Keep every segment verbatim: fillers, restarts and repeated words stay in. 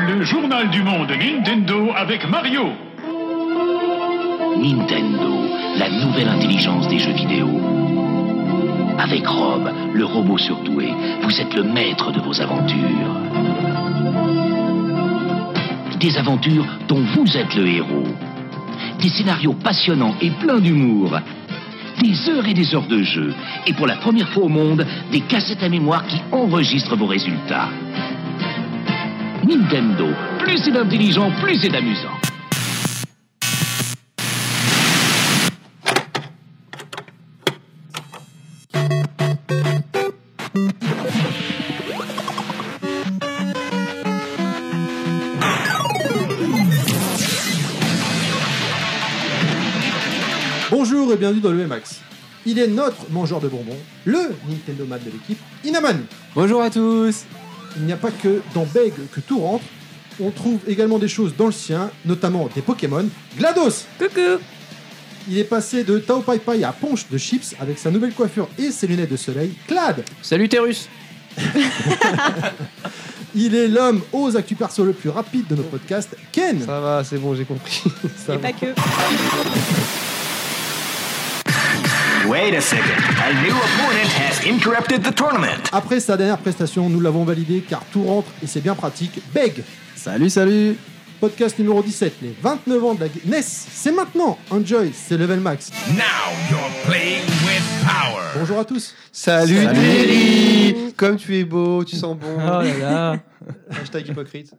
Le journal du monde Nintendo avec Mario. Nintendo, la nouvelle intelligence des jeux vidéo. Avec Rob, le robot surdoué, vous êtes le maître de vos aventures. Des aventures dont vous êtes le héros. Des scénarios passionnants et pleins d'humour. Des heures et des heures de jeu. Et pour la première fois au monde, des cassettes à mémoire qui enregistrent vos résultats. Nintendo, plus c'est d'intelligent, plus c'est amusant. Bonjour et bienvenue dans le V Max. Il est notre mangeur de bonbons, le Nintendo Man de l'équipe, Inaman. Bonjour à tous. Il n'y a pas que dans Beg que tout rentre, on trouve également des choses dans le sien, notamment des Pokémon. GLaDOS. Coucou. Il est passé de Tao Pai Pai à Ponche de Chips avec sa nouvelle coiffure et ses lunettes de soleil. Clad. Salut Terrus. Il est l'homme aux actus perso le plus rapide de nos podcasts, Ken. Ça va, c'est bon, j'ai compris. Ça Et va. pas que. Wait a second. A new opponent has interrupted the tournament. Après sa dernière prestation, nous l'avons validé car tout rentre et c'est bien pratique. Beg. Salut, salut. Podcast numéro dix-sept, les vingt-neuf ans de la N E S, c'est maintenant. Enjoy, c'est Level Max. Now you're playing with power. Bonjour à tous. Salut, Salut. Terry. Comme tu es beau, tu sens bon. Oh là là. Hashtag hypocrite.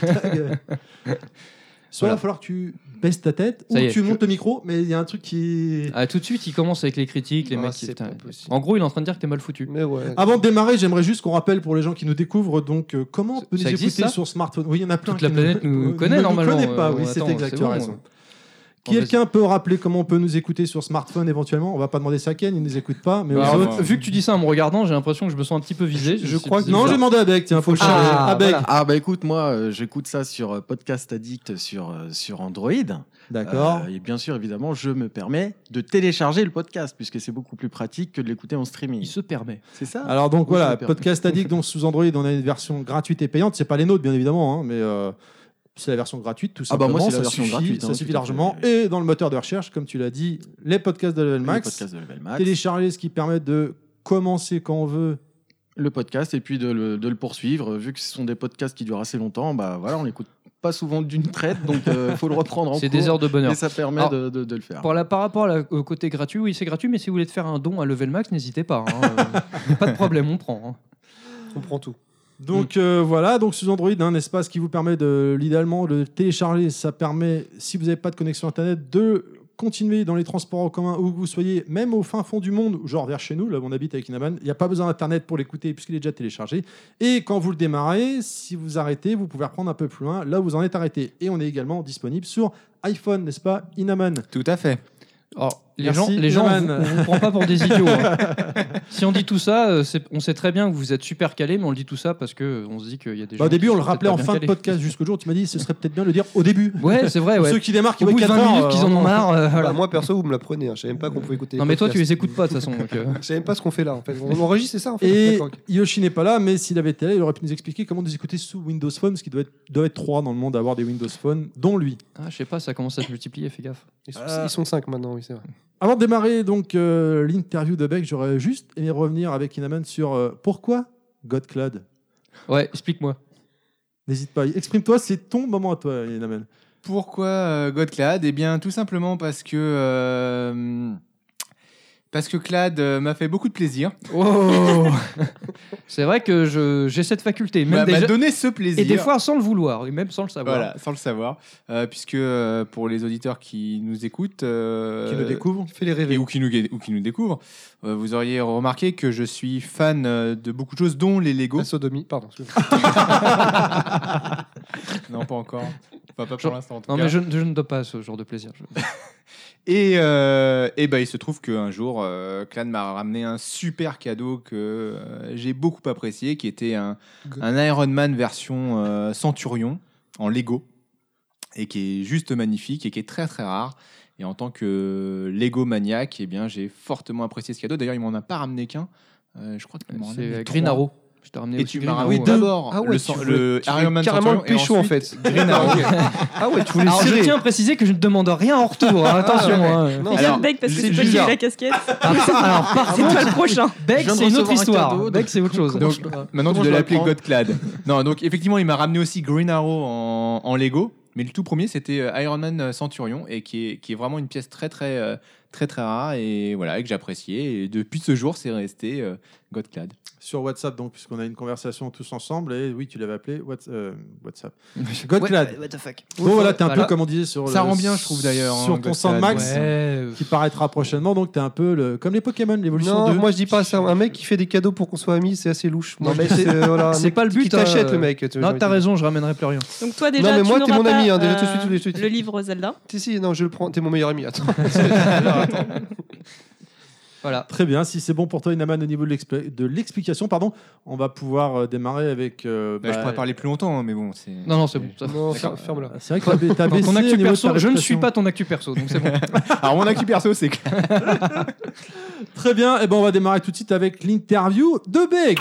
Soit il Voilà. va falloir que tu baisses ta tête Ça ou y est, tu je- montes le micro, mais il y a un truc qui... Ah, tout de suite, il commence avec les critiques, les Ah, mecs. c'est qui- putain, pas possible. En gros, il est en train de dire que t'es mal foutu. Mais ouais. Avant de démarrer, j'aimerais juste qu'on rappelle pour les gens qui nous découvrent, donc euh, comment on peut Ça nous existe, écouter ça sur smartphone. Oui, il y en a plein. Toute la qui planète nous euh, connaît, ne normalement, Nous connaît pas, euh, oui, bon, c'est attends, exact, c'est tu as bon. raison. Bon, Quelqu'un peut rappeler comment on peut nous écouter sur smartphone éventuellement. On va pas demander ça à Ken, il nous écoute pas, mais aux Alors, autres... vu que tu dis ça en me regardant, j'ai l'impression que je me sens un petit peu visé. Je sais- crois que... c'est Non, bizarre. j'ai demandé à Beck, tiens, faut le Ah, chercher. À Beck. voilà. Ah bah écoute, moi euh, j'écoute ça sur euh, Podcast Addict sur, euh, sur Android. D'accord. Euh, et bien sûr, évidemment, je me permets de télécharger le podcast puisque c'est beaucoup plus pratique que de l'écouter en streaming. Il se permet. C'est ça. Alors donc Oui, je voilà, me permets. Podcast Addict, donc sous Android, on a une version gratuite et payante. C'est pas les nôtres, bien évidemment, hein, mais euh, c'est la version gratuite, tout Ah bah simplement. moi, c'est la ça version suffit, gratuite, ça hein, suffit tout à largement. fait. Et dans le moteur de recherche, comme tu l'as dit, les podcasts de Level Le Max, podcast de Level Max, télécharger ce qui permet de commencer quand on veut. le podcast et puis de le, de le poursuivre. Vu que ce sont des podcasts qui durent assez longtemps, bah voilà, on l'écoute pas souvent d'une traite, donc il faut le reprendre en C'est cours. des heures de bonheur. Et ça permet Alors, de, de, de le faire. Par, la- par rapport à la- au côté gratuit, oui, c'est gratuit, mais si vous voulez te faire un don à Level Max, n'hésitez pas. Hein, euh, pas de problème, on prend. hein. On prend tout. Donc euh, voilà, donc sous Android, un espace qui vous permet de, idéalement, de télécharger. Ça permet, si vous n'avez pas de connexion Internet, de continuer dans les transports en commun où que vous soyez, même au fin fond du monde, genre vers chez nous, là où on habite avec Inaman. Il n'y a pas besoin d'Internet pour l'écouter puisqu'il est déjà téléchargé. Et quand vous le démarrez, si vous arrêtez, vous pouvez reprendre un peu plus loin, là où vous en êtes arrêté. Et on est également disponible sur iPhone, n'est-ce pas, Inaman? Tout à fait. Alors, les Merci, gens, les gens, on Inaman. vous, on vous prend pas pour des idiots. hein. Si on dit tout ça, euh, c'est- on sait très bien que vous êtes super calés, mais on le dit tout ça parce que euh, on se dit qu'il y a des gens. Bah, au début, qui on le sont rappelait peut-être en pas fin bien de calés. podcast jusqu'au jour où tu m'as dit ce serait peut-être bien de le dire au début. Ouais, c'est vrai. Pour Ouais. ceux qui démarrent, qui Au voient bout de quatre vingt heures, minutes qu'ils en ont euh, marre. euh, voilà. Bah, moi, perso, vous me l'apprenez. Hein. Je savais même pas qu'on pouvait écouter. Non, les mais toi, tu podcasts. les écoutes pas de toute façon. donc, euh. Je savais même pas ce qu'on fait là. En fait, on enregistre, c'est ça en fait. Et D'accord, ok. Yoshi n'est pas là, mais s'il avait été là, il aurait pu nous expliquer comment nous écouter sous Windows Phone, parce qu'il doit être, doit être trois dans le monde à avoir des Windows Phone, dont lui. Ah, je sais pas, ça commence à se multiplier. Fais gaffe. Ils sont, Euh, ils sont cinq maintenant, oui, c'est vrai. Avant de démarrer donc euh, l'interview de Beck, j'aurais juste aimé revenir avec Inaman sur euh, pourquoi GodCloud. Ouais, explique-moi. N'hésite pas, exprime-toi, c'est ton moment à toi, Inaman. Pourquoi euh, GodClad? Eh bien, tout simplement parce que euh, parce que Clad euh, m'a fait beaucoup de plaisir. Oh C'est vrai que je, j'ai cette faculté, même M'a m'a déjà- donné ce plaisir. et des fois sans le vouloir, et même sans le savoir. Voilà, sans le savoir, Euh, puisque euh, pour les auditeurs qui nous écoutent, euh, Qui le découvre. Fais les et rêver. ou qui nous ou qui nous découvrent, euh, vous auriez remarqué que je suis fan euh, de beaucoup de choses, dont les Lego. La sodomie, pardon. excuse-moi. Non, pas encore. Enfin, pas pour Genre- l'instant. En tout Non, cas. mais je, je ne dois pas ce genre de plaisir. Je- Et, euh, et ben, il se trouve qu'un jour, euh, Clad m'a ramené un super cadeau que euh, j'ai beaucoup apprécié, qui était un, un Iron Man version euh, Centurion en Lego, et qui est juste magnifique et qui est très très rare. Et en tant que Lego maniaque, eh bien, j'ai fortement apprécié ce cadeau. D'ailleurs, il m'en a pas ramené qu'un. Euh, je crois qu'il m'en a C'est ramené Green trois. Arrow. Je t'ai ramené Et aussi tu Green m'as Arrow, ramené ouais. d'abord Ah ouais, le, tu sang- voulais- le tu voulais Iron Man carrément le Centurion, et pécho, en ensuite fait. Green Arrow. Ah ouais, tu voulais Alors je serrer. tiens à préciser que je ne demande rien en retour, hein, attention. hein. Non, Il vient alors, de Beg parce que c'est c'est toi qui as bizarre. eu la casquette. Ah, par- alors par C'est contre, toi le prochain. Beg Je viens de c'est une autre recevoir un histoire. cadeau, Beg donc- c'est autre chose. Donc maintenant tu Comment dois je le l'appeler prends Godclad. Non, donc effectivement il m'a ramené aussi Green Arrow en, en Lego, mais le tout premier c'était euh, Iron Man Centurion et qui est, qui est vraiment une pièce très très euh, très très rare et voilà et que j'appréciais et depuis ce jour c'est resté euh, Godclad. Sur WhatsApp, donc, puisqu'on a une conversation tous ensemble, et oui, tu l'avais appelé Whats- euh, WhatsApp. Godclad. What the fuck. Bon, voilà, t'es un Voilà. peu comme on disait sur Ça le- rend bien, je trouve, d'ailleurs, sur hein, ton Godclad. Sandmax, Ouais. qui paraîtra prochainement. Donc, t'es un peu le... comme les Pokémon, l'évolution Non, deux. moi je dis pas ça. Un mec qui fait des cadeaux pour qu'on soit amis, c'est assez louche. Moi, Non, mais je dis, c'est- euh, voilà, un c'est mec pas le qui but, t'achète hein, le mec. tu vois, Non, j'ai t'as envie de raison, je ramènerai plus rien. Donc toi déjà, Non, mais tu moi, t'es n'auras mon ami, pas, hein, déjà, euh, tout de suite, tout de suite. le livre Zelda. dire. Si, si, non, je le prends. T'es mon meilleur ami. Attends. Voilà. Très bien, si c'est bon pour toi, Inaman, au niveau de l'expli- de l'explication, pardon, on va pouvoir euh, démarrer avec. euh, Bah, je bah, pourrais parler plus longtemps, hein, mais bon c'est. Non, non, c'est bon. Ça. Non, D'accord. fer- ferme-la. C'est vrai que t'as, t'as Dans baissé ton au actu niveau de perso, ta je ne réputation. suis pas ton actu perso, donc c'est bon. Alors mon actu perso c'est que Très bien, et ben on va démarrer tout de suite avec l'interview de Beg.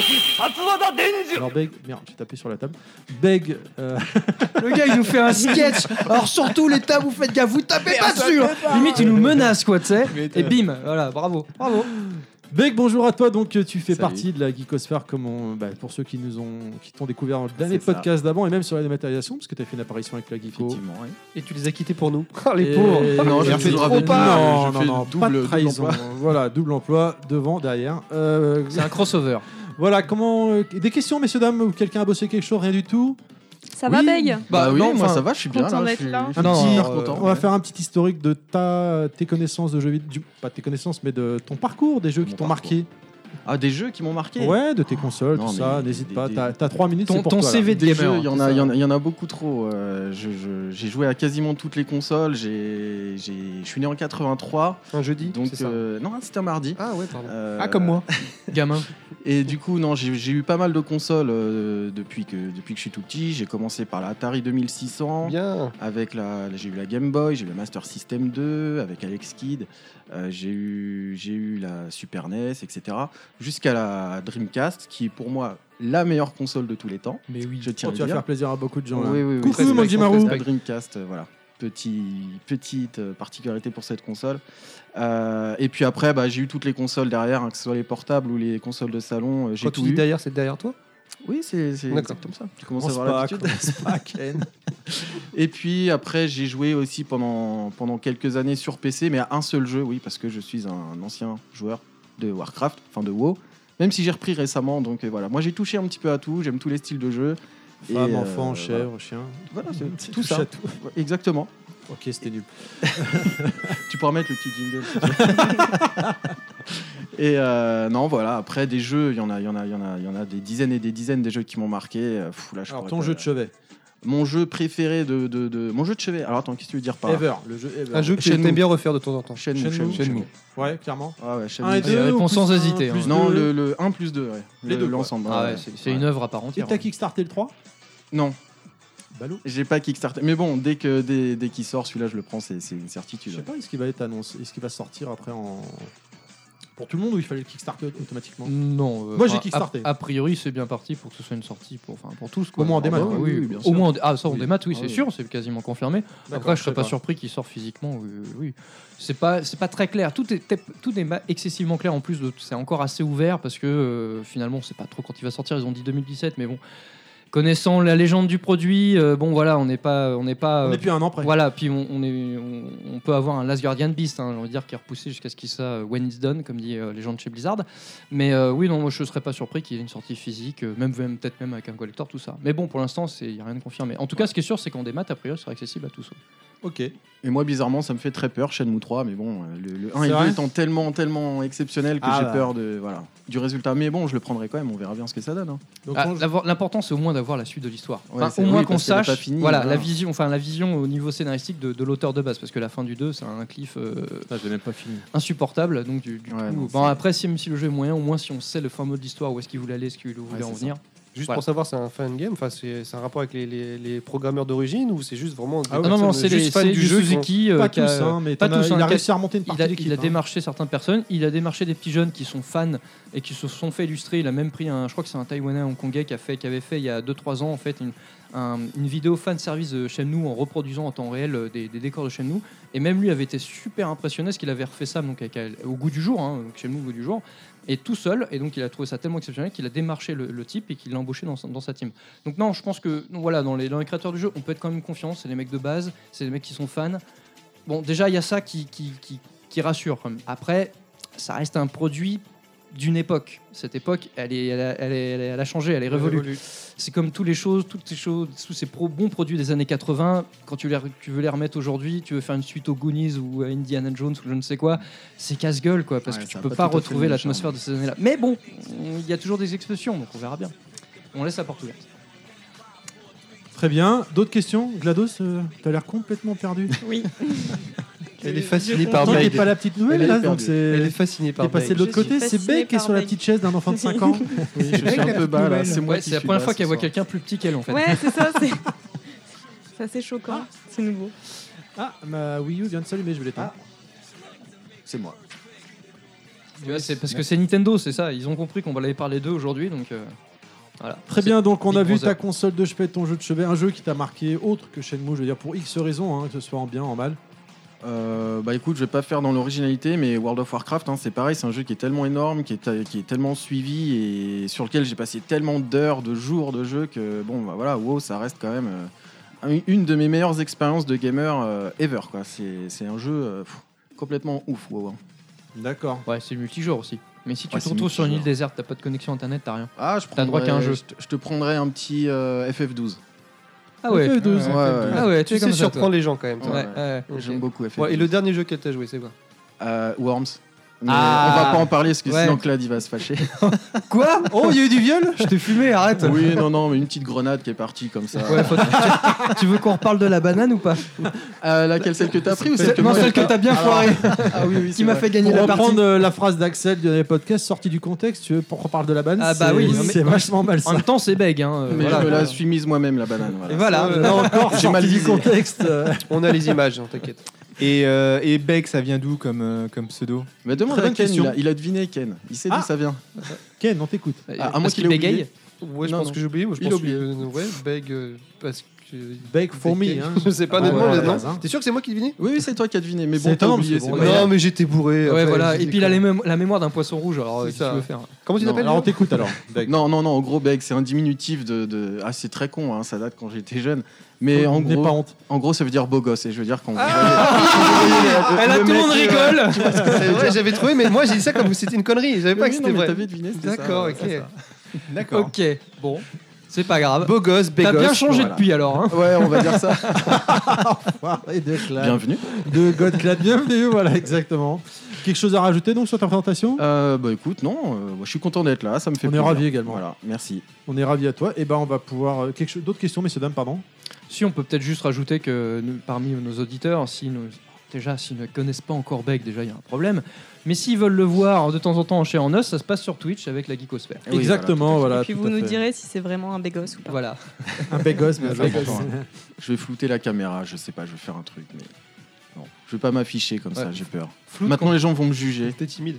Alors Beg, merde, j'ai tapé sur la table. Beg, euh, Le gars, il nous fait un sketch. Alors surtout les tables, vous faites gaffe, vous tapez pas dessus. Limite, il nous menace, quoi, tu sais. Et bim, voilà, bravo, bravo. Beg, bonjour à toi. Donc tu fais Salut. partie de la geekosphère, comme on, bah, pour ceux qui nous ont, qui t'ont découvert dans les C'est ça. podcasts d'avant et même sur la dématérialisation, parce que tu as fait une apparition avec la Geeko. effectivement. ouais. Et tu les as quittés pour nous. Oh, les Et- pauvres. Non, et- j'ai et- fait trop trop pas. pas. Non, Je non, fais non, double- pas de double trahison. emploi. Voilà, double emploi, devant, derrière. Euh, C'est un crossover. voilà, comment. euh, des questions, messieurs, dames, ou quelqu'un a bossé quelque chose, rien du tout. Ça va, Beg? Bah oui, non, moi enfin, ça va, je suis bien content là. d'être Je suis là. je suis Un Non, petit- super euh, content. on va ouais. faire un petit historique de ta, tes connaissances de jeux vidéo, du- pas tes connaissances, mais de ton parcours, des jeux Mon qui t'ont parcours. marqué. Ah, des jeux qui m'ont marqué. Ouais, de tes consoles, Non, tout mais ça, des- n'hésite des- pas. des- T'as, t'as trois minutes, Ton- c'est pour ton toi, C V là. de Des gamer, jeux, il y en c'est a, ça. il y en a, il y en a beaucoup trop. euh, je- je- j'ai joué à quasiment toutes les consoles. J'ai, j'ai, je suis né en quatre-vingt-trois, Un jeudi. donc c'est ça. euh, non, c'était un mardi. Ah ouais, pardon. Euh, Ah comme moi. Gamin. Et du coup, non, j'ai, j'ai eu pas mal de consoles euh, depuis que depuis que je suis tout petit. J'ai commencé par la Atari deux mille six cents. Bien. Avec la, j'ai eu la Game Boy, j'ai eu la Master System deux, avec Alex Kidd, euh, j'ai eu, j'ai eu la Super N E S, et cetera. Jusqu'à la Dreamcast, qui est pour moi la meilleure console de tous les temps. Mais oui. Je tiens Oh, à tu le vas dire. faire plaisir à beaucoup de gens. là. Oui, oui, oui. Coucou, Respect, Manjimaru. La Dreamcast, euh, voilà. Petit, petite euh, particularité pour cette console. Euh, et puis après, bah, j'ai eu toutes les consoles derrière, hein, que ce soit les portables ou les consoles de salon. euh, j'ai Quand tu tout dis eu. derrière, c'est derrière toi. Oui, c'est, c'est D'accord. exactement ça. Tu commences à Commence avoir pas, l'habitude. commence pas, Ken. Et puis après, j'ai joué aussi pendant, pendant quelques années sur P C, mais à un seul jeu, oui, parce que je suis un ancien joueur de Warcraft, enfin de WoW, même si j'ai repris récemment. Donc euh, voilà, moi j'ai touché un petit peu à tout, j'aime tous les styles de jeu. Femme, Et, euh, enfant, voilà. chèvre, chien. Voilà, c'est Tu tout touches ça. à tout. Ouais, exactement. Ok, c'était nul. Tu pourras mettre le petit jingle. si tu veux. Et euh, non, voilà. Après des jeux, il y en a, il y en a, il y en a, il y en a des dizaines et des dizaines des jeux qui m'ont marqué. Euh, pff, là, je Alors, pourrais ton pas- jeu de chevet. Mon jeu préféré de, de, de- mon jeu de chevet. Alors attends, qu'est-ce que tu veux dire par là? Ever, le jeu Ever. Un jeu que tu Shenmue. aimes bien refaire de temps en temps. Shenmue, Shenmue. Shenmue, Shenmue. Ouais, clairement. Ah ouais, Shenmue. Un et Allez, deux, réponse ou plus sans un, hésiter, plus hein. Non, deux. le, le un plus deux, ouais. Les Le- deux, quoi. l'ensemble. Ah ouais. ouais, c'est, c'est Ouais. une œuvre à part Et entière. t'as kickstarté le trois? Non, Balou. j'ai pas kickstarté. Mais bon, dès que dès, dès qu'il sort, celui-là, je le prends, c'est, c'est une Je certitude. sais pas, est-ce qu'il va être annoncé, est-ce qu'il va sortir après en. Pour tout le monde ou il fallait le kickstarter automatiquement? Non. euh, Moi, j'ai enfin, kickstarté. A, a priori, c'est bien parti pour que ce soit une sortie pour, enfin, pour tous. Quoi. Au moins en démat, Ah, quoi. oui, Oui, oui, bien Au sûr. moins en dé- ah, ça, en Oui. démat, oui, Ah, c'est oui. sûr, c'est quasiment confirmé. D'accord, Après, je serais sais pas surpris qu'il sorte physiquement. Oui, oui, oui. C'est pas, c'est pas très clair. Tout est, tout n'est pas excessivement clair en plus. De, c'est encore assez ouvert parce que euh, finalement, on sait pas trop quand il va sortir. Ils ont dit deux mille dix-sept, mais bon, connaissant la légende du produit, euh, bon voilà, on n'est pas, on n'est pas. On euh, n'est plus à un an près. Voilà, puis on, on est, on, on peut avoir un Last Guardian Beast, hein, on va dire, qui est repoussé jusqu'à ce qu'il soit euh, when it's done, comme dit euh, les gens de chez Blizzard. Mais euh, oui, non, moi je serais pas surpris qu'il y ait une sortie physique, euh, même, même peut-être même avec un collector, tout ça. Mais bon, pour l'instant, il n'y a rien de confirmé. En tout cas, ce qui est sûr, c'est qu'en démat, a priori, ce sera accessible à tous. Ok. Et moi, bizarrement, ça me fait très peur, Shenmue trois, mais bon, euh, le, le un C'est et le vrai deux étant tellement, tellement exceptionnels que Ah j'ai bah. peur de, voilà, du résultat. Mais bon, je le prendrai quand même, on verra bien ce que ça donne. hein. Donc, Ah, ton- l'avoir- L'important, c'est au moins d'avoir la suite de l'histoire. Ouais, Enfin, c'est- au oui, moins parce qu'on qu'elle est sache pas finie, voilà, voilà. la, vision, enfin, la vision au niveau scénaristique de, de l'auteur de base, parce que la fin du deux, c'est un cliff euh, Ah, j'ai même pas fini. insupportable. Donc, du, du Ouais, coup, non, bon, c'est- après, si, même si le jeu est moyen, au moins si on sait le fin mot de l'histoire, où est-ce qu'il voulait aller, est-ce qu'il voulait Ouais, en c'est venir. Juste Voilà. pour savoir, c'est un fan game, enfin, c'est c'est un rapport avec les, les, les programmeurs d'origine ou c'est juste vraiment. des Ah ouais, Ah non, non, personnes c'est juste les fans c'est du du jeu qui ont- Suzuki. euh, Pas qui a- tous, hein, mais pas t'en as- tous, hein, il a qui a- réussi à remonter une Il partie a, d'équipe. il a hein. démarché certaines personnes, il a démarché des petits jeunes qui sont fans et qui se sont fait illustrer. Il a même pris un, je crois que c'est un Taïwanais hongkongais qui a fait, qui avait fait il y a deux trois ans en fait une, un- une vidéo fan service de Shenmue en reproduisant en temps réel euh, des, des décors de Shenmue. Et même lui avait été super impressionné parce qu'il avait refait ça donc avec, au goût du jour, hein, donc Shenmue au goût du jour, et tout seul. Et donc il a trouvé ça tellement exceptionnel qu'il a démarché le, le type et qu'il l'a embauché dans, sa- dans sa team. Donc non, je pense que donc voilà, dans les, dans les créateurs du jeu, on peut être quand même confiant. C'est les mecs de base, c'est les mecs qui sont fans. Bon, déjà, il y a ça qui, qui, qui, qui rassure. Quand même. Après, ça reste un produit d'une époque. Cette époque, elle, est, elle, a, elle, est- elle, est- elle a changé, elle est révolue. C'est comme toutes les choses, toutes ces choses, tous ces pro- bons produits des années quatre-vingts. Quand tu, les, tu veux les remettre aujourd'hui, tu veux faire une suite aux Goonies ou à Indiana Jones ou je ne sais quoi, c'est casse-gueule, quoi, parce Ouais, que tu ça a peux pas pas tout à fait retrouver le même l'atmosphère de ces années-là. Mais bon, il y a toujours des exceptions, donc on verra bien. On laisse la porte ouverte. Très bien. D'autres questions GLaDOS, euh, t'as l'air complètement perdu. Oui. Elle est fascinée Je par Pourtant, t'es Beg. pas la petite nouvelle, Elle est là, donc perdue. c'est... Elle est fascinée par T'es passé Beg. de l'autre Je suis côté, c'est fascinée Beck qui est par sur la Beck. petite chaise d'un enfant de cinq ans. Oui, je suis un peu bas là. C'est moi Ouais, qui c'est la suis première bas fois ce qu'elle voit soir. quelqu'un plus petit qu'elle, en fait. Ouais, c'est ça. C'est c'est assez choquant. C'est nouveau. Ah, ma Wii U vient de s'allumer, je vais l'éteindre. C'est moi. Tu vois, c'est parce que c'est Nintendo, c'est ça. Ils ont compris qu'on allait parler d'eux aujourd'hui, donc euh, voilà. Très C'est bien, donc on Big a vu Brother. ta console de chevet, ton jeu de chevet, un jeu qui t'a marqué autre que Shenmue, je veux dire pour X raisons, hein, que ce soit en bien, en mal. Euh, bah écoute, je vais pas faire dans l'originalité, mais World of Warcraft, hein, c'est pareil, c'est un jeu qui est tellement énorme, qui est, qui est tellement suivi et sur lequel j'ai passé tellement d'heures, de jours de jeu que bon, bah voilà, WoW, ça reste quand même euh, une de mes meilleures expériences de gamer euh, ever, quoi. C'est, c'est un jeu euh, pff, complètement ouf, WoW. hein. D'accord. Ouais, c'est multijoueur aussi. Mais si tu Ouais, te c'est retrouves sur une île multijoueur. déserte, t'as pas de connexion internet, t'as rien. Ah, je T'as droit prendrais- qu'à un jeu. Je te, je te prendrais un petit euh, F F douze. Ah ouais. F F douze. Ouais, ouais. Ah ouais, tu Tu es sais comme ça, surprendre toi. les gens quand même. toi. Ouais, Ouais. ouais. J'aime beaucoup F F douze. Ouais, et le dernier jeu qu'elle t'a joué, c'est quoi Euh, Worms. Mais Ah. on va pas en parler parce que Ouais. sinon Clad il va se fâcher. Quoi Oh, il y a eu du viol Je t'ai fumé, arrête. Oui, non, non, mais une petite grenade qui est partie comme ça. Ouais, faut- tu, tu veux qu'on reparle de la banane ou pas Euh, laquelle, celle que t'as pris ou celle que Non, moi celle j'ai que pas t'as bien Alors- foirée. Ah oui, oui, c'est Qui m'a vrai. fait gagner Pour la partie. reprendre euh, la phrase d'Axel du dernier podcast, sortie du contexte, tu veux pour qu'on parle de la banane, Ah bah c'est- oui, non, mais- c'est vachement mal En ça. même temps, c'est beg. Hein. Mais voilà. je me la suis mise moi-même la banane. Voilà. Et voilà. Là encore, J'ai mal sortie du visé. contexte. euh, On a les images, hein, t'inquiète. Et, euh, et Beck, ça vient d'où comme, euh, comme pseudo Mais demande Très à bonne Ken, question. il a, il a deviné Ken. Il sait Ah. d'où ça vient. Ken, on t'écoute. Ah, à moins Parce qu'il qu'il ait bégaye. oublié. Ouais, je Non, pense non. que j'ai oublié. Moi, je Il pense oublie. que, euh, ouais, Beg, euh, parce que. Bake for me. Hein. Je sais pas, Ah, honnêtement, ouais, non. ouais, ouais. T'es sûr que c'est moi qui devinais Oui, oui, c'est toi qui as deviné. Mais C'est bon, t'as étonnant, oublié. parce C'est que pas bon, grave. Non, mais j'étais bourré. Ouais, après, voilà. j'ai Et puis il a déconné. les mêmes- la mémoire d'un poisson rouge. Alors, C'est qu'est-ce ça. que tu veux faire Comment tu Non, t'appelles Alors on déjà t'écoute alors. Beg. Non, non, non, en gros, Beg, c'est un diminutif de. de... Ah, c'est très con, hein, ça date quand j'étais jeune. Mais en N'aie gros, pas honte. en gros, ça veut dire beau gosse. Et je veux dire qu'on. Et là, tout le monde rigole. C'est vrai, j'avais trouvé, mais moi j'ai dit ça comme si c'était une connerie. Je savais pas que c'était vrai. T'avais deviné, c'était ça. D'accord, ok. D'accord. Ok, bon. C'est pas grave. Beau gosse, T'as bégosse. bien changé voilà. depuis alors. Hein. Ouais, on va dire ça. Et de Clad. Bienvenue. De Godclad, bienvenue, voilà, exactement. Quelque chose à rajouter donc sur ta présentation Euh, bah écoute, non, euh, moi, je suis content d'être là, ça me fait On est plaisir. ravis également. Voilà, merci. On est ravis à toi. Et ben on va pouvoir. euh, quelque chose... D'autres questions, messieurs, dames, pardon. Si on peut peut-être juste rajouter que nous- parmi nos auditeurs, si nous, déjà s'ils ne connaissent pas encore Beck, déjà il y a un problème. Mais s'ils veulent le voir de temps en temps en chair en os, ça se passe sur Twitch avec la Geekosphère. Oui, Exactement, voilà. Et puis tout vous à nous fait. direz si c'est vraiment un bégos ou pas. Voilà. Un bégos, mais C'est un important, bégos. Je vais flouter la caméra, je sais pas, je vais faire un truc, mais non, je vais pas m'afficher comme ça, Ouais. j'ai peur. Floute Maintenant, les gens vont me juger. T'es timide.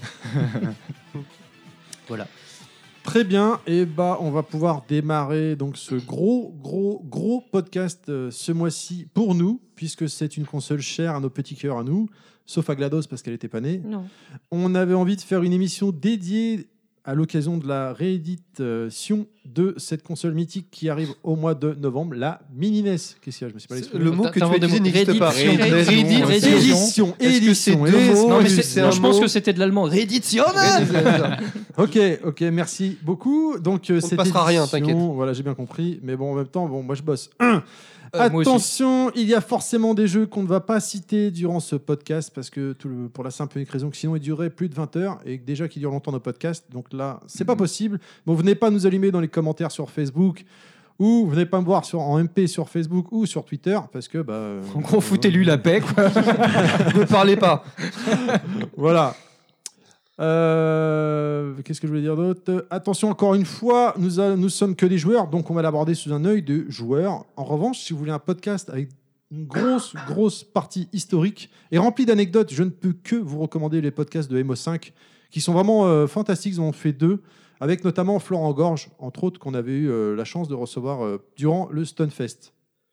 Voilà. Très bien, et bah on va pouvoir démarrer donc ce gros gros gros podcast euh, ce mois-ci pour nous, puisque c'est une console chère à nos petits cœurs à nous, sauf à GLaDOS parce qu'elle était pas née. Non. On avait envie de faire une émission dédiée à l'occasion de la réédition de cette console mythique qui arrive au mois de novembre, la Mini N E S. Qu'est-ce qu'il y a ? Je me suis pas exprimé. Le mot que tu as T'inventes des utilisé mots. n'existe pas. Réédition. Réédition. Réédition. Édition, Est-ce que c'est édition, deux mots édition. Non, mais c'est- c'est- c'est non, un je pense mot. que c'était de l'allemand. Réédition. Ok, ok, merci beaucoup. Donc, euh, On ne cette passera rien, édition- t'inquiète. Voilà, j'ai bien compris. Mais bon, en même temps, bon, moi je bosse. Un. Euh, moi aussi. Attention, il y a forcément des jeux qu'on ne va pas citer durant ce podcast parce que tout le- pour la simple et unique raison que sinon il durerait plus de vingt heures et que déjà qu'il dure longtemps nos podcasts. Donc là, c'est pas possible. Bon, venez pas nous allumer dans les commentaires sur Facebook ou venez pas me voir sur, en M P sur Facebook ou sur Twitter parce que bah. euh, On foutez-lui la paix, quoi. Ne parlez pas. Voilà. Euh, Qu'est-ce que je voulais dire d'autre? Attention, encore une fois, nous, a- nous sommes que des joueurs, donc on va l'aborder sous un œil de joueur. En revanche, si vous voulez un podcast avec une grosse, grosse partie historique et remplie d'anecdotes, je ne peux que vous recommander les podcasts de M O cinq qui sont vraiment euh, fantastiques. Ils en ont fait deux, avec notamment Florent Gorge, entre autres, qu'on avait eu euh, la chance de recevoir euh, durant le Stunfest.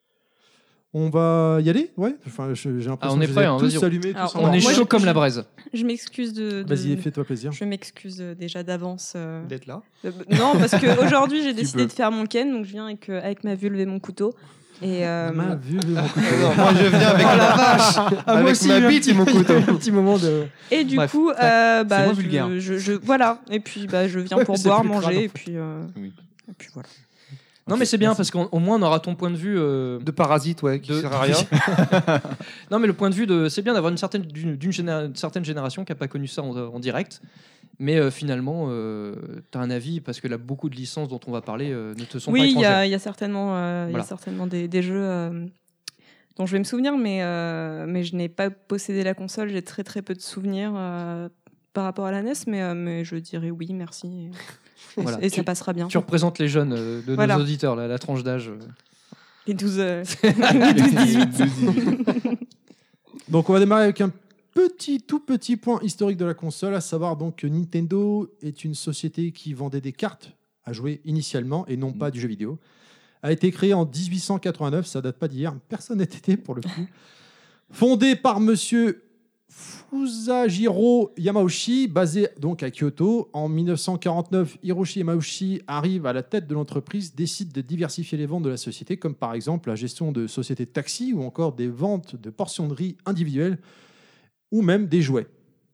On va y aller? Ouais. Enfin, je- j'ai l'impression Ah, on est que je prêt, les ai hein, tous vas-y. allumés, tous Alors, en On ordre. est moi, chaud je- comme je- la braise. Je m'excuse de. de- Vas-y, fais-toi plaisir. Je m'excuse euh, déjà d'avance. euh, D'être là. euh, non, parce qu'aujourd'hui, j'ai décidé peux. de faire mon ken, donc je viens avec, euh, avec ma vulve et mon couteau. Et, euh, Ma vue, mon couteau. Non, moi je viens avec Oh la la vache, Ah, avec ma bite et mon couteau. Un petit moment de. et du Bref, coup, ouais. euh, bah, moins je, vulgaire. je- je- voilà. Et puis, bah, je viens pour C'est boire, plus crade, en manger, fait. et puis, euh, Oui. et puis voilà. Non, mais c'est bien parce qu'au moins on aura ton point de vue. euh, De parasite, ouais, qui De- sert à rien. Non, mais le point de vue de. C'est bien d'avoir une certaine, d'une, d'une géné- une certaine génération qui n'a pas connu ça en, en direct. Mais euh, finalement, euh, tu as un avis parce que là, beaucoup de licences dont on va parler euh, ne te sont pas Oui, il y étrangères. a, il y a certainement, euh, il y Voilà. a certainement des, des jeux euh, dont je vais me souvenir, mais, euh, mais je n'ai pas possédé la console. J'ai très très peu de souvenirs euh, par rapport à la N E S, mais, euh, mais je dirais oui, merci. Et, Voilà. et Tu- ça passera bien. Tu représentes les jeunes euh, de Voilà. nos auditeurs, là, la tranche d'âge. euh. Les douze, euh, les douze dix-huit. Donc on va démarrer avec un petit, tout petit point historique de la console, à savoir donc que Nintendo est une société qui vendait des cartes à jouer initialement et non pas du jeu vidéo. A été créée en dix-huit cent quatre-vingt-neuf, ça date pas d'hier, personne n'a été pour le coup. Fondée par monsieur Fusajiro Yamauchi, basé donc à Kyoto. En mille neuf cent quarante-neuf, Hiroshi Yamauchi arrive à la tête de l'entreprise, décide de diversifier les ventes de la société, comme par exemple la gestion de sociétés de taxi ou encore des ventes de portions de riz individuelles ou même des jouets.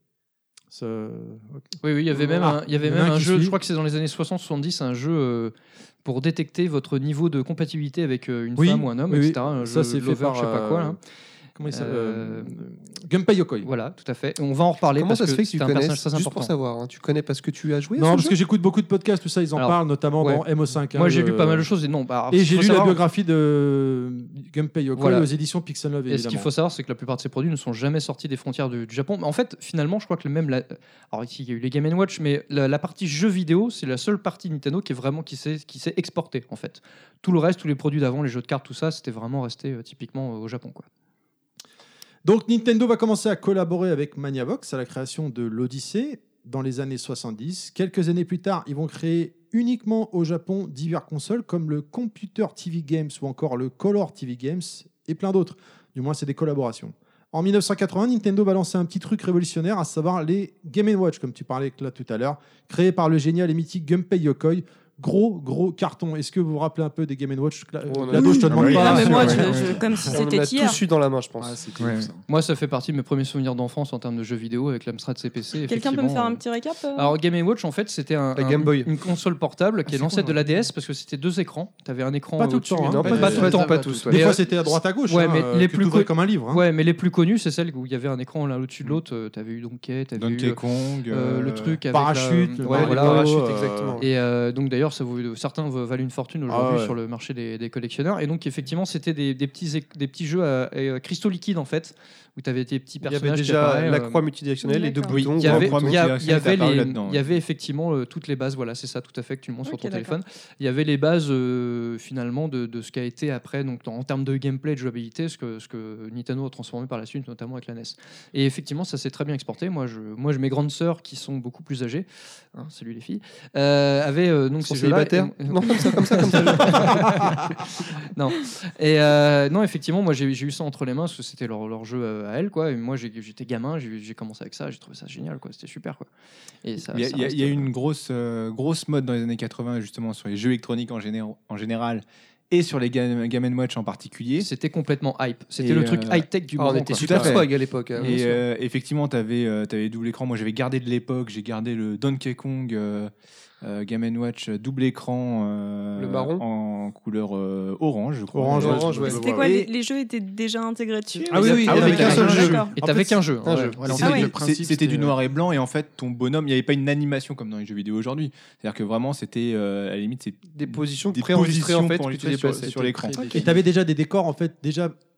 Ça- Oui, oui, il y avait même Ah, un, il y avait il y en a même un un qui jeu, suit. je crois que c'est dans les années soixante soixante-dix, un jeu euh, pour détecter votre niveau de compatibilité avec euh, une Oui, femme ou un homme, oui, oui. et cetera. Un Ça, jeu c'est fait Lover, par, je sais pas quoi. euh, Là. Comment il s'appelle Euh, euh, Gunpei Yokoi. Voilà, tout à fait. Et on va en reparler Comment parce ça se fait que tu c'est un connais personnage très Juste important. pour savoir, hein, tu connais parce que tu as joué à Non, ce parce jeu que j'écoute beaucoup de podcasts, tout ça, ils en Alors, parlent, notamment ouais. dans M O cinq. Moi, hein, j'ai le- lu pas mal de choses et non. Bah, alors, Et ce j'ai qu'il lu faut la savoir- biographie de Gunpei Yokoi Voilà. aux éditions Pixel Love, Et ce qu'il évidemment. faut savoir, c'est que la plupart de ces produits ne sont jamais sortis des frontières du, du Japon. Mais en fait, finalement, je crois que le même. La... Alors, ici, il y a eu les Game and Watch, mais la, la partie jeux vidéo, c'est la seule partie Nintendo qui est vraiment qui s'est qui s'est exportée, en fait. Tout le reste, tous les produits d'avant, les jeux de cartes, tout ça, c'était vraiment resté euh, typiquement euh, au Japon, quoi. Donc Nintendo va commencer à collaborer avec Maniavox à la création de l'Odyssée dans les années soixante-dix. Quelques années plus tard, ils vont créer uniquement au Japon divers consoles comme le Computer T V Games ou encore le Color T V Games et plein d'autres. Du moins, c'est des collaborations. En mille neuf cent quatre-vingts, Nintendo va lancer un petit truc révolutionnaire, à savoir les Game and Watch, comme tu parlais là tout à l'heure, créés par le génial et mythique Gunpei Yokoi. Gros, gros carton. Est-ce que vous vous rappelez un peu des Game and Watch? Oh, on a- Lado, je te demande oui, pas. Non, mais moi, ouais. je- je- comme si On c'était a hier. tous eu dans la main, je pense. Ah, c'était Ouais. ouf, ça. Moi, ça fait partie de mes premiers souvenirs d'enfance en termes de jeux vidéo avec l'Amstrad C P C. Quelqu'un peut me faire un effectivement, petit récap euh Alors Game and Watch en fait c'était un, La un- Game Boy. une console portable qui Ah, est c'est l'ancêtre cool, de la hein. D S parce que c'était deux écrans. T'avais un écran Pas tout le au-dessus. temps, hein. Non, pas pas, tout pas, le tout le temps, temps, pas tous. ouais. Des Mais, fois, euh, c'était à droite à gauche. ouais, hein, mais euh, les que plus t'ouvrais co- comme un livre. hein. Ouais, mais les plus connus c'est celles où il y avait un écran l'un au-dessus de l'autre. Euh, T'avais eu Donkey, t'avais eu Donkey Kong. euh, euh, le truc avec Parachute, la- le ouais, Ouais, les Mario, voilà. parachutes, euh, exactement. Et euh, donc d'ailleurs, ça vaut- certains valent une fortune aujourd'hui Ah ouais. sur le marché des, des collectionneurs. Et donc effectivement, c'était des, des petits éc- des petits jeux à, à cristaux liquides en fait, où tu avais des petits Il y avait personnages. qui déjà apparaissaient, la euh, croix multidirectionnelle, les deux D'accord. boutons. il y avait, gros il bouton. y a- il y multidirectionnel, avait t'as apparu les- là-dedans, il y ouais. avait effectivement euh, toutes les bases. Voilà, c'est ça, tout à fait que tu le montres Ok, sur ton d'accord. téléphone. Il y avait les bases euh, finalement de, de ce qu'a été après, donc en, en termes de gameplay, de jouabilité, ce que, ce que Nintendo a transformé par la suite, notamment avec la N E S. Et effectivement, ça s'est très bien exporté. Moi, je, moi, je- mes grandes sœurs qui sont beaucoup plus âgées, hein, salut les filles, euh, avaient euh, donc Ils sont ces jeux-là. célibataires Et- Non, comme ça, comme ça, comme ça. non. Et euh, non, effectivement, moi j'ai j'ai eu ça entre les mains parce que c'était leur, leur jeu euh, à elle, quoi. Et moi j'ai- j'étais gamin, j'ai j'ai commencé avec ça, j'ai trouvé ça génial, quoi. C'était super, quoi. Et ça, Il y a, ça il y a- reste, il y a eu euh, une grosse, euh, grosse mode dans les années quatre-vingts, justement, sur les jeux électroniques en, géné- en général et sur les Game, Game and Watch en particulier. C'était complètement hype. C'était Et, le truc euh, high tech du Ah, moment. on était quoi. super Tout à fait. swag à l'époque. hein. Et euh, effectivement, tu avais, double écran. Moi, j'avais gardé de l'époque. J'ai gardé le Donkey Kong euh, euh, Game and Watch euh, double écran euh, Le marron en couleur euh, orange, je crois. Orange, Euh, orange, je- ouais. je C'était vois. quoi Et- les, les jeux étaient déjà intégrés dessus Ah oui, oui, Ah oui, avec un avec seul un jeu. D'accord. Et En t'avais fait, qu'un jeu. un ouais. jeu. Voilà, en C'était fait, Ah oui. le c'est- principe, c'était du c'était- noir et blanc et en fait ton bonhomme, il n'y avait pas une animation comme dans les jeux vidéo aujourd'hui. C'est-à-dire que vraiment c'était euh, à la limite c'est Des positions des préenregistrées en positions fait que tu préenregistrées sur, déplaçais. sur l'écran. Et tu avais déjà des décors en fait déjà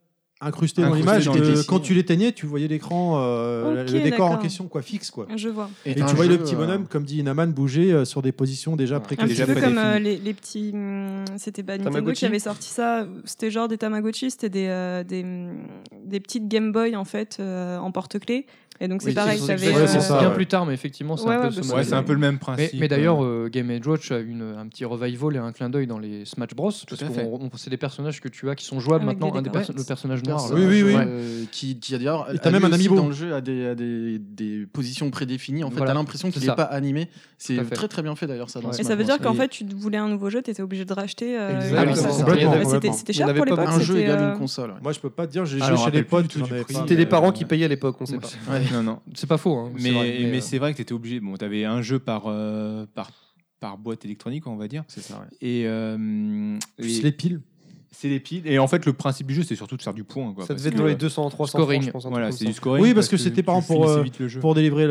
incrusté dans Incrusté l'image dans que les dessins. quand tu l'éteignais, tu voyais l'écran, euh, Ok, le décor en d'accord. question, quoi, fixe, quoi. Je vois. Et, un tu voyais le jeu, petit euh, bonhomme, comme dit Inaman, bouger euh, sur des positions déjà Un précalculées. déjà petit peu comme prédéfini. euh, les, les petits. hum, C'était pas Nintendo Tamagotchi. qui avait sorti ça. C'était genre des Tamagotchi. C'était des, euh, des, hum, des petites Game Boy en fait euh, en porte-clés. Et donc c'est Oui, pareil. c'est t'avais, exactement euh, ça, bien ouais. plus tard, mais effectivement, c'est Ouais, un peu ouais, ce bah, Ouais, modèle. c'est un peu le même Mais, principe. mais d'ailleurs, euh, Game and Watch a une, un petit revival et un clin d'œil dans les Smash Bros. Parce à que fait. c'est des personnages que tu as qui sont jouables Avec maintenant. des Un des décors. perso- le personnage noir. là. Oui, oui, oui. Euh, qui, qui a d'ailleurs Et t'as a même lui un aussi amiibo. dans le jeu à des, à des, des positions prédéfinies. En fait, Voilà. t'as l'impression qu'il C'est n'est ça. pas animé. C'est Tout à fait. très très bien fait d'ailleurs ça. Dans Ouais. Et Smash ça veut Bros. dire qu'en Et fait, tu voulais un nouveau jeu, t'étais obligé de racheter. euh, Exactement. une Ça, console. complètement, Mais c'était- complètement. C'était Il y cher en pour avait pas l'époque. un jeu c'était, égale euh, une console. ouais. Moi, je peux pas te dire, j'ai Alors, joué je chez les rappelle plus potes, du tout j'en du avais prix. pas. C'était mais, les parents euh, qui payaient à l'époque, on sait pas. Ouais. Non, non. C'est pas faux. hein, c'est Mais, vrai, mais euh, c'est vrai que tu étais obligé. Bon, tu avais un jeu par, euh, par, par boîte électronique, on va dire. C'est ça. Ouais. Et euh, Plus les- les piles. c'est les piles. Et en fait, le principe du jeu, c'est surtout de faire du point. Quoi, Ça parce devait être que- dans les deux cents, trois cents Scoring. francs, je pense. un Voilà, truc c'est comme du ça. scoring. Oui, parce que c'était, tu par exemple, pour, finissais euh, vite le jeu. Pour délivrer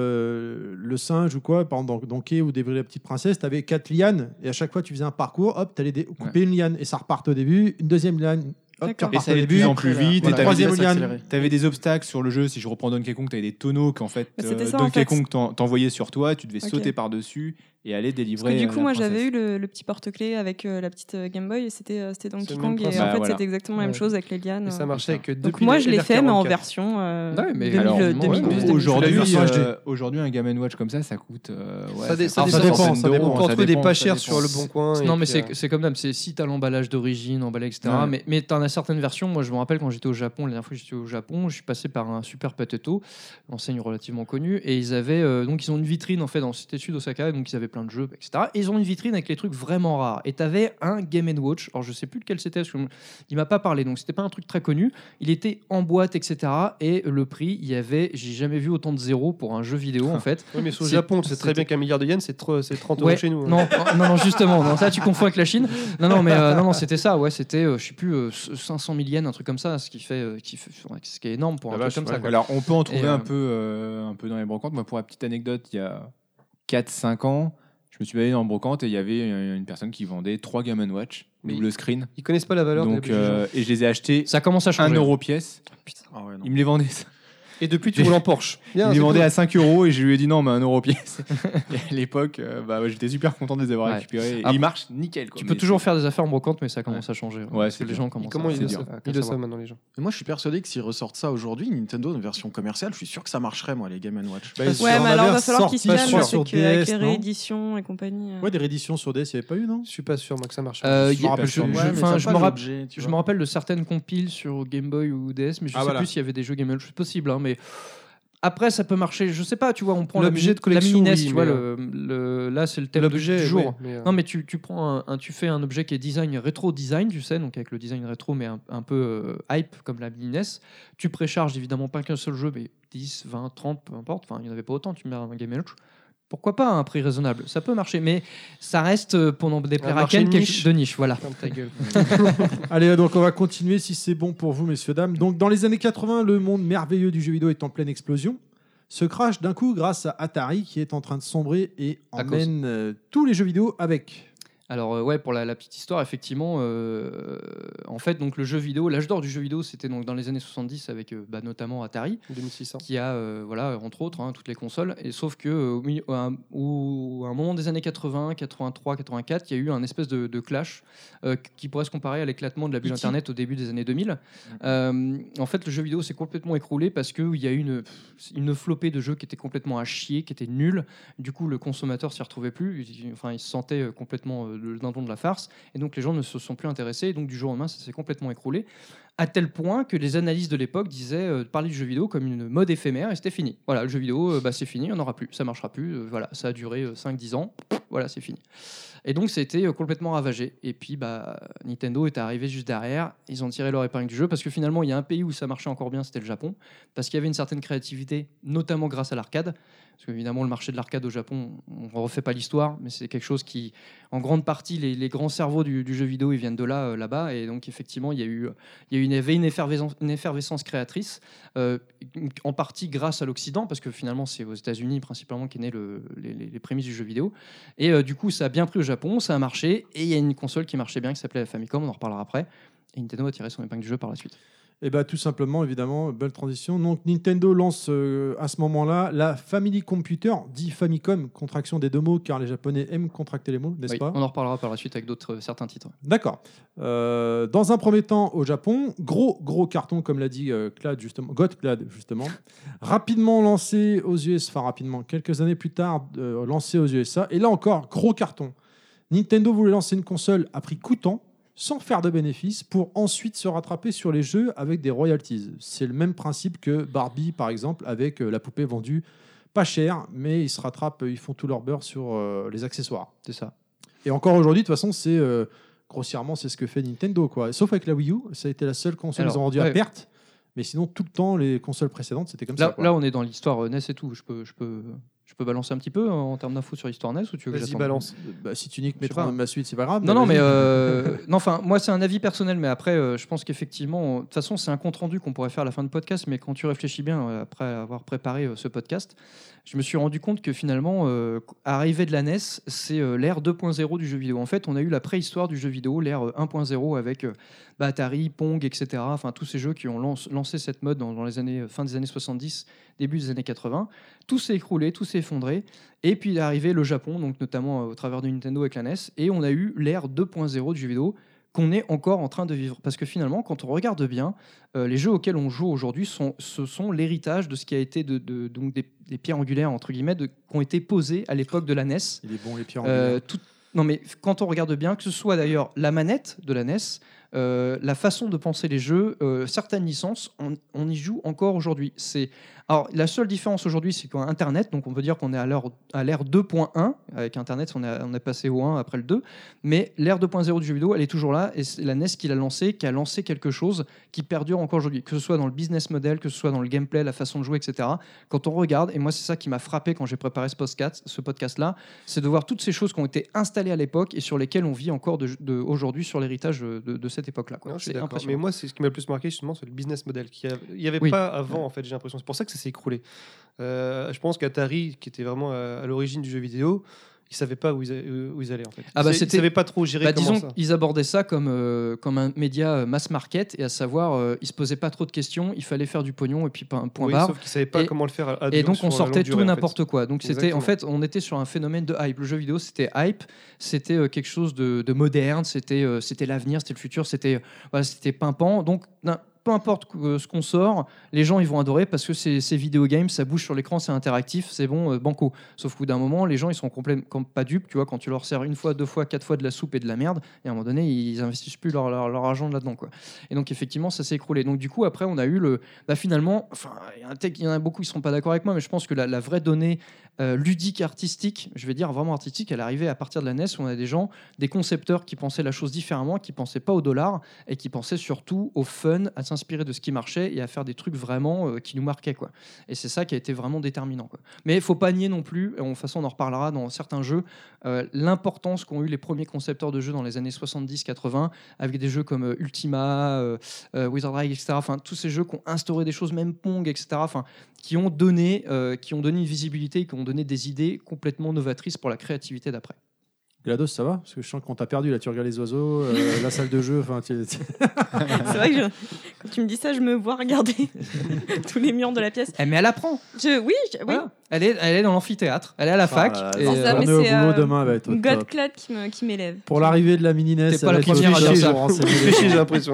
le, le singe ou quoi, par exemple dans Donkey ou délivrer la petite princesse, tu avais quatre lianes et à chaque fois tu faisais un parcours, hop, tu allais dé- couper une liane et ça repartait au début, une deuxième liane, hop, tu D'accord. Et repartais ça au allait de début. plus en plus Après, la- vite. voilà, et t'avais troisième des- liane. accéléré. T'avais des obstacles sur le jeu. Si je reprends Donkey Kong, t'avais des tonneaux qu'en fait Mais c'était euh, ça, en Donkey fait. Kong t'en- t'envoyait sur toi. Tu devais Ok. sauter par dessus et aller Parce délivrer. que du euh, coup, la moi, j'avais princesse. eu le, le petit porte-clés avec euh, la petite euh, Game Boy et c'était euh, c'était Donkey C'est le Kong. même Et principe. en Bah, fait, voilà. c'était exactement la même Ouais. chose avec les lianes. Et ça euh. marchait que Donc depuis moi, le je l'ai fait, mais en R quarante-quatre. version euh, Ouais, mais deux mille alors, deux ouais, mille douze, mais deux mille treize. Aujourd'hui, version H D. euh, aujourd'hui, un Game and Watch comme ça, ça coûte. euh, ouais, Ça dé- ça alors, ça dépend, dépend, ça ça dépend. dépend, On peut en ça trouver des dépend, pas ça chers dépend. sur le bon coin. Non, et mais puis, c'est euh, c'est comme d'hab. C'est si t'as l'emballage d'origine, emballé, et cetera. Ouais. Mais, mais t'en as certaines versions. Moi, je me rappelle quand j'étais au Japon, la dernière fois que j'étais au Japon, je suis passé par un Super Potato, enseigne relativement connue, et ils avaient euh, donc ils ont une vitrine en fait dans cette étude d'Osaka, donc ils avaient plein de jeux, et cetera. Et ils ont une vitrine avec les trucs vraiment rares. Et t'avais un Game and Watch. Alors je sais plus lequel c'était parce qu'il m'a pas parlé, donc c'était pas un truc très connu. Il était en boîte, et cetera. Et le prix, il y avait, j'ai jamais vu autant de zéros pour un jeu vidéo en fait. Oui, mais au C'est- Japon, c'est très c'était- bien qu'un milliard de yens, c'est tr- c'est trente euros Ouais, chez nous. hein. non, non, non, justement, non, ça tu confonds avec la Chine. Non, non, mais euh, non, non, c'était ça, ouais, c'était, euh, je sais plus, euh, cinq cent mille yens, un truc comme ça, ce qui fait, euh, qui fait, ce qui est énorme pour un La truc vache, comme ça. ouais. Quoi. Alors, on peut en trouver Et, euh, un, peu, euh, un peu dans les brocantes. Moi, pour la petite anecdote, il y a quatre cinq ans, je me suis baladé dans le brocante et il y avait une une personne qui vendait trois Game and Watch, Mais double screen. Ils connaissent pas la valeur Donc, des euh, et je les ai achetés Ça commence à un changer. euro pièce. Ah ouais, non. Il me les vendait, Et depuis, tu roules en Porsche. Bien, il me les c'est vendait cool. à cinq euros et je lui ai dit non, mais un euro pièce. Et à l'époque, euh, bah, ouais, j'étais super content de les avoir Ouais. récupérés. Et Après, ils marchent nickel. Quoi. Tu peux Mais toujours c'est- faire des affaires en brocante, mais ça commence à changer. Ouais, Parce c'est que les clair. gens commencent Comment à. ils c'est le dur. savent à Ils le savoir. savent maintenant, les gens. Et moi, je suis persuadé que s'ils ressortent ça aujourd'hui, Nintendo, une version commerciale, je suis sûr que ça marcherait, moi, les Game and Watch. Bah, ils Ouais, en mais alors, avaient va falloir qu'ils sorti, se je calment crois, sur avec, euh, avec D S, les non rééditions et compagnie. euh. Ouais, des rééditions sur D S, il n'y avait pas eu, non Je suis pas sûr, moi, que ça marche. Euh, Je y me a- rappelle je- sur- je- ouais, mais enfin, ça a je pas me rappelle. l'objet, tu Je vois. me rappelle de certaines compiles sur Game Boy ou D S, mais je Ah, sais voilà. plus s'il y avait des jeux Game Boy. C'est possible, hein, mais après ça peut marcher. Je sais pas, tu vois, on prend L'objet la, de collection, la mini NES, oui, tu vois, mais, le, le- là c'est le thème L'objet, du jour. ouais, mais, euh, Non, mais tu, tu prends un, un- tu fais un objet qui est design rétro design, tu sais, donc avec le design rétro, mais un, un peu euh, hype comme la mini NES. Tu précharges évidemment pas qu'un seul jeu, mais dix, vingt, trente, peu importe. Enfin, il n'y en avait pas autant. Tu mets un Game and Watch. Pourquoi pas à un prix raisonnable? Ça peut marcher, mais ça reste euh, pendant des Un marché Ken de quelque niche. chose de niche. Voilà. Ferme ta gueule. Allez, donc on va continuer si c'est bon pour vous, messieurs, dames. Donc, dans les années quatre-vingts, le monde merveilleux du jeu vidéo est en pleine explosion. Se crache d'un coup grâce à Atari qui est en train de sombrer et À emmène euh, tous les jeux vidéo avec. Alors euh, ouais, pour la, la petite histoire, effectivement, euh, en fait, donc le jeu vidéo, l'âge d'or du jeu vidéo, c'était donc dans les années soixante-dix avec euh, bah, notamment Atari, deux mille six cents. qui a euh, voilà entre autres hein, toutes les consoles. Et sauf que euh, au, milieu- à un- au- à un moment des années quatre-vingts, quatre-vingt-trois, quatre-vingt-quatre, il y a eu un espèce de, de clash euh, qui pourrait se comparer à l'éclatement de la bulle E T Internet au début des années deux mille. Euh, en fait, le jeu vidéo s'est complètement écroulé parce qu'il y a eu une, une flopée de jeux qui étaient complètement à chier, qui étaient nuls. Du coup, le consommateur s'y retrouvait plus. Il, enfin, il se sentait euh, complètement euh, le dindon de la farce. Et donc, les gens ne se sont plus intéressés. Et donc, du jour au lendemain, ça s'est complètement écroulé. À tel point que les analystes de l'époque disaient euh, parler du jeu vidéo comme une mode éphémère et c'était fini. Voilà, le jeu vidéo, euh, bah, c'est fini, on n'aura plus, ça marchera plus. euh, voilà, ça a duré euh, cinq dix ans. Voilà, c'est fini. Et donc, c'était euh, complètement ravagé. Et puis, bah, Nintendo est arrivé juste derrière. Ils ont tiré leur épingle du jeu parce que finalement, il y a un pays où ça marchait encore bien, c'était le Japon. Parce qu'il y avait une certaine créativité, notamment grâce à l'arcade. Parce qu'évidemment, le marché de l'arcade au Japon, on ne refait pas l'histoire, mais c'est quelque chose qui, en grande partie, les, les grands cerveaux du, du jeu vidéo, ils viennent de là, euh, là-bas. Et donc, effectivement, il y a eu, il y a eu une, il y avait une, effervescence, une effervescence créatrice, euh, en partie grâce à l'Occident, parce que finalement, c'est aux États-Unis principalement qu'est né le, les, les, les prémices du jeu vidéo. Et euh, du coup, ça a bien pris au Japon, ça a marché. Et il y a une console qui marchait bien, qui s'appelait la Famicom, on en reparlera après. Et Nintendo a tiré son épingle du jeu par la suite. Et bah tout simplement, évidemment, belle transition. Donc Nintendo lance euh, à ce moment-là la Family Computer, dit Famicom, contraction des deux mots, car les Japonais aiment contracter les mots, n'est-ce Oui, pas? on en reparlera par la suite avec d'autres, euh, certains titres. D'accord. Euh, dans un premier temps, au Japon, gros gros carton, comme l'a dit euh, Clad justement, God Clad justement, rapidement lancé aux U S, enfin rapidement, quelques années plus tard, euh, lancé aux U S A, et là encore, gros carton. Nintendo voulait lancer une console à prix coûtant, sans faire de bénéfices, pour ensuite se rattraper sur les jeux avec des royalties. C'est le même principe que Barbie, par exemple, avec euh, la poupée vendue pas cher, mais ils se rattrapent, ils font tout leur beurre sur euh, les accessoires. C'est ça. Et encore aujourd'hui, de toute façon, c'est euh, grossièrement, c'est ce que fait Nintendo, quoi. Sauf avec la Wii U, ça a été la seule console Alors, qu'ils ont vendue ouais. à perte. Mais sinon, tout le temps, les consoles précédentes, c'était comme Là, ça, quoi. là, on est dans l'histoire euh, N E S et tout. Je peux, je peux, je peux balancer un petit peu en termes d'infos sur l'histoire N E S ou tu veux que Vas-y, j'attende balance. Bah, si tu niques Je sais Metro pas. ma suite, c'est pas grave. Non, non, mais vas-y. euh, non, enfin, moi, c'est un avis personnel, mais après, euh, je pense qu'effectivement, de toute façon, c'est un compte rendu qu'on pourrait faire à la fin de podcast, mais quand tu réfléchis bien, euh, après avoir préparé euh, ce podcast, je me suis rendu compte que finalement, euh, arrivée de la N E S, c'est euh, l'ère deux point zéro du jeu vidéo. En fait, on a eu la préhistoire du jeu vidéo, l'ère euh, un point zéro avec euh, bah, Atari, Pong, et cetera. Enfin, tous ces jeux qui ont lance- lancé cette mode dans, dans les années, fin des années soixante-dix, début des années quatre-vingts. Tout s'est écroulé, tout s'est effondré. Et puis, il est arrivé le Japon, donc notamment euh, au travers de Nintendo avec la N E S, et on a eu l'ère deux point zéro du jeu vidéo qu'on est encore en train de vivre. Parce que finalement, quand on regarde bien, euh, les jeux auxquels on joue aujourd'hui, sont, ce sont l'héritage de ce qui a été de, de- donc des, des pierres angulaires, entre guillemets, de- qui ont été posées à l'époque de la N E S. Il est bon, les pierres Euh, angulaires. tout- Non, mais quand on regarde bien, que ce soit d'ailleurs la manette de la N E S, euh, la façon de penser les jeux, euh, certaines licences, on, on y joue encore aujourd'hui. C'est alors la seule différence aujourd'hui, c'est qu'un Internet, donc on peut dire qu'on est à l'ère à l'ère deux point un. Avec Internet, on est, on est passé au un après le deux, mais l'ère deux point zéro du jeu vidéo, elle est toujours là, et c'est la N E S qui l'a lancé, qui a lancé quelque chose qui perdure encore aujourd'hui, que ce soit dans le business model, que ce soit dans le gameplay, la façon de jouer, et cetera. Quand on regarde, et moi c'est ça qui m'a frappé quand j'ai préparé ce podcast, ce podcast-là, c'est de voir toutes ces choses qui ont été installées à l'époque et sur lesquelles on vit encore de, de- aujourd'hui sur l'héritage de, de cette époque-là, quoi. Non, je suis C'est d'accord. impressionnant. Mais moi, c'est ce qui m'a le plus marqué, justement, c'est le business model. Qui a- Il n'y avait Oui. pas avant, en fait, j'ai l'impression. C'est pour ça que ça s'est écroulé. Euh, je pense qu'Atari, qui était vraiment à, à l'origine du jeu vidéo, ils ne savaient pas où ils, a- où ils allaient, en fait. Ah bah, ils ne c'était- savaient pas trop gérer Bah, comment disons ça. qu'ils abordaient ça comme, euh, comme un média euh, mass market, et à savoir, euh, ils se posaient pas trop de questions, il fallait faire du pognon et puis pas un point Oui, barre. sauf qu'ils ne savaient pas Et- comment le faire à, à Et deux donc sur on la sortait longue tout durée, en fait. n'importe quoi. Donc c'était en Exactement. fait on était sur un phénomène de hype. Le jeu vidéo c'était hype, c'était euh, quelque chose de, de moderne, c'était euh, c'était l'avenir, c'était le futur, c'était euh, voilà, c'était pimpant. Donc n'im- peu importe euh, ce qu'on sort, les gens ils vont adorer parce que c'est c'est vidéo games, ça bouge sur l'écran, c'est interactif, c'est bon, euh, banco. Sauf qu'au bout d'un moment, les gens ils sont complètement pas dupes, tu vois, quand tu leur sers une fois, deux fois, quatre fois de la soupe et de la merde, et à un moment donné ils investissent plus leur, leur, leur argent là-dedans, quoi. Et donc effectivement ça s'est écroulé. Donc du coup après on a eu le, bah, finalement, enfin il y en a peut-être- il y en a beaucoup qui seront pas d'accord avec moi, mais je pense que la, la vraie donnée euh, ludique, artistique, je vais dire vraiment artistique, elle est arrivée à partir de la N E S où on a des gens, des concepteurs qui pensaient la chose différemment, qui pensaient pas au dollar et qui pensaient surtout au fun, à s'inspirer de ce qui marchait et à faire des trucs vraiment euh, qui nous marquaient, quoi. Et c'est ça qui a été vraiment déterminant, quoi. Mais il faut pas nier non plus, et de toute façon on en reparlera dans certains jeux, euh, l'importance qu'ont eu les premiers concepteurs de jeux dans les années soixante-dix quatre-vingts avec des jeux comme euh, Ultima, euh, euh, Wizard Eye, et cetera. Enfin tous ces jeux qui ont instauré des choses, même Pong, et cetera. Enfin qui ont donné, euh, qui ont donné une visibilité, qui ont donné des idées complètement novatrices pour la créativité d'après. GLaDOS, ça va? Parce que je sens qu'on t'a perdu, là, tu regardes les oiseaux, euh, la salle de jeu, enfin... tu- tu- C'est vrai que je- quand tu me dis ça, je me vois regarder tous les murs de la pièce. Eh, mais elle apprend. Je, oui, je- oui. Voilà. Elle est, elle est dans l'amphithéâtre, elle est à la fac. Ah là là, et, non, C'est ça, euh, mais on est au c'est boulot euh, demain, va être au top. Godclad qui me- qui m'élève. Pour l'arrivée de la mini N E S, T'es ça pas va la être première à fichier, dire ça. je vous renseigne. Fais chier, j'ai l'impression.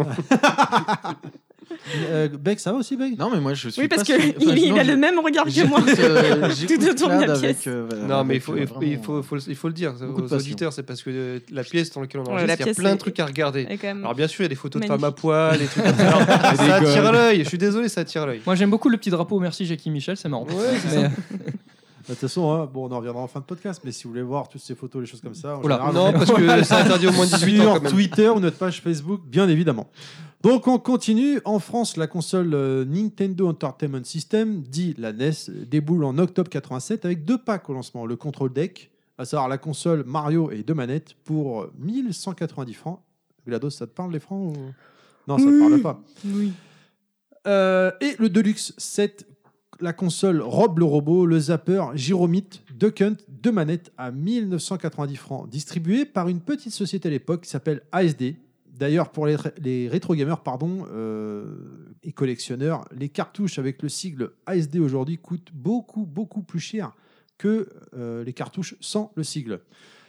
Euh, Beck, ça va aussi, Beck? Non, mais moi je suis. Oui, parce pas qu'il sûr- enfin, il non, a je- le même regard que j'écoute, moi. euh, j'écoute Tout autour de la Clad avec, pièce. euh, Non, mais il avec, faut, euh, il faut, il faut, vraiment- faut le- il faut le dire Beaucoup de aux passion. auditeurs, c'est parce que euh, la pièce dans laquelle on Ouais, enregistre, la il y a pièce plein de est- trucs à regarder. Elle est quand même Alors bien sûr, il y a des photos de magnifique. femmes à poil, des trucs comme ça. Alors, ça attire l'œil. Je suis désolé, ça attire l'œil. Moi j'aime beaucoup le petit drapeau, merci Jackie Michel, c'est marrant. Ouais, c'est Mais, ça. De toute façon, hein, bon, on en reviendra en fin de podcast, mais si vous voulez voir toutes ces photos, les choses comme ça, en Oula. général, Non, vous- parce que c'est interdit au moins de dix-huit ans sur quand même. Twitter ou notre page Facebook, bien évidemment. Donc on continue. En France, la console euh, Nintendo Entertainment System, dit la N E S, déboule en octobre quatre-vingt-sept avec deux packs au lancement. Le Control Deck, à savoir la console Mario et deux manettes pour euh, mille cent quatre-vingt-dix francs. GLaDOS, ça te parle les francs ou... Non, ça ne te parle pas. Oui. Euh, et le Deluxe sept, la console Rob le robot, le zapper Gyromite, Duck Hunt, deux manettes à mille neuf cent quatre-vingt-dix francs, distribué par une petite société à l'époque qui s'appelle A S D, D'ailleurs, pour les, ré- les rétro gamers pardon, euh, et collectionneurs, les cartouches avec le sigle A S D aujourd'hui coûtent beaucoup, beaucoup plus cher que euh, les cartouches sans le sigle.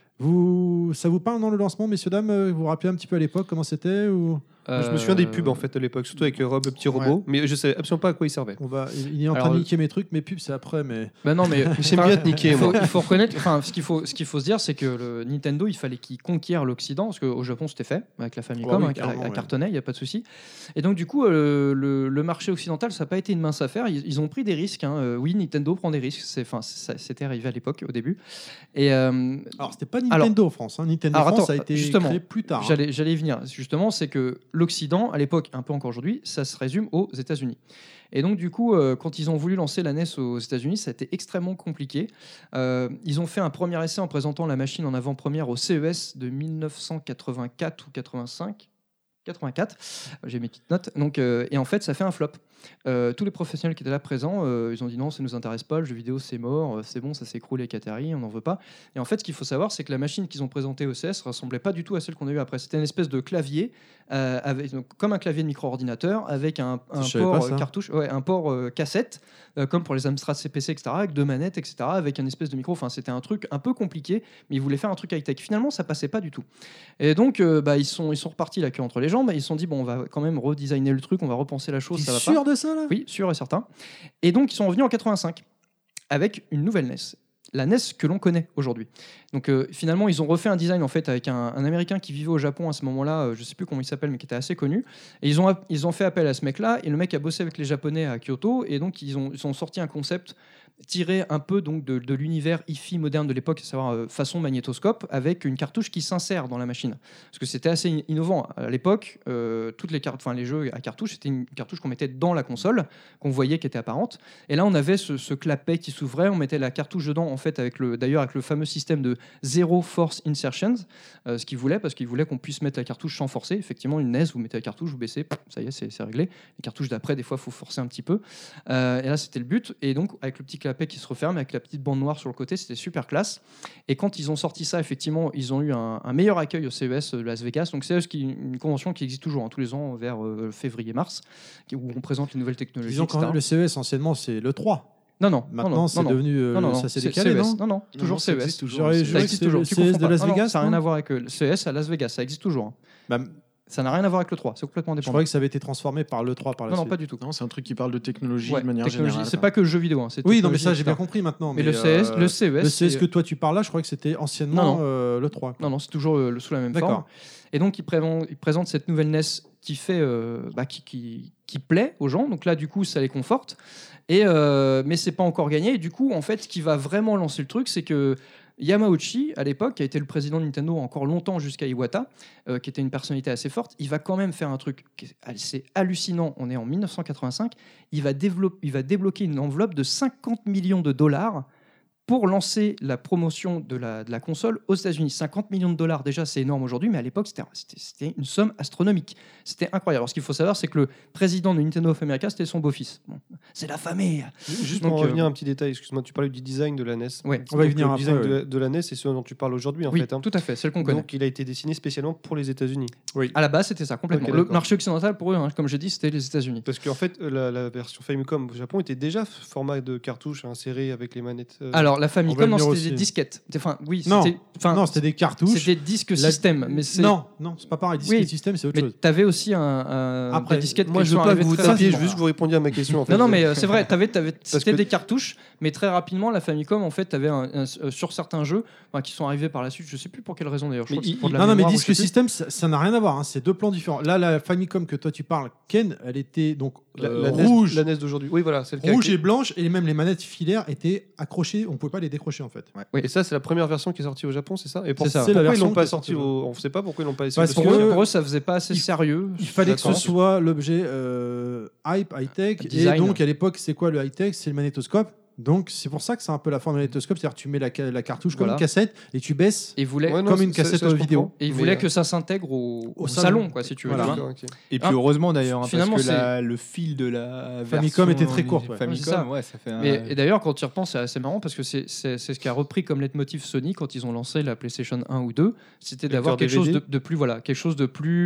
Vous, ça vous parle dans le lancement, messieurs, dames? Vous vous rappelez un petit peu à l'époque comment c'était ou... Euh, Je me souviens des pubs en fait à l'époque, surtout avec Rob, le petit robot, Ouais. mais je savais absolument pas à quoi il servait. On va, il est en train Alors, de niquer mes trucs, mes pubs c'est après, mais... Bah non, mais J'aime enfin, bien te niquer, il faut, moi. il faut reconnaître, enfin, ce qu'il faut, ce qu'il faut se dire, c'est que le Nintendo, il fallait qu'il conquiert l'Occident, parce qu'au Japon, c'était fait avec la Famicom, Ouais, oui, hein, qui a- clairement, a ouais. cartonné, il n'y a pas de souci. Et donc, du coup, euh, le, le marché occidental, ça n'a pas été une mince affaire. Ils, ils ont pris des risques. hein. Euh, Oui, Nintendo prend des risques. C'est, enfin, ça- c'était arrivé à l'époque, au début. Et euh, Alors, c'était pas Nintendo en France. Hein. Nintendo Alors, France attends, a été justement, créé plus tard. hein. J'allais, j'allais y venir. Justement, c'est que l'Occident, à l'époque, un peu encore aujourd'hui, ça se résume aux États-Unis. Et donc, du coup, euh, quand ils ont voulu lancer la N E S aux États-Unis, ça a été extrêmement compliqué. Euh, ils ont fait un premier essai en présentant la machine en avant-première au C E S de mille neuf cent quatre-vingt-quatre ou quatre-vingt-cinq. quatre-vingt-quatre, j'ai mes petites notes. Donc, euh, et en fait, ça fait un flop. Euh, tous les professionnels qui étaient là présents, euh, ils ont dit non, ça nous intéresse pas, le jeu vidéo c'est mort, euh, c'est bon, ça s'écroule avec Atari, on n'en veut pas. Et en fait, ce qu'il faut savoir, c'est que la machine qu'ils ont présentée au C S ressemblait pas du tout à celle qu'on a eu après. C'était une espèce de clavier, euh, avec, donc, comme un clavier de micro-ordinateur, avec un, un Je savais port pas euh, ça. cartouche, ouais, un port euh, cassette, euh, comme pour les Amstrad C P C, et cetera, avec deux manettes, et cetera, avec un espèce de micro. Enfin, c'était un truc un peu compliqué, mais ils voulaient faire un truc high-tech. Finalement, ça passait pas du tout. Et donc, euh, bah, ils sont, ils sont repartis la queue entre les jambes. Ils se sont dit bon, on va quand même redesigner le truc, on va repenser la chose. T'es Ça va sûr pas. de ça là? Oui, sûr et certain. Et donc, ils sont revenus en quatre-vingt-cinq avec une nouvelle N E S. La N E S que l'on connaît aujourd'hui. Donc euh, finalement, ils ont refait un design en fait avec un, un Américain qui vivait au Japon à ce moment-là, euh, je sais plus comment il s'appelle, mais qui était assez connu. Et ils ont, ils ont fait appel à ce mec-là, et le mec a bossé avec les Japonais à Kyoto, et donc ils ont, ils ont sorti un concept tiré un peu donc de, de l'univers hi fi moderne de l'époque, à savoir euh, façon magnétoscope, avec une cartouche qui s'insère dans la machine. Parce que c'était assez innovant. À l'époque, euh, toutes les cartes, enfin les jeux à cartouche, c'était une cartouche qu'on mettait dans la console, qu'on voyait qui était apparente. Et là, on avait ce, ce clapet qui s'ouvrait, on mettait la cartouche dedans, en fait, avec le, d'ailleurs avec le fameux système de Zero Force Insertions, euh, ce qu'ils voulaient, parce qu'ils voulaient qu'on puisse mettre la cartouche sans forcer. Effectivement, une N E S, vous mettez la cartouche, vous baissez, pff, ça y est, c'est, c'est réglé. Les cartouches d'après, des fois, il faut forcer un petit peu. Euh, et là, c'était le but. Et donc, avec le petit clapet qui se referme, avec la petite bande noire sur le côté, c'était super classe. Et quand ils ont sorti ça, effectivement, ils ont eu un, un meilleur accueil au C E S de Las Vegas. Donc, C E S, qui est une convention qui existe toujours, hein, tous les ans, vers euh, février-mars, où on présente les nouvelles technologies. Disons et cetera. quand le C E S anciennement c'est le trois. Non, non. Maintenant, non, non, c'est non, devenu, euh, non, non, ça non, s'est c'est décalé, C E S. non Non, non, toujours non, ça C E S. existe toujours. J'aurais Ça joué Ça que existe c'était toujours. le Tu C E S confonds de pas. Las Non, non, Vegas. ça n'a rien non à voir avec le C E S à Las Vegas. Ça existe toujours. hein. Bah, Ça n'a rien à voir avec le trois. C'est complètement je dépendant. croyais que ça avait été transformé par le trois par la Non, non, suite. pas du tout. Non, c'est un truc qui parle de technologie Ouais, de manière technologie. générale. C'est pas que le jeu vidéo. hein, c'est Oui, non, mais technologie, ça j'ai bien et cetera. compris maintenant. Mais le C E S, euh, le C E S, le C E S c'est- que toi tu parles là, je crois que c'était anciennement Non, non. euh, le trois. Non, non, c'est toujours euh, le- sous la même D'accord. forme. Et donc, ils présentent, ils présentent cette nouvelle N E S qui fait, euh, bah, qui, qui, qui plaît aux gens. Donc là, du coup, ça les conforte. Et euh, mais c'est pas encore gagné. Et du coup, en fait, ce qui va vraiment lancer le truc, c'est que Yamauchi, à l'époque, qui a été le président de Nintendo encore longtemps jusqu'à Iwata, euh, qui était une personnalité assez forte, il va quand même faire un truc qui est assez hallucinant. On est en mille neuf cent quatre-vingt-cinq. Il va, développer, il va débloquer une enveloppe de cinquante millions de dollars pour lancer la promotion de la, de la console aux États-Unis. cinquante millions de dollars, déjà, c'est énorme aujourd'hui, mais à l'époque, c'était, c'était, c'était une somme astronomique. C'était incroyable. Alors, ce qu'il faut savoir, c'est que le président de Nintendo of America, c'était son beau-fils. Bon, c'est la famille. Juste Donc, pour euh, revenir un petit détail, excuse-moi, tu parlais du design de la N E S. Ouais. On va y Donc, venir le après, design ouais. de, la, de la N E S, c'est ce dont tu parles aujourd'hui, en Oui, fait. hein. tout à fait, celle qu'on connaît. Donc, il a été dessiné spécialement pour les États-Unis. À la base, c'était ça, complètement. Ok, le d'accord. marché occidental, pour eux, hein, comme j'ai dit, c'était les États-Unis. Parce qu'en fait, euh, la, la version Famicom au Japon était déjà f- format de cartouche inséré avec les manettes. euh, Alors, la on va Famicom, non, venir c'était aussi. des disquettes. Enfin, oui, Non. c'était, enfin, Non, c'était des cartouches. c'était disque La- système. Mais c'est... Non, non, c'est pas pareil. Disque Oui, système, c'est autre Mais chose. t'avais aussi un, un Après, des disquettes Moi, qui je veux sont pas que arrivées vous vous très tapiez, je rapidement. veux juste que vous répondiez à ma question. En fait. Non, non, mais euh, c'est vrai, t'avais, t'avais, c'était que- des cartouches, mais très rapidement, la Famicom, en fait, t'avais un, un- euh, sur certains jeux enfin, qui sont arrivés par la suite, je sais plus pour quelle raison d'ailleurs. Je Mais crois que c'est il- pour de la Non, non, mais mémoire ou disque je sais plus. système, ça ça n'a rien à voir. hein, C'est deux plans différents. Là, la Famicom que toi tu parles, Ken, elle était donc La, euh, la N E S, rouge, la N E S d'aujourd'hui. Oui, voilà, c'est le cas. rouge et blanche, et même les manettes filaires étaient accrochées. On pouvait pas les décrocher en fait. Oui. Et ça, c'est la première version qui est sortie au Japon, c'est ça Et pour- C'est ça. C'est la pourquoi ils version l'ont pas qui est sorti sortie au... On ne sait pas pourquoi ils l'ont pas Parce sorti Pour que- eux, pour eux, ça faisait pas assez il- sérieux. Il fallait que ce D'accord. soit l'objet euh, hype, high-tech. Et Design. donc, à l'époque, c'est quoi le high-tech? C'est le magnétoscope. Donc, c'est pour ça que c'est un peu la forme du magnétoscope. C'est-à-dire que tu mets la, ca- la cartouche comme Voilà. une cassette et tu baisses. Et ils voulaient, Ouais, non, comme une ça- cassette ça, je vidéo. comprends. et ils Mais, voulaient euh, que ça s'intègre au, au au salon. salon, quoi, si tu veux. Voilà. tu vois. D'accord, ok. Et puis Ah. heureusement d'ailleurs, hein, Finalement, parce que c'est- la- le fil de la Famicom version était très court, ouais. Famicom, Ouais, c'est ça. ouais, ça fait un... Et, et d'ailleurs, quand tu y repenses, c'est assez marrant parce que c'est, c'est, c'est ce qu'a repris comme leitmotiv Sony quand ils ont lancé la PlayStation un ou deux, c'était Lecteur d'avoir quelque D V D. chose de, de plus, voilà, quelque chose de plus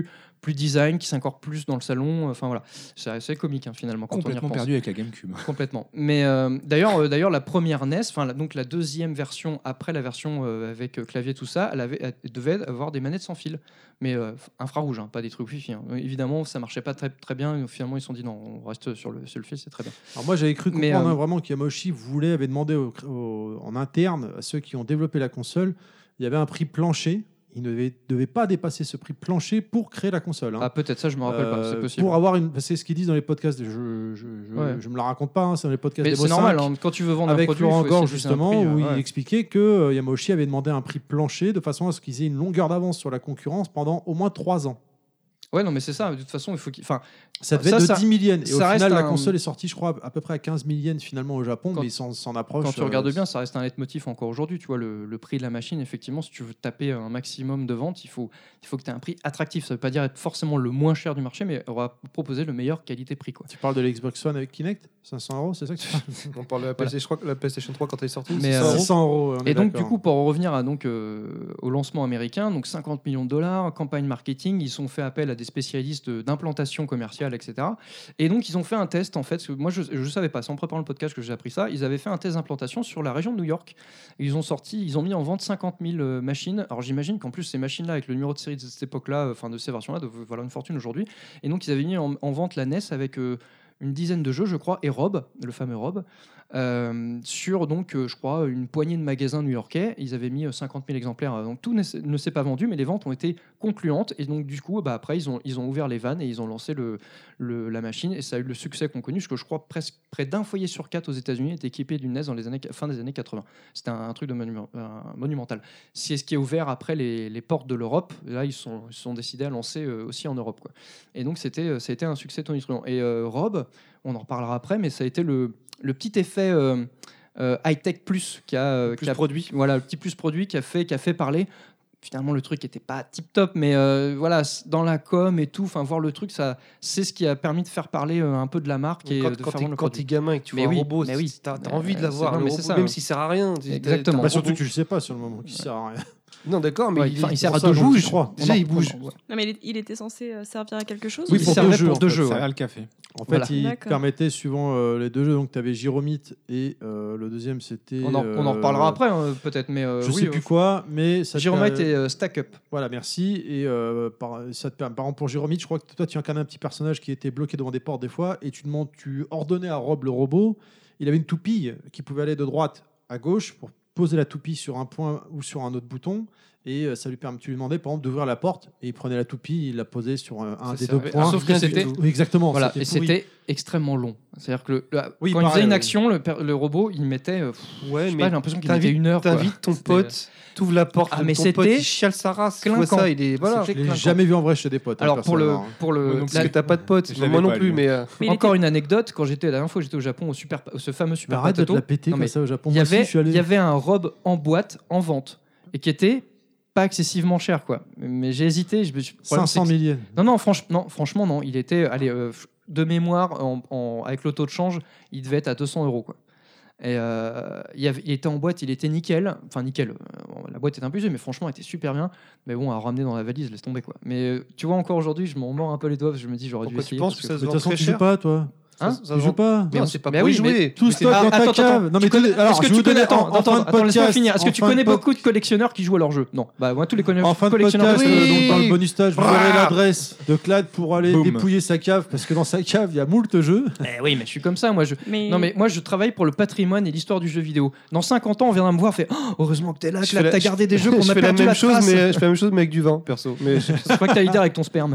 plus design, qui s'incorpore plus dans le salon. Enfin voilà, c'est assez comique hein, finalement quand on y Complètement repense. perdu avec la GameCube. Complètement. Mais euh, d'ailleurs, euh, d'ailleurs, la première N E S, enfin la- donc la deuxième version après la version euh, avec euh, clavier tout ça, elle, avait, elle devait avoir des manettes sans fil, mais euh, infrarouge, hein, pas des trucs Wi-Fi. Hein. Évidemment, ça marchait pas très très bien. Et finalement, ils se sont dit non, on reste sur le sur le fil, c'est très bien. Alors moi j'avais cru comprendre Mais, euh, hein, vraiment qu'Yamoshi voulait, avait demandé au- au- en interne à ceux qui ont développé la console, il y avait un prix plancher. Il ne devait, devait pas dépasser ce prix plancher pour créer la console. hein. Ah peut-être ça, je me rappelle pas. C'est Euh, possible. Pour avoir une, c'est ce qu'ils disent dans les podcasts. Je, je, je, Ouais. je me la raconte pas. hein, c'est dans les podcasts Mais des c'est normal. Hein, quand tu veux vendre un avec produit, Florent il faut Gorge essayer de viser un justement, prix, euh, où ouais. il expliquait que euh, Yamauchi avait demandé un prix plancher de façon à ce qu'ils aient une longueur d'avance sur la concurrence pendant au moins trois ans. Ouais, non, mais c'est ça. De toute façon, il faut qu'il. Enfin, Ça devait Ça, être de ça- dix mille yens. Et au ça reste final, la un- console est sortie, je crois, à peu près à quinze mille yens finalement au Japon, Quand- mais ils s'en s'en approchent. quand tu euh, regardes bien, ça reste un leitmotiv encore aujourd'hui. Tu vois, le, le prix de la machine, effectivement, si tu veux taper un maximum de ventes, il faut, il faut que tu aies un prix attractif. Ça veut pas dire être forcément le moins cher du marché, mais on va proposer le meilleur qualité-prix. Quoi. Tu parles de l'Xbox One avec Kinect cinq cents euros, c'est ça que tu parles On parle de la, PlayStation, je crois que la PlayStation trois quand elle est sortie. Mais, six cents euh, euros. six cents euros. on est Et donc, du d'accord. coup, pour en revenir à, donc, euh, au lancement américain, donc cinquante millions de dollars, campagne marketing, ils ont fait appel à des spécialistes d'implantation commerciale, et cetera. Et donc, ils ont fait un test, en fait, parce que moi, je ne savais pas, c'est en préparant le podcast que j'ai appris ça, ils avaient fait un test d'implantation sur la région de New York. Et ils ont sorti, ils ont mis en vente cinquante mille euh, machines. Alors, j'imagine qu'en plus, ces machines-là, avec le numéro de série de cette époque-là, enfin, de ces versions-là, doivent valoir une fortune aujourd'hui. Et donc, ils avaient mis en, en vente la N E S avec euh, une dizaine de jeux, je crois, et Rob, le fameux Rob, euh, sur, donc, euh, je crois, une poignée de magasins new-yorkais. Ils avaient mis euh, cinquante mille exemplaires. euh, Donc, tout ne s'est- ne s'est pas vendu, mais les ventes ont été concluantes. Et donc, du coup, bah, après, ils ont, ils ont ouvert les vannes et ils ont lancé le, le- la machine. Et ça a eu le succès qu'on connu, parce que je crois presque près d'un foyer sur quatre aux États-Unis était équipé d'une N E S dans les années, fin des années quatre-vingts. C'était un, un truc de monument- un monumental. C'est ce qui a ouvert après les, les portes de l'Europe. Là, ils sont, ils sont décidés à lancer euh, aussi en Europe. Quoi. Et donc, c'était, euh, ça a été un succès tonitruant. Et euh, Rob, on en reparlera après, mais ça a été le, le petit effet euh, euh, high-tech plus qui a, euh, Plus qui a- produit. voilà, le petit plus produit qui a fait, qui a fait parler. Finalement, le truc n'était pas tip top, mais euh, voilà, c- dans la com et tout, enfin voir le truc, ça, c'est ce qui a permis de faire parler euh, un peu de la marque et Quand, euh, de quand faire t'es vendre le quand produit. t'es gamin et que tu Mais vois oui, un robot, mais oui. t'as t'as Mais, envie de euh, l'avoir. c'est- non, le mais robot, c'est ça, même ouais. s'il sert à rien. t'as- Exactement. t'as un Bah, surtout robot. que tu le sais pas sur le moment qui sert à rien. Non, d'accord, mais Ouais, il, enfin, il sert pour à ça, deux je bouges. le crois. Déjà, On en- il bouge. on- ouais. Non, mais il, il était censé euh, servir à quelque chose Oui, Il pour servait deux jeux, pour en deux fait. jeux. Ça ouais. va le café. En fait, Voilà. il D'accord. permettait suivant euh, les deux jeux, donc tu avais Gyromite et euh, le deuxième c'était. On en, on en euh, reparlera après, hein, peut-être, mais euh, Je oui, sais plus euh, quoi, mais ça te Gyromite per- et euh, Stack Up. Voilà, merci. Et euh, par, ça te permet, par exemple, pour Gyromite, je crois que toi, tu incarnais un petit personnage qui était bloqué devant des portes des fois, et tu demandes, tu ordonnais à Rob le robot. Il avait une toupille qui pouvait aller de droite à gauche pour poser la toupie sur un point ou sur un autre bouton. Et euh, ça lui permet, tu lui demandais par exemple d'ouvrir la porte, et il prenait la toupie, il la posait sur un, un Ça des deux servait- points. sauf que Rien du c'était- tout. Oui, exactement. Voilà, c'était et pourri. c'était extrêmement long. C'est-à-dire que le- le- Oui, quand il pareil, faisait une oui. action, le, per- le robot, il mettait. euh, pff, je Ouais, sais mais pas, j'ai l'impression qu'il mettait t'invites une heure. quoi. t'invites ton C'était- pote, t'ouvres la porte, Ah, mais ton pote c'était il chiale sa race. Tu vois clinquant. ça, il est voilà. C'était Je l'ai clinquant. jamais vu en vrai chez des potes. hein, Alors pour le, personnellement. pour le, Ouais, donc, la- parce que t'as pas de pote, Je l'avais moi non pas, plus, lui. mais euh, Mais il encore était- une anecdote, quand j'étais la dernière fois j'étais au Japon au super, ce fameux Mais super arrête de te potato, la péter Non, comme mais ça au Japon. il y Moi aussi, avait, je suis allé. il y avait un robe en boîte en vente et qui était pas excessivement cher quoi. Mais j'ai hésité, je me suis le problème, cinq cents c'est que- milliers. Non non, franch- non, franchement non, il était allez euh, f- de mémoire en, en- avec le taux de change, il devait être à deux cents euros quoi. Et euh, il, y avait- il était en boîte, il était nickel. Enfin, nickel. euh, bon, la boîte est un peu usée, mais franchement, elle était super bien. Mais bon, à ramener dans la valise, laisse tomber quoi. Mais euh, tu vois, encore aujourd'hui, je m'en mords un peu les doigts parce que je me dis, j'aurais dû pourquoi tu essayer. penses parce que que- ça se Mais de vend toute façon, très tu joues cher pas, toi. Hein Ça- ça Tu vend- joues pas. Mais Non, on- c'est pas mais pour oui, y jouer. mais- Tout Mais stock Ah, dans ta attends, attends, cave. Non, mais tu connais- tenez- alors, Est-ce que je vais tu vous donner connais attends, en- en attends, fin de attends, laisse-moi podcast- finir. Est-ce que en tu fin de connais pod- beaucoup de collectionneurs qui jouent à leurs jeux? Non. Bah moi tous les collectionneurs En fin de collectionneurs podcast, que je euh, connais- donc, dans le bonus stage, vous Brrr. aurez l'adresse de Clad pour aller Boum. dépouiller sa cave, parce que dans sa cave, il y a moult jeux. Eh oui, mais je suis comme ça, moi. Je... Mais... Non, mais moi, je travaille pour le patrimoine et l'histoire du jeu vidéo. Dans cinquante ans, on viendra me voir, fait oh, heureusement que t'es là, Je que fais là, la- t'as gardé des jeux qu'on je a fais la perdu même la chose, trace. mais je fais la même chose, mais avec du vin, perso. Mais je- Je crois que t'allais dire avec ton sperme.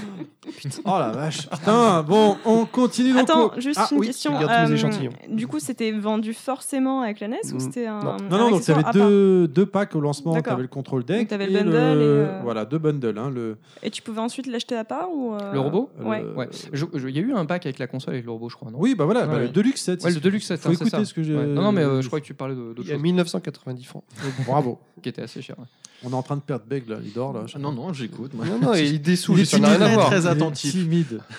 Oh la vache. Putain, bon, on continue. donc Attends, au- juste Ah, une oui. question. regarde tous les euh, échantillons. Du coup, c'était vendu forcément avec la N E S ou Mm, c'était un. non. un Non, non, donc tu accessoire avais à part deux, deux packs au lancement. Tu D'accord. avais le contrôle deck. Donc, t'avais le et bundle et, euh, Voilà, deux bundles. Hein, le... Et tu pouvais ensuite l'acheter à part ou euh, Le robot Ouais. le- Ouais. Je- je- Il y a eu un pack avec la console et le robot, je crois, non? Oui, bah voilà, bah, Ouais. le Deluxe set. Ouais, le Deluxe set, Faut hein, c'est écouter ça. ce que j'ai. Ouais. Non, non, mais euh, je crois que tu parlais de- d'autre Il y a chose mille neuf cent quatre-vingt-dix francs. Bravo. qui était assez cher. ouais. On est en train de perdre Beg là, il dort là. Non, non, j'écoute. moi. Non, non, il dessoule, Il est ça n'a rien à timide, voir. très il est attentif. timide.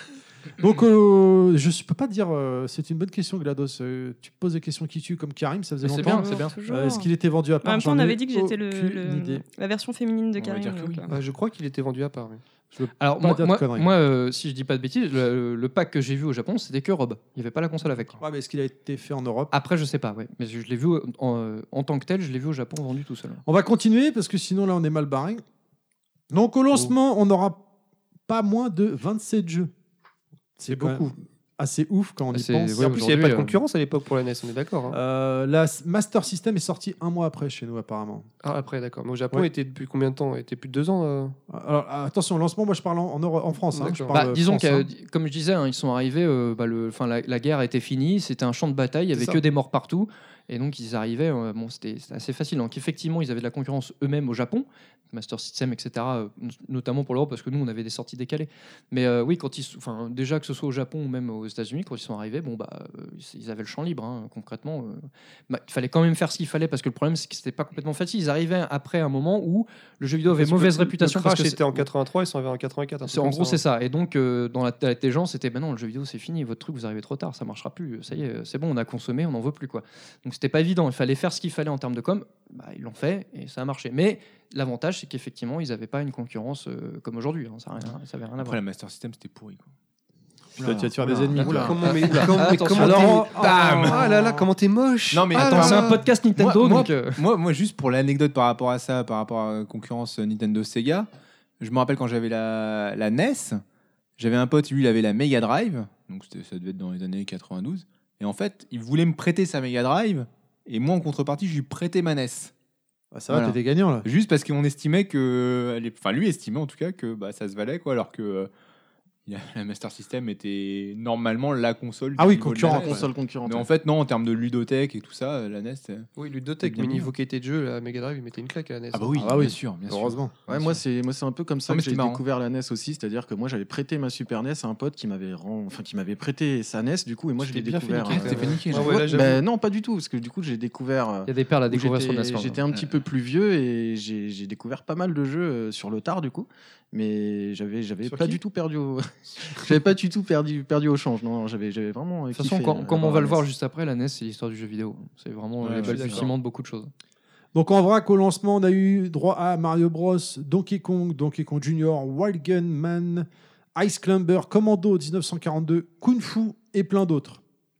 Donc, euh, je ne peux pas te dire. euh, c'est une bonne question, GLaDOS. Euh, tu poses des questions qui tuent comme Karim, ça faisait C'est longtemps. bien, c'est bien. Toujours. Euh, Est-ce qu'il était vendu à En part même temps, J'en on ai avait dit que j'étais le, aucune le- idée. la version féminine de On va Karim. dire que donc, oui. euh, Bah, je crois qu'il était vendu à part. oui. Alors, Pas moi, de moi, conneries. moi, euh, si je dis pas de bêtises, le, le pack que j'ai vu au Japon, c'était que robe. Il n'y avait pas la console avec. Ouais, mais est-ce qu'il a été fait en Europe Après, je sais pas, ouais. Mais je, je l'ai vu en, en tant que tel, je l'ai vu au Japon vendu tout seul. On va continuer parce que sinon, là, on est mal barré. Donc, au lancement, on n'aura pas moins de vingt-sept jeux. C'est quand beaucoup. même assez ouf quand on y C'est- pense. ouais, Et en plus, il n'y avait pas de aujourd'hui, euh, concurrence à l'époque pour la N E S, on est d'accord. hein. Euh, la S- Master System est sorti un mois après chez nous, apparemment. Ah, après, d'accord. Mais au Japon, Ouais. il était depuis combien de temps Il était plus de deux ans euh Alors, attention, lancement, moi je parle en, en, Euro- en France. hein, je D'accord. parle Bah, disons France, que, hein. euh, comme je disais, hein, ils sont arrivés, euh, bah, le, enfin, la, la guerre était finie, c'était un champ de bataille, il y C'est avait ça. que des morts partout, et donc ils arrivaient, euh, bon, c'était c'était assez facile. Donc effectivement, ils avaient de la concurrence eux-mêmes au Japon, Master System, et cetera, euh, notamment pour l'Europe, parce que nous, on avait des sorties décalées. Mais euh, oui, quand ils, s- enfin, déjà que ce soit au Japon ou même aux États-Unis, quand ils sont arrivés, bon, bah, euh, ils avaient le champ libre, hein, concrètement. euh. Bah, il fallait quand même faire ce qu'il fallait, parce que le problème, c'est que c'était pas complètement facile. Ils arrivaient après un moment où le jeu vidéo avait Parce que mauvaise le- réputation. Le parce crash que était en quatre-vingt-trois, ils sont arrivés en quatre-vingt-quatre. un c'est- truc en comme gros, ça, c'est ça. Et donc, euh, dans la tête des gens, c'était ben non, le jeu vidéo, c'est fini. Votre truc, vous arrivez trop tard, ça marchera plus. Ça y est, c'est bon, on a consommé, on n'en veut plus, quoi. Donc, c'était pas évident. Il fallait faire ce qu'il fallait en termes de com. Bah, ils l'ont fait et ça a marché. Mais l'avantage, c'est qu'effectivement, ils n'avaient pas une concurrence euh, comme aujourd'hui. hein. Ça n'avait rien, ça avait rien à Après, voir. la Master System, c'était pourri. Quoi. Putain, tu vas te faire Oula, des ennemis. oula. toi. Comment, mais, Oula. comment, mais Attention. comment Alors, t'es- Bam Ah là là, comment t'es moche Non, mais Ah attends, là C'est un là. podcast Nintendo, moi, donc. euh, moi, moi, juste pour l'anecdote par rapport à ça, par rapport à la concurrence euh, Nintendo Sega, je me rappelle quand j'avais la, la N E S, j'avais un pote, lui, il avait la Mega Drive, donc c'était- ça devait être dans les années quatre-vingt-douze, et en fait, il voulait me prêter sa Mega Drive, et moi, en contrepartie, je lui prêtais ma N E S. Ah, ça va, Voilà. t'étais gagnant là. Juste parce qu'on estimait que, elle est- enfin, lui estimait en tout cas que bah, ça se valait, quoi, alors que euh, il a- la Master System était normalement la console. Ah oui, du niveau de concurrent, la N E S, console ouais. concurrente. Mais en fait, non, en termes de ludothèque et tout ça, la N E S. c'est- Oui, Ludotech, Bien mais mieux. niveau qualité de jeu, la Mega Drive, il mettait une claque à la N E S. Ah bah oui, Ah bah oui. bien sûr, bien sûr. Heureusement. Ouais, moi c'est moi c'est un peu comme ça Non, mais que j'ai c'est marrant. découvert la N E S aussi, c'est-à-dire que moi j'avais prêté ma Super N E S à un pote qui m'avait rend... enfin qui m'avait prêté sa N E S du coup et moi je l'ai C'était bien fait découvert. niquer, euh, T'es fait niquer, Ah là. ouais, là, j'avoue. Ben non, pas du tout parce que du coup j'ai découvert euh, Il y a des perles à où découvrir sur j'étais N E S. j'étais un petit peu plus vieux et j'ai j'ai découvert pas mal de jeux euh, sur le tard du coup, mais j'avais j'avais Sur pas qui du tout perdu au j'avais pas du tout perdu perdu au change. Non, j'avais j'avais vraiment De toute façon, kiffé, quand- euh, comme on avoir va la le N E S. voir juste après, la N E S, c'est l'histoire du jeu vidéo. C'est vraiment Ouais, les je suis balbutiements de beaucoup de choses. Donc en vrac, au lancement, on a eu droit à Mario Bros, Donkey Kong, Donkey Kong Junior, Wild Gun Man, Ice Climber, Commando dix-neuf cent quarante-deux, Kung Fu et plein d'autres.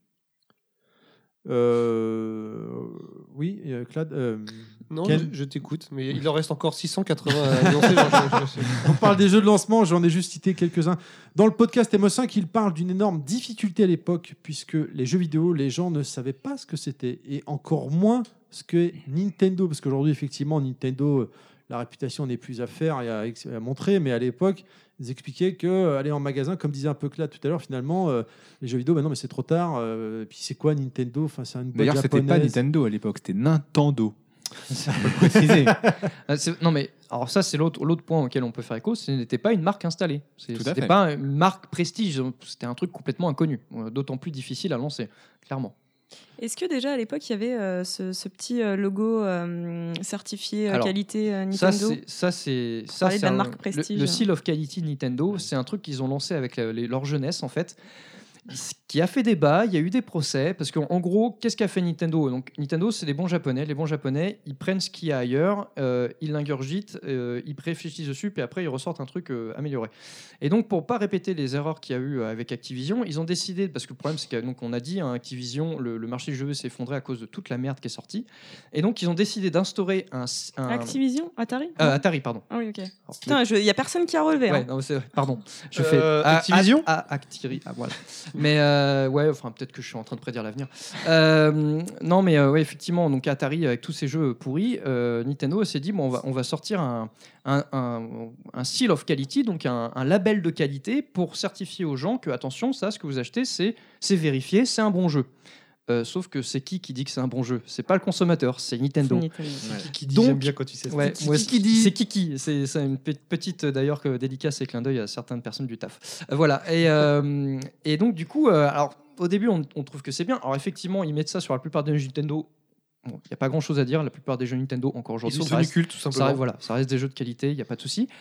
Euh... Oui, euh, Clad, euh, Non, Ken- je, je t'écoute, mais il en reste encore six cent quatre-vingts à annoncer. genre, je- je- on parle des jeux de lancement, j'en ai juste cité quelques-uns. Dans le podcast M O cinq, il parle d'une énorme difficulté à l'époque, puisque les jeux vidéo, les gens ne savaient pas ce que c'était, et encore moins ce que Nintendo, parce qu'aujourd'hui, effectivement, Nintendo, euh, la réputation n'est plus à faire et à, ex- à montrer, mais à l'époque, ils expliquaient que euh, aller en magasin, comme disait un peu Clad tout à l'heure, finalement, euh, les jeux vidéo, maintenant, mais c'est trop tard. euh, et puis c'est quoi Nintendo Enfin, c'est une boîte D'ailleurs, c'était pas japonaise. Nintendo à l'époque, c'était Nintendo. Faut le préciser. Ah, c'est- Non, mais alors ça, c'est l'autre l'autre point auquel on peut faire écho. Ce n'était pas une marque installée. C'est- Tout à C'était fait. pas une marque prestige. C'était un truc complètement inconnu. Euh, D'autant plus difficile à lancer, clairement. Est-ce que déjà à l'époque il y avait euh, ce, ce petit euh, logo euh, certifié euh, Alors, qualité euh, Ça, Nintendo c'est ça, c'est Pour ça, parler de c'est la un- marque le- prestige. Le, Seal of Quality Nintendo, c'est un truc qu'ils ont lancé avec la- les- leur jeunesse en fait. Ce qui a fait débat, il y a eu des procès, parce qu'en en gros, qu'est-ce qu'a fait Nintendo Donc, Nintendo, c'est des bons japonais. Les bons japonais, ils prennent ce qu'il y a ailleurs, euh, ils l'ingurgitent, euh, ils réfléchissent dessus, puis après, ils ressortent un truc euh, amélioré. Et donc, pour pas répéter les erreurs qu'il y a eu euh, avec Activision, ils ont décidé, parce que le problème, c'est qu'on a dit, hein, Activision, le, le marché du jeu s'est effondré à cause de toute la merde qui est sortie. Et donc, ils ont décidé d'instaurer un. un- Activision Atari euh, Atari, pardon. Ah oui, ok. Alors, Putain, il n'y a personne qui a relevé. Ouais, hein. non, c'est- pardon. Je Euh, fais Ah, Activision ah, ah, Actiri, ah, voilà. Mais euh, ouais, enfin peut-être que je suis en train de prédire l'avenir. Euh, non, mais euh, ouais, effectivement, donc Atari avec tous ces jeux pourris, euh, Nintendo s'est dit bon, on va on va sortir un un, un, un seal of quality, donc un, un label de qualité pour certifier aux gens que attention, ça, ce que vous achetez, c'est c'est vérifié, c'est un bon jeu. Euh, sauf que c'est qui qui dit que c'est un bon jeu? C'est pas le consommateur, c'est Nintendo. C'est Nintendo. Qui, qui dit Donc- j'aime bien quand tu sais ça. Ouais, Kiki ouais, qui dit. c'est Kiki. C'est c'est une pe- petite, euh, d'ailleurs, que dédicace et clin d'œil à certaines personnes du taf. Euh, voilà. Et, euh, et donc, du coup, euh, alors, au début, on, on trouve que c'est bien. Alors, effectivement, ils mettent ça sur la plupart des jeux Nintendo. Il n'y a pas grand chose à dire. La plupart des jeux Nintendo, encore Ils aujourd'hui, sont ça devenus reste, cultes, tout ça simplement. reste- voilà, ça reste des jeux de qualité, il n'y a pas de souci.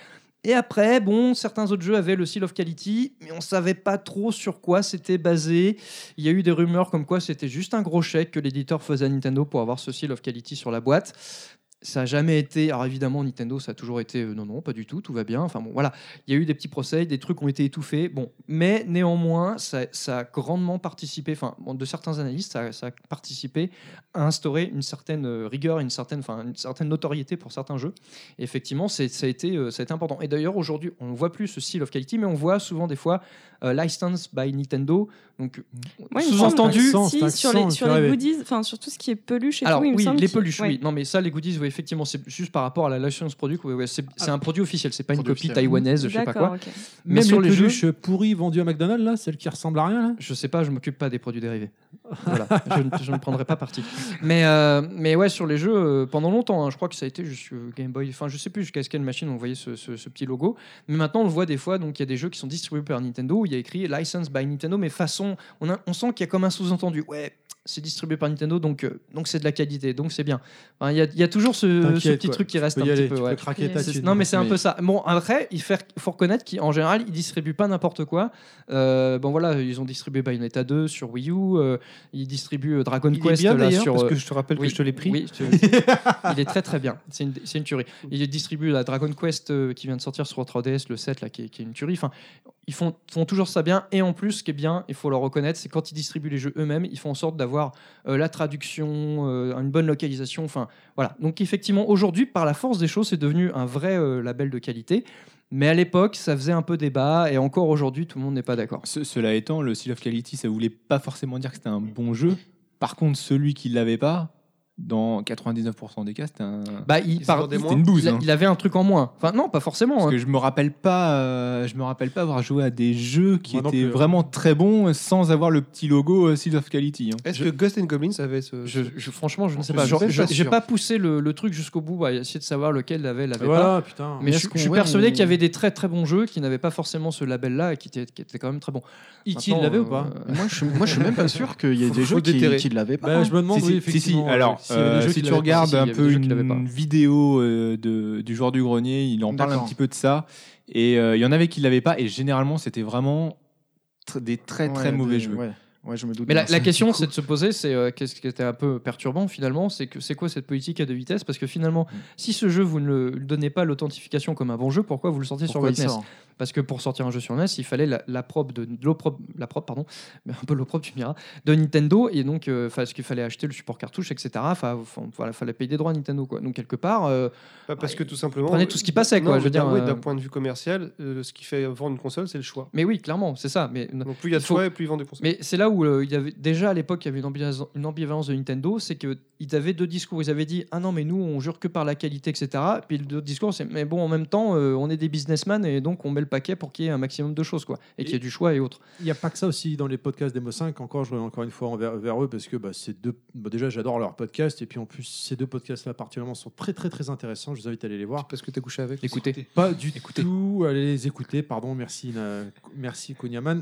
Et après, bon, certains autres jeux avaient le Seal of Quality, mais on savait pas trop sur quoi c'était basé. Il y a eu des rumeurs comme quoi c'était juste un gros chèque que l'éditeur faisait à Nintendo pour avoir ce Seal of Quality sur la boîte. Ça n'a jamais été. Alors évidemment, Nintendo, ça a toujours été euh, non, non, pas du tout, tout va bien. Enfin bon, voilà. Il y a eu des petits procès, des trucs ont été étouffés. Bon, mais néanmoins, ça, ça a grandement participé. Enfin, bon, de certains analystes, ça, ça a participé à instaurer une certaine euh, rigueur, une certaine, enfin, une certaine notoriété pour certains jeux. Et effectivement, c'est, ça a été, euh, ça a été important. Et d'ailleurs, aujourd'hui, on ne voit plus ce Seal of Quality, mais on voit souvent des fois euh, Licensed by Nintendo. Donc, Ouais, il me sous-entendu. semble que si, Accent, sur les, accent, sur tu les rêvais. goodies, enfin sur tout ce qui est peluche et Alors tout, il me oui, semble les qu'il- peluches, ouais. oui. Non, mais ça, les goodies, oui, effectivement, c'est juste par rapport à la license produit. Ouais, ouais, c'est, c'est un produit officiel, c'est pas une Produit copie officiel. taïwanaise, je sais pas D'accord, quoi. ok. Mais Même sur les les jeux, peluches pourries vendues à McDonald's, là, celles qui ressemblent à rien, là. je sais pas, je m'occupe pas des produits dérivés. Voilà, je, ne- je ne prendrai pas parti. Mais, euh, mais ouais, sur les jeux, euh, pendant longtemps, hein, je crois que ça a été jusqu'à Game Boy, enfin, je sais plus jusqu'à quelle machine on voyait ce, ce- ce petit logo. Mais maintenant, on le voit des fois, donc il y a des jeux qui sont distribués par Nintendo où il y a écrit License by Nintendo, mais façon, on, a- on sent qu'il y a comme un sous-entendu. Ouais, c'est distribué par Nintendo, donc euh, donc c'est de la qualité, donc c'est bien. Enfin, Il y, a, il y a toujours ce, ce T'inquiète, petit quoi. truc qui Tu reste peux un y petit aller, peu. tu ouais. peux craquer ta C'est- thune. Non, mais c'est un Mais- peu ça. Bon, après, il faut faut reconnaître qu'en général, ils distribuent pas n'importe quoi. Euh, bon, voilà, ils ont distribué Bayonetta deux sur Wii U, euh, ils distribuent euh, Dragon Il est Quest bien là, d'ailleurs, sur. parce euh, que je te rappelle oui, que je te l'ai pris. oui, je- il est très très bien. C'est une, c'est une tuerie. Il distribue la Dragon Quest euh, qui vient de sortir sur trois D S, le sept, là, qui, est, qui est une tuerie. Enfin, ils font, font toujours ça bien. Et en plus, ce qui est bien, il faut le reconnaître, c'est quand ils distribuent les jeux eux-mêmes, ils font en sorte d'avoir euh, la traduction, euh, une bonne localisation. Enfin, voilà. Donc, effectivement, aujourd'hui, par la force des choses, c'est devenu un vrai euh, label de qualité. Mais à l'époque, ça faisait un peu débat. Et encore aujourd'hui, tout le monde n'est pas d'accord. Ce- cela étant, le Seal of Quality, ça voulait pas forcément dire que c'était un bon jeu. Par contre, celui qui l'avait pas, dans quatre-vingt-dix-neuf pour cent des cas, c'était un. Bah, il, Ils par- vendaient C'était moins. une bouse. il, a- hein. il avait un truc en moins. Enfin, non, pas forcément. Parce hein. que je me rappelle pas, euh, je me rappelle pas avoir joué à des jeux qui Moi non étaient plus, hein. vraiment très bons sans avoir le petit logo euh, Seal of Quality. hein. Est-ce que Ghost and Goblins avait ce. Je, je- franchement, je ne sais Je pas. suis Genre, même je- pas j'ai sûr. pas poussé le, le truc jusqu'au bout à essayer de savoir lequel l'avait, l'avait pas. Voilà, putain. Mais est-ce je, qu'on- je suis ouais, persuadé on- qu'il y avait des très très bons jeux qui n'avaient pas forcément ce label-là et qui étaient, qui étaient quand même très bons. E T Maintenant, l'avait euh, ou pas Moi, je suis, moi, je suis même pas sûr qu'il y ait Faut- des faut jeux qui, déterrer. qui ne l'avaient pas. Bah, hein. je me demande, Si, oui, si, si, si. effectivement. Alors, s'il y avait des euh, jeux si qui tu l'avaient pas. regardes Si, si, il y un avait peu des jeux qui l'avaient une pas. vidéo euh, de, du joueur du grenier, il en parle un D'accord. petit peu de ça. Et euh, il y en avait qui l'avaient pas. Et généralement, c'était vraiment tr- des très très Ouais, mauvais des- jeux. Ouais, ouais, je me doute. Mais la, bien. la C'est- question, du coup- c'est de se poser, c'est euh, qu'est-ce qui était un peu perturbant finalement, c'est que c'est quoi cette politique à deux vitesses? Parce que finalement, Mm. si ce jeu vous ne le le donnez pas l'authentification comme un bon jeu, pourquoi vous le sortez Pourquoi sur votre il N E S? sort Parce que pour sortir un jeu sur N E S, il fallait la, la prop de de l'opprobre, la prop, pardon, mais un peu l'opprobre, tu me diras, de Nintendo, et donc euh, parce qu'il fallait acheter le support cartouche, et cetera. Enfin, enfin, voilà, fallait payer des droits à Nintendo, quoi. Donc quelque part, euh, Pas parce que tout simplement. prenez tout ce qui passait, quoi, Non, je veux mais d'un- dire, ouais, euh, d'un point de vue commercial, euh, ce qui fait vendre une console, c'est le choix. mais oui, clairement, c'est ça. Mais Donc plus il y a de Il faut- choix, et plus ils vendent des consoles. Mais c'est là où euh, il y avait déjà à l'époque il y avait une ambivalence, une ambivalence de Nintendo, c'est que ils avaient deux discours. Ils avaient dit ah non mais nous on jure que par la qualité, et cetera. Puis le deuxième discours c'est mais bon en même temps euh, on est des businessmen et donc on met le paquet pour qu'il y ait un maximum de choses quoi et, qu'il y ait du choix et autres. Il n'y a pas que ça aussi dans les podcasts d'Emo cinq. Encore, je reviens encore une fois envers, vers eux parce que bah, ces deux, bah, déjà j'adore leur podcast et puis en plus ces deux podcasts-là particulièrement sont très très très intéressants. Je vous invite à aller les voir. Parce que tu as couché avec. Écoutez. Pas du tout. Allez les écouter. Pardon, merci, Na- merci Konyaman.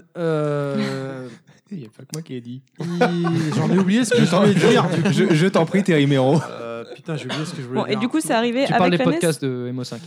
Euh, Il n'y a pas que moi qui ai dit. il- J'en ai oublié ce que je voulais dire. du coup. Je, je t'en prie, Terry Mero. Euh, putain, j'ai oublié ce que je voulais Bon, dire. et du coup, c'est arrivé Tu parles avec des la N E S. podcasts de M O cinq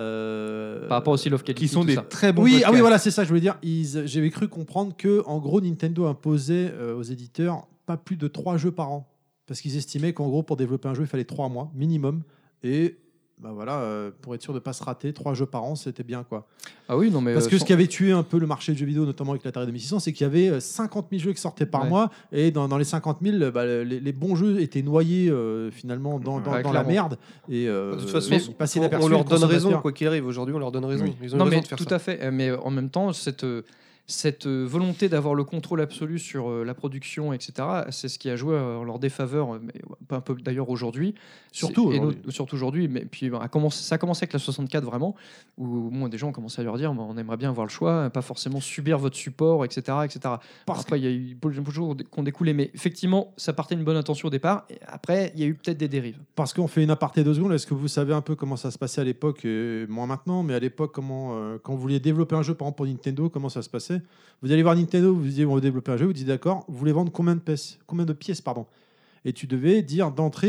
Euh, par rapport au Seal of Quality Qui sont tout des ça. très bons Oui, podcasts. ah oui, voilà, c'est ça que je voulais dire. Ils- J'avais cru comprendre que, en gros, Nintendo imposait euh, aux éditeurs pas plus de trois jeux par an. Parce qu'ils estimaient qu'en gros, pour développer un jeu, il fallait trois mois minimum. Et bah voilà, euh, pour être sûr de ne pas se rater, trois jeux par an, c'était bien, quoi. Ah oui non mais Parce euh, que ce sans- qui avait tué un peu le marché du jeu vidéo, notamment avec l'Atari deux mille six cents, c'est qu'il y avait euh, cinquante mille jeux qui sortaient par Ouais. mois. Et dans, dans les cinquante mille, bah, les, les bons jeux étaient noyés euh, finalement dans, dans- Ouais, dans la clairement. merde. Et euh, De toute façon, ils passaient on, inaperçus, on leur les donne raison, consommateurs. quoi qu'il arrive. Aujourd'hui, on leur donne raison. Oui. Ils ont Non raison mais de faire tout ça. à fait. Euh, Mais en même temps cette euh, cette euh, volonté d'avoir le contrôle absolu sur euh, la production, et cetera, c'est ce qui a joué euh, en leur défaveur, euh, mais un peu d'ailleurs aujourd'hui. Surtout C'est- et aujourd'hui. no- surtout aujourd'hui. Mais puis bah, a commencé- ça a commencé avec la soixante-quatre vraiment, où bon, des gens ont commencé à leur dire bah, on aimerait bien avoir le choix, pas forcément subir votre support, et cetera et cetera. Parce Après, il y a eu beaucoup de choses qui ont découlé, mais effectivement, ça partait d'une bonne intention au départ. Et après, il y a eu peut-être des dérives. Parce qu'on fait une aparté deux secondes, est-ce que vous savez un peu comment ça se passait à l'époque, euh, moins maintenant, mais à l'époque, comment, euh, quand vous vouliez développer un jeu, par exemple pour Nintendo, comment ça se passait? Vous allez voir Nintendo, vous disiez on va développer un jeu, vous dites d'accord, vous voulez vendre combien de pièces, combien de pièces pardon, et tu devais dire d'entrée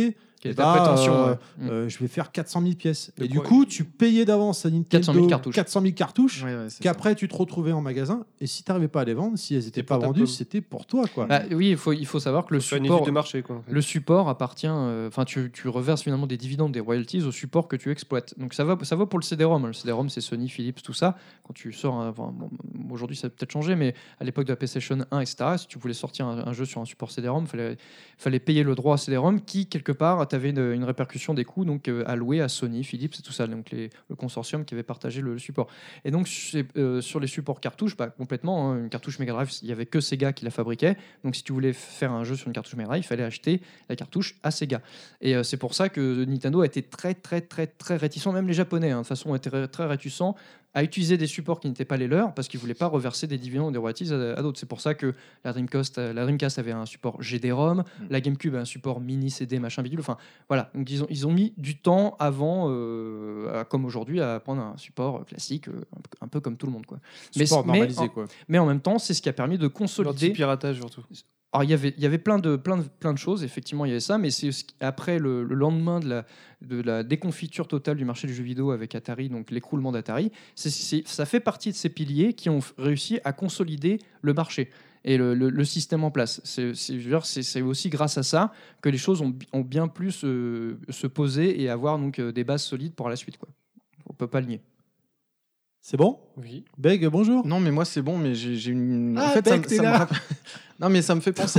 Quelle Eh est ta bah, prétention euh, ouais. Mm. euh, je vais faire quatre cent mille pièces. De Et du quoi coup, tu payais d'avance à Nintendo quatre cent mille cartouches. quatre cent mille cartouches Ouais, ouais, c'est ça. qu'après tu te retrouvais en magasin. Et si tu n'arrivais pas à les vendre, si elles n'étaient C'était pas pour ta vendues, pomme. c'était pour toi. Quoi. Bah, oui, il faut, il faut savoir que le Faut faire une support, étude de marché, quoi. en fait. le support appartient. Enfin, tu, tu reverses finalement des dividendes, des royalties au support que tu exploites. Donc ça va, ça va pour le C D-ROM. Le C D-ROM, c'est Sony, Philips, tout ça. Quand tu sors, un- enfin, bon, aujourd'hui ça a peut-être changé, mais à l'époque de la PlayStation un, et cetera, si tu voulais sortir un, un jeu sur un support C D-ROM, il fallait, fallait payer le droit à C D-ROM qui, quelque part, tu avais une, une répercussion des coûts donc, euh, alloués à Sony, Philips et tout ça, donc les, le consortium qui avait partagé le, le support. Et donc, c'est, euh, sur les supports cartouches, bah, complètement, hein, une cartouche Mega Drive, il n'y avait que Sega qui la fabriquait. Donc, si tu voulais faire un jeu sur une cartouche Mega Drive, il fallait acheter la cartouche à Sega. Et euh, c'est pour ça que Nintendo a été très, très, très, très réticent, même les Japonais, hein, de toute façon, étaient très, très réticents à utiliser des supports qui n'étaient pas les leurs parce qu'ils ne voulaient pas reverser des dividendes ou des royalties à, à d'autres. C'est pour ça que la Dreamcast, la Dreamcast avait un support G D-ROM, mm. la GameCube avait un support mini C D, machin bidule. Enfin, voilà. Donc, ils ont, ils ont mis du temps avant, euh, à, comme aujourd'hui, à prendre un support classique, euh, un, peu, un peu comme tout le monde. Quoi. Support mais, normalisé, mais, en, quoi. mais en même temps, c'est ce qui a permis de consolider. L'anti-piratage, surtout. Alors, il y avait, il y avait plein, de, plein, de, plein de choses, effectivement, il y avait ça, mais c'est après le, le lendemain de la, de la déconfiture totale du marché du jeu vidéo avec Atari, donc l'écroulement d'Atari, c'est, c'est, ça fait partie de ces piliers qui ont réussi à consolider le marché et le, le, le système en place. C'est, c'est, je veux dire, c'est, c'est aussi grâce à ça que les choses ont, ont bien pu se, se poser et avoir donc, des bases solides pour la suite. Quoi. On ne peut pas le nier. C'est bon? Oui. Beg, bonjour. Non, mais moi c'est bon, mais j'ai, j'ai une. Ah, en fait, Beg, ça, me- t'es ça me là. rappelle- Non, mais ça me fait penser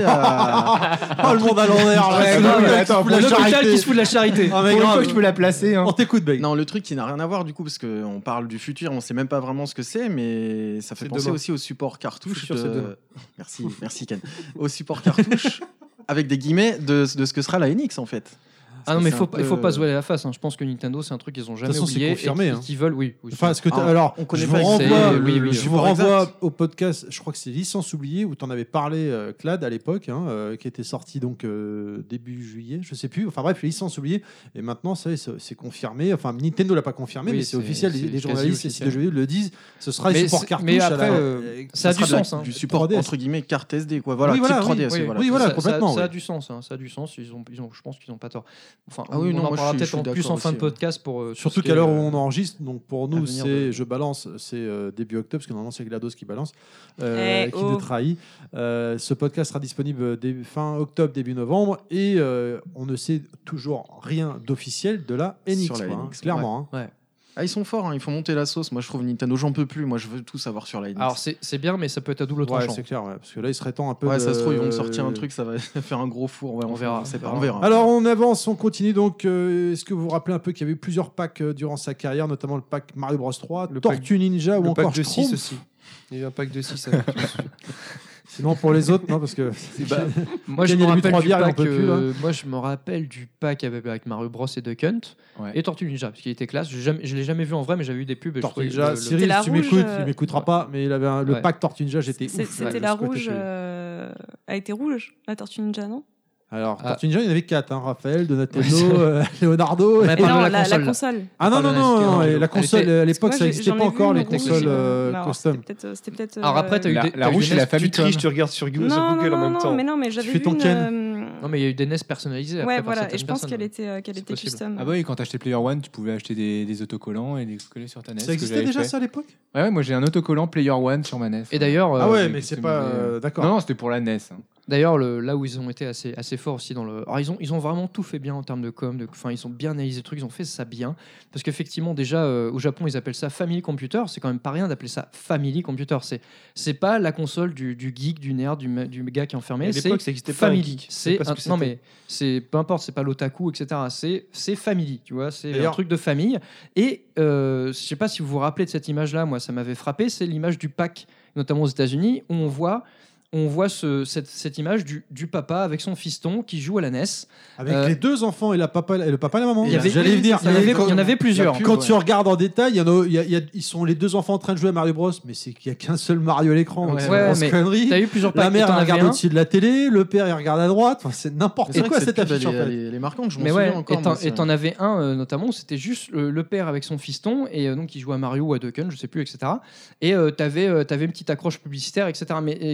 à. Oh, le monde à l'envers, là. Ouais, C'est non, le mais mec qui attends, se fout de la pour charité. qui se fout de la charité. Ah, mais Pour une grave. fois, je peux la placer. Hein. On t'écoute, Beg. Non, le truc qui n'a rien à voir du coup, parce qu'on parle du futur, on sait même pas vraiment ce que c'est, mais ça fait C'est penser demain. aussi au support cartouche. Futur, de- c'est demain. Merci, merci Ken. Au support cartouche, avec des guillemets, de, de ce que sera la N X en fait. Ah non, mais C'est faut, un pas- il peu- faut pas se voiler la face. Hein. Je pense que Nintendo, c'est un truc qu'ils ont jamais façon, c'est oublié confirmé, et hein. qui veulent. Oui. oui, Enfin, c'est- est-ce que t'as- Ah, alors, on connaît je pas vous exactement renvoie, le- oui, oui, je le vous support renvoie exact. au podcast. Je crois que c'est Licence oubliée où tu en avais parlé, euh, Clad, à l'époque, hein, euh, qui était sorti donc euh, début juillet, je sais plus. Enfin bref, Licence oubliée. Et maintenant, ça, y est, c'est, c'est confirmé. Enfin, Nintendo l'a pas confirmé, Oui, mais c'est, c'est- officiel. c'est Les, les quasi journalistes et officiel. sites de jeux vidéo le disent. Ce sera Mais les supports c'est- cartouches. mais à après, la- euh, ça a sera du de la- sens, hein. Du support trois D S. entre guillemets carte S D quoi. Voilà, Oui, type voilà, trois oui, D S. oui, voilà. oui, voilà, ça, complètement, Ça, ça a oui. du sens, hein, ça a du sens. Ils ont, ils ont, je pense qu'ils n'ont pas tort. Enfin, Ah oui, on non, en moi, parlera je suis- peut-être je suis en plus d'accord en fin de aussi, ouais. podcast pour. euh, tout Surtout ce qui qu'à est, l'heure où euh, on enregistre, donc pour nous, avenir c'est, de- je balance, c'est euh, début octobre, parce que normalement c'est GLaDOS qui balance, euh, Eh qui oh. nous trahit. Euh, ce podcast sera disponible début, fin octobre, début novembre, et euh, on ne sait toujours rien d'officiel de la N X, Sur la quoi, N hein, X, clairement. hein. Ouais. Ah, ils sont forts, hein, ils font monter la sauce. Moi je trouve Nintendo, j'en peux plus. Moi je veux tout savoir sur la N X. Alors c'est c'est bien, mais ça peut être à double Ouais, tranchant. c'est clair, ouais, parce que là, il serait temps un peu. Ouais, de- ça se trouve, ils vont me sortir un truc, ça va faire un gros four. Ouais, On verra, C'est on pas, verra. on verra. Alors on avance, on continue donc. euh, est-ce que vous vous rappelez un peu qu'il y avait eu plusieurs packs euh, durant sa carrière, notamment le pack Mario Bros trois, Le Tortue Ninja ou Le encore pack de six Schtroumpf. aussi. Il y a eu un pack de six avec. Sinon pour les autres, non, parce que. Moi, je Gagner me les rappelle trois du bières, il en pack. peut plus, là. euh, moi, je me rappelle du pack avec, avec Mario Bros et Duck Hunt Ouais. et Tortue Ninja, parce qu'il était classe. Je, jamais- je l'ai jamais vu en vrai, mais j'avais vu des pubs. Et je Tortue trouvais Ninja, le- le- Cyril, C'était la si tu rouge, m'écoutes, euh, il m'écoutera pas, mais il avait un- le Ouais. pack Tortue Ninja, j'étais C'est- ouf. C'était Ouais, la de ce côté, rouge, je- euh, a été rouge, la Tortue Ninja, non? Alors, Ah. Tortue Ninja, il y en avait quatre, hein, Raphaël, Donatello, Ouais, c'est- euh, Leonardo. Ouais, et- Et parle de non, la la, la console, là. console. Ah non, parle non, de la non, S Q, non, hein. et la Elle console, était- à l'époque, Moi, ça j'ai- n'existait j'en pas ai encore, vu les une rouge, consoles euh, euh, alors, custom. C'était peut-être. C'était peut-être. Alors après, t'as eu La, des- la t'as eu rouge, des il a N E S fallu Tu Tuton. triches, tu regardes sur Google, sur Non, Google non, en non, même non, temps. mais non, mais j'avais fais vu ton une. Ken. euh, Non, mais il y a eu des N E S personnalisés. après Ouais, par voilà, et certaines je pense personnes. qu'elle était, euh, qu'elle C'est était possible. custom. Ah bah oui, quand t'achetais Player One, tu pouvais acheter des, des autocollants et les coller sur ta N E S. Ça ce que existait j'avais déjà, fait. ça, à l'époque Ouais, ouais, moi j'ai un autocollant Player One sur ma N E S. Et d'ailleurs, Ah euh, ouais, j'ai mais c'est customisé, pas. euh, euh, D'accord. Non, non, c'était pour la N E S. hein. D'ailleurs, le- là où ils ont été assez, assez forts aussi dans le. Alors, ils ont, ils ont vraiment tout fait bien en termes de com. de- Enfin, ils ont bien analysé le truc, ils ont fait ça bien. Parce qu'effectivement, déjà, euh, au Japon, ils appellent ça Family Computer. C'est quand même pas rien d'appeler ça Family Computer. C'est, c'est pas la console du, du geek, du nerd, du, ma- du gars qui est enfermé. À C'est l'époque, ça existait pas, un Family. geek. C'est C'est pas ce un- que non, c'était. mais c'est peu importe, c'est pas l'otaku, et cetera. C'est, c'est Family, tu vois. C'est un D'ailleurs- truc de famille. Et euh, je sais pas si vous vous rappelez de cette image-là, moi, ça m'avait frappé. C'est l'image du pack, notamment aux États-Unis, où on voit. On voit ce- cette, cette image du, du papa avec son fiston qui joue à la N E S. Avec Euh, les deux enfants et, la papa, et le papa et la maman. Il y avait- J'allais oui, venir. il y en avait- Quand- il y en avait plusieurs. La pub, Quand ouais. tu regardes en détail, il y en a, il y a- il y a- ils sont les deux enfants en train de jouer à Mario Bros, mais c'est qu'il y a qu'un seul Mario à l'écran. donc Ouais, c'est ouais, une grosse mais connerie. T'as eu plusieurs La packs. mère et t'en elle avais regarde un. au-dessus de la télé, le père il regarde à droite. Enfin, c'est n'importe C'est vrai quoi que cette pub, affiche elle en est- fait. elle est- elle est marquante, je m'en Mais souviens ouais, encore. et t'en- moi, et ça. t'en avais un euh, notamment où c'était juste le, le père avec son fiston et euh, donc il jouait à Mario ou à Duck Hunt, je sais plus, et cetera. Et euh, t'avais euh, t'avais une petite accroche publicitaire, et cetera. Mais et qui te vantait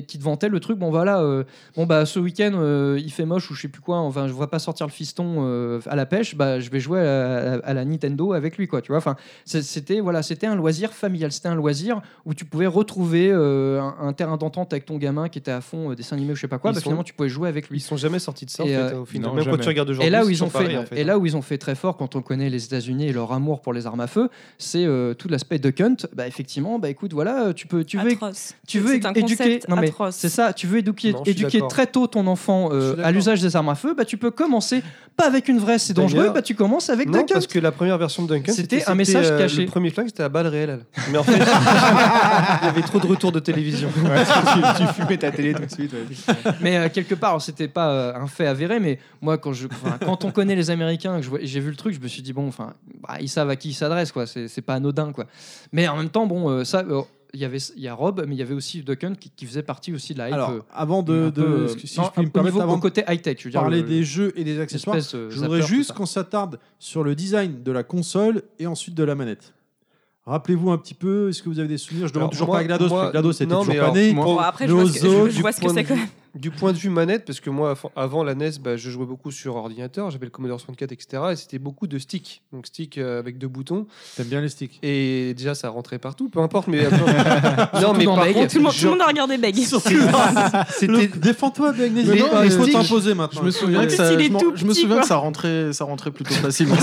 sentais le truc. Bon voilà, euh, bon bah ce week-end euh, il fait moche ou je sais plus quoi. Enfin, je vois pas sortir le fiston euh, à la pêche. Bah je vais jouer à la, à la Nintendo avec lui, quoi. Tu vois. Enfin, c'était voilà, c'était un loisir familial. C'était un loisir où tu pouvais retrouver euh, un, un terrain d'entente avec ton gamin qui était à fond euh, dessin animé ou je sais pas quoi. Ils Bah, sont- finalement, tu pouvais jouer avec lui. Ils sont jamais sortis de ça, en Et, fait, euh, au final. non, Même quand jamais. tu regardes aujourd'hui. Et là où ils sont ont fait, pareils, en fait. et là où ils ont fait très fort quand on connaît les États-Unis et leur amour pour les armes à feu, c'est euh, tout l'aspect duck hunt. Bah effectivement, bah écoute, voilà, tu peux, tu veux, Atroce. tu veux C'est un éduquer, concept non mais atroce. c'est ça, tu veux éduquer, Non, je suis éduquer d'accord. très tôt ton enfant Je euh, suis à d'accord. l'usage des armes à feu. Bah tu peux commencer pas avec une vraie, c'est dangereux. D'ailleurs, Bah tu commences avec Non, duck hunt. parce que la première version de Duncan, C'était un message euh, caché. Le premier flingue, c'était à balles réelles. Mais en fait, il y avait trop de retours de télévision. Ouais, tu, tu fumais ta télé tout de suite. ouais. Mais euh, quelque part, c'était pas euh, un fait avéré, mais moi, quand, je, enfin, quand on connaît les Américains, que je vois- j'ai vu le truc, je me suis dit bon, enfin, bah, ils savent à qui ils s'adressent, quoi. C'est, c'est pas anodin, quoi. Mais en même temps, bon, euh, ça, euh, il y avait, il y a Rob, mais il y avait aussi Duck Hunt qui, qui faisait partie aussi de la hype. Alors, euh, avant de, un de- peu, euh, si non, je puis me au permettre, niveau avant au de côté high tech, je veux dire, parler le- des jeux et des accessoires, l'espèce, euh, je voudrais zapper, tout juste ça. qu'on s'attarde sur le design de la console et ensuite de la manette. Rappelez-vous un petit peu, est-ce que vous avez des souvenirs? Je demande Alors, toujours moi- pas à GLaDOS, moi- parce que GLaDOS était non, toujours mais pas alors, né. moi- Bon, après, je vois ce que, Nos je, je vois ce que point c'est de quand vue- même. Du point de vue manette, parce que moi, avant- avant la N E S, bah, je jouais beaucoup sur ordinateur, j'avais le Commodore soixante-quatre, et cetera. Et c'était beaucoup de sticks, donc sticks euh, avec deux boutons. T'aimes bien les sticks? Et déjà, ça rentrait partout, peu importe. Mais non, Surtout mais dans par Beg. contre, Tout le monde, tout je- le monde a regardé Beg. c'était Le- Défends-toi, Beg, n'hésite Mais pas, non, il faut les sticks- t'imposer maintenant. Je me souviens En que plus, ça, il est je, m'en- tout je me petit, souviens quoi. que ça rentrait, ça rentrait plutôt facilement.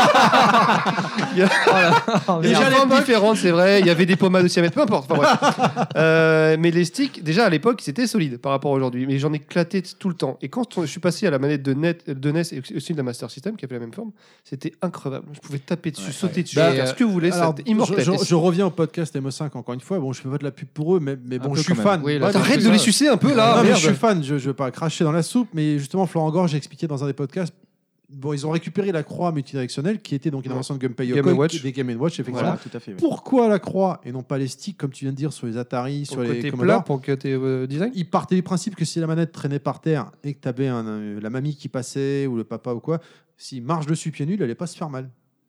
Oh, Déjà, merde. les formes différentes, c'est vrai. Il y avait des pommades aussi à mettre, peu importe. Enfin, bref. Euh, mais les sticks, déjà à l'époque, c'était solide par rapport à aujourd'hui. Mais j'en ai éclaté t- tout le temps. Et quand je suis passé à la manette de, Net, de N E S et aussi de la Master System, qui avait la même forme, c'était incroyable. Je pouvais taper dessus, sauter dessus, Bah, faire ce que vous voulez. Alors, C'était immortel. je, je- je reviens au podcast M O cinq encore une fois. Bon, je fais pas de la pub pour eux, mais, mais bon, peu je suis quand même. fan. Oui, là, Ouais, T'arrêtes mais- de les sucer un peu là. Non, mais merde. je suis fan, je, je veux pas cracher dans la soupe, mais justement, Florent Gorge j'ai expliqué dans un des podcasts. Bon, ils ont récupéré la croix multidirectionnelle qui était donc une invention de Gunpei Game Yokoi, and Watch. des Game and Watch, effectivement. Voilà, tout à fait. oui. Pourquoi la croix et non pas les sticks, comme tu viens de dire, sur les Atari, Pour sur le les côté plat, Commodore? pour le côté euh, design. Ils partaient du principe que si la manette traînait par terre et que tu avais un, un- la mamie qui passait ou le papa ou quoi, s'il marche dessus pieds nus, il allait pas se faire mal.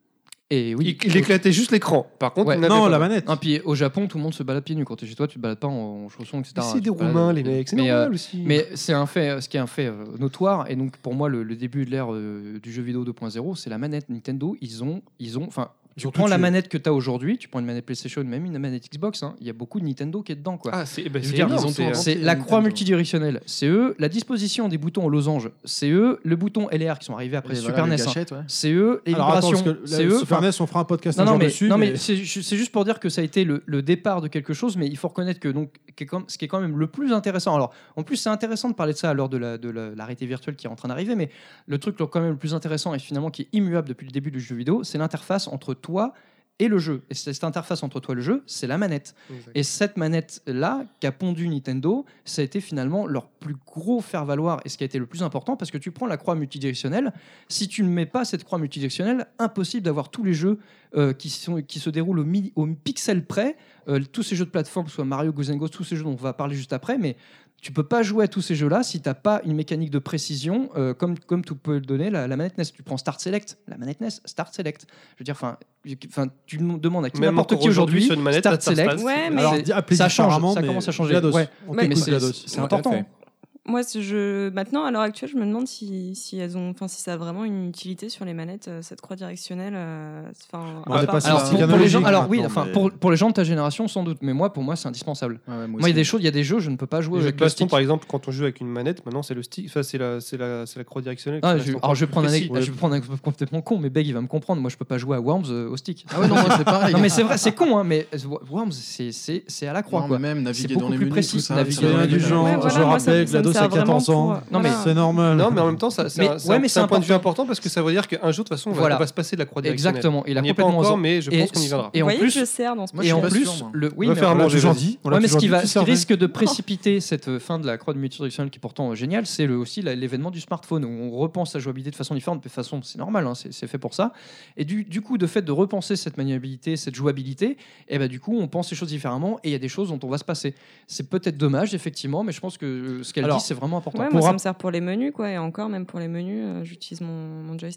Et oui. Il, il éclatait juste l'écran. Par contre, Ouais. il n'avait Non, pas la mal. manette. Non, puis au Japon, tout le monde se balade pieds nus. Quand tu es chez toi, tu te balades pas en, en chaussons, et cetera. Mais c'est Tu des te balades- Roumains, les mecs. C'est Mais, euh, normal aussi. Mais c'est un fait, ce qui est un fait euh, notoire, et donc pour moi le, le début de l'ère euh, du jeu vidéo deux point zéro, c'est la manette Nintendo. Ils ont, ils ont, enfin, tu ont prends tout la tué. manette que tu as aujourd'hui, tu prends une manette PlayStation, même une manette Xbox, hein, il y a beaucoup de Nintendo qui est dedans, quoi. Ah, c'est bah, Je c'est veux dire, énorme, ils ont c'est, tout euh, inventé. C'est la Nintendo. croix multidirectionnelle, c'est eux. La disposition des boutons aux losanges, c'est eux. Le bouton L et R qui sont arrivés après Et Super voilà, N E les S, hein, gâchettes, ouais. c'est eux. Les Alors attends, vibrations, parce que c'est la eux. Super Enfin, N E S, on fera un podcast non, un non, jour mais, dessus. non, mais mais- c'est ju- c'est juste pour dire que ça a été le, le départ de quelque chose, mais il faut reconnaître que donc, qui est comme- ce qui est quand même le plus intéressant. Alors, en plus, c'est intéressant de parler de ça à l'heure de la, de la, la réalité virtuelle qui est en train d'arriver, mais le truc le- quand même le plus intéressant et finalement qui est immuable depuis le début du jeu vidéo, c'est l'interface entre toi et le jeu. Et cette interface entre toi et le jeu, c'est la manette. Exact. Et cette manette-là, qu'a pondu Nintendo, ça a été finalement leur plus gros faire-valoir et ce qui a été le plus important parce que tu prends la croix multidirectionnelle, si tu ne mets pas cette croix multidirectionnelle, impossible d'avoir tous les jeux euh, qui, sont, qui se déroulent au, mi- au pixel près, euh, tous ces jeux de plateforme, soit Mario, Ghosts and Ghosts, tous ces jeux dont on va parler juste après, mais tu peux pas jouer à tous ces jeux-là si tu n'as pas une mécanique de précision euh, comme, comme tu peux le donner la, la manette N E S. Tu prends Start Select, la manette N E S, Start Select. Je veux dire, enfin, enfin, tu me demandes à qui Même n'importe encore qui aujourd'hui, aujourd'hui, sur une manette, Start t'as Start Select. Select. Ouais, mais- Alors, c'est- dis- appelez ça change, différemment, ça mais commence à changer. GLaDOS. Ouais. On Ouais, t'écoute, mais c'est- GLaDOS. c'est Tout à important. fait. Moi, c'est- je... maintenant, à l'heure actuelle, je me demande si, si elles ont, enfin, si ça a vraiment une utilité sur les manettes, euh, cette croix directionnelle. euh, Enfin, Bon, à c'est part- pas si Alors, c'est pour, pour les technologique gens, alors oui, maintenant, enfin mais- pour, pour les gens de ta génération sans doute, mais moi pour moi c'est indispensable. Ouais, ouais, moi Moi il y a aussi. des choses, il y a des jeux je ne peux pas jouer Les jeux avec de le baston, stick. par exemple, quand on joue avec une manette, maintenant c'est le stick, enfin c'est la, c'est la, c'est la croix directionnelle. qui Ah, reste je, encore alors je vais plus prendre un, précis. je vais prendre un exemple complètement con, mais Beg il va me comprendre. Moi je peux pas jouer à Worms euh, au stick. Ah ouais, non, moi c'est pareil. Non mais c'est vrai, c'est con hein, mais Worms c'est c'est c'est à la croix Non, quoi. mais même C'est naviguer beaucoup dans les plus menus, précis, tout ça, naviguer ça dans va les aller du menus. genre, Ouais, voilà, je moi, ça me- rappelle, ça me GLaDOS sert a vraiment quatorze ans. pour, euh, Non, mais voilà. C'est normal. Non, mais en même temps, ça- c'est Mais- un, c'est ouais, un- mais c'est c'est un point de vue important. important parce que ça veut dire qu'un jour, de toute façon, on va, Voilà. on va se passer de la croix directionnelle. Exactement, il a On n'y est pas complètement encore, raison. mais je Et- pense qu'on y viendra. Et Vous en voyez, plus, je sers dans ce Moi, et je en suis pas plus, sûr, moi. le, oui, Va mais faire on l'a manger, toujours vas-y. dit. On l'a Ouais, mais ce toujours qui, dit, va, tu ce qui servais. risque de précipiter cette euh, fin de la croix de multidirectionnelle qui est pourtant euh, géniale, c'est le, aussi la- l'événement du smartphone où on repense la jouabilité de façon différente. De toute façon, c'est normal, hein, c'est c'est fait pour ça. Et du, du coup, de fait de repenser cette maniabilité, cette jouabilité, et ben du coup, on pense les choses différemment et il y a des choses dont on va se passer. C'est peut-être dommage, effectivement, mais je pense que euh, ce qu'elle Alors, dit, c'est vraiment important. Ouais, Pour moi, ça rap- me sert pour les menus, quoi. Et encore, même pour les menus, euh, j'utilise mon, mon joystick.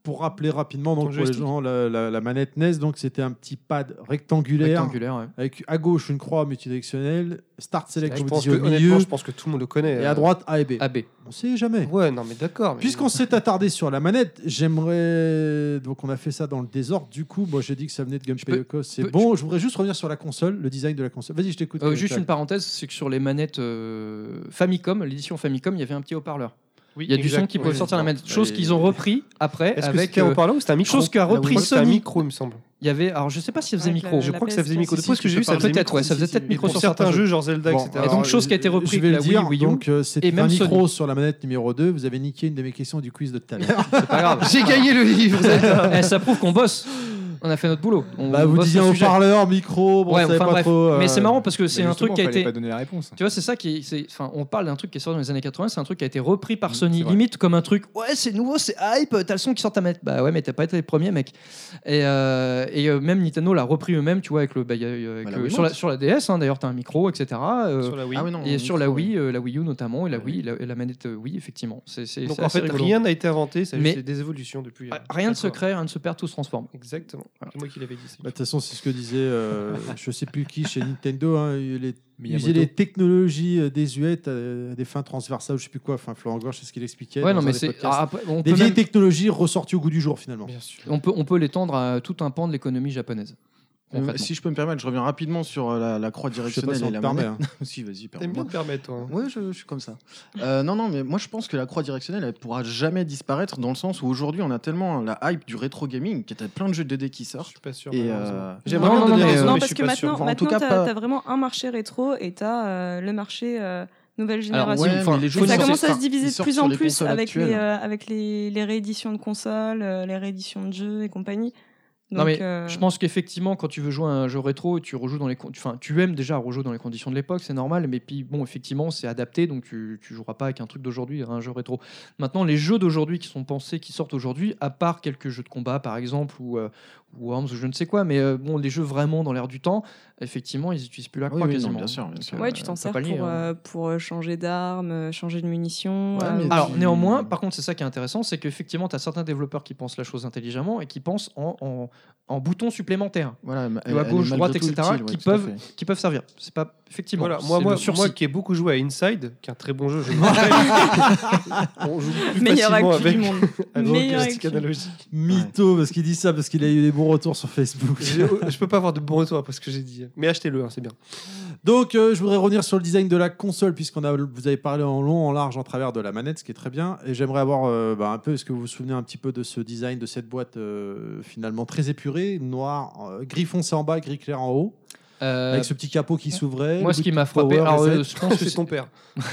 pour rappeler rapidement donc, Ton pour les joystick. gens, la, la- la manette N E S, donc, c'était un petit pad rectangulaire, Rectangulaire, ouais. avec à gauche une croix multidirectionnelle, Start Select, Je comme vous pense disiez, que, au honnêtement, milieu, je pense que tout le monde le connaît. et à euh. droite A et B. A B. On sait jamais. Ouais, non, mais d'accord. mais- Puisqu'on s'est attardé sur la manette, j'aimerais. Donc, on a fait ça dans le désordre. Du coup, moi, j'ai dit que ça venait de Gunpei peux- Yokos. C'est peux- bon. Je voudrais juste revenir sur la console, le design de la console. Vas-y, je t'écoute. Euh, euh, juste Tal. une parenthèse, c'est que sur les manettes euh, Famicom, l'édition Famicom, il y avait un petit haut-parleur. Oui, Il y a du exact, son qui ouais, pouvait sortir de la manette. Chose Et- qu'ils ont repris après Est-ce que avec. c'était un euh, haut-parleur ou c'était un micro chose qu'a Ah oui, repris je crois que c'était un Sony. micro, il me semble. Il y avait, alors je sais pas si ça faisait Avec micro. la- Je crois que ça faisait micro. Si, D'après si, ce que tu j'ai vu, peux ça faisait Peut-être, micro. ouais, ça faisait Si, peut-être si. micro Pour sur certains certains jeux, genre Zelda, Bon, et cetera. Et donc, chose qui a été je- repris Je vais le avec la dire. Wii, Wii U. Donc, euh, c'était Et même un micro Sony. sur la manette numéro deux. Vous avez niqué une de mes questions du quiz de tout à l'heure. C'est pas grave. J'ai gagné le livre, Zelda. Eh, ça prouve qu'on bosse. On a fait notre boulot. On Bah, vous bosse disiez le un sujet. haut-parleur, micro. Bon, Ouais, on savait enfin, pas bref. trop. euh, Mais c'est marrant parce que c'est Mais un truc justement, qui a fallait été. pas donner la réponse. Tu vois, c'est ça qui est. c'est- Enfin, on parle d'un truc qui est sorti dans les années quatre-vingts, c'est un truc qui a été repris par Mmh, Sony, c'est vrai. limite comme un truc. Ouais, c'est nouveau, c'est hype, t'as le son qui sort ta manette. Bah ouais, mais t'as pas été les premiers, mec. Et, euh, et euh, même Nintendo l'a repris eux-mêmes, tu vois, avec le. Bah, y a- avec Bah, la le- Wiimote. sur, la, sur la D S, hein, d'ailleurs, t'as un micro, et cetera. euh, Sur la Wii. Ah oui, non. et sur la micro, Wii, ouais. euh, la Wii U notamment, et la Ouais. Wii, la, et la manette euh, Wii, effectivement. C'est, c'est, Donc c'est en assez fait, rigolo. rien n'a été inventé, ça a Mais- juste des évolutions depuis. Ah, euh, Rien ne se d'accord. crée, rien ne se perd, tout se transforme. Exactement. C'est moi qui l'avais dit. ça. Bah, de toute façon, c'est ce que disait, euh, je sais plus qui chez Nintendo, hein, les, Miyamoto. user les technologies euh, désuètes à des fins transversales, je sais plus quoi. Enfin, Florent Gorge, c'est ce qu'il expliquait. Ouais, dans non, un mais des c'est. podcasts. ah, après, on, Des peut vieilles même- technologies ressorties au goût du jour, finalement. Bien sûr. on, peut, on peut l'étendre à tout un pan de l'économie japonaise. Euh, concrètement. si je peux me permettre, je reviens rapidement sur euh, la, la croix Je sais pas directionnelle si on et te la permet. manette. hein. Si, vas-y, T'aimes permets-moi. bien te permettre, toi. hein. Ouais, je, je suis comme ça. Euh, non, non, mais moi je pense que la croix directionnelle, elle pourra jamais disparaître dans le sens où aujourd'hui on a tellement la hype du rétro gaming qu'il y a plein de jeux deux D qui Je sortent. suis pas sûr. Et malheureusement. euh, J'aimerais Non, bien non, donner non, raison, mais- mais Non, je parce suis que pas sûr. maintenant, Enfin, en tout maintenant cas, t'as pas- t'as vraiment un marché rétro et t'as euh, le marché euh, nouvelle Alors, génération. ouais, enfin, mais les Et jeux ça sortent- commence à enfin, se diviser ils de sortent plus sur en les plus consoles avec, les, actuelles. euh, avec les, les rééditions de consoles, euh, les rééditions de jeux et compagnie. Donc, Non mais euh, je pense qu'effectivement quand tu veux jouer à un jeu rétro tu rejoues dans les con- enfin tu aimes déjà rejouer dans les conditions de l'époque, c'est normal, mais puis bon effectivement c'est adapté, donc tu, tu joueras pas avec un truc d'aujourd'hui, un jeu rétro. Maintenant les jeux d'aujourd'hui qui sont pensés, qui sortent aujourd'hui, à part quelques jeux de combat par exemple ou euh, ou Arms ou je ne sais quoi, mais euh, bon les jeux vraiment dans l'air du temps, effectivement ils utilisent plus la Oui, croix oui, non, quasiment. bien sûr, bien Donc, sûr. ouais, euh, tu t'en on peut sers pas le nier, pour, hein. euh, pour euh, changer d'arme, euh, changer de munitions. Ouais, euh, mais ou- Alors tu- néanmoins, par contre, c'est ça qui est intéressant, c'est qu'effectivement, tu as certains développeurs qui pensent la chose intelligemment et qui pensent en, en, en boutons supplémentaires, Voilà, elle- ou à elle est gauche, malgré droite, tout et cetera, utile, ouais, qui tout à peuvent, fait. qui peuvent servir. C'est pas effectivement. Voilà, moi, c'est moi, le sursis. moi qui ai beaucoup joué à Inside, qui est un très bon jeu, je le rappelle. On joue plus Meilleur facilement actu avec du monde. un Meilleur joystick actu. analogique. Mytho, parce qu'il dit ça, parce qu'il a eu des bons retours sur Facebook. Je je peux pas avoir de bon retour après ce que j'ai dit. Mais achetez-le, hein, c'est bien. Donc, euh, je voudrais revenir sur le design de la console, puisqu'on a, vous avez parlé en long, en large, en travers de la manette, ce qui est très bien. Et j'aimerais avoir euh, bah, un peu, est-ce que vous vous souvenez un petit peu de ce design de cette boîte euh, finalement très épurée, noir, euh, gris foncé en bas, gris clair en haut, Euh, avec ce petit capot qui s'ouvrait. moi, le ce bout qui de m'a power, frappé, alors, reset. euh, je pense que C'est c'est ton père.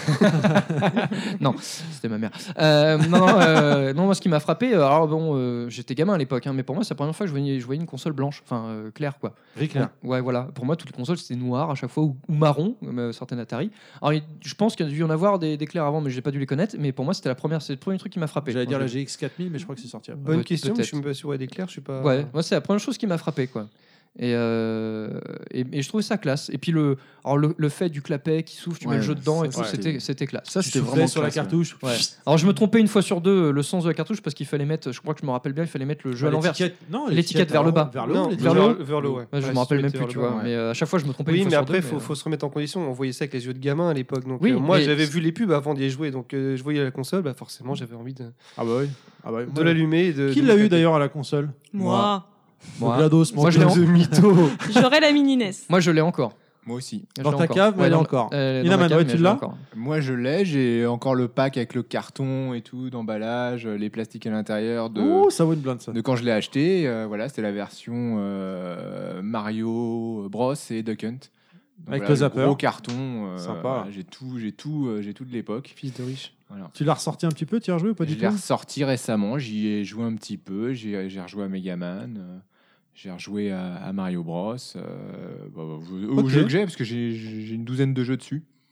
non, c'était ma mère. Euh, non, non, euh, non, moi, ce qui m'a frappé, euh, alors bon, euh, j'étais gamin à l'époque, hein, mais pour moi, c'est la première fois que je voyais, je voyais une console blanche, enfin euh, claire, quoi. Gris clair. Bon, ouais, voilà. Pour moi, toutes les consoles c'était noir à chaque fois ou, ou marron, comme euh, certaines Atari. Alors, il- je pense qu'il y a dû y en avoir des, des clairs avant, mais j'ai pas dû les connaître. Mais pour moi, c'était la première, c'est le premier truc qui m'a frappé. J'allais quand dire la je- G X quatre mille, mais je crois que c'est sorti après. Bonne Peut- question, mais je peut-être. suis même pas sûr. Ouais, d'éclair, je suis pas. Ouais, moi c'est la première chose qui m'a frappé, quoi. Et, euh, et, et je trouvais ça classe. Et puis le, alors le, le fait du clapet qui souffle, tu Ouais, mets le jeu dedans et ça, tout, c'était- c'était c'était classe. Ça, Tu c'était soufflais vraiment sur la classe, ouais. cartouche. Ouais. Alors je me trompais une fois sur deux le sens de la cartouche parce qu'il fallait mettre, je crois que je me rappelle bien, il fallait mettre le jeu à l'envers. L'étiquette- non, L'étiquette vers le bas. Vers le Non, haut, vers l'étiquette. le haut, vers le haut, ouais. Ouais, je Ouais, me si rappelle tu même mettais plus, vers tu le bas, vois. ouais. Mais euh, à chaque fois, je me trompais Oui, une mais fois après, il sur faut, deux. faut se remettre en condition. On voyait ça avec les yeux de gamin à l'époque. Donc, Oui, euh, moi, mais- j'avais vu les pubs avant d'y jouer. Donc, euh, je voyais la console, bah, forcément, j'avais envie de, Ah bah oui. Ah bah, de moi- l'allumer. et de- Qui de l'a eu m'éclater. d'ailleurs à la console Moi, Moi, GLaDOS, Moi, je l'ai en- de mytho. j'aurais la mini N E S. moi, je l'ai encore. Moi aussi. Je Dans l'ai ta encore. cave, mais elle est dans- encore. elle est dans Inaman, ma cave, ouais, mais tu je l'ai l'as encore. Moi, je l'ai. J'ai encore le pack avec le carton et tout, d'emballage, les plastiques à l'intérieur de, Oh, ça vaut une blinde ça. de quand je l'ai acheté. Euh, voilà, c'était la version euh, Mario Bros et Duck Hunt. Donc, Avec voilà, le zapper. gros carton. euh, Sympa. voilà, j'ai tout, j'ai tout, euh, j'ai tout de l'époque. Fils de riche. Voilà. Tu l'as ressorti un petit peu, tu y as rejoué ou pas Je du l'ai tout ressorti récemment. J'y ai joué un petit peu. J'ai, j'ai rejoué à Megaman. euh, J'ai rejoué à, à Mario Bros. Euh, bah, bah, aux Ok. jeux que j'ai, parce que j'ai, j'ai une douzaine de jeux dessus.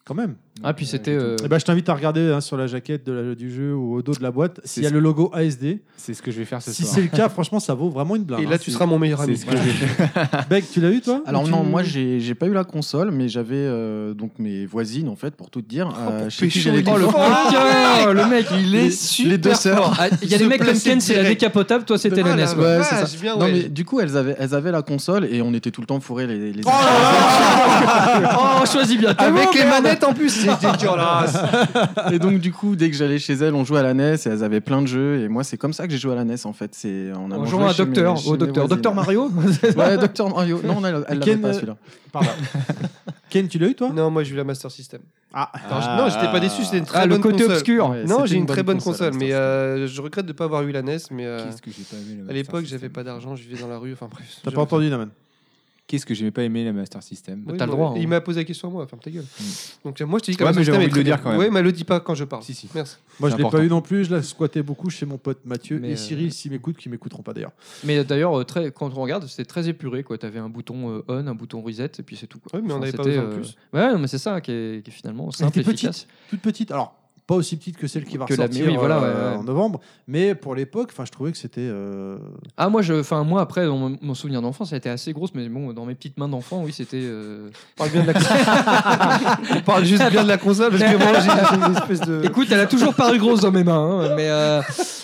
Quand même. Ah, puis c'était. euh, Eh ben, je t'invite à regarder hein, sur la jaquette de la- du jeu ou au dos de la boîte s'il y a ce- le logo A S D. C'est ce que je vais faire ce Si soir. c'est le cas, franchement, ça vaut vraiment une blinde. Et hein. là, tu C'est- seras mon meilleur C'est ami. ce que je vais faire. Beck, tu l'as eu toi Alors Tu- non, moi j'ai j'ai pas eu la console, mais j'avais euh, donc mes voisines en fait pour tout te dire. euh, pour chez qui pécho, j'allais il est les- fort. Oh, le mec, il est les- super les deux sœurs. fort. Ah, Il y a Se des mecs comme placer Ken, c'est la direct. décapotable. Toi, c'était Ah, la N E S. la quoi. Ouais, vache, c'est ça. bien, Non ouais. mais du coup elles avaient elles avaient la console et on était tout le temps fourrés les. les... Oh, choisis bien. tes Avec mots, les merde. manettes en plus, c'est dégueulasse. Et donc du coup dès que j'allais chez elles on jouait à la N E S et elles avaient plein de jeux et moi c'est comme ça que j'ai joué à la N E S en fait. C'est on a En joué jouant à chez mes- Docteur, chez au mes Docteur, voisines. Docteur Mario. Ouais Docteur Mario. Non elle, elle l'avait Ken, pas euh, celui-là. Pardon. Ken, tu l'as eu toi Non, moi j'ai eu la Master System. Ah, Alors, je- non, j'étais pas déçu, c'était une très Ah, le bonne côté console. obscur. Ouais, Non, c'était j'ai une, bonne très bonne console, console, la mais Master euh, je regrette de pas avoir eu la N E S. Mais euh, Qu'est-ce que j'ai pas aimé la à Master l'époque, System j'avais pas d'argent, je vivais dans la rue. Enfin bref. T'as je- pas entendu, Naman Qu'est-ce que j'aimais pas aimé la Master System Oui, T'as le moi, droit, hein. Il m'a posé la question à moi, ferme ta gueule. Mm. Donc euh, moi je te dis que Ouais, la mais Master j'avais System est envie de très le dire bien. quand même. Ouais, mais le dis pas quand je parle. Si, si. Merci. Moi, je C'est l'ai pas important. eu non plus. Je l'ai squatté beaucoup chez mon pote Mathieu Mais, et euh, Cyril, s'ils m'écoutent, qui m'écouteront pas d'ailleurs. Mais d'ailleurs, euh, très- quand on regarde, c'était très épuré. Tu avais un bouton euh, on, un bouton reset, et puis c'est tout. quoi. Oui, mais on Enfin, n'avait pas c'était, besoin de euh, plus. Ouais, non, mais c'est ça qui est, qui est finalement Elle simple, était efficace. petite, toute petite. Alors, pas aussi petite que celle qui va Que la- ressortir mais oui, voilà, euh, ouais, ouais. en novembre, mais pour l'époque, enfin, je trouvais que c'était. euh, Ah, moi, je, enfin, moi, après, dans mon, mon souvenir d'enfance, ça a été assez grosse, mais bon, dans mes petites mains d'enfant, oui, c'était. euh, On parle bien de la On parle juste bien de la console parce que moi j'ai une espèce de. Écoute, elle a toujours paru grosse dans mes mains, hein, mais. euh,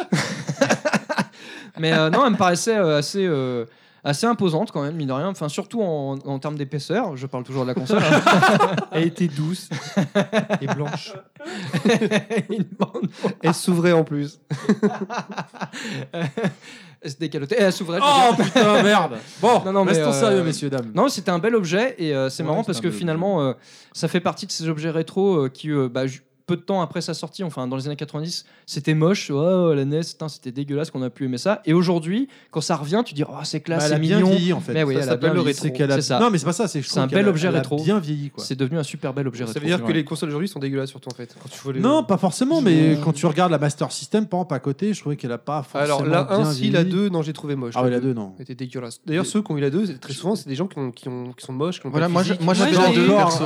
mais euh, non, elle me paraissait euh, assez. euh, Assez imposante quand même, mine de rien. Enfin, surtout en, en termes d'épaisseur. Je parle toujours de la console. hein. Elle était douce et blanche. Une bande- Elle s'ouvrait en plus. Elle se décalotait. Et elle s'ouvrait. je veux Oh dire. putain, merde Bon, Non, non, mais, restons euh, sérieux, messieurs, dames. Non, c'était un bel objet et euh, c'est Ouais, marrant c'est parce un que bel finalement, euh, ça fait partie de ces objets rétro euh, qui, euh, bah, ju- peu de temps après sa sortie, enfin dans les années quatre-vingt-dix, c'était moche. Oh, la N E S, putain, c'était dégueulasse qu'on a pu aimer ça. Et aujourd'hui, quand ça revient, tu dis, oh, c'est classe, Bah, elle c'est a bien mignon. vieilli en fait. Mais oui, Ça elle a s'appelle bien le vieilli. rétro. C'est qu'elle a... C'est ça. Non, mais c'est pas ça, c'est je C'est trouve un qu'elle bel a- objet elle a rétro. bien vieilli quoi. C'est devenu un super bel objet Ça rétro. veut dire que Ouais. les consoles aujourd'hui sont dégueulasses surtout en fait. Quand tu vois les- Non, pas forcément, mais quand tu regardes la Master System, par exemple, à côté, je trouvais qu'elle a pas forcément Alors la bien un, si la vieilli. deux, non, j'ai trouvé moche. Ah ouais, la deux, non. Elle était dégueulasse. D'ailleurs, ceux qui ont eu la deux, c'est- très souvent, c'est des gens qui, ont, qui, ont, qui sont moches, qui ont Voilà pas de moi je- physique, moi j'avais Moi, la j'ai deux eu- perso.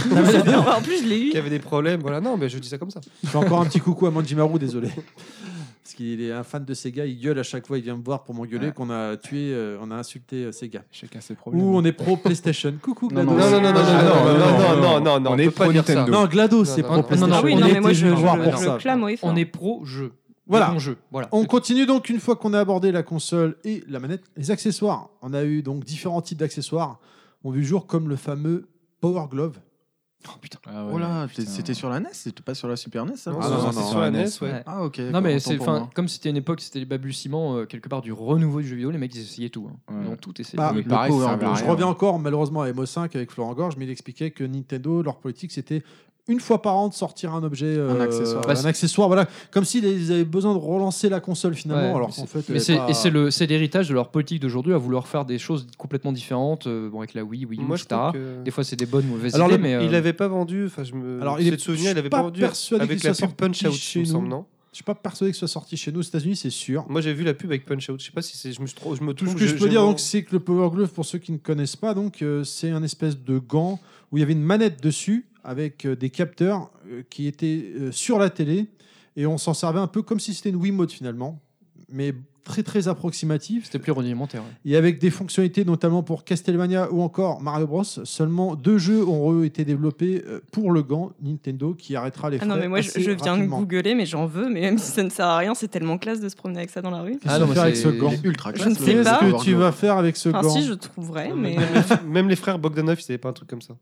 En plus, je l'ai eu. qui avaient des problèmes. Voilà, non, mais je dis ça comme ça. Je fais encore un petit coucou à Manjimaru, désolé. Parce qu'il est un fan de Sega, il gueule à chaque fois, il vient me voir pour m'engueuler Ouais. qu'on a tué, euh, on a insulté euh, Sega. Chacun ses problèmes. Ou on est pro PlayStation. Coucou Non, GLaDOS. non, Non, non, non, non, non, Ah, non, non, non, non, non, non, non, non, on on est peut pas pro dire ça. Nintendo. Non, GLaDOS, Non, c'est non, pro non, PlayStation. non, Ah oui, On non, a mais moi, été je, le voir je- pour je ça. le clame, oui. On est pro-jeu. Voilà. Bon jeu. Voilà. On continue donc une fois qu'on a abordé la console et la manette, les accessoires. On a eu donc différents types d'accessoires. On a vu le jour comme le fameux Power Glove. Oh putain. Ah ouais, Oh là, putain. c'était sur la N E S, c'était pas sur la Super N E S ça Non, Ah, c'est- non, c'est non, sur la non, N E S, ouais. Ouais. Ah ok. Non d'accord, mais autant c'est pour enfin moi. comme c'était une époque, c'était les balbutiements euh, quelque part du renouveau du jeu vidéo, les mecs ils essayaient tout. Hein. Ouais. Ils ont tout essayé. Bah, Mais le pareil, ça Power servait à Glove, Je rien. reviens encore malheureusement à M O cinq avec Florent Gorge, mais il expliquait que Nintendo, leur politique, c'était une fois par an de sortir un objet, euh, Un accessoire. un Bah, accessoire, voilà, comme s'ils ils avaient besoin de relancer la console finalement, Ouais, alors mais qu'en c'est- fait, mais elle c'est est pas- et c'est le c'est l'héritage de leur politique d'aujourd'hui à vouloir faire des choses complètement différentes, euh, bon avec la Wii, Wii U, Moi, je et cetera. trouve que. Des fois c'est des bonnes mauvaises Alors, idées, le- mais euh, Il l'avait pas vendu, enfin je me. Alors, il est- Cette souvenir, je il avait suis pas pas vendu persuadé avec qu'il la soit pub Punch sorti Out, chez il me semble, nous. non Je suis pas persuadé que ce soit sorti chez nous. Aux États-Unis, c'est sûr. Moi j'ai vu la pub avec Punch Out. Je sais pas si c'est. Je me, suis trop- je me Tout touche. ce que je peux dire, donc, c'est que le Power Glove, pour ceux qui ne connaissent pas, donc, euh, c'est un espèce de gant où il y avait une manette dessus avec euh, des capteurs euh, qui étaient euh, sur la télé et on s'en servait un peu comme si c'était une Wiimote finalement, mais très très approximatif. c'était plus rudimentaire. ouais. Et avec des fonctionnalités notamment pour Castlevania ou encore Mario Bros. Seulement deux jeux ont été développés euh, pour le gant Nintendo qui arrêtera les Ah frais. non, mais moi, je, assez je viens de rapidement. googler, mais j'en veux, mais même si ça ne sert à rien, c'est tellement classe de se promener avec ça dans la rue. Qu'est-ce Ah que non, tu mais vas faire avec c'est- ce gant Il est ultra Je classe. ne le- sais le pas. Qu'est-ce Power que tu Glove. vas faire avec ce Enfin, gant si, je trouverais, mais. Même les- Même les frères Bogdanov, ils savaient pas un truc comme ça.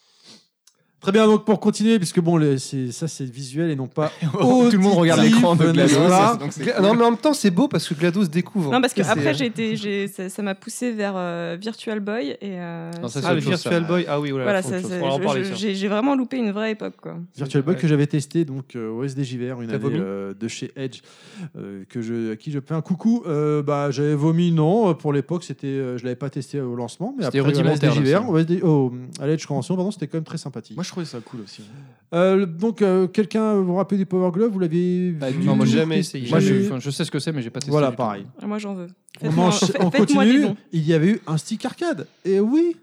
Très bien, donc pour continuer, puisque bon, les- c'est- ça c'est visuel et non pas. Tout le monde regarde l'écran de n'est-ce GLaDOS. pas donc c'est Gla- Non, mais en même temps, c'est beau parce que GLaDOS découvre. Non, parce que C'est- après, j'ai été, j'ai, ça, ça m'a poussé vers euh, Virtual Boy et. euh, Non, ça, c'est Ah, le autre chose, ça. Virtual Boy. Ah oui, voilà. voilà, faut ça, autre chose. c'est- Faut en je- parler, je- ça. j'ai, j'ai vraiment loupé une vraie époque, quoi. Virtual Boy Ouais. que j'avais testé donc euh, au S D J V R une T'as année vomi euh, de chez Edge euh, que je à qui je fais un coucou. Euh, bah j'avais vomi non pour l'époque c'était euh, je l'avais pas testé au lancement mais C'était après à la rudimentaire, S D J V R là, au S D au- à l'Edge Convention pardon c'était quand même très sympathique. Moi je trouvais ça cool aussi. Euh, le- donc euh, quelqu'un vous vous rappelle du Power Glove vous l'aviez Bah, vu non, moi, du j'ai tout, jamais testé essayé. Moi je, Jamais. enfin, je sais ce que c'est, mais j'ai pas testé. Voilà du tout. pareil. Ah, moi, j'en veux. On, Faites-moi- mange- fa- on faites-moi des continue. dons. Il y avait eu un stick arcade et oui. Hmm.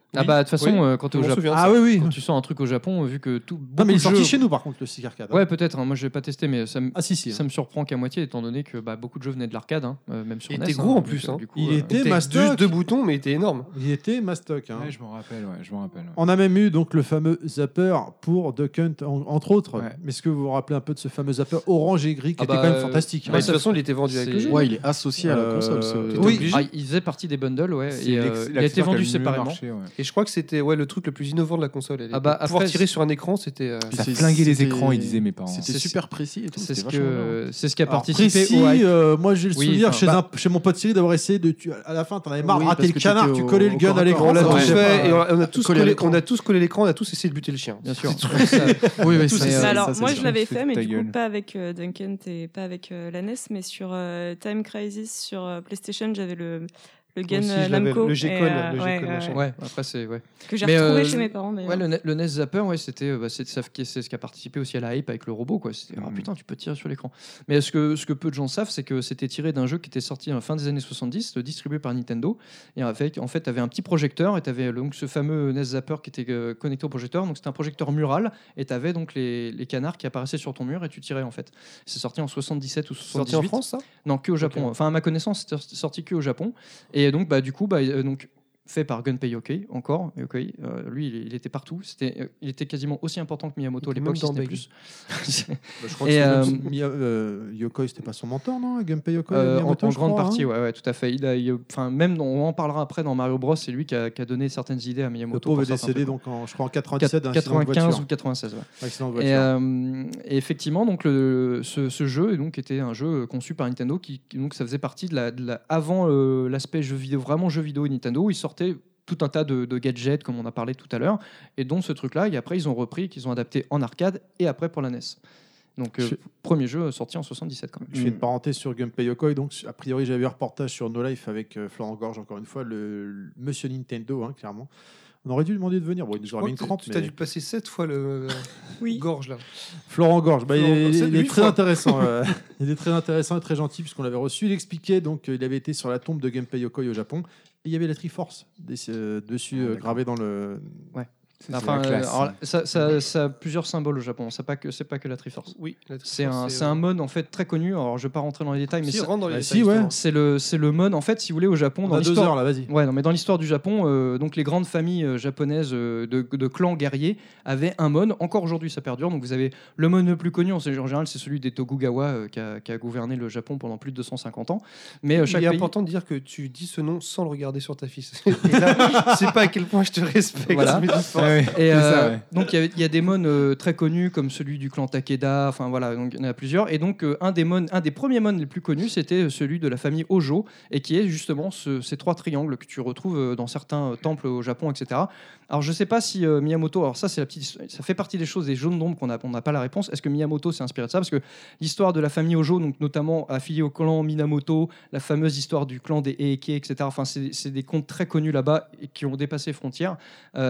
Ah bah de toute façon, Oui. euh, quand tu es au Je m'en Japon, souviens de Ah ça. oui, oui. quand tu sors un truc au Japon, euh, vu que tout. Non, beaucoup mais il est de sorti jeux- chez nous par contre, le stick arcade. hein. Ouais, peut-être. hein, moi, je l'ai pas testé, mais ça me. Ah si, si. Ça me surprend qu'à moitié, étant donné que bah, beaucoup de jeux venaient de l'arcade, hein, euh, même sur Il N E S. était gros en donc, plus, euh, hein. du coup, Il euh, était- C'était Mastoc. juste deux boutons, mais il était énorme. Il était mastoc. Hein. Ouais, je m'en rappelle, ouais, je m'en rappelle. ouais. On a même eu donc le fameux zapper pour Duck Hunt, en- entre autres. Ouais. Mais est-ce que vous vous rappelez un peu de ce fameux zapper orange et gris qui Ah était bah, quand même euh, fantastique Bah, hein. de toute façon, il était vendu avec c'est- le jeu. Ouais, il est associé à la Euh, console. ce- t'étais Oui. obligé. Ah, il faisait partie des bundles, ouais. C'est Et, euh, l'ex- il a été l'accessoire qui vendu a le mieux séparément. marché, ouais. Et je crois que c'était ouais, le truc le plus innovant de la console. Ah bah, Pouvoir après, tirer sur un écran, c'était. euh, Ça C'est- flinguait les c'était- écrans, ils disaient mes parents. C'était C'est- super précis et tout. C'est ce, c'était vachement bien. que, c'est ce qui a Alors, participé précis, au hype. euh, moi j'ai le Oui, souvenir enfin, chez, bah- un- chez mon pote Cyril d'avoir essayé de tu- à la fin t'en avais marre Oui, de rater parce le que canard, t'étais tu au- collais le au gun corps à à l'écran. On l'a ça tous marchait fait, pas. et on a, on a tous Collé à collé, l'écran. on a tous collé l'écran, on a tous essayé de buter le chien. Bien sûr. C'est tout. Ça- Oui, oui, Tous ça, essayé. ça, Mais alors, ça, c'est moi, sûr. je l'avais Fais fait, mais ta du coup, gueule. pas avec euh, Duncan et pas avec euh, la N E S, mais sur euh, Time Crisis sur euh, PlayStation, j'avais le, le gun aussi, euh, je l'avais, Namco. le et, G-Con, euh, le ouais, G-Con, ouais, machin. ouais. Ouais, après, c'est. Ouais. Que j'ai Mais, retrouvé euh, chez mes parents, d'ailleurs. Ouais, le, Ne- le N E S Zapper, ouais, c'était, euh, bah, c'est, ça- c'est ce qui a participé aussi à la hype avec le robot. Quoi. C'était, ah, Mhm. putain, tu peux tirer sur l'écran. Mais ce que, ce que peu de gens savent, c'est que c'était tiré d'un jeu qui était sorti à la fin des années soixante-dix, euh, distribué par Nintendo. Et avec, en fait, tu avais un petit projecteur et tu avais donc ce fameux N E S Zapper qui était euh, connecté au projecteur. Donc c'était un projecteur mural et tu avais donc les, les canards qui apparaissaient sur ton mur et tu tirais en fait. C'est sorti en soixante-dix-sept ou Sorti soixante-dix-huit. en France, ça Non, que au Japon. Ok. Enfin, à ma connaissance, c'était sorti que au Japon. Et donc, bah, du coup, bah, euh, donc, fait par Gunpei Yokoi, encore. Yokoi, euh, lui, il, il était partout. C'était, euh, il était quasiment aussi important que Miyamoto à Il était l'époque, même si dans ce n'est Beg. plus. Bah, je crois Et, que c'est euh, même- Mia- euh, Yokoi c'était pas son mentor non Gunpei Yokoi Euh, en, Miyamoto, en je grande crois, partie, hein. ouais, ouais, tout à fait. Il a, il- enfin, même, dans- on en parlera après dans Mario Bros. C'est lui qui a, qui a donné certaines idées à Le Miyamoto. pauvre est pour certains décédé trucs. donc en, je crois en quatre-vingt-dix-sept d'un accident de quatre-vingt-quinze voiture. ou quatre-vingt-seize. Ouais. Accident de Et, voiture. euh, et effectivement, donc le, ce, ce jeu donc, était un jeu conçu par Nintendo qui, qui- donc ça faisait partie de la, de la- avant euh, l'aspect jeu vidéo, vraiment jeu vidéo et Nintendo, où il sortait tout un tas de, de gadgets comme on a parlé tout à l'heure, et dont ce truc-là, et après ils ont repris, qu'ils ont adapté en arcade et après pour la N E S. Donc euh, Je- premier jeu sorti en soixante-dix-sept quand même. Je fais une parenthèse sur Gunpei Yokoi. Donc, a priori, j'avais eu un reportage sur No Life avec euh, Florent Gorge, encore une fois, le, le monsieur Nintendo, hein, clairement. On aurait dû lui demander de venir. Bon, il nous aurait mis une crampe. Tu as mais- dû passer sept fois le Oui. gorge là. Florent Gorge, bah, il, Florent est- Gorge, c'est il est lui, très fois. intéressant. euh, il est très intéressant et très gentil puisqu'on l'avait reçu. Il expliquait donc qu'il avait été sur la tombe de Gunpei Yokoi au Japon et il y avait la Triforce des- euh, dessus Ah, euh, d'accord. gravée dans le. C'est Enfin, la classe. euh, alors là, ça, ça- ça a plusieurs symboles au Japon. C'est pas que c'est pas que la Triforce. Oui. la C'est Triforce, un, c'est un mode en fait très connu. Alors je vais pas rentrer dans les détails, mais Si, ça- rentre dans les Bah, détails, si, ouais. justement. c'est le c'est le mode en fait, si vous voulez, au Japon On dans a deux l'histoire. heures là, vas-y. Ouais, non, mais dans l'histoire du Japon, euh, donc les grandes familles euh, japonaises euh, de, de clans guerriers avaient un mode. Encore aujourd'hui, ça perdure. Donc vous avez le mode le plus connu, en en général, c'est celui des Tokugawa euh, qui, a, qui a gouverné le Japon pendant plus de deux cent cinquante ans. Mais euh, chaque Il est pays. important de dire que tu dis ce nom sans le regarder sur ta fiche. Et là, je sais pas à quel point je te respecte. Voilà. mais dis pas. Ouais, ouais, Et c'est euh, ça, ouais. donc il y, a- il y a des mônes euh, très connus comme celui du clan Takeda, enfin voilà, donc il y en a plusieurs. Et donc euh, un des mônes, un des premiers mônes les plus connus, c'était celui de la famille Hojo, et qui est justement ce- ces trois triangles que tu retrouves euh, dans certains euh, temples au Japon, et cetera. Alors je sais pas si euh, Miyamoto, alors ça c'est la petite, ça fait partie des choses des jaunes d'ombre qu'on a, on n'a pas la réponse. Est-ce que Miyamoto s'est inspiré de ça? Parce que l'histoire de la famille Hojo, donc notamment affiliée au clan Minamoto, la fameuse histoire du clan des Eike, et cetera. Enfin c'est c'est des contes très connus là-bas et qui ont dépassé les frontières.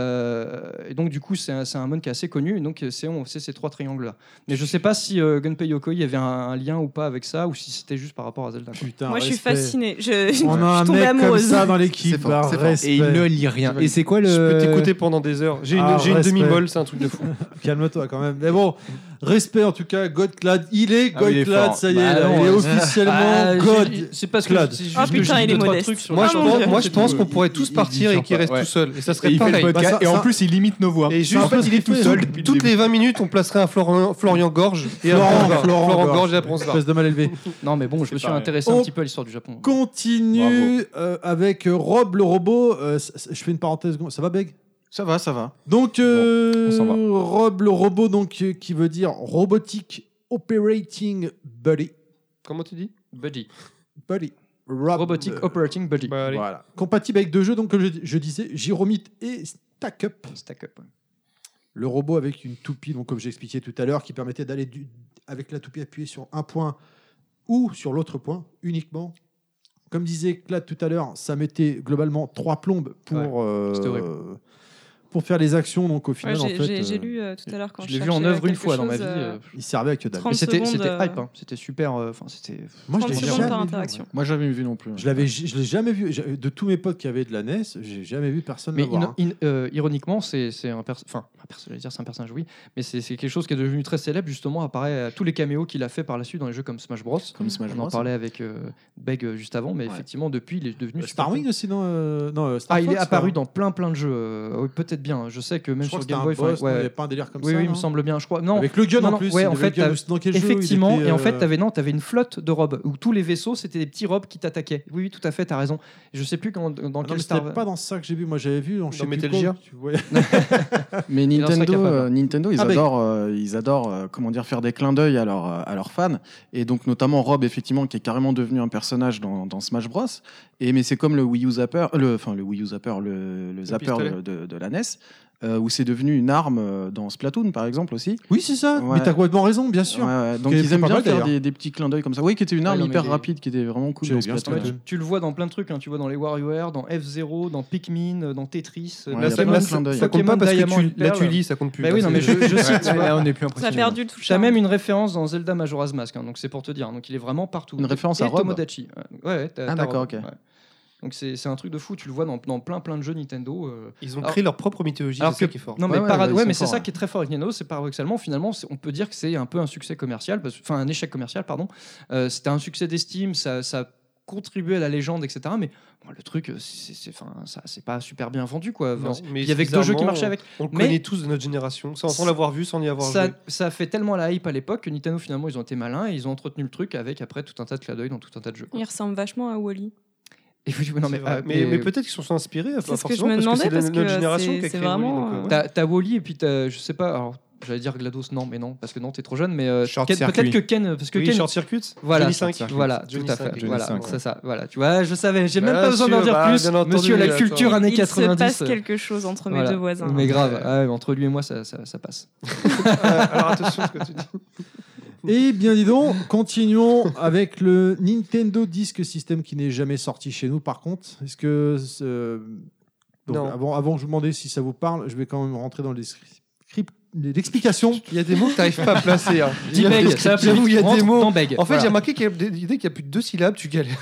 Euh, et donc du coup c'est un, c'est un mon qui est assez connu. Et donc c'est on c'est ces trois triangles là. Mais je sais pas si euh, Gunpei Yokoi il y avait un, un lien ou pas avec ça, ou si c'était juste par rapport à Zelda. quoi. Putain, Moi, je suis respect. fascinée. Je, On a je un suis tombée mec comme amoureuse. ça dans l'équipe. C'est fort, bah, c'est fort. respect. Et il ne lit rien. Et c'est quoi le. Je peux t'écouter pendant des heures. J'ai une, Ah, j'ai une respect. demi-molle, c'est un truc de fou. Calme-toi quand même. Mais bon, respect en tout cas. Godclad, il est Ah oui, il est Godclad, fort. ça y est, Bah là, non, il est ouais. officiellement Ah, God. j'ai- c'est parce que Clad. c'est juste Ah, que putain, j'ai il dit est deux, trois modeste. trucs sur Moi, le je Ah, Japon. mon pense, Dieu. moi, je pense qu'on Il- pourrait il- tous il partir dit et qu'il sur- reste ouais. tout seul. Et ça Et serait il fait le pareil. podcast. Bah, ça- et en ça- plus, il limite nos voix. Et juste, en fait, il est tout fait, seul. depuis le Toutes début. les vingt minutes, on placerait un Florian, Florian Gorge et Florent, après on se barre. Florent Florent Gorge. Gorge et après on se barre. Espèce de mal élevé. Non mais bon, je C'est me suis pareil. intéressé Oh. un petit peu à l'histoire du Japon. Continue euh, avec euh, Rob le robot. Euh, c- c- je fais une parenthèse. Ça va, Beg? Ça va, ça va. Donc, euh, on s'en va. Rob le robot, donc, euh, qui veut dire Robotic Operating Buddy. Comment tu dis Buddy. Buddy. Rob- Robotic euh, Operating Buddy. Bah, allez. Voilà. Compatible avec deux jeux, donc, comme je, je disais, Gyromite et Stack Up. Stack up. ouais. Le robot avec une toupie, donc comme j'ai expliqué tout à l'heure, qui permettait d'aller du- avec la toupie appuyée sur un point ou sur l'autre point uniquement. Comme disait Clad tout à l'heure, ça mettait globalement trois plombes pour Ouais, c'était euh, horrible. pour faire les actions. Donc au final, Ouais, en j'ai, fait, j'ai, j'ai euh, lu euh, tout à l'heure quand Je je l'ai vu cherchais en œuvre une quelque fois dans ma chose, vie. euh, euh, il servait à que dalle. trente Mais c'était, secondes, c'était euh, hype, hein. C'était super. euh, Enfin, c'était. Moi, je trente l'ai secondes jamais par vu, interaction. Moi, j'avais vu non plus. Je l'avais, je l'ai jamais vu. J'ai- De tous mes potes qui avaient de la N E S, j'ai jamais vu personne Mais l'avoir. in- hein. in- euh, ironiquement, c'est, c'est un personnage. Enfin, un perso- j'allais dire c'est un personnage, oui, mais c'est, c'est quelque chose qui est devenu très célèbre. Justement, apparaît à tous les caméos qu'il a fait par la suite dans les jeux comme Smash Bros. Comme Smash On en Bros. parlait avec euh, Beg euh, juste avant, mais Ouais. effectivement, depuis, il est devenu. Euh, super Starwing connu. aussi, non, euh, non euh, Star Ah, il est Fox, apparu quoi. dans plein plein de jeux. euh, oui, peut-être bien. Je sais que même Je crois sur que c'était Game un Boy. boss, enfin, non, il y ouais. avait pas un délire comme Oui, ça. oui, il non me semble bien. Je crois. Non. Avec le gun non, en non, plus. ouais, il y en avait fait, le gun, t'as- ou dans quel jeu il Effectivement, était, et en euh, fait, t'avais non, t'avais une flotte de robes où tous les vaisseaux c'était des petits robes qui t'attaquaient. Oui, oui, tout à fait, t'as raison. Je sais plus quand, dans Ah non, quel mais Star. c'était pas dans ça que j'ai vu. Moi, j'avais vu dans, je sais Dans plus Metal quoi, Gear. tu voyais. Mais Il en serait Nintendo, capable. euh, Nintendo, ils Ah, mais- adorent, euh, ils adorent, euh, comment dire, faire des clins d'œil à, leur, à leurs fans, et donc notamment Rob, effectivement, qui est carrément devenu un personnage dans, dans Smash Bros. Et mais c'est comme le Wii U Zapper, euh, le, enfin le Wii U Zapper, le, le Zapper pistolet. de, de, de la N E S, euh, où c'est devenu une arme euh, dans Splatoon, par exemple aussi. Oui, c'est ça. Ouais. Mais t'as complètement raison, bien sûr. Ouais, ouais. Donc Qui est ils aiment pas bien mal, faire d'ailleurs. des, des petits clins d'œil comme ça. Oui, qui était une Ouais, arme non, mais hyper des- rapide, qui était vraiment cool J'aime dans bien Splatoon. Splatoon. Tu le vois dans plein de trucs, hein. Tu vois dans les WarioWare, dans F-Zero, dans Pikmin, euh, dans Tetris. euh, Ouais, Là, il y a ça, plein là, de ça- clins d'œil. ça compte pas parce que Diamond tu, and là, Pearl. tu lis, ça compte plus. Bah là, oui, non, c'est- mais je, je cite, tu Ouais, vois. là, on n'est plus Ça a impressionné. perdu tout le T'as charme. même une référence dans Zelda Majora's Mask, hein, donc c'est pour te dire. Donc il est vraiment partout. Une référence Et à Rob. Tomodachi. Ouais, ouais, t'as- Ah, t'as d'accord, Rob, ok. ouais. Donc c'est c'est un truc de fou. Tu le vois dans, dans plein plein de jeux Nintendo. euh. Ils ont Alors- créé leur propre mythologie, Alors c'est ça que qui est fort. non mais, Ouais, ouais, para- ouais, ils ouais, sont mais c'est forts, ça ouais. qui est très fort avec Nintendo, c'est paradoxalement finalement c'est- on peut dire que c'est un peu un succès commercial, parce- enfin un échec commercial pardon. Euh, c'était un succès d'estime, ça, ça contribuait à la légende, et cetera. Mais bon, le truc, c'est c'est- enfin, ça c'est pas super bien vendu quoi. Enfin, Non, c'est- mais il y avait que deux jeux qui bizarrement, marchaient avec. On le Mais- connaît tous de notre génération, sans, sans l'avoir vu, sans y avoir Ça, joué. ça a fait tellement la hype à l'époque que Nintendo finalement ils ont été malins et ils ont entretenu le truc avec après tout un tas de clins d'œil dans tout un tas de jeux. quoi. Il ressemble vachement à Wall-E. Et oui, non, C'est mais, vrai. ah, mais, mais peut-être qu'ils se sont inspirés, C'est ce que je forcément, me parce demandais, que c'est parce la- que notre génération c'est- qui a c'est créé Wall-E, vraiment, donc, euh, euh, ouais. T'as, t'as Wall-E et puis t'as, je sais pas, alors j'allais dire GLaDOS, non, mais non, parce que non, t'es trop jeune, mais euh, Short Ken- Circuit. peut-être que Ken, parce que Oui, Ken, Short Circuit, voilà, Johnny Short cinq. Circuit. Voilà, Johnny tout à cinq, fait, Johnny voilà, cinq, c'est ouais. ça, voilà, tu vois, je savais, j'ai même Bien pas besoin d'en sûr, dire bah, plus, bien entendu, monsieur la attends. culture années Il se quatre-vingt-dix. passe quelque chose entre mes Voilà. deux voisins. Mais grave, Ouais. ah ouais, entre lui et moi, ça, ça, ça passe. Euh, alors attention à ce que tu dis. Et bien dis donc, continuons avec le Nintendo Disk System qui n'est jamais sorti chez nous par contre. Est-ce que... euh, donc, Non. avant, avant que je vous demande si ça vous parle, je vais quand même rentrer dans les scripts- l'explication. Il y a des mots que tu n'arrives pas à placer. Hein. Dis beg, ça va plus J'avoue, vite. il y a Rentre des mots. dans beg. En fait, Voilà. j'ai remarqué qu'il y a des- dès qu'il y a plus de deux syllabes, tu galères.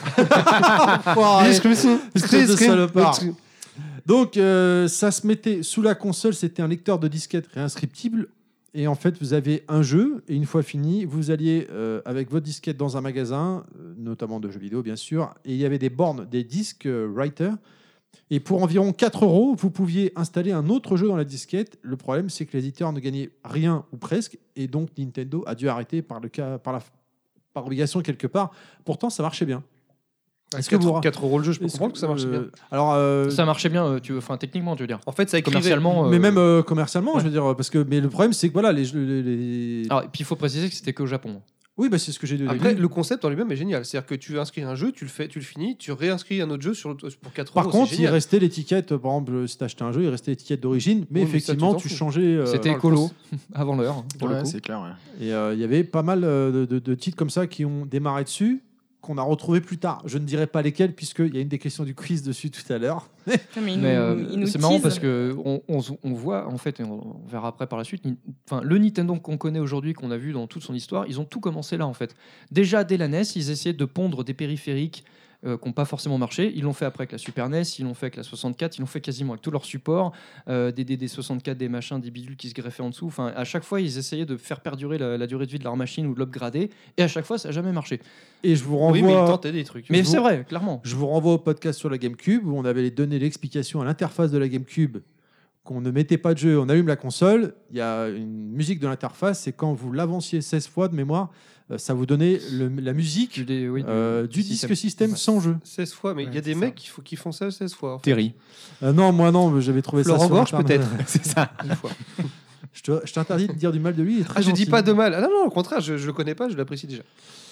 Enfoiré. Espèce Espèce de salopard. Donc, euh, ça se mettait sous la console, c'était un lecteur de disquette réinscriptible. Et en fait, vous avez un jeu, et une fois fini, vous alliez euh, avec votre disquette dans un magasin, euh, notamment de jeux vidéo, bien sûr, et il y avait des bornes, des disques euh, writer. Et pour environ quatre euros, vous pouviez installer un autre jeu dans la disquette. Le problème, c'est que l'éditeur ne gagnait rien ou presque, et donc Nintendo a dû arrêter par, le cas, par, la, par obligation quelque part. Pourtant, ça marchait bien. Est-ce que vous- quatre euros le jeu, je peux Est-ce comprendre que ça marche euh, bien. Alors, euh, Ça marchait bien, euh, tu veux, enfin techniquement, tu veux dire. En fait, ça écrivait. Commercialement. euh, mais même euh, commercialement, ouais. je veux dire, parce que mais le problème, c'est que voilà, les, les, les- Alors, et puis il faut préciser que c'était qu'au Japon. oui, bah, c'est ce que j'ai dit. au Après, début. le concept en lui-même est génial. C'est-à-dire que tu inscris un jeu, tu le fais, tu le finis, tu réinscris un autre jeu sur, pour quatre Par euros. contre, c'est il génial. restait l'étiquette, euh, par exemple, si t'achetais un jeu, il restait l'étiquette d'origine, mais Oui, mais ça, effectivement, tu t'en tu fous. changeais. euh, C'était le écolo, concept. avant l'heure, hein, pour Ouais, le coup. c'est clair, ouais. Et euh, il y avait pas mal euh, de, de- de titres comme ça qui ont démarré dessus, qu'on a retrouvé plus tard. Je ne dirai pas lesquels, puisqu'il y a une des questions du quiz dessus tout à l'heure. Comme il Mais nous- euh, il nous c'est marrant tease. parce que on, on, on voit en fait, et on, on verra après par la suite. ni- Enfin, le Nintendo qu'on connaît aujourd'hui, qu'on a vu dans toute son histoire, ils ont tout commencé là en fait. Déjà dès la N E S, ils essayaient de pondre des périphériques euh, qui n'ont pas forcément marché. Ils l'ont fait après avec la Super N E S, ils l'ont fait avec la soixante-quatre, ils l'ont fait quasiment avec tous leurs supports, euh, des, des, des soixante-quatre, des machins, des bidules qui se greffaient en dessous. Enfin, à chaque fois, ils essayaient de faire perdurer la, la durée de vie de leur machine ou de l'upgrader, et à chaque fois, ça n'a jamais marché. Et je vous renvoie. Oui, mais il tentait des trucs. Mais Je c'est vous- vrai, clairement. Je vous renvoie au podcast sur la GameCube où on avait donné l'explication à l'interface de la GameCube qu'on ne mettait pas de jeu, on allume la console, il y a une musique de l'interface et quand vous l'avanciez seize fois de mémoire, euh, ça vous donnait le- la musique Du, des- oui, du- euh, du système. disque système sans jeu. seize fois, mais il y a Ouais, des c'est mecs qui, font- qui font ça seize fois. en fait. Terry. Euh, non, moi non, j'avais trouvé Florent ça sur Gorge, Internet. peut-être. C'est ça. Une fois. Je te- je t'interdis de dire du mal de lui. il est très Ah, je dis gentil. pas de mal. Ah non, non, au contraire, je, je le connais pas, je l'apprécie déjà.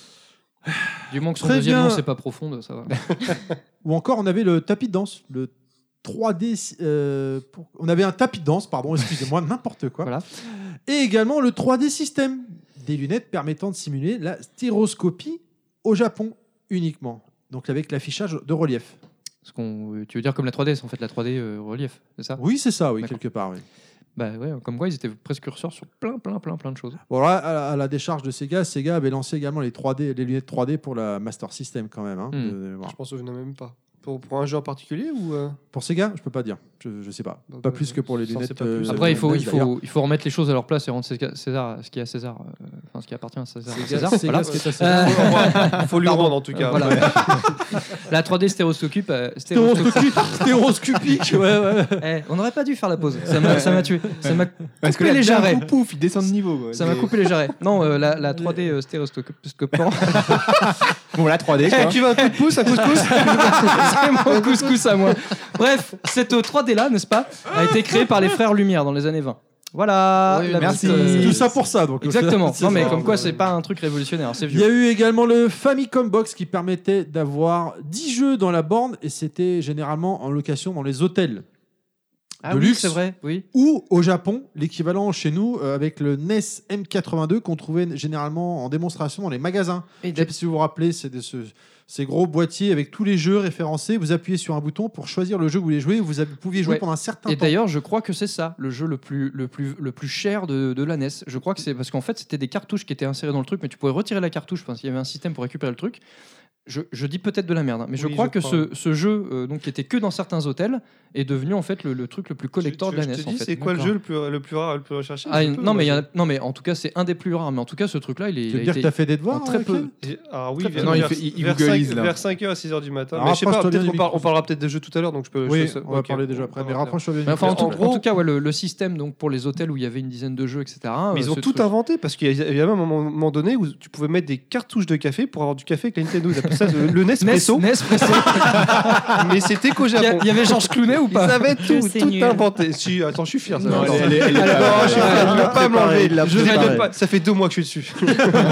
Du moment que son Très deuxième bien. nom, c'est pas profonde, ça va. Ou encore, on avait le tapis de danse, le trois D. euh, pour- On avait un tapis de danse, pardon, excusez-moi, n'importe quoi. Voilà. Et également le trois D système, des lunettes permettant de simuler la stéroscopie au Japon uniquement, donc avec l'affichage de relief. Ce qu'on, tu veux dire comme la trois D, c'est en fait la trois D euh, relief, c'est ça? Oui, c'est ça, oui, D'accord. quelque part, oui. Bah ouais, comme quoi ils étaient précurseurs sur plein, plein, plein, plein de choses. Bon, là, à la, à la décharge de Sega, Sega avait lancé également les trois D, les lunettes trois D pour la Master System quand même. Hein, Hmm. de- de- voilà. Je pense que je n'en ai même pas. Pour, pour un jeu en particulier ou euh, Pour Sega, je peux pas dire. Je, je sais pas. Bah, pas bah, plus que pour les ça, c'est lunettes. pas plus. euh, Après, il faut, N E S, il, d'ailleurs. faut, il faut remettre les choses à leur place et rendre César, César ce qui est à César, euh, enfin ce qui appartient à César. à Sega, César, Sega, voilà. ce qui est à Sega. Euh, Il faut lui rendre en tout cas. Voilà. Ouais. La trois D stéréoscopique. euh, stéréoscopique. Stéréoscopique, ouais, ouais. Eh, on n'aurait pas dû faire la pause. Ça m'a, ça m'a tué. Ça m'a Parce que coupé là, les d'un jarrets. coup, pouf, il descend de niveau. quoi. Ça m'a C'est- coupé les jarrets. Non, euh, la, la trois D euh, stéréoscopant. Bon, la trois D, Eh, quoi. tu veux un coup de pouce, un couscous C'est mon couscous à moi. Bref, cette trois D là, n'est-ce pas, a été créée par les frères Lumière dans les années vingt. Voilà. Oui, la merci. petite, euh, Tout ça pour ça. Donc, Exactement. c'est Non mais ça. comme quoi c'est pas un truc révolutionnaire, c'est Il y a vieux. eu également le Famicom Box qui permettait d'avoir dix jeux dans la borne et c'était généralement en location dans les hôtels. Ah de oui, luxe. c'est vrai. Oui. Ou au Japon, l'équivalent chez nous euh, avec le N E S M quatre-vingt-deux qu'on trouvait généralement en démonstration dans les magasins. Et Je sais pas si vous vous rappelez, c'est de ce- ces gros boîtiers avec tous les jeux référencés. Vous appuyez sur un bouton pour choisir le jeu que vous voulez jouer. Vous avez- pouviez jouer Ouais. pendant un certain Et temps. d'ailleurs, je crois que c'est ça, le jeu le plus, le plus, le plus cher de, de la N E S. Je crois que c'est parce qu'en fait, c'était des cartouches qui étaient insérées dans le truc, mais tu pouvais retirer la cartouche parce qu'il y avait un système pour récupérer le truc. Je, je dis peut-être de la merde, hein, mais je Oui, crois je que crois. ce, ce jeu, euh, donc, qui était que dans certains hôtels, est devenu en fait le, le truc le plus collector Tu- de la tu- N E Je S. te en dis, fait. c'est quoi le D'accord. jeu le plus, le plus rare, le plus recherché Ah, je peux, non, mais il y en moi, a- non, mais en tout cas, c'est un des plus rares. Mais en tout cas, ce truc-là, il est. Tu il veux a dire été- que tu as fait des devoirs en très avec peu. elle j'ai- Ah oui, Très vers, peu. Non, il vers- fait- il vers googlise, cinq là. vers cinq heures à six heures du matin. Alors, Mais je sais pas, rapproche-toi bien peut-être du qu'on par- micro. on parlera peut-être des jeux tout à l'heure, donc je peux. Oui, je- on va ok, parler déjà on après. va Mais voir. rapproche-toi bien. Mais enfin, en, du tout, micro. en tout cas, ouais, le, le système donc pour les hôtels où il y avait une dizaine de jeux, et cetera. Mais euh, ils ont ce tout truc- inventé parce qu'il y avait même un moment, moment donné où tu pouvais mettre des cartouches de café pour avoir du café avec la Nintendo. Ils appelaient ça le, le Nespresso. Nespresso. Mais c'était qu'au Il y, a- Japon. il y avait Georges Clooney ou Ils pas avaient Que tout, c'est tout nul. inventé. Si, attends, je suis fier. Ça. Non, Attends. elle est- elle est- elle est Alors, pas- je suis fier, elle je est ne vais pas me l'enlever. il l'a Je préparé. rigole pas. Ça fait deux mois que je suis dessus.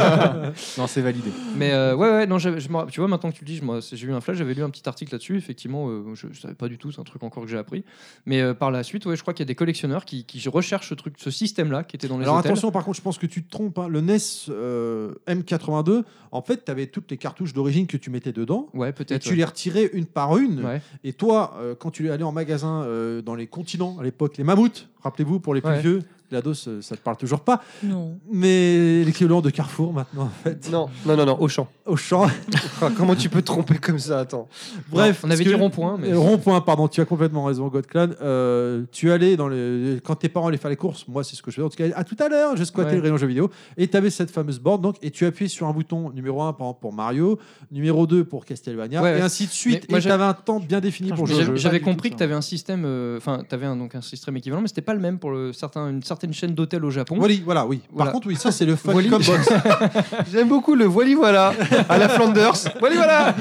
Non, c'est validé. Mais euh, ouais, ouais, non, j'avais- je me rapp- tu vois, maintenant que tu le dis, je me- j'ai eu un flash, j'avais lu un petit article là-dessus. Effectivement, euh, je, je savais pas du tout, c'est un truc encore que j'ai appris. Mais euh, par la suite, ouais, je crois qu'il y a des collectionneurs qui, qui recherchent ce truc, ce système-là qui était dans les Alors hôtels. attention, par contre, je pense que tu te trompes. hein. Le N E S euh, M quatre-vingt-deux, en fait, tu avais toutes les cartouches d'origine que tu mettais dedans. Ouais, Et peut-être. tu ouais. les retirais une par une. Ouais. Et toi, euh, quand tu allais en magasin euh, dans les continents, à l'époque, les mammouths, rappelez-vous, pour les plus Ouais. vieux, GLaDOS, euh, ça te parle toujours pas. Non. Mais l'équivalent de Carrefour maintenant, en fait. Non, non, non, non, au champ. Au champ. Ah, comment tu peux te tromper comme ça? Attends. Bref, on avait parce dit que- rond-point, mais- Euh, Rond-point, pardon, tu as complètement raison, Godclan. Euh, tu allais dans les... Quand tes parents allaient faire les courses, moi c'est ce que je faisais, en tout cas, à tout à l'heure, je squattais Ouais. le rayon jeux vidéo, et tu avais cette fameuse borne, donc, et tu appuyais sur un bouton numéro un par exemple, pour Mario, numéro deux pour Castlevania, Ouais, et ouais. ainsi de suite. Mais moi, Et tu avais un temps bien défini Putain, pour je jouer me au J'avais jeu. j'avais pas du compris tout, que ça. tu avais un système, euh, enfin, tu avais un, donc un système équivalent, mais c'était pas le même pour le certain, une certaine chaîne d'hôtels au Japon. Wally, voilà, oui. Voilà. Par contre, oui, ça c'est le Wally. Famicom Box. J'aime beaucoup le voili voilà à la Flanders. Voili voilà.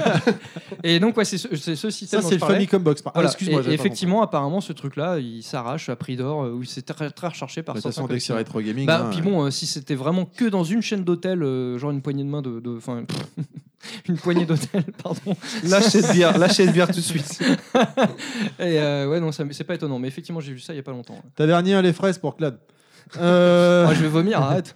Et donc, ouais, c'est ce, c'est ce système Ça dont c'est je le parlais. Famicom Box. Ah, Voilà. excuse-moi, Et- et j'avais pas effectivement, apparemment, ce truc-là, il s'arrache à prix d'or, euh, où c'est très, très recherché par compris. De toute certains façon, dès que c'est collectionneurs. rétro gaming. Bah, hein, puis bon, euh, si c'était vraiment que dans une chaîne d'hôtels, euh, genre une poignée de main de. de- Enfin, une poignée d'hôtels, pardon. Lâchez de bière, lâchez de bière tout de suite. Et euh, ouais, non, ça, c'est pas étonnant. Mais effectivement, j'ai vu ça il y a pas longtemps. ouais. Ta dernière, les fraises pour Clad. Euh, Ah, je vais vomir, arrête.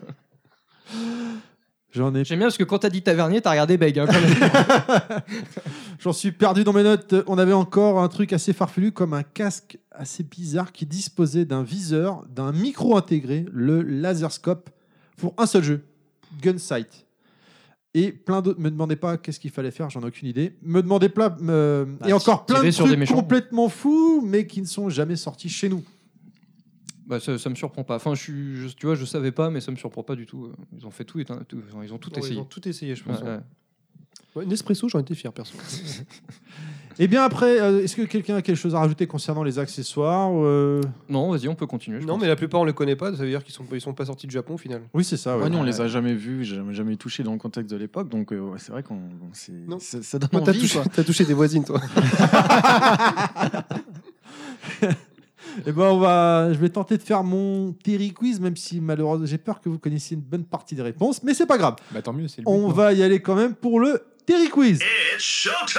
J'en ai J'aime bien parce que quand t'as dit Tavernier, t'as regardé Beg. Hein, quand même. J'en suis perdu dans mes notes. On avait encore un truc assez farfelu comme un casque assez bizarre qui disposait d'un viseur, d'un micro intégré, le Laserscope, pour un seul jeu, Gunsight. Et plein d'autres. Me demandez pas qu'est-ce qu'il fallait faire, j'en ai aucune idée. Me demandez pas. euh, Bah, et encore plein tirer de sur des trucs méchants. complètement fous, mais qui ne sont jamais sortis chez nous. Bah, ça, ça me surprend pas. Enfin, je suis, je- tu vois, je savais pas, mais ça me surprend pas du tout. Ils ont fait tout, et tout enfin, ils ont tout Ouais, essayé. Ils ont tout essayé, je pense. Ouais, ouais. Ouais, Nespresso, j'en étais fier, perso. Et bien après, euh, est-ce que quelqu'un a quelque chose à rajouter concernant les accessoires euh Non, vas-y, on peut continuer. je Non, pense. mais la plupart on les connaît pas, ça veut dire qu'ils sont, ils sont pas sortis du Japon au final. Oui, c'est ça. Ouais, ouais. nous, on les a jamais vus, jamais, jamais touchés dans le contexte de l'époque, donc euh, ouais, c'est vrai qu'on bon, c'est- Non. ça, ça donne Toi, T'as envie. touché, quoi. t'as touché des voisines, toi. Eh ben on va, je vais tenter de faire mon Terry Quiz, même si malheureusement j'ai peur que vous connaissiez une bonne partie des réponses, mais c'est pas grave. Bah tant mieux, c'est le but, On non va y aller quand même pour le Terry Quiz. It's showtime!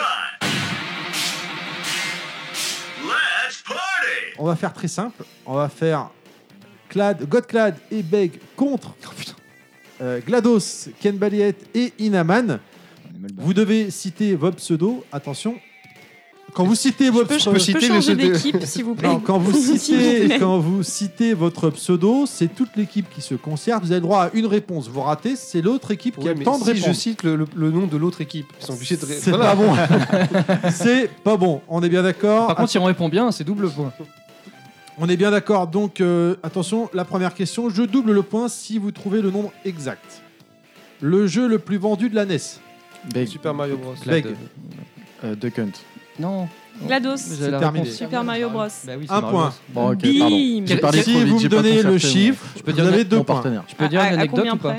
Let's party! On va faire très simple. On va faire Clad, Godclad et Beg contre euh, GLaDOS, Ken Baliet et Inaman. On est mal barré. Vous devez citer vos pseudos. Attention. quand vous citez votre Je peux, je peux changer d'équipe, s'il vous plaît. Non, quand vous S'il vous citez, plaît. quand vous citez votre pseudo, c'est toute l'équipe qui se concerte. Vous avez le droit à une réponse. Vous ratez, c'est l'autre équipe qui Ouais, a le mais temps de si répondre. je cite le, le- le nom de l'autre équipe, ils sont obligés de. ré- C'est Voilà. pas bon. C'est pas bon. On est bien d'accord. Par contre, si on répond bien, c'est double point. On est bien d'accord. Donc, euh, attention, la première question. Je double le point si vous trouvez le nombre exact. Le jeu le plus vendu de la N E S. Beg. Super Mario Bros. Beg. Euh, Duck Hunt. Non. GLaDOS. J'ai la terminé. réponse. Super Mario Bros. Bah oui, c'est Un Mario point. Bros. Bon, ok, Bim. pardon. J'ai J'ai parlé Si trop vite, vous j'ai me pas donnez le concerté, chiffre, Je peux vous dire avez une- deux mon points. partenaire. Je peux dire À- une à anecdote combien ou pas près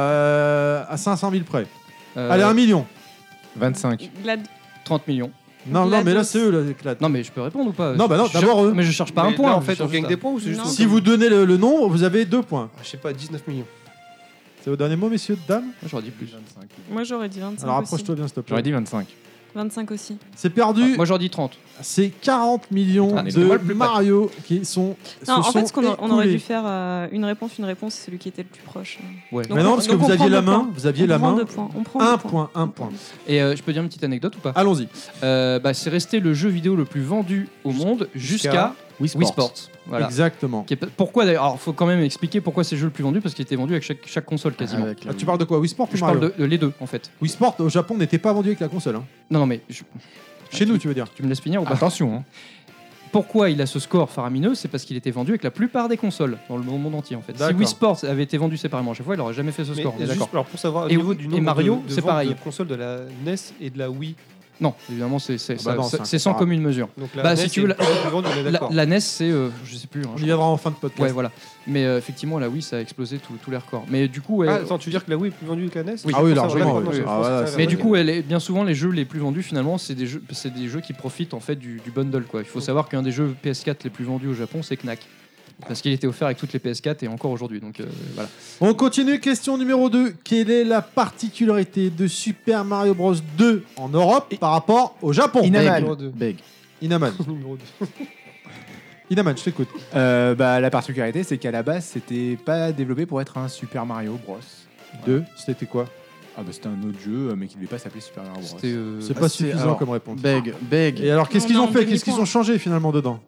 Euh, à cinq cent mille près. Euh, Allez, un million. vingt-cinq. Glad- trente millions. Non, non, mais là, GLaDOS. c'est eux, là, éclate. Non, mais je peux répondre ou pas Non, bah non, Je- d'abord eux. Mais je cherche pas Mais un point. là, en je fait, on cherche gagne ça. des points ou c'est juste. Non. Si vous donnez le, le nombre, vous avez deux points. Ah, je sais pas, dix-neuf millions. C'est votre dernier mot, messieurs, dames Moi, j'aurais dit plus. Moi, j'aurais dit vingt-cinq. Alors aussi. approche-toi bien, s'il te plaît. J'aurais dit vingt-cinq. vingt-cinq aussi. C'est perdu. Moi, j'aurais dit trente. C'est quarante millions Ah, de c'est moi le plus près. Mario qui sont. se Non, en sont fait, ce qu'on a- on aurait écoulés. dû faire euh, une réponse, une réponse, c'est celui qui était le plus proche. Ouais. Donc, Mais non, on- parce que donc vous on aviez prend la deux main. points. Vous aviez On la prend main. deux points. On prend Un deux points. point, un point. Et euh, je peux dire une petite anecdote ou pas Allons-y. Euh, bah, C'est resté le jeu vidéo le plus vendu au monde jusqu'à Wii Wii Sports. Sports. Voilà. Exactement. Qui est pas- Pourquoi d'ailleurs Alors, faut quand même expliquer pourquoi c'est le jeu le plus vendu parce qu'il était vendu avec chaque, chaque console quasiment. Avec la Ah, tu Wii. parles de quoi Wii Sport ou Je Mario parle de, de les deux en fait. Wii Sport au Japon n'était pas vendu avec la console. hein. Non, non, mais je- Chez nous, tu veux dire tu me laisses finir ou pas Attention, hein. Pourquoi il a ce score faramineux C'est parce qu'il était vendu avec la plupart des consoles dans le monde entier en fait. Si D'accord. Wii Sports avait été vendu séparément à chaque fois, il aurait jamais fait ce Mais score. on est juste, d'accord. alors pour savoir, au Et- niveau du et nombre Mario, de, de c'est ventes pareil. de consoles de la N E S et de la Wii. Non, évidemment, c'est c'est- Ah bah ça- non, c'est- c'est c'est sans incomparable. commune mesure. Donc la Bah, N E S si tu est veux, la- plus vendue, on est La, d'accord. la N E S, c'est, euh, je sais plus. hein, On je y viendra en fin de podcast. Ouais, voilà. Mais euh, effectivement, la Wii, ça a explosé tous tous les records. Mais du coup, Ah, elle- attends, tu veux dire que la Wii est plus vendue que la N E S Oui. Ah oui, Je pense largement, savoir- oui. non, je Ah, pense voilà, que c'est ça mais va. du coup, elle est, bien souvent, les jeux les plus vendus, finalement, c'est des jeux, c'est des jeux qui profitent en fait du, du bundle. Quoi. Il faut savoir qu'un des jeux P S quatre les plus vendus au Japon, c'est Knack. Parce qu'il était offert avec toutes les P S quatre et encore aujourd'hui. Donc euh, voilà. On continue, question numéro deux. Quelle est la particularité de Super Mario Bros deux en Europe par rapport au Japon Inaman. Numéro deux. Beg. Inaman. Numéro deux. Inaman, je t'écoute. Euh, bah, la particularité, c'est qu'à la base, c'était pas développé pour être un Super Mario Bros. deux, c'était quoi Ah bah c'était un autre jeu, mais qui devait pas s'appeler Super Mario Bros. C'était. euh, C'est Ah, pas c'est- suffisant alors, comme réponse. Beg. Beg. Et alors, qu'est-ce On qu'ils a ont un fait Qu'est-ce qu'ils demi-point. ont changé finalement dedans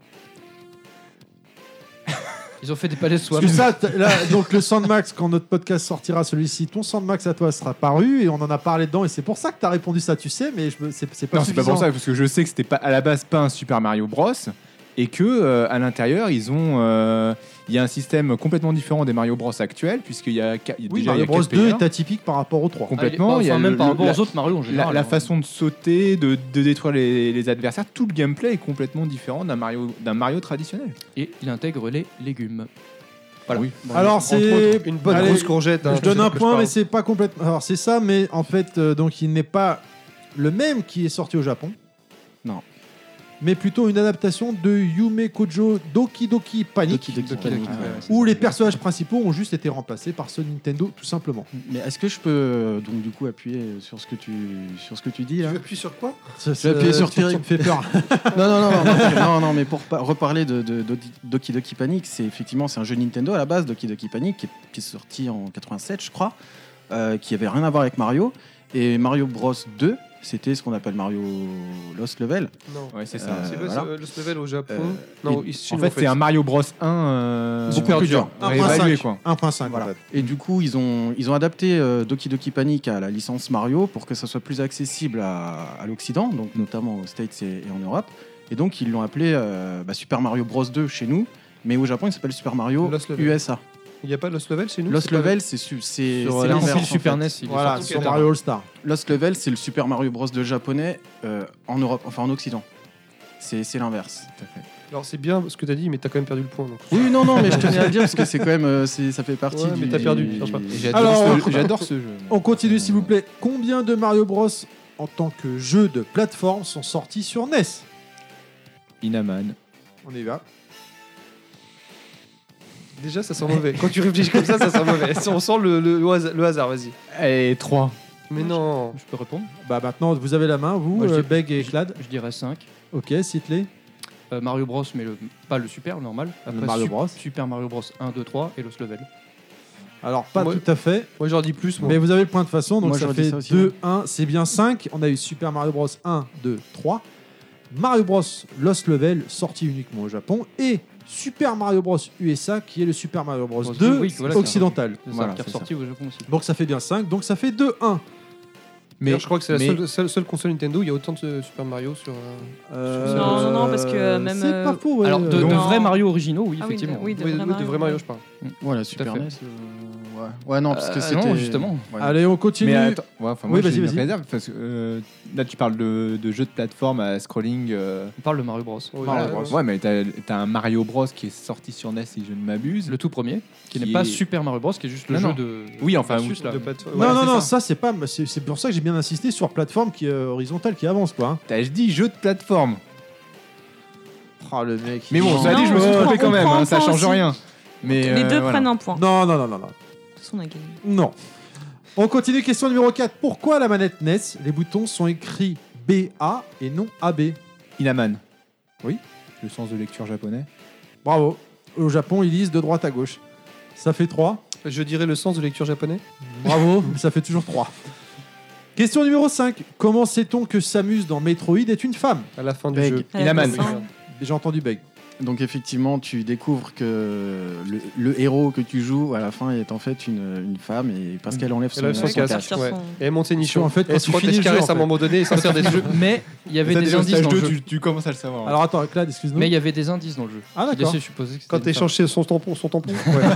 Ils ont fait des palais de soie. Parce que ça, t- là, donc le Sandmax, quand notre podcast sortira celui-ci, ton Sandmax à toi sera paru et on en a parlé dedans et c'est pour ça que tu as répondu ça, tu sais, mais je me- c'est c'est pas Non, c'est pas suffisant. pour ça, parce que je sais que c'était pas à la base pas un Super Mario Bros. Et que euh, à l'intérieur, ils ont, euh, il y a un système complètement différent des Mario Bros actuels, puisqu'il y a, qua- Oui, déjà il y Mario a Bros quatre deux players. est atypique par rapport au trois. Complètement. Ah, il est- il y a enfin, le- même par le- rapport la- aux autres Mario en La, général. la hein. façon de sauter, de, de détruire les, les adversaires, tout le gameplay est complètement différent d'un Mario, d'un Mario traditionnel. Et il intègre les légumes. Voilà. Oui. Bon, Alors Entre c'est autres, une bonne Allez, grosse courgette. hein, je donne sais un de quoi point, parle. mais c'est pas complètement. Alors c'est ça, mais en fait, euh, donc il n'est pas le même qui est sorti au Japon. Non. Mais plutôt une adaptation de Yume Kojo Doki Doki Panic, Doki Doki Doki Doki, Panic, ouais, ouais. ouais, c'est où ça. les personnages principaux ont juste été remplacés par ceux de Nintendo, tout simplement. Mais est-ce que je peux euh, donc du coup appuyer sur ce que tu sur ce que tu dis Tu là veux appuyer sur quoi Ça, vais appuyer sur tu, tu Thierry. me fais peur. Non non non non, non, non, non, mais pour pa- reparler de, de, de Doki Doki Panic, c'est effectivement c'est un jeu Nintendo à la base, Doki Doki Panic qui est, qui est sorti en quatre-vingt-sept je crois, euh, qui avait rien à voir avec Mario, et Mario Bros deux c'était ce qu'on appelle Mario Lost Level. Non. Ouais, c'est ça. Euh, C'est pas voilà. ce- le level au Japon. Euh, non, et- ici, En nous, fait, c'est un Mario Bros un euh, Super plus dur. réévalué, quoi. un point cinq Voilà. en fait. Et du coup, ils ont, ils ont adapté euh, Doki Doki Panic à la licence Mario pour que ça soit plus accessible à, à l'Occident, donc notamment aux States et, et en Europe. Et donc, ils l'ont appelé euh, bah, Super Mario Bros deux chez nous, mais au Japon, il s'appelle Super Mario Lost Level. U S A. Il n'y a pas Lost Level chez nous Lost c'est pas- Level, c'est su- c'est Sur, c'est euh, La l'inverse, console en Super fait. N E S. il est Voilà, sorti. sur Mario All Star. Lost Level, c'est le Super Mario Bros deux japonais euh, en Europe, enfin en Occident. C'est c'est l'inverse. Alors c'est bien ce que tu as dit, mais tu as quand même perdu le point. Donc. Oui, non, non, mais je tenais à le dire parce que c'est quand même, euh, c'est- ça fait partie Ouais, du. mais t'as perdu, cherche pas. Et Alors, J'adore ce, j'adore ce jeu. On continue s'il vous plaît. Combien de Mario Bros en tant que jeu de plateforme sont sortis sur N E S? Inaman. On y va. Déjà, ça sent mauvais. Quand tu réfléchis comme ça, ça sent mauvais. On sent le, le, le hasard, le hasard, vas-y. Et trois. Mais non. Je peux répondre Bah maintenant vous avez la main, vous, Moi, je euh, dis- Beg et Clad. Je dirais cinq. Ok, cite-les. Euh, Mario Bros, mais le, pas le super, le normal. Après, Mario Sup- Bros. Super Mario Bros un, deux, trois et Lost Level. Alors pas Moi- tout à fait, Moi, j'en dis plus. Moi. mais vous avez le point de façon, donc Moi, ça j'aurais dit fait ça aussi, deux un, c'est bien cinq. On a eu Super Mario Bros un, deux, trois. Mario Bros Lost Level, sorti uniquement au Japon, et Super Mario Bros U S A, qui est le Super Mario Bros Bros deux oui, voilà, occidental. C'est ça, Voilà, qui est c'est ressorti au Japon aussi. Donc ça fait bien cinq, donc ça fait deux un. Mais je crois que c'est la mais- seule, seule, seule console Nintendo où il y a autant de Super Mario sur. euh, Euh, Non, non, non, parce que, euh, même, C'est euh, pas faux, ouais. Alors, de, de Non. vrais Mario originaux, oui, Ah oui, effectivement. de- oui, de oui, vrais oui, de Mario, vrais Mario, ouais. je parle. Voilà, à Super fait. N E S. euh, ouais. ouais, non, parce que Euh, c'était. non, justement. Ouais. Allez, on continue. Mais attends, ouais, enfin, moi Oui, vas-y, j'ai une vas-y. réserve parce que euh, là tu parles de, de jeux de plateforme à scrolling. euh, On parle de Mario Bros. Oui, Mario ouais, Bros. ouais. Ouais, mais t'as t'as un Mario Bros qui est sorti sur N E S si je ne m'abuse. Le tout premier, qui, Qui n'est pas est- Super Mario Bros, qui est juste le Non, jeu non. de. Oui, enfin, versus, là. De plateforme. Non, Ouais, non, c'est non, ça. ça, c'est pas. C'est c'est pour ça que j'ai bien insisté sur plateforme qui est euh, horizontale qui avance, quoi. hein. T'as je dis jeu de plateforme. Oh, le mec. Mais bon, il- ça Non, dit, je me suis on trompé prend- quand on même, prend hein, un ça point change aussi. rien. Mais Les euh, deux voilà. prennent un point. Non, non, non, non, non. De toute façon, on a gagné. Non. On continue, question numéro quatre. Pourquoi la manette N E S, les boutons sont écrits B A et non A B? Inaman. Oui. Le sens de lecture japonais. Bravo. Au Japon, ils lisent de droite à gauche. Ça fait trois. Je dirais le sens de lecture japonais. Bravo, mais ça fait toujours trois. Question numéro cinq. Comment sait-on que Samus dans Metroid est une femme? À la fin du Beg. jeu. À la Inaman. fin. J'ai entendu Beg. Donc effectivement, tu découvres que le, le héros que tu joues à la fin est en fait une, une femme et parce qu'elle enlève son, Elle enlève son son casque. casque. Sortir Ouais. son- Et elle monte ses nichons. En fait, quand elle tu se frotte, finis elle se le jeu, caresse en à un fait. moment donné et s'en sert des jeux. Mais il y avait Ça, des déjà, au indices stage dans le deux, jeu. tu, tu commences à le savoir. Alors attends, Claude, excuse-nous. Mais il y avait des indices dans le jeu. Ah, Qui d'accord. laissaient supposer que c'était Quand une tu femme. échanges son tampon, son tampon.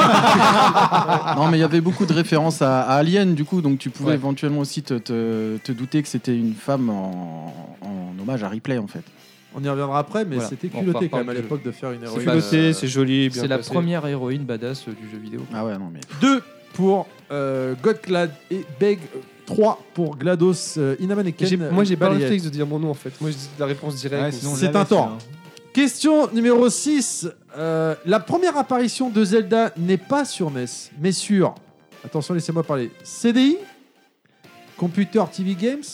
Non, mais il y avait beaucoup de références à, à Alien, du coup, donc tu pouvais Ouais. éventuellement aussi te, te, te douter que c'était une femme en, en hommage à Ripley, en fait. On y reviendra après, mais Voilà. c'était On culotté repart quand même à du jeu. l'époque de faire une C'est héroïne. culotté, euh, c'est joli, bien C'est la placé. première héroïne badass euh, du jeu vidéo. Ah ouais, non, mais. Deux pour euh, Godclad et Beg. Trois pour GLaDOS, euh, Inaman et Ken. J'ai- Moi, j'ai pas le Balayev. réflexe de dire mon nom en fait. Moi, je dis la réponse directe. Ouais, sinon, on C'est l'avait, un tort. celui-là. Question numéro six. Euh, la première apparition de Zelda n'est pas sur N E S, mais sur. Attention, laissez-moi parler. C D I, Computer T V Games,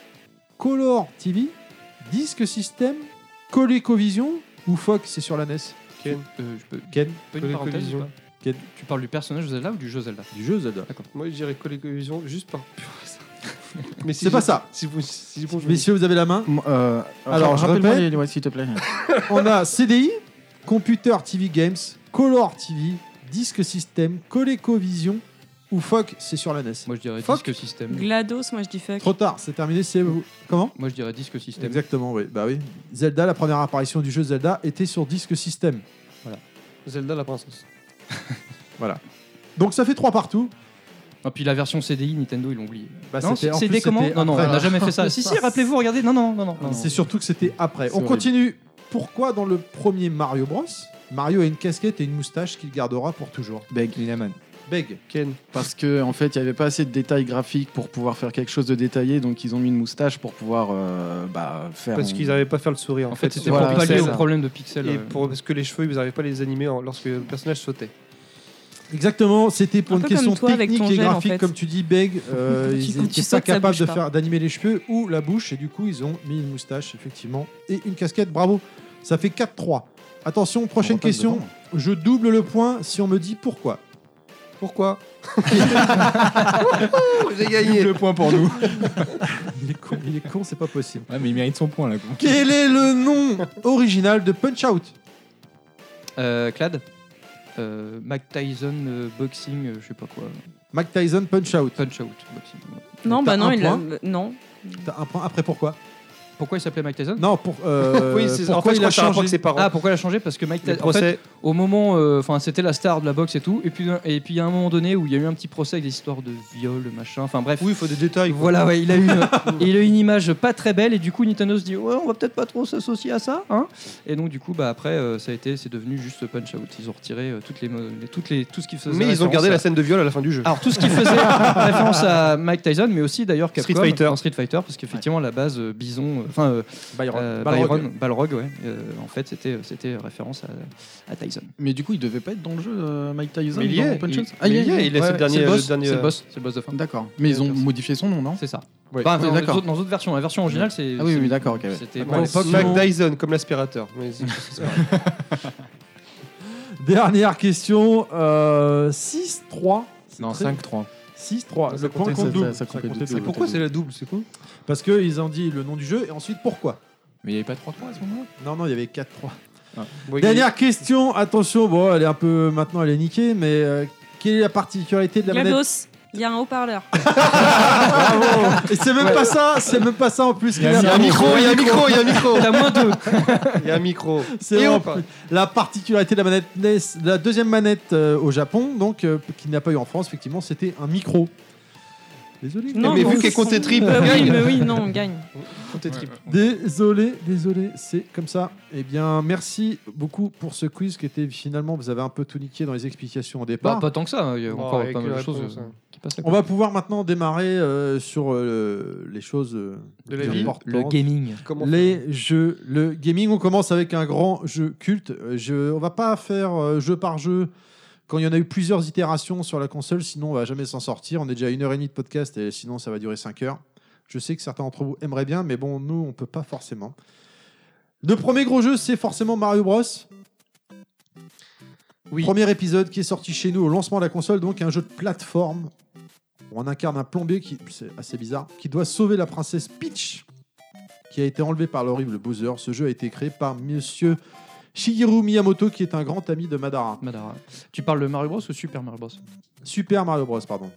Color T V, Disque System, ColecoVision ou Fox, c'est sur la N E S. Ken. Euh, je peux, Ken, peux une parenthèse ColecoVision. ou pas Ken. Tu parles du personnage de Zelda ou du jeu Zelda Du jeu Zelda. Moi, je dirais ColecoVision juste par pur hasard. Mais si C'est pas j'ai- ça. Si vous, si bon, je Messieurs, vous avez la main. Euh, Alors, je rappelle-moi répète. les- ouais, s'il te plaît. On a C D I, Computer T V Games, Color T V, Disque System, ColecoVision ou Fox, c'est sur la N E S. Moi je dirais Fuck. disque système. GLaDOS, moi je dis fuck. Trop tard, c'est terminé, c'est vous. Comment? Moi je dirais disque système. Exactement, oui. Bah oui. Zelda, la première apparition du jeu Zelda était sur Disque System. Zelda la princesse. Voilà. Donc ça fait trois partout. Et puis la version C D I, Nintendo ils l'ont oublié. Bah, non, c'était- en C D plus, comment c'était Non, non, on après. n'a jamais fait ça. si, si, rappelez-vous, regardez. Non, non, non, non. non, C'est non. surtout que c'était après. C'est On horrible. continue. Pourquoi dans le premier Mario Bros, Mario a une casquette et une moustache qu'il gardera pour toujours? Beg. Inaman. Beg. Ken. Parce que en fait, il n'y avait pas assez de détails graphiques pour pouvoir faire quelque chose de détaillé, donc ils ont mis une moustache pour pouvoir euh, bah, faire. Parce un- qu'ils n'arrivaient pas à faire le sourire. En fait, c'était Voilà, pour pallier c'est au ça. problème de pixels. Et euh, pour, parce que les cheveux, ils n'arrivaient pas à les animer en- lorsque le personnage sautait. Exactement, c'était pour Un une peu question comme toi avec technique ton et gel, en graphique, fait. comme tu dis, Beg. euh, Quand ils tu n'étaient pas sautes, ça capables bouge de pas. faire d'animer les cheveux ou la bouche, et du coup, ils ont mis une moustache, effectivement, et une casquette. Bravo. Ça fait quatre trois. Attention, prochaine repasse question. devant. Je double le point si on me dit pourquoi. Pourquoi J'ai gagné. Le point pour nous. Il est con, il est con, c'est pas possible. Ouais, mais il mérite son point là. quoi. Quel est le nom original de Punch Out? euh, Clad euh, Mike Tyson euh, Boxing, euh, je sais pas quoi. Mike Tyson Punch Out. Punch Out Boxing. ouais. Non, Donc, bah t'as non, un il a. point. Non. T'as un point. Après, pourquoi? Pourquoi il s'appelait Mike Tyson Non, pour. euh, Oui, c'est en pourquoi fait, je il a crois que ça a rapport changé avec ses parents. Ah, pourquoi il a changé Parce que Mike Le Tyson. En fait, procès. au moment, euh, enfin, c'était la star de la boxe et tout, et puis et puis il y a un moment donné où il y a eu un petit procès avec des histoires de viol, machin. Enfin bref. Oui, il faut des détails. quoi. Voilà, ouais, il a eu une, il a eu une image pas très belle et du coup Nintendo se dit ouais, on va peut-être pas trop s'associer à ça, hein. Et donc du coup, bah après, euh, ça a été, c'est devenu juste Punch Out. Ils ont retiré euh, toutes les, mo- les- toutes les, tout ce qui faisait. Mais ils ont référence gardé à- la scène de viol à la fin du jeu. Alors tout ce qui faisait référence à Mike Tyson, mais aussi d'ailleurs Capcom Street Fighter. dans Street Fighter, parce qu'effectivement la base euh, Bison, euh, enfin euh, Byron. euh, Balrog. Byron, Balrog, ouais, euh, en fait c'était c'était référence à, à Tyson. Mais du coup, il devait pas être dans le jeu, euh, Mike Tyson. Mais il y dans est, Punch il- Out mais il y est, il est- c'est le dernier- c'est le boss, le dernier- c'est le boss, c'est le boss de fin. D'accord. Mais ils ont Merci. modifié son nom, non C'est ça. Ouais. Enfin, Oui, dans, d'accord. les autres- dans d'autres versions. La version originale, c'est. Ah oui, c'est- oui, d'accord, ok, ouais. C'était Bon, à l'époque, Mac- Mac Dyson, comme l'aspirateur. Mais c'est- c'est pareil. Dernière question. Euh, six trois. C'est Non, très- cinq trois. six trois. Ça Le point comptait- compte ça- double. ça comptait comptait double. double. Pourquoi c'est la double C'est con Parce qu'ils ont dit le nom du jeu et ensuite pourquoi. Mais il n'y avait pas trois trois à ce moment-là. Non, non, il y avait quatre trois. Ah. Oui, Dernière question, attention, bon, elle est un peu. Maintenant, elle est niquée, mais euh, quelle est la particularité de la manette? GLaDOS, il y a un haut-parleur. Bravo. Et c'est même pas ça, c'est même pas ça en plus. Il y a un micro, il y a un micro, il y a un micro. Il y a moins deux. Il y a un micro. C'est Et vraiment on parle. la particularité de la manette N E S, la deuxième manette euh, au Japon, donc euh, qui n'a pas eu en France, effectivement, c'était un micro. Désolé. Non, mais non, vu qu'elle c'est- comptait triple, Bah on oui, gagne. mais oui, non, on gagne. Comptez triple. Désolé, désolé, c'est comme ça. Eh bien, merci beaucoup pour ce quiz qui était finalement, vous avez un peu tout niqué dans les explications au Bah, départ. pas tant que ça, hein, il y a Bon, encore avec pas mal une de choses réponse, euh, hein. qui passent à On côté. va pouvoir maintenant démarrer euh, sur euh, les choses euh, De la plus vie. importantes. Le gaming. Comment Les jeux, le gaming, on commence avec un grand jeu culte. Euh, Je, on va pas faire euh, jeu par jeu quand il y en a eu plusieurs itérations sur la console, sinon on va jamais s'en sortir. On est déjà à une heure et demie de podcast et sinon ça va durer cinq heures. Je sais que certains d'entre vous aimeraient bien, mais bon, nous on peut pas forcément. Le premier gros jeu, c'est forcément Mario Bros. Oui. Premier épisode qui est sorti chez nous au lancement de la console, donc un jeu de plateforme. On incarne un plombier qui, c'est assez bizarre, qui doit sauver la princesse Peach, qui a été enlevée par l'horrible Bowser. Ce jeu a été créé par Monsieur Shigeru Miyamoto, qui est un grand ami de Madara. Madara. Tu parles de Mario Bros ou Super Mario Bros? Super Mario Bros, pardon.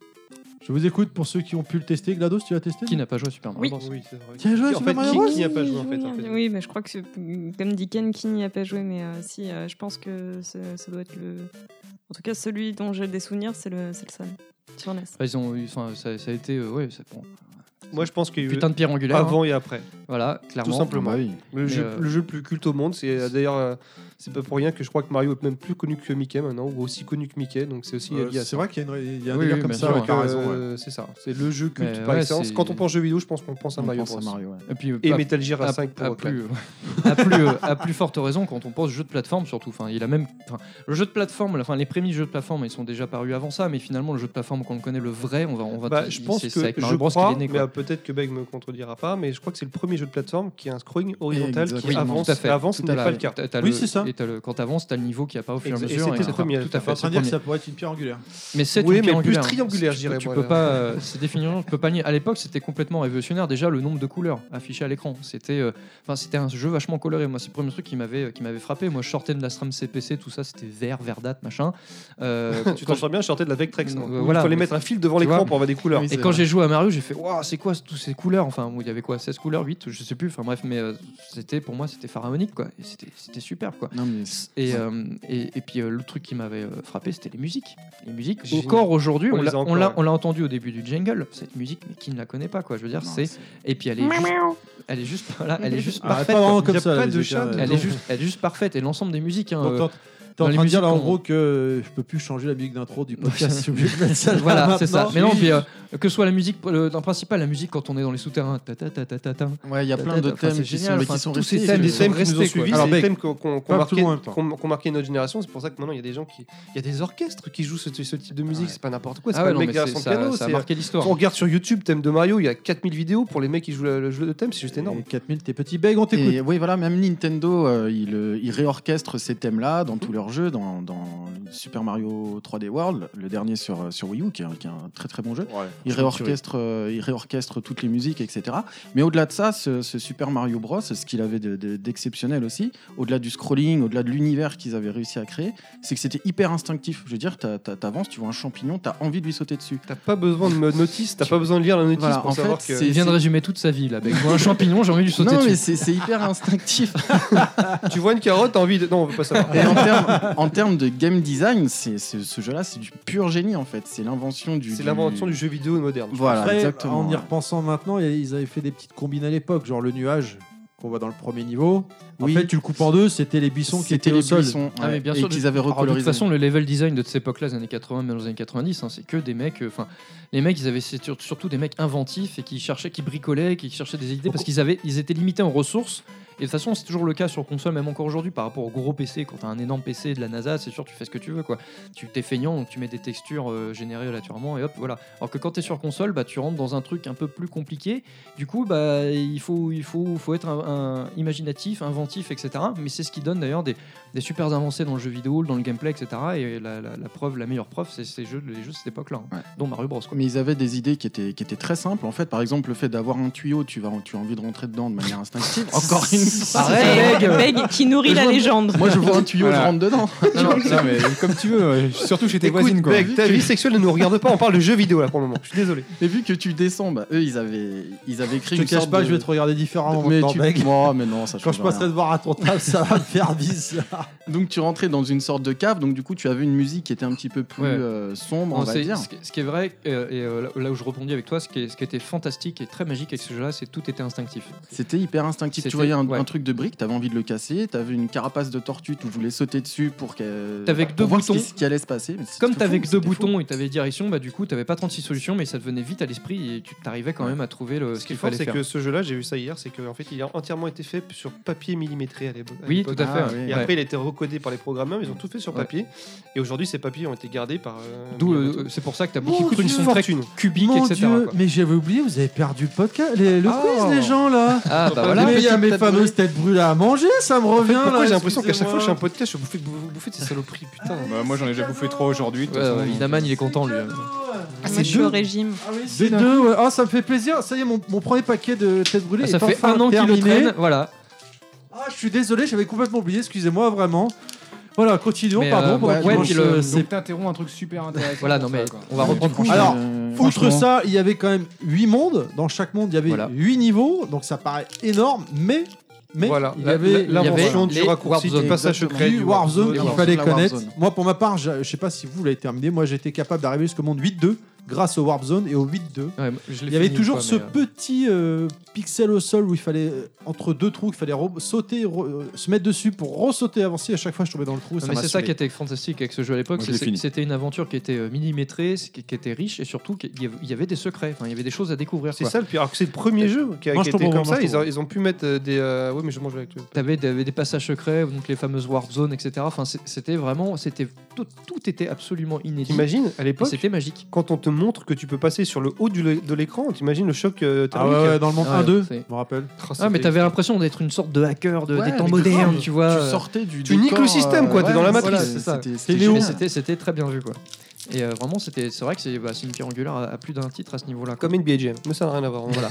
Je vous écoute pour ceux qui ont pu le tester. GLaDOS, tu l'as testé? Qui n'a pas joué à Super Mario Oui. Bros? Oui, c'est vrai. Qui a joué à En Super fait, Mario qui- Bros? qui n'y a pas joué en fait, en fait. Oui, mais je crois que, c'est- comme dit Ken, qui n'y a pas joué, mais euh, si, euh, je pense que ça, ça doit être le. En tout cas, celui dont j'ai des souvenirs, c'est le, c'est le seul. Sur N E S. Enfin, ils ont, eu- enfin, ça, ça a été, euh, ouais, c'est bon. Moi, je pense qu'il y a eu Putain de pierre angulaire. avant hein. et après. Voilà, clairement. Tout simplement. Ah bah oui. Le, Mais, jeu, euh, le jeu le plus culte au monde, c'est euh, d'ailleurs, euh, c'est pas pour rien que je crois que Mario est même plus connu que Mickey maintenant, ou aussi connu que Mickey, donc c'est aussi Euh, lié à c'est ça. vrai qu'il y a, une, il y a un Oui, délire oui, comme bien ça, sûr, ouais, ouais. t'as raison. ouais. Euh, c'est ça, c'est le jeu culte Mais par ouais, excellence. c'est- Quand on pense jeu vidéo, je pense qu'on pense à On Mario pense à Bros. Mario, ouais. Et puis, Et à- Metal Gear à- cinq pour à, Claude. plus, à, plus, euh, à plus forte raison quand on pense jeu de plateforme surtout. Enfin, il a même, enfin, le jeu de plateforme, enfin, les prémices jeux de plateforme, ils sont déjà parus avant ça, mais finalement le jeu de plateforme qu'on le connaît le vrai, on va, on va. Bah, je pense c'est- que c'est avec je Mario Bros crois, qu'il est né, mais quoi. euh, peut-être que Beg me contredira pas, mais je crois que c'est le premier jeu de plateforme qui a un scrolling horizontal qui Exactement. avance. Tout à fait. Avant, ce Tout n'est à pas fait. le cas. T'as- t'as Oui, le- c'est ça. Et t'as le, quand t'avances, t'as le niveau qui apparaît au fur et à Et mesure. c'était le et cetera. premier à le Tout à faire. fait. En train de c'est dire le que premier. ça pourrait être une pierre angulaire. Mais c'est Oui, une mais pierre plus angulaire. triangulaire, je Tu dirais, peux- Tu moi, peux là. pas. euh, C'est définitivement. Tu peux pas nier. À l'époque, c'était complètement révolutionnaire. Déjà, le nombre de couleurs affichées à l'écran. C'était. euh, Enfin, c'était un jeu vachement coloré. Moi, c'est le premier truc qui m'avait qui m'avait frappé. Moi, je sortais de la SRAM C P C, tout ça, c'était vert, verdâtre, machin. Euh, Tu quand t'en sors bien, je sortais de la Vectrex. Euh, non voilà. Il fallait mettre un fil devant Tu l'écran vois. pour avoir des couleurs. Oui, Et c'est quand vrai. j'ai joué à Mario, j'ai fait waouh, c'est quoi toutes ces couleurs? Enfin, il y avait quoi, seize couleurs, huit, je sais plus. Enfin bref, mais euh, c'était pour moi c'était pharaonique quoi. Et c'était c'était superbe quoi. Non, mais c'est- Et, euh, et, et puis euh, le truc qui m'avait euh, frappé, c'était les musiques. Les musiques. Génial. Encore aujourd'hui, On on les l'a a on encore, l'a ouais. on l'a entendu au début du jingle. Cette musique, mais qui ne la connaît pas quoi. Je veux dire, non, c'est c'est- et puis elle est juste, elle est juste voilà, elle est juste Ah, parfaite. pas vraiment quoi. comme Il y a ça. pas les de écarts, chat euh, Elle est juste, elle est juste parfaite. Et l'ensemble des musiques. hein, Donc, euh, t'es en- t'es en dans les train de dire là en musiques qu'on- gros que je peux plus changer la musique d'intro du podcast. Je suis obligé de mettre ça là voilà, c'est ça. maintenant. Mais non, puis, euh, que ce soit la musique, le, dans le principal, la musique quand on est dans les souterrains. Ta, ta, ta, ta, ta, ta. Ouais, il y a plein de Enfin, thèmes c'est qui génial. sont, mais Enfin, qui sont tous ces restés. thèmes, des ils sont thèmes qui nous ont restés, suivis, quoi. c'est Alors, des Beck, thèmes qu'on qu'on- qu'on pas tout le marqué, monde en même temps. qu'on- qu'on marqué notre génération. C'est pour ça que maintenant il y a des gens qui, il y a des orchestres qui jouent ce, ce type de musique. Ouais. C'est pas n'importe quoi. C'est Ah pas ouais, le non, mec mais derrière c'est- son ça, piano. ça a c'est- marqué l'histoire. On regarde sur YouTube thème de Mario, il y a quatre mille vidéos pour les mecs qui jouent le, le jeu de thème. C'est juste énorme. Et quatre mille, tes petits begs, on t'écoute. Et oui, voilà, même Nintendo, euh, il, euh, il réorchestre ces thèmes-là dans tous leurs jeux, dans, dans Super Mario trois D World, le dernier sur, euh, sur Wii U, qui est, un- qui est un très très bon jeu. Il réorchestre, euh, il réorchestre toutes les musiques, et cetera. Mais au-delà de ça, ce, ce Super Mario Bros, ce qu'il avait de- de- d'exceptionnel aussi, au-delà du scrolling, au-delà de l'univers qu'ils avaient réussi à créer, c'est que c'était hyper instinctif. Je veux dire, t'as- t'as- t'avances, tu vois un champignon, t'as envie de lui sauter dessus. T'as pas besoin de me notice, t'as pas besoin de lire la notice Voilà, pour en savoir fait, que. c'est- Il vient de résumer toute sa vie là. Avec moi, un champignon, j'ai envie de lui sauter Non, mais dessus. c'est c'est hyper instinctif. Tu vois une carotte, t'as envie de. Non, on veut pas savoir. Et en termes en termes de game design, c'est c'est- ce jeu-là, c'est du pur génie en fait. C'est l'invention du. C'est l'invention du jeu vidéo moderne. Voilà, Après, exactement. en y ouais. repensant maintenant, ils avaient fait des petites combines à l'époque, genre le nuage qu'on voit dans le premier niveau. En Oui. fait, tu le coupes en deux, c'était les buissons qui C'était étaient au les sol. buissons, Ah, ouais, mais bien et sûr, qu'ils de- avaient Alors, de toute recolorisé. façon, le level design de cette époque-là, des années quatre-vingts, même dans les années quatre-vingt-dix, hein, c'est que des mecs. Enfin, les mecs, ils avaient c'est sur- surtout des mecs inventifs et qui cherchaient, qui bricolaient, qui cherchaient des idées parce qu'ils avaient, ils étaient limités en ressources. Et de toute façon, c'est toujours le cas sur console, même encore aujourd'hui, par rapport au gros P C. Quand t'as un énorme P C de la NASA, c'est sûr, tu fais ce que tu veux, quoi. Tu t'es feignant, donc tu mets des textures euh, générées aléatoirement et hop, voilà. Alors que quand t'es sur console, bah, tu rentres dans un truc un peu plus compliqué. Du coup, bah, il faut, il faut, faut être un, un imaginatif, inventif, et cetera. Mais c'est ce qui donne d'ailleurs des, des super avancées dans le jeu vidéo, dans le gameplay, et cetera. Et la, la, la preuve, la meilleure preuve, c'est ces jeux, les jeux de cette époque-là, hein, Ouais. dont Mario Bros. Quoi. Mais ils avaient des idées qui étaient, qui étaient très simples. En fait, par exemple, le fait d'avoir un tuyau, tu, vas, tu as envie de rentrer dedans de manière instinctive. Encore une fois. Arrête, Beg, Beg qui nourrit la légende. Moi, je vois un tuyau, Voilà. je rentre dedans. Non, non, non, mais comme tu veux, euh, surtout chez tes Écoute, voisines, quoi. mec, ta vie sexuelle ne nous regarde pas, on parle de jeux vidéo là pour le moment. Je suis désolé. Et vu que tu descends, bah, eux, ils avaient, ils avaient créé Je une te cache sorte pas, de... je vais te regarder différemment mais maintenant, tu... mec. Oh, mais non, ça Quand change je passerai rien. te voir à ton table, ça va me faire bizarre. Donc tu rentrais dans une sorte de cave, donc du coup tu avais une musique qui était un petit peu plus Ouais. euh, sombre, on Non, va c'est- dire. ce, qui, ce qui est vrai, euh, et euh, là, là où je rebondis avec toi, ce qui, est- ce qui était fantastique et très magique avec ce jeu-là, c'est que tout était instinctif. C'était hyper instinctif. Tu C'était- voyais un, ouais. un truc de brique, t'avais envie de le casser, t'avais une carapace de tortue, tu voulais sauter dessus pour qu'elle. T'avais que pour deux voir ce qui- boutons. ce qui allait se passer. Mais c'était Comme fou, t'avais que deux c'était fou. boutons et t'avais direction, bah du coup t'avais pas trente-six solutions, mais ça devenait vite à l'esprit et tu t'arrivais quand même à trouver le, Ce ce qui est qu'il fort, fallait c'est faire. que ce jeu-là, j'ai vu ça hier, c'est qu'en fait, il a entièrement été fait sur papier millimétré à l'époque. Oui, tout à fait. Ah, ouais. oui. Et Ouais. après, il a été recodé par les programmeurs, ils ont tout fait sur Ouais. papier. Et aujourd'hui, ces papiers ont été gardés par. euh, D'où le- Miyamoto. c'est pour ça que t'as Mon beaucoup de trucs qui Dieu. sont très Fortune. cubiques, Mon et cetera. Dieu, quoi. mais j'avais oublié, vous avez perdu le podcast, les- le Ah. quiz, les gens là. Ah bah Mais voilà. il y a petite mes tête fameuses têtes brûlées à manger, ça me En fait, revient pourquoi là. j'ai l'impression qu'à chaque fois que j'ai un excusez-moi. podcast, je bouffe, vous bouffez de ces saloperies, putain. Bah, moi, j'en ai déjà bouffé trois aujourd'hui. de toute Ouais, façon. ouais, Inaman il est content lui. Moi, je suis au régime. Des deux, ouais. Ah, ça me fait plaisir. Ça y est, mon, mon premier paquet de têtes brûlées Ah, ça est fait enfin un an qu'il le terminé. traîne, voilà. Ah, je suis désolé, j'avais complètement oublié. Excusez-moi, vraiment. Voilà, continuons, Mais, pardon. euh, pendant ouais, qu'il ouais, mange, puis le- euh, Donc, c'est- t'interromps un truc super intéressant. Voilà, non pour mais ça, quoi. on va reprendre. Du coup, Alors, euh, Outre franchement, ça, il y avait quand même huit mondes. Dans chaque monde, il y avait Voilà. huit niveaux. Donc ça paraît énorme, mais, mais Voilà, il y la- avait, la- il y avait l'invention les du raccourci Warp du Zone. passage secret. du Warzone Et qu'il Warzone, fallait la connaître. Warzone. Moi, pour ma part, je, je sais pas si vous l'avez terminé. Moi, j'étais capable d'arriver jusqu'au monde huit deux grâce au Warp Zone et au huit deux. Ouais, je l'ai Il y avait fini toujours une ce fois, mais, euh, petit euh, pixel au sol où il fallait, euh, entre deux trous, il fallait re- sauter, re- euh, se mettre dessus pour ressauter, avancer. À chaque fois, je tombais dans le trou. Non, ça mais m'a c'est ça saoulé. qui était fantastique avec ce jeu à l'époque, Moi, je l'ai c'est- fini. c'était une aventure qui était euh, millimétrée, qui qui était riche et surtout qu'il y avait- il y avait des secrets, enfin, il y avait des choses à découvrir. C'est quoi. ça le pire. Alors que c'est le premier jeu qui a, Moi, qui je a été trouve comme bon, moi, ça. je Ils trouve ont, ils ont pu mettre euh, des. euh, Oui, mais je mange avec toi. T'avais des, des passages secrets, donc les fameuses warp zones, et cetera. Enfin, c'est- c'était vraiment, c'était tout, tout était absolument inédit. T'imagines, à Et l'époque, c'était magique. quand on te montre que tu peux passer sur le haut du- de l'écran, t'imagines le choc euh, Ah thermique. ouais, ouais, dans le monde Ouais, un deux, c'est- je me rappelle. Oh, ça Ah, mais fait- t'avais l'impression d'être une sorte de hacker de, Ouais, des temps mais modernes, grave. tu vois. Tu euh, sortais du tu niques décor, le système, quoi, t'es dans la voilà, matrice, c'est ça. C'était C'est c'était Léo. Mais génial. c'était, c'était très bien vu, quoi. Et euh, vraiment, c'était, c'est vrai que c'est, bah, c'est une pierre angulaire à, à plus d'un titre à ce niveau-là. quoi. Comme N B A Jam, mais ça n'a rien à voir. Voilà.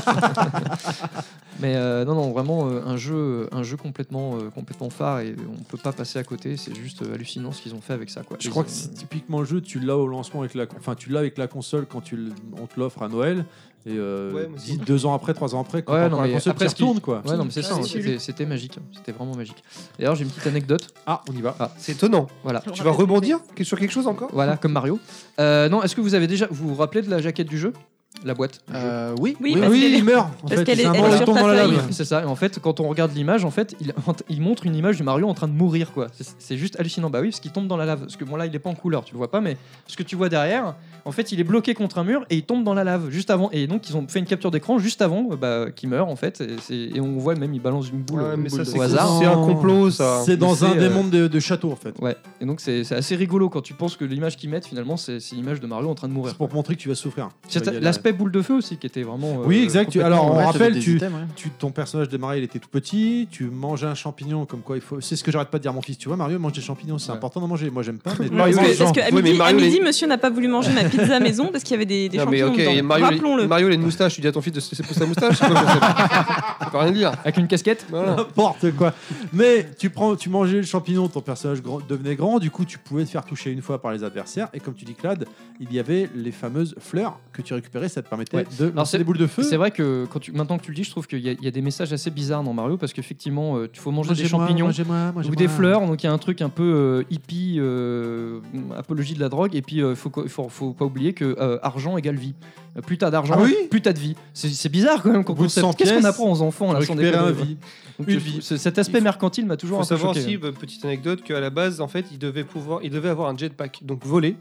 Mais euh, non, non, vraiment euh, un jeu, un jeu complètement, euh, complètement phare et on peut pas passer à côté. C'est juste euh, hallucinant ce qu'ils ont fait avec ça, quoi. Je Ils crois ont- que c'est typiquement le jeu, tu l'as au lancement avec la, enfin tu l'as avec la console quand tu l- on te l'offre à Noël et euh, Ouais, moi aussi. dix- deux ans après, trois ans après, quand Ouais, t'as non, encore la mais console après, qui ce qui- retourne quoi. Ouais, non, mais c'est ça. hein, c'était, c'était magique. C'était vraiment magique. D'ailleurs, j'ai une petite anecdote. Ah, on y va. C'est étonnant. Voilà. Tu vas rebondir sur quelque chose encore Voilà, comme Mario. Euh, non, est-ce que vous avez déjà, vous vous rappelez de la jaquette du jeu, la boîte du jeu Euh, oui, Oui, Oui, parce oui, qu'elle est- il meurt. En parce fait, qu'elle c'est est- un elle mort, est il sur tombe ta dans la feuille. lave. C'est ça. Et en fait, quand on regarde l'image, en fait, il, il montre une image de Mario en train de mourir, quoi. C'est, c'est juste hallucinant. Bah oui, parce qu'il tombe dans la lave. Parce que bon là, il est pas en couleur, tu le vois pas, mais ce que tu vois derrière, en fait, il est bloqué contre un mur et il tombe dans la lave juste avant. Et donc, ils ont fait une capture d'écran juste avant, euh, bah, qu'il meurt en fait. Et, c'est- et on voit même, il balance une boule, Ouais, une mais boule ça, de- c'est au hasard. C'est un complot, ça. C'est dans Mais un c'est, des euh, mondes de, de château en fait. Ouais. Et donc, c'est, c'est assez rigolo quand tu penses que l'image qu'ils mettent finalement, c'est, c'est l'image de Mario en train de mourir. C'est pour montrer que tu vas souffrir. C'est Tu vas y aller. l'aspect boule de feu aussi qui était vraiment. euh, Oui, exact. Tu- complètement- alors, on Ouais, rappelle, t'avais des tu- items, ouais. Tu, ton personnage démarrait, il était tout petit. Tu mangeais un champignon, comme quoi il faut. C'est ce que j'arrête pas de dire à mon fils. Tu vois, Mario mange des champignons, c'est Ouais. important d'en manger. Moi, j'aime pas. Mais Mario, Parce les que, parce gens. que à Oui, mais midi, à Mario, midi, les- monsieur n'a pas voulu manger ma pizza maison parce qu'il y avait des, des Non, mais champignons ok, et dedans. Mario, Rappelons-le. Mario, il a une moustache. Tu dis à ton fils de se laisser pousser la moustache. C'est quoi le concept Ça peut rien dire. Avec une casquette. Voilà. n'importe quoi. Mais tu prends, tu mangeais le champignon, ton personnage grand- devenait grand. Du coup, tu pouvais te faire toucher une fois par les adversaires. Et comme tu dis, Clad, il y avait les fameuses fleurs que tu récupérais. Ça te permettait Ouais. de Alors, lancer c'est- des boules de feu. C'est vrai que quand tu, maintenant que tu le dis, je trouve qu'il y, a- il y a des messages assez bizarres dans Mario parce qu'effectivement, euh, tu faut manger des Mangez-moi, champignons mangez-moi, mangez-moi. ou des fleurs, donc il y a un truc un peu euh, hippie, euh, apologie de la drogue, et puis il faut, co- faut, faut pas oublier que euh, argent égale vie. Euh, Plus t'as d'argent, Ah oui plus t'as de vie. C'est, c'est bizarre quand même qu'on Au bout de concept. cent Qu'est-ce qu'on pièces, apprend aux enfants là, sans récupérer un déconner, vie. Donc, Une euh, vie. ce- Cet aspect Il faut- mercantile m'a Il toujours faut un peu savoir choqué. aussi, euh, petite anecdote, qu'à la base, en fait, il devait pouvoir, il devait avoir un jetpack, donc voler.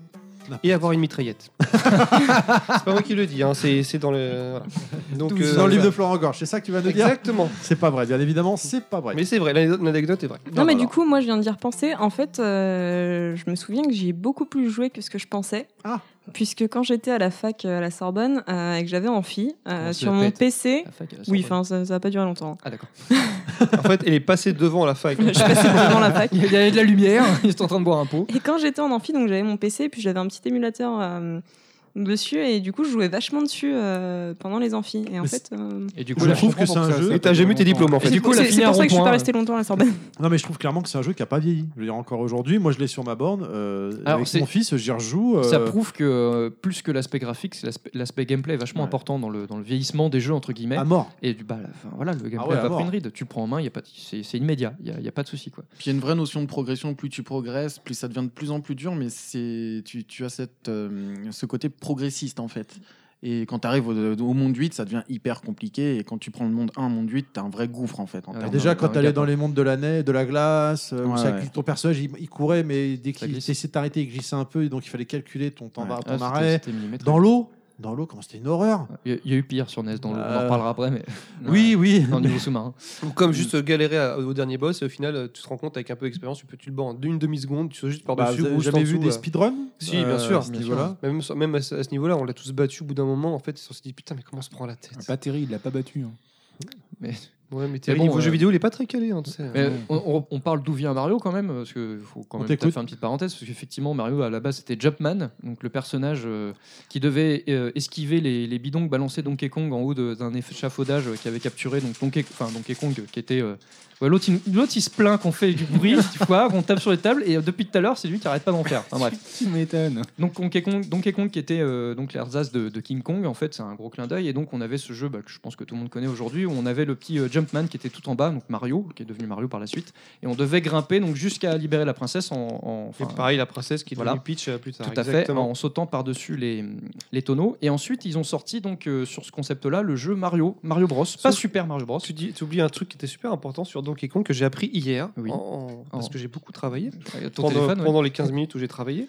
et avoir une mitraillette. C'est pas moi qui le dis, hein, c'est, c'est dans le. Voilà. Donc, C'est euh, dans le livre de Florent Gorge, c'est ça que tu vas nous dire. Exactement. C'est pas vrai, bien évidemment, c'est pas vrai. Mais c'est vrai, l'anecdote, l'anecdote est vraie. Non, mais voilà. du coup, moi, je viens d'y repenser. En fait, euh, je me souviens que j'y ai beaucoup plus joué que ce que je pensais. Ah. Puisque quand j'étais à la fac euh, à la Sorbonne euh, et que j'avais amphi, euh, Comment ça sur va mon pas être P C. La fac à la Oui, Sorbonne. enfin, ça, ça va pas durer longtemps. Ah d'accord. En fait, elle est passée devant la fac. Je suis passée devant la fac. Il y avait de la lumière, ils étaient en train de boire un pot. Et quand j'étais en amphi, donc j'avais mon P C, puis j'avais un petit émulateur euh, dessus, et du coup, je jouais vachement dessus euh, pendant les amphis. Et en Mais fait. euh, Et du coup, Je là, trouve que c'est un jeu. Et t'as jamais eu tes diplômes en fait. Et du coup, la c'est fini c'est à pour ça que je suis rond-point, pas restée longtemps à la Sorbonne. Non, mais je trouve clairement que c'est un jeu qui a pas vieilli. Je veux dire, encore aujourd'hui, moi je l'ai sur ma borne. euh, Alors, avec c'est- mon fils, j'y rejoue. euh, Ça prouve que euh, plus que l'aspect graphique, c'est l'aspect, l'aspect gameplay est vachement Ouais. important dans le, dans le vieillissement des jeux entre guillemets. à mort. Et du bah, la- enfin, voilà, le gameplay Ah ouais, a à pas mort. pris une ride. Tu le prends en main, y a pas, de- c'est, c'est immédiat. Il y a, y a pas de souci quoi. Puis il y a une vraie notion de progression. Plus tu progresses, plus ça devient de plus en plus dur. Mais c'est tu, tu as cette, euh, ce côté progressiste en fait. Et quand tu arrives au, au monde huit, ça devient hyper compliqué. Et quand tu prends le monde un, monde huit, t'as un vrai gouffre en fait. En Ouais, termes Déjà, de- quand d'un tu allais gap. dans les mondes de la neige, de la glace, euh, où Ouais, ça- ouais. ton personnage il, il courait, mais dès Ça qu'il glisse. essayait de t'arrêter, il glissait un peu, et donc il fallait calculer ton temps Ouais. d'ar- Ah, ton c'était- arrêt. c'était millimétré. Dans l'eau, dans l'eau, comment c'était une horreur. Il y, a- il y a eu pire sur N E S. Dans le, on en Euh, reparlera après, mais Oui, oui. dans le niveau sous-marin. Ou comme juste euh, galérer à- au dernier boss et au final euh, tu te rends compte avec un peu d'expérience tu peux tu le bats en une demi seconde tu sautes juste par Bah, dessus vous avez ou juste jamais en vu dessous, des euh. speedruns Si, bien sûr, à ce bien niveau-là. Même, sur- même à ce, à ce niveau-là on l'a tous battu au bout d'un moment en fait on s'est dit putain mais comment on se prend la tête. Pas terrible, il l'a pas battu. hein. Mais Ouais mais Terry bon, niveau euh, jeu vidéo il est pas très calé hein, tu sais. Mais on, on- on parle d'où vient Mario quand même, parce qu'il faut quand On même t'écoute. peut-être faire une petite parenthèse, parce qu'effectivement Mario à la base c'était Jumpman, donc le personnage euh, qui devait euh, esquiver les, les bidons que balançait Donkey Kong en haut de- d'un échafaudage euh, qui avait capturé donc Donkey, enfin, Donkey Kong qui était... euh, ouais, l'autre, il, l'autre il se plaint qu'on fait du bruit, tu vois, qu'on tape sur les tables, et euh, depuis tout à l'heure c'est lui qui arrête pas d'en faire. Enfin, bref. Tu m'étonnes. Donc Donkey Kong, Donkey Kong qui était euh, donc l'ersatz de, de King Kong, en fait c'est un gros clin d'œil, et donc on avait ce jeu bah, que je pense que tout le monde connaît aujourd'hui, où on avait le petit euh, Jumpman qui était tout en bas, donc Mario, qui est devenu Mario par la suite, et on devait grimper donc jusqu'à libérer la princesse en... en- Et enfin, pareil la princesse qui est voilà. devenue Peach euh, plus tard. tout à fait, Exactement. en sautant par-dessus les, les tonneaux. Et ensuite, ils ont sorti donc euh, sur ce concept-là le jeu Mario, Mario Bros. Pas Sauf- Super Mario Bros. Tu dis, tu oublies un truc qui était super important sur Donkey Kong que j'ai appris hier, Oui. en- en- parce En- que j'ai beaucoup travaillé Euh, Ton pendant, téléphone, ouais. pendant les quinze minutes où j'ai travaillé.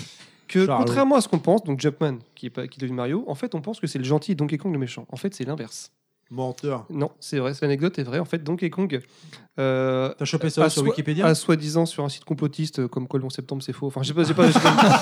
Que Charles. contrairement à ce qu'on pense, donc Jumpman qui est pas qui est devenu Mario, en fait on pense que c'est le gentil et Donkey Kong le méchant. En fait c'est l'inverse. Menteur. Non, c'est vrai, cette anecdote est vraie. En fait Donkey Kong. Euh, T'as chopé ça à sur soi- Wikipédia à soi-disant sur un site complotiste euh, comme quoi le onze septembre c'est faux. Enfin, je sais pas, j'ai pas. j'ai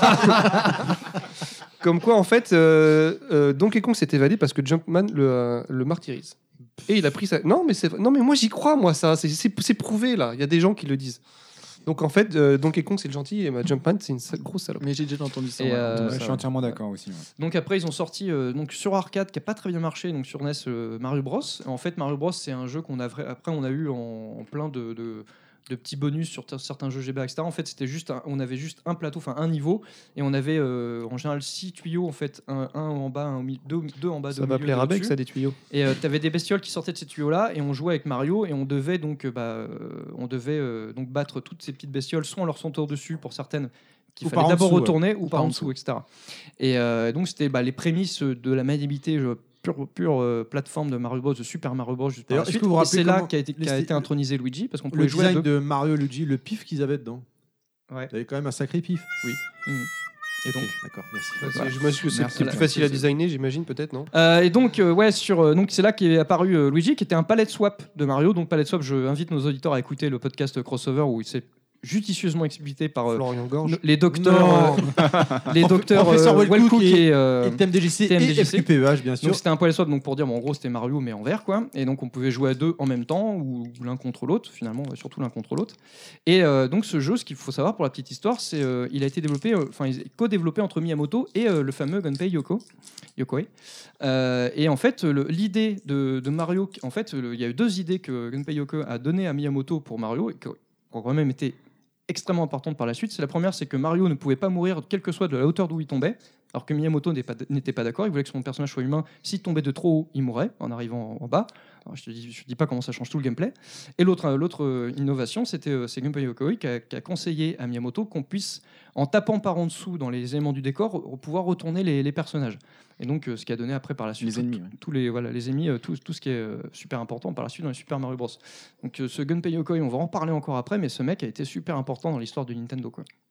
pas- comme quoi, en fait, euh, euh, Donkey Kong s'est évadé parce que Jumpman le, euh, le martyrise. Et il a pris ça. Non, mais c'est non, mais moi j'y crois, moi ça, c'est- c'est c'est prouvé là. Il y a des gens qui le disent. Donc en fait, euh, Donkey Kong c'est le gentil et ma Jumpman c'est une sale- grosse salope. Mais j'ai déjà entendu ça. Et, ouais, euh, entendu Ouais, ça, je suis ouais. entièrement d'accord aussi. ouais. Donc après, ils ont sorti euh, donc sur arcade qui a pas très bien marché, donc sur N E S euh, Mario Bros. En fait, Mario Bros c'est un jeu qu'on a vrai- après on a eu en, en plein de, de, de petits bonus sur t- certains jeux G B A, et cetera. En fait, c'était juste un- on avait juste un plateau, enfin un niveau, et on avait euh, en général six tuyaux en fait, un, un en bas, un au milieu, deux, deux en bas, deux Ça au va milieu, plaire deux à Bec au-dessus. ça des tuyaux. Et tu avais des bestioles qui sortaient de ces tuyaux-là, et on jouait avec Mario, et on devait donc, euh, bah, euh, on devait, euh, donc battre toutes ces petites bestioles, soit en leur sautant dessus pour certaines qu'il Ou fallait par en d'abord dessous, ouais. retourner, ou, Ou par en dessous, et cetera. Et euh, donc c'était bah, les prémices de la maniabilité euh, pure, pure euh, plateforme de Mario Bros, de Super Mario Bros. Juste par D'ailleurs, la est-ce suite. que vous vous Et rappelez c'est là comment qu'a été, les qu'a sti- été intronisé Luigi, parce qu'on Le pouvait jouer à design deux. de Mario et Luigi, le pif qu'ils avaient dedans. Ouais. Il y avait quand même un sacré pif. Et donc, Ok, d'accord, merci. Ouais, c'est- J'imagine que c'est Merci. c'est plus facile à designer, j'imagine peut-être non. Euh, et donc, euh, ouais, sur, euh, donc c'est là qu'est apparu euh, Luigi, qui était un palette swap de Mario. Donc, palette swap, je invite nos auditeurs à écouter le podcast Crossover où il s'est judicieusement expliqué par euh, Florian Gorge. les docteurs, euh, les docteurs Professeur euh, Wellcook Wellcook et- et, euh, Et T M D J C T M D et J F C. Q P E H, bien sûr. donc c'était un palette swap, donc pour dire, bon, en gros, c'était Mario mais en vert, quoi. Et donc on pouvait jouer à deux en même temps ou l'un contre l'autre, finalement, ouais, surtout l'un contre l'autre. Et euh, donc ce jeu, ce qu'il faut savoir pour la petite histoire, c'est euh, il a été développé, enfin, il est co-développé entre Miyamoto et euh, le fameux Gunpei Yoko, Yokoi. Euh, et en fait, le- l'idée de, de Mario, en fait, le- il y a eu deux idées que Gunpei Yoko a données à Miyamoto pour Mario et qui ont quand même été extrêmement importante par la suite. C'est la première, c'est que Mario ne pouvait pas mourir quelle que soit de la hauteur d'où il tombait, alors que Miyamoto n'est pas- n'était pas d'accord. Il voulait que son personnage soit humain. S'il tombait de trop haut, il mourrait en arrivant en, en bas. Alors, je te dis, je te dis pas comment ça change tout le gameplay. Et l'autre, euh, l'autre euh, innovation, c'était euh, c'est Gunpei Yokoi qui a, qui a conseillé à Miyamoto qu'on puisse, en tapant par en dessous dans les éléments du décor, re- pouvoir retourner les, les personnages. Et donc, euh, ce qui a donné après par la suite Les ennemis, ouais. tous les voilà les ennemis, euh, tout, tout ce qui est euh, super important par la suite dans les Super Mario Bros. Donc, euh, ce Gunpei Yokoi, on va en parler encore après, mais ce mec a été super important dans l'histoire de Nintendo, quoi.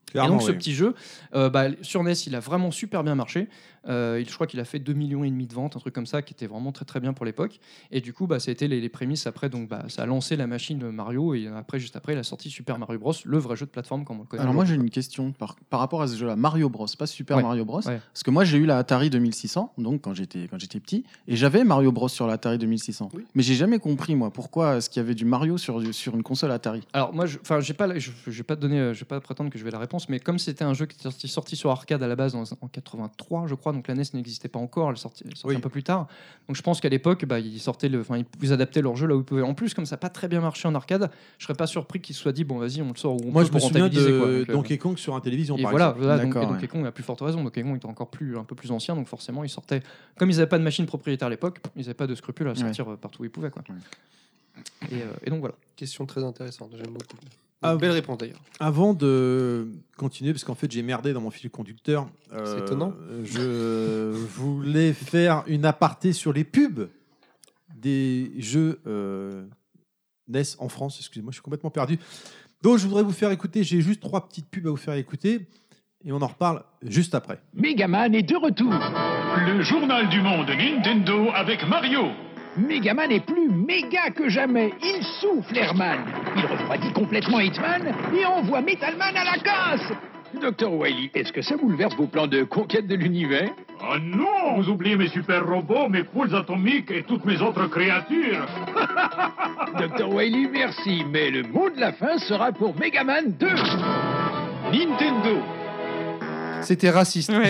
Clairement, et donc ce oui. petit jeu, euh, bah, sur N E S, il a vraiment super bien marché. Euh, il, je crois qu'il a fait deux millions et demi de ventes, un truc comme ça, qui était vraiment très très bien pour l'époque. Et du coup, bah, ça a été les, les prémices après. Donc, bah, ça a lancé la machine Mario. Et après, juste après, il a sorti Super Mario Bros, le vrai jeu de plateforme comme on le connaît. Alors moi j'ai une question par, par rapport à ce jeu-là, Mario Bros, pas Super Ouais. Mario Bros. Ouais. Parce que moi j'ai eu la Atari deux mille six cents, donc quand j'étais quand j'étais petit, et j'avais Mario Bros sur l'Atari deux mille six cents. Oui. Mais j'ai jamais compris moi pourquoi est-ce qu'il y avait du Mario sur sur une console Atari. Alors moi, je- enfin, j'ai pas, la- je, je vais pas te donner, euh, je vais pas prétendre que je vais la réponse, mais comme c'était un jeu qui était sorti, sorti sur arcade à la base en, en quatre-vingt-trois, je crois, donc la N E S n'existait pas encore, elle sortait, elle sortait Oui. un peu plus tard. Donc je pense qu'à l'époque, bah, ils sortaient, le, enfin, ils adaptaient leur jeu là où ils pouvaient. En plus, comme ça n'a pas très bien marché en arcade, je serais pas surpris qu'ils se soient dit bon, vas-y, on le sort où on Moi, peut je me pour souviens rentabiliser, de quoi. Donc, euh, Donkey Kong sur un télévision, et par voilà, exemple. voilà, donc, D'accord, et Donkey ouais. Kong a plus forte raison. Donkey Kong était encore plus, un peu plus ancien, donc forcément ils sortaient. Comme ils n'avaient pas de machine propriétaire à l'époque, ils n'avaient pas de scrupules à sortir euh, partout où ils pouvaient, quoi. Et, euh, et donc voilà. Question très intéressante, j'aime beaucoup. Ah, Belle réponse d'ailleurs. Avant de continuer, parce qu'en fait j'ai merdé dans mon fil conducteur, euh, C'est étonnant. je voulais faire une aparté sur les pubs des jeux euh, N E S en France. Excusez-moi, je suis complètement perdu. Donc je voudrais vous faire écouter, j'ai juste trois petites pubs à vous faire écouter, et on en reparle juste après. Megaman est de retour. Le journal du monde Nintendo avec Mario. Megaman est plus méga que jamais. Il souffle Airman. Il refroidit complètement Hitman et envoie Metalman à la casse. Docteur Wily, est-ce que ça bouleverse vos plans de conquête de l'univers? Oh non, vous oubliez mes super robots, mes poules atomiques et toutes mes autres créatures. Docteur Wily, merci, mais le mot de la fin sera pour Megaman deux. Nintendo. C'était raciste. Ouais,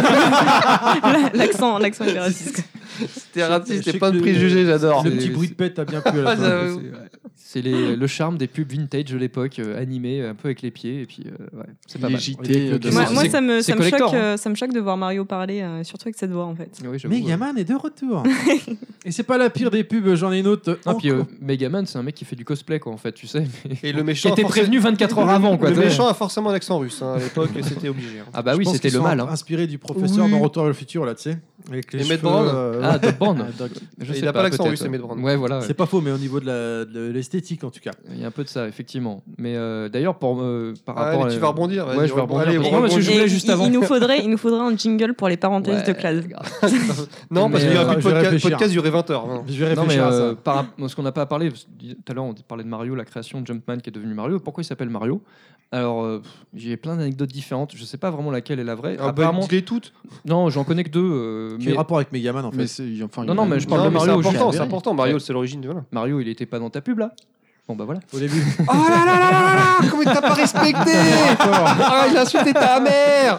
le- l'accent, l'accent est raciste. C'était raciste, Je sais c'était pas que de le- préjugés, j'adore. Le C'est- petit bruit de pète a bien plu à la Ah, fin. ça- C'est les- le charme des pubs vintage de l'époque, euh, animés un peu avec les pieds, et puis euh, ouais, c'est pas Les mal. J Avec T le- de Moi, c'est- moi, ça me, c'est ça, me choque, collector, hein. euh, ça me choque de voir Mario parler, euh, surtout avec cette voix en fait. Oui, j'avoue, Megaman est de retour. Et c'est pas la pire des pubs, j'en ai une autre. Ah, puis euh, encore. Megaman, c'est un mec qui fait du cosplay, quoi, en fait, tu sais. mais- Et le qui méchant. était a forcé- prévenu vingt-quatre heures avant, quoi. Le tu sais. méchant a forcément un accent russe. hein. À l'époque, c'était obligé. hein. Ah bah Je oui, pense c'était qu'ils le sont mal. hein. Inspiré du professeur Oui. dans Retour vers le futur, là, tu sais. Avec les Et Matt cheveux, Brown. euh, Ah, Doc Brown. Ah, Doc. Je Il sais a pas l'accent peut-être, russe, ouais. Emmett Brown. Ouais, voilà. ouais. C'est pas faux, mais au niveau de la- de l'esthétique, en tout cas. Il y a un peu de ça, effectivement. Mais euh, d'ailleurs, pour, euh, par Ah, rapport mais à- tu vas rebondir. vas-y, Ouais, je vais rebondir. Allez, Parce que rebondis. moi, parce que je voulais Et juste il, avant. il nous faudrait, il nous faudrait un jingle pour les parenthèses Ouais, de Clad. grave. Non, parce Mais, qu'il y euh, aura plus de je vais podcast. réfléchir. podcast durait vingt heures. hein. Je vais Non, mais réfléchir à euh, ça. par rapport- ce qu'on n'a pas parlé, parce que tout à l'heure on parlait de Mario, la création de Jumpman qui est devenu Mario. Pourquoi il s'appelle Mario? Alors, euh, pff, j'ai plein d'anecdotes différentes. Je sais pas vraiment laquelle est la vraie. Ah, bah, Apparemment, dis-les toutes. non, j'en connais que deux. euh, Qui a mais rapport avec Megaman, en fait. Mais c'est enfin, Non, il non, a- mais je parle Non, de mais Mario, c'est important, j'ai c'est avéré. important. Mario, c'est l'origine de voilà. Mario, il était pas dans ta pub là. Bon bah voilà. Au début. Oh là là là là là Comment il t'a pas respecté Ah, il a insulté ta mère.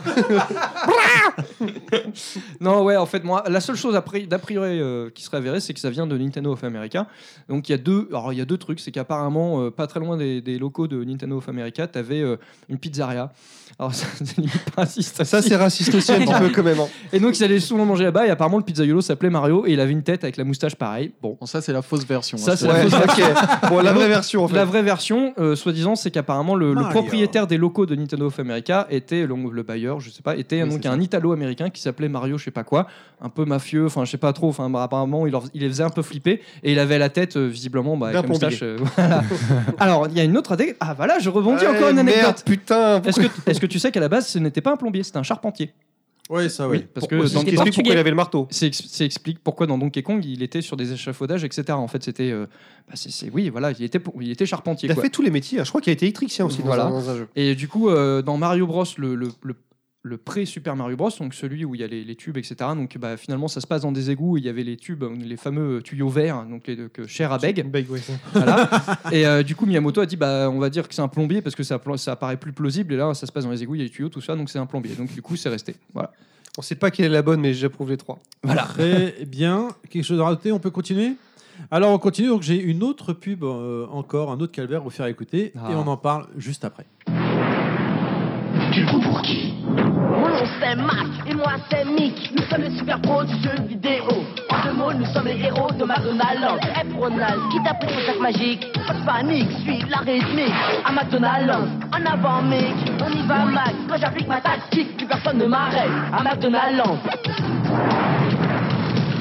Non, ouais, en fait, moi, la seule chose a pri- d'a priori euh, qui serait avérée, c'est que ça vient de Nintendo of America. Donc il y a deux, alors il y a deux trucs, c'est qu'apparemment, euh, pas très loin des, des locaux de Nintendo of America, t'avais euh, une pizzeria. Alors ça, c'est limite pas raciste. Ça, c'est raciste aussi un petit peu quand même. hein. Et donc ils allaient souvent manger là-bas. Et apparemment, le pizzaiolo s'appelait Mario et il avait une tête avec la moustache pareil. Bon. Bon, ça c'est la fausse version. Ça, hein, c'est la Ouais, fausse ok. Bon, la vraie version en fait. La vraie version, euh, soi-disant, c'est qu'apparemment le, le Mario. propriétaire des locaux de Nintendo of America était le, le bailleur, je sais pas, était Oui, donc c'est un ça. Italo-américain qui s'appelait Mario, je sais pas quoi, un peu mafieux, enfin je sais pas trop, enfin bah, apparemment il, leur- il les faisait un peu flipper et il avait la tête euh, visiblement bah, avec D'un la moustache. euh, voilà. Alors il y a une autre anecdote. Ah voilà, je rebondis Ouais, encore une anecdote. Merde, putain. Est-ce que, est-ce que tu sais qu'à la base ce n'était pas un plombier, c'était un charpentier? Oui, ça, Oui, oui. parce Pourquoi- que c'est dans ce qui Donkey- explique pourquoi il avait le marteau. C'est ex- c'est explique pourquoi dans Donkey Kong il était sur des échafaudages, et cetera. En fait, c'était, euh, bah, c'est, c'est- oui, voilà, il était, pour- il était charpentier. Il a quoi. fait tous les métiers. hein. Je crois qu'il a été électricien aussi dans Voilà. un- dans un jeu. Et du coup, euh, dans Mario Bros, le, le, le, le pré-Super Mario Bros, donc celui où il y a les, les tubes, et cetera. Donc bah, finalement, ça se passe dans des égouts où il y avait les tubes, les fameux tuyaux verts, donc les, que Cher à Beg. Beg, ouais. Voilà. Et euh, du coup, Miyamoto a dit, bah, on va dire que c'est un plombier parce que ça, ça paraît plus plausible. Et là, ça se passe dans les égouts, il y a les tuyaux, tout ça, donc c'est un plombier. Donc du coup, c'est resté. Voilà. On sait pas quelle est la bonne, mais j'approuve les trois. Voilà. Très bien. Quelque chose à rajouter? On peut continuer? Alors, on continue. Donc, j'ai une autre pub euh, encore, un autre calvaire à vous faire écouter. Ah. Et on en parle juste après. Tu le prends pour qui? Mon nom c'est Mac et moi c'est Mick. Nous sommes les super pros du jeu vidéo. En deux mots, nous sommes les héros de McDonald's. Hey Ronald, qui t'a pris ton sac magique? Pas de panique, suis la rythmique. À McDonald's, en avant Mick, on y va Mac. Quand j'applique ma tactique, plus personne ne m'arrête. À McDonald's.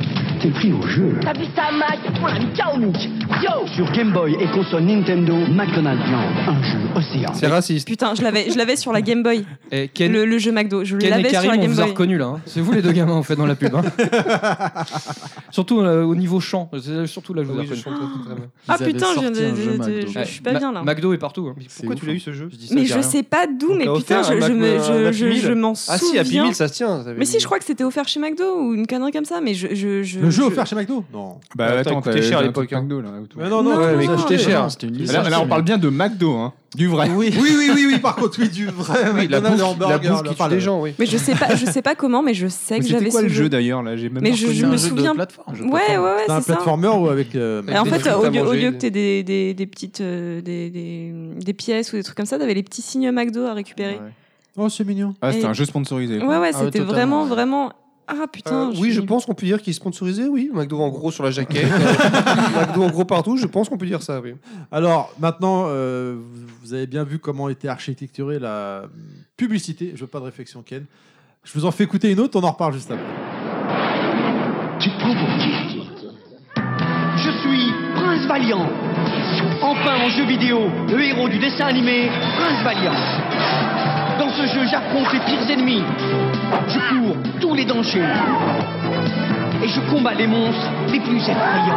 C'est le prix au jeu. T'as vu ça, Mac? On l'a mis K O, Mick. Yo! Sur Game Boy et console Nintendo, McDonald's Land, un jeu océan. C'est raciste. Putain, je l'avais, je l'avais sur la Game Boy. Et Ken, Le, le jeu McDo, je Ken et l'avais sur Karim, la on Game vous a Boy. reconnu là. hein. C'est vous les deux gamins en fait dans la pub. hein. Surtout euh, au niveau chant. C'est surtout là que je vous ai Oui, je reconnu. chante très, très bien. Ah Ils avaient putain, je viens de, sorti un jeu de- de- McDo. je, Ouais, je suis pas Ma- bien là. McDo est partout. hein. Pourquoi C'est tu ouf, l'as eu hein. ce jeu? Je dis ça, Mais j'ai je rien. sais pas d'où, On mais t'a putain, offert je, un je, me, Mac- un je, Mac je, mille. je m'en Ah si, Happy souviens. Meal, ça se tient. Mais si, je crois que c'était offert chez McDo ou une connerie comme ça, mais je. je, je Le jeu je- offert chez McDo Non. Bah Attends, attends, il coûtait t'as- cher à t'as un l'époque, truc hein. McDo là. autour. Mais non, Non, non, Ouais, non, mais non, coûtait non, cher. Non, c'était une Là, licence. là, on parle bien de McDo, hein. Du vrai. Oui, oui, oui, oui, oui, par contre, oui, du vrai. Oui, la McDonald's, bouffe, la hamburger, bouffe là, qui pas tue le- les gens, oui. Mais je sais pas, je sais pas comment, mais je sais Mais que C'était j'avais quoi ce le jeu jeu. d'ailleurs là? J'ai même Mais pas je, reconnu. je me un jeu de souviens. plateforme, jeu de Ouais, ouais, plateforme. ouais, C'est un c'est ça. platformer ou avec. euh, Et en Des fait, frites au à lieu, au manger, lieu des- que tu aies des, des, des petites euh, des, des, des pièces ou des trucs comme ça, tu avais les petits signes McDo à récupérer. Ouais. Oh, c'est mignon. Ah, c'était Et- un jeu sponsorisé. Ouais, quoi. ouais, Ah ouais, c'était totalement, vraiment, ouais. vraiment. Ah putain. Euh, oui, je suis- pense qu'on peut dire qu'il est sponsorisé, oui. McDo en gros sur la jaquette. euh, McDo en gros partout, je pense qu'on peut dire ça, oui. Alors, maintenant, euh, vous- vous avez bien vu comment était architecturée la publicité. Je veux pas de réflexion, Ken. Je vous en fais écouter une autre, on en reparle juste après. Tu te prends pour qui? Je suis Prince Valiant. Enfin en jeu vidéo, le héros du dessin animé, Prince Valiant. Dans ce jeu, j'affronte les pires ennemis. Je cours tous les dangers. Et je combats les monstres les plus effrayants.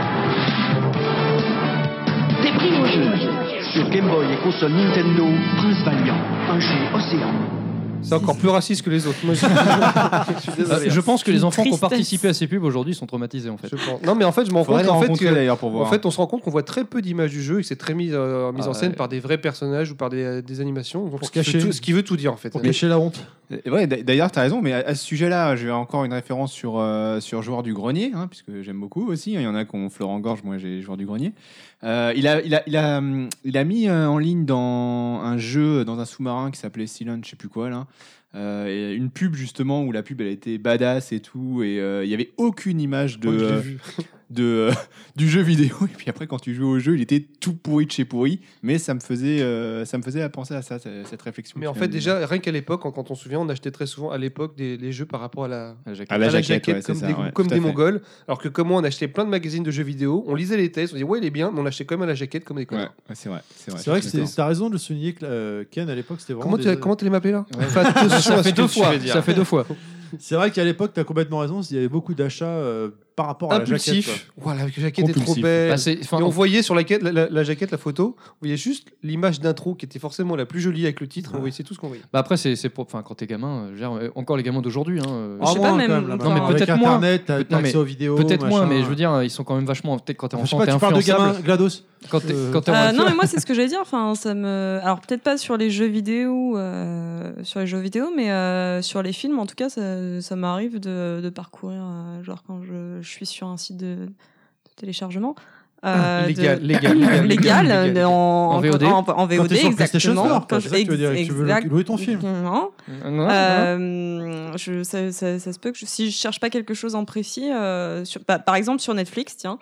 Des prix au jeu. Sur Game Boy et console Nintendo, Prince Valiant, un jeu océan. C'est encore plus raciste que les autres. Moi, je, je suis désolé. Euh, je pense que les enfants qui ont Tristesse. participé à ces pubs aujourd'hui sont traumatisés en fait. Je pense. Non, mais en fait, je me rends Faudrait compte les en fait, rencontrer, que- d'ailleurs pour voir. en fait, on se rend compte qu'on voit très peu d'images du jeu et que c'est très mis, euh, mis Ah en scène ouais. par des vrais personnages ou par des, des animations. Donc, Pour ce, qui cacher. veut tout, ce qui veut tout dire en fait. Pour cacher la honte. Et ouais, d- d'ailleurs, tu as raison, mais à, à ce sujet-là, j'ai encore une référence sur, euh, sur Joueur du Grenier, hein, puisque j'aime beaucoup aussi. Il y en a qui ont Florent Gorge, moi j'ai Joueur du Grenier. Euh, il, a, il, a, il, a, hum, il a mis euh, en ligne dans un jeu, dans un sous-marin qui s'appelait Silent, je sais plus quoi, là. Euh, et une pub justement où la pub elle était badass et tout, et euh, il y avait aucune image de, Moi, je l'ai euh, vu. de euh, du jeu vidéo. Et puis après, quand tu jouais au jeu, il était tout pourri de chez pourri, mais ça me faisait, euh, ça me faisait penser à ça, cette cette réflexion. Mais que en tu fait, viens de déjà, rien qu'à l'époque, quand, quand on se souvient, on achetait très souvent à l'époque des, les jeux par rapport à la, La jaquette. À la à jaquette, ouais, c'est comme ça, des, ouais, comme tout à des fait. Mongols. Alors que comme moi, on achetait plein de magazines de jeux vidéo, on lisait les tests, on disait ouais, il est bien, mais on achetait quand même à la jaquette comme des Ouais, connards. ouais, c'est vrai. C'est vrai, C'est vrai que je suis c'est- t'as raison de le souligner que euh, Ken à l'époque c'était vraiment. Comment tu des- comment tu les m'appelais là Ouais. Fais attention Ça à fait ce deux que tu fois. vas dire. Ça fait deux fois. C'est vrai qu'à l'époque t'as complètement raison. Il y avait beaucoup d'achats euh, par rapport à la jaquette. Impulsif. Voilà, la jaquette est trop Compulsif. belle. Bah, c'est- enfin, Et on en- voyait sur la, quête- la, la- la jaquette, la photo, on voyait juste l'image d'intro qui était forcément la plus jolie avec le titre. On voyait, c'est tout ce qu'on voyait. Bah après, c'est c'est pour. Enfin, quand t'es gamin, euh, je veux dire, euh, encore les gamins d'aujourd'hui. Hein, euh, Ah, Je sais moins, pas, même- quand là, non, maintenant. mais Avec peut-être moins. Internet, t'as Peut- t'as non, accès mais aux vidéos. peut-être moins, machin. mais je veux dire, ils sont quand même vachement. Peut-être quand t'es Je sais enfant, pas, t'es tu parles de influençable. gamin GLaDOS. Quand t'es Euh, quand t'es Euh, en non, voiture- mais moi, c'est ce que j'allais dire. Enfin, ça me. Alors, peut-être pas sur les jeux vidéo, euh, sur les jeux vidéo, mais euh, sur les films, en tout cas, ça, ça m'arrive de, de parcourir, euh, genre quand je, je suis sur un site de, de téléchargement. Euh, Légal, de- légal, légal, légal, légal, euh, en, En V O D. en, en Quand V O D, t'es sur le PlayStation exactement. Store, quoi, c'est ça que tu veux dire, et que tu veux exact- louer ton film. Exactement. Euh, non, voilà. Euh, je, ça, ça- ça se peut que je- si je cherche pas quelque chose en précis, euh, sur, bah, par exemple sur Netflix, tiens,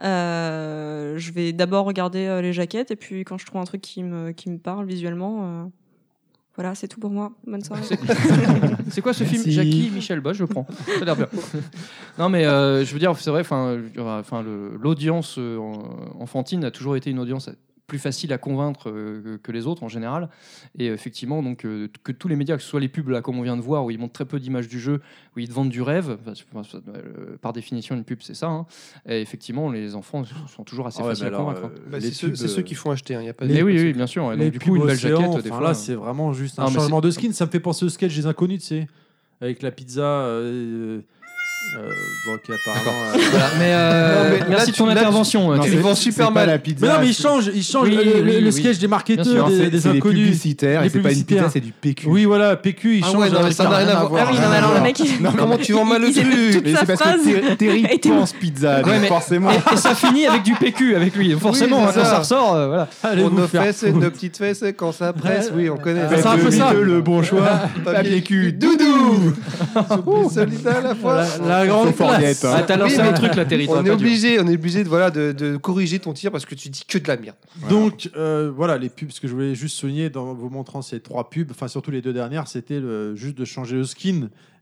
euh, je vais d'abord regarder euh, les jaquettes et puis quand je trouve un truc qui me, qui me parle visuellement, euh, voilà, c'est tout pour moi. Bonne soirée. C'est quoi ce film Merci. Jackie Michel Bah, je prends. Ça a l'air bien. Non, mais euh, je veux dire, c'est vrai, enfin, je veux dire, enfin, le- l'audience euh, en- enfantine a toujours été une audience plus facile à convaincre euh, que les autres en général. Et euh, effectivement, donc, euh, que tous les médias, que ce soit les pubs, là, comme on vient de voir, où ils montrent très peu d'images du jeu, où ils te vendent du rêve, enfin, c'est- enfin, euh, par définition, une pub, c'est ça. Hein. Et effectivement, les enfants sont toujours assez Ah ouais, faciles mais à alors, convaincre. hein. euh, Bah, les c'est ceux, pubs, c'est ceux qui font acheter. Il y a pas de- Mais oui, oui, bien sûr. Et Les donc, du pubs coup, une belle Océan, jaquette, enfin, des là, fois. c'est vraiment juste un Ah, mais changement de skin. Ça me fait penser au sketch des Inconnus, tu sais, avec la pizza. Euh, euh, bon, ok, apparemment. euh, Voilà. Mais, euh, Non, mais là, merci de tu- ton là, tu- intervention. non, Tu- tu vends super mal. la pizza. Mais non, mais il change, il change Oui, le, le- oui, le oui. sketch des Bien marketeurs, sûr, des, C'est des c'est les inconnus. publicitaires, Les et c'est pas une publicitaires. pizza, c'est du P Q. Oui, voilà, P Q, il Ah change. ouais, non, un mais truc, ça n'a rien à voir. Ah oui, non, mais alors le mec, il- Non, comment tu vends mal le il aime truc toute Mais sa c'est parce phrase. que Terry- Terry a été- pense pizza, donc Ouais, mais- forcément. Et, et ça finit avec du P Q avec lui. Forcément, Oui, hein, c'est quand ça. ça ressort, euh, voilà. Allez Pour vous nos faire fesses, foutre. nos petites fesses, quand ça presse, oui, on connaît. C'est un peu ça. Le bon choix. Papier cul, doudou. Solitaire à la fois. La, la grande Faut forget, classe. hein. Ah, t'as lancé Oui, un mais truc là, Terry. On t'as est pas dû. obligé, on est obligé de voilà de, de corriger ton tir parce que tu dis que de la merde. Donc euh, voilà les pubs. Ce que je voulais juste souligner dans vous montrant ces trois pubs, enfin surtout les deux dernières, c'était le- juste de changer le skin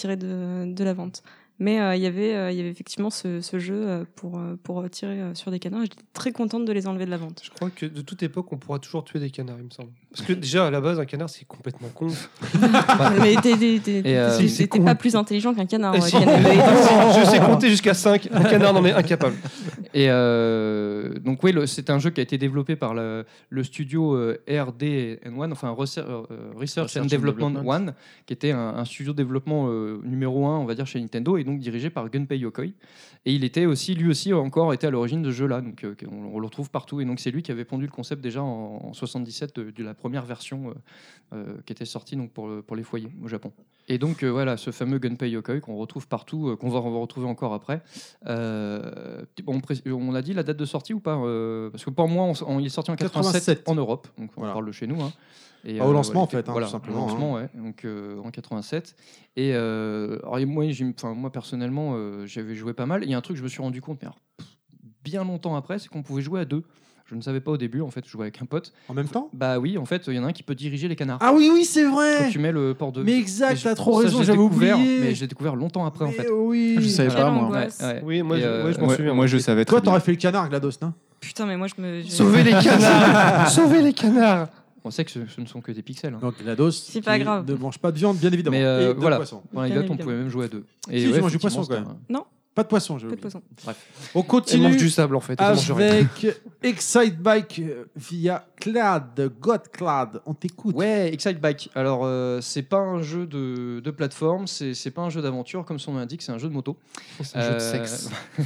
retirer de, de la vente. Mais euh, il y avait, euh, il y avait effectivement ce, ce jeu euh, pour, euh, pour tirer euh, sur des canards. J'étais très contente de les enlever de la vente. Je crois que de toute époque, on pourra toujours tuer des canards, il me semble. Parce que déjà, à la base, un canard, c'est complètement con. Mais t'es, t'es, t'es, t'es, euh, t'es- si, c'est t'es con. pas plus intelligent qu'un canard. Et ouais, si, canard. je sais compter jusqu'à cinq. Un canard n'en est incapable. Et euh, donc oui, le- c'est un jeu qui a été développé par le, le studio euh, R D un, enfin Research, euh, Research Research and and Development Development. un, qui était un, un studio de développement euh, numéro un, on va dire, chez Nintendo, et donc dirigé par Gunpei Yokoi. Et il était aussi, lui aussi, encore été à l'origine de ce jeu-là, donc euh, on, on le retrouve partout. Et donc c'est lui qui avait pondu le concept déjà en, en soixante-dix-sept de, de la première version euh, euh, qui était sortie donc pour, le- pour les foyers au Japon. Et donc euh, voilà, ce fameux Gunpei Yokoi qu'on retrouve partout, euh, qu'on va, on va retrouver encore après. Euh, bon, on, pré- on a dit la date de sortie ou pas euh, Parce que pour moi, on, on- il est sorti en quatre-vingt-sept, quatre-vingt-sept. en Europe, donc on Voilà. parle de chez nous. Hein. Et, Ah, au euh, lancement, voilà, en fait, hein, voilà, tout simplement, Au lancement, hein. ouais, donc euh, en quatre-vingt-sept. Et euh, alors, et moi, j'ai- enfin, moi, personnellement, euh, j'avais joué pas mal. Il y a un truc que je me suis rendu compte, mais alors, pff, bien longtemps après, c'est qu'on pouvait jouer à deux. Je ne savais pas au début, en fait, je jouais avec un pote. En même temps Bah oui, en fait, il y en a un qui peut diriger les canards. Ah oui, oui, c'est vrai. Quand tu mets le port de. Mais exact, Et je- t'as trop ça, raison, je l'ai j'avais découvert, oublié. Mais je l'ai découvert longtemps après, en fait. oui. Je savais Quelle pas, moi. angoisse. Ouais, ouais. Oui, moi, Et, je, euh, ouais, je m'en Moi, souviens. moi, je savais très Toi, bien. t'aurais fait le canard, GLaDOS, non Putain, mais moi, je me. je- Sauver les canards. Sauver les canards. On sait que ce, ce ne sont que des pixels. hein. Donc GLaDOS, C'est pas qui grave. ne mange pas de viande, bien évidemment. Mais euh, et de voilà, poisson. dans l'anecdote, Bien on pouvait même jouer à deux. Si, tu manges du poisson, effectivement, quand même. c'était un- Non, Pas de poisson, je pas de poisson. On Elle continue mange du sable, en fait. Elle mange rien. avec Excitebike via Clad, God Clad. On t'écoute. Ouais, Excite Bike. Alors, euh, c'est pas un jeu de, de plateforme, c'est c'est pas un jeu d'aventure, comme son nom l'indique, c'est un jeu de moto. C'est un jeu de Euh, sexe.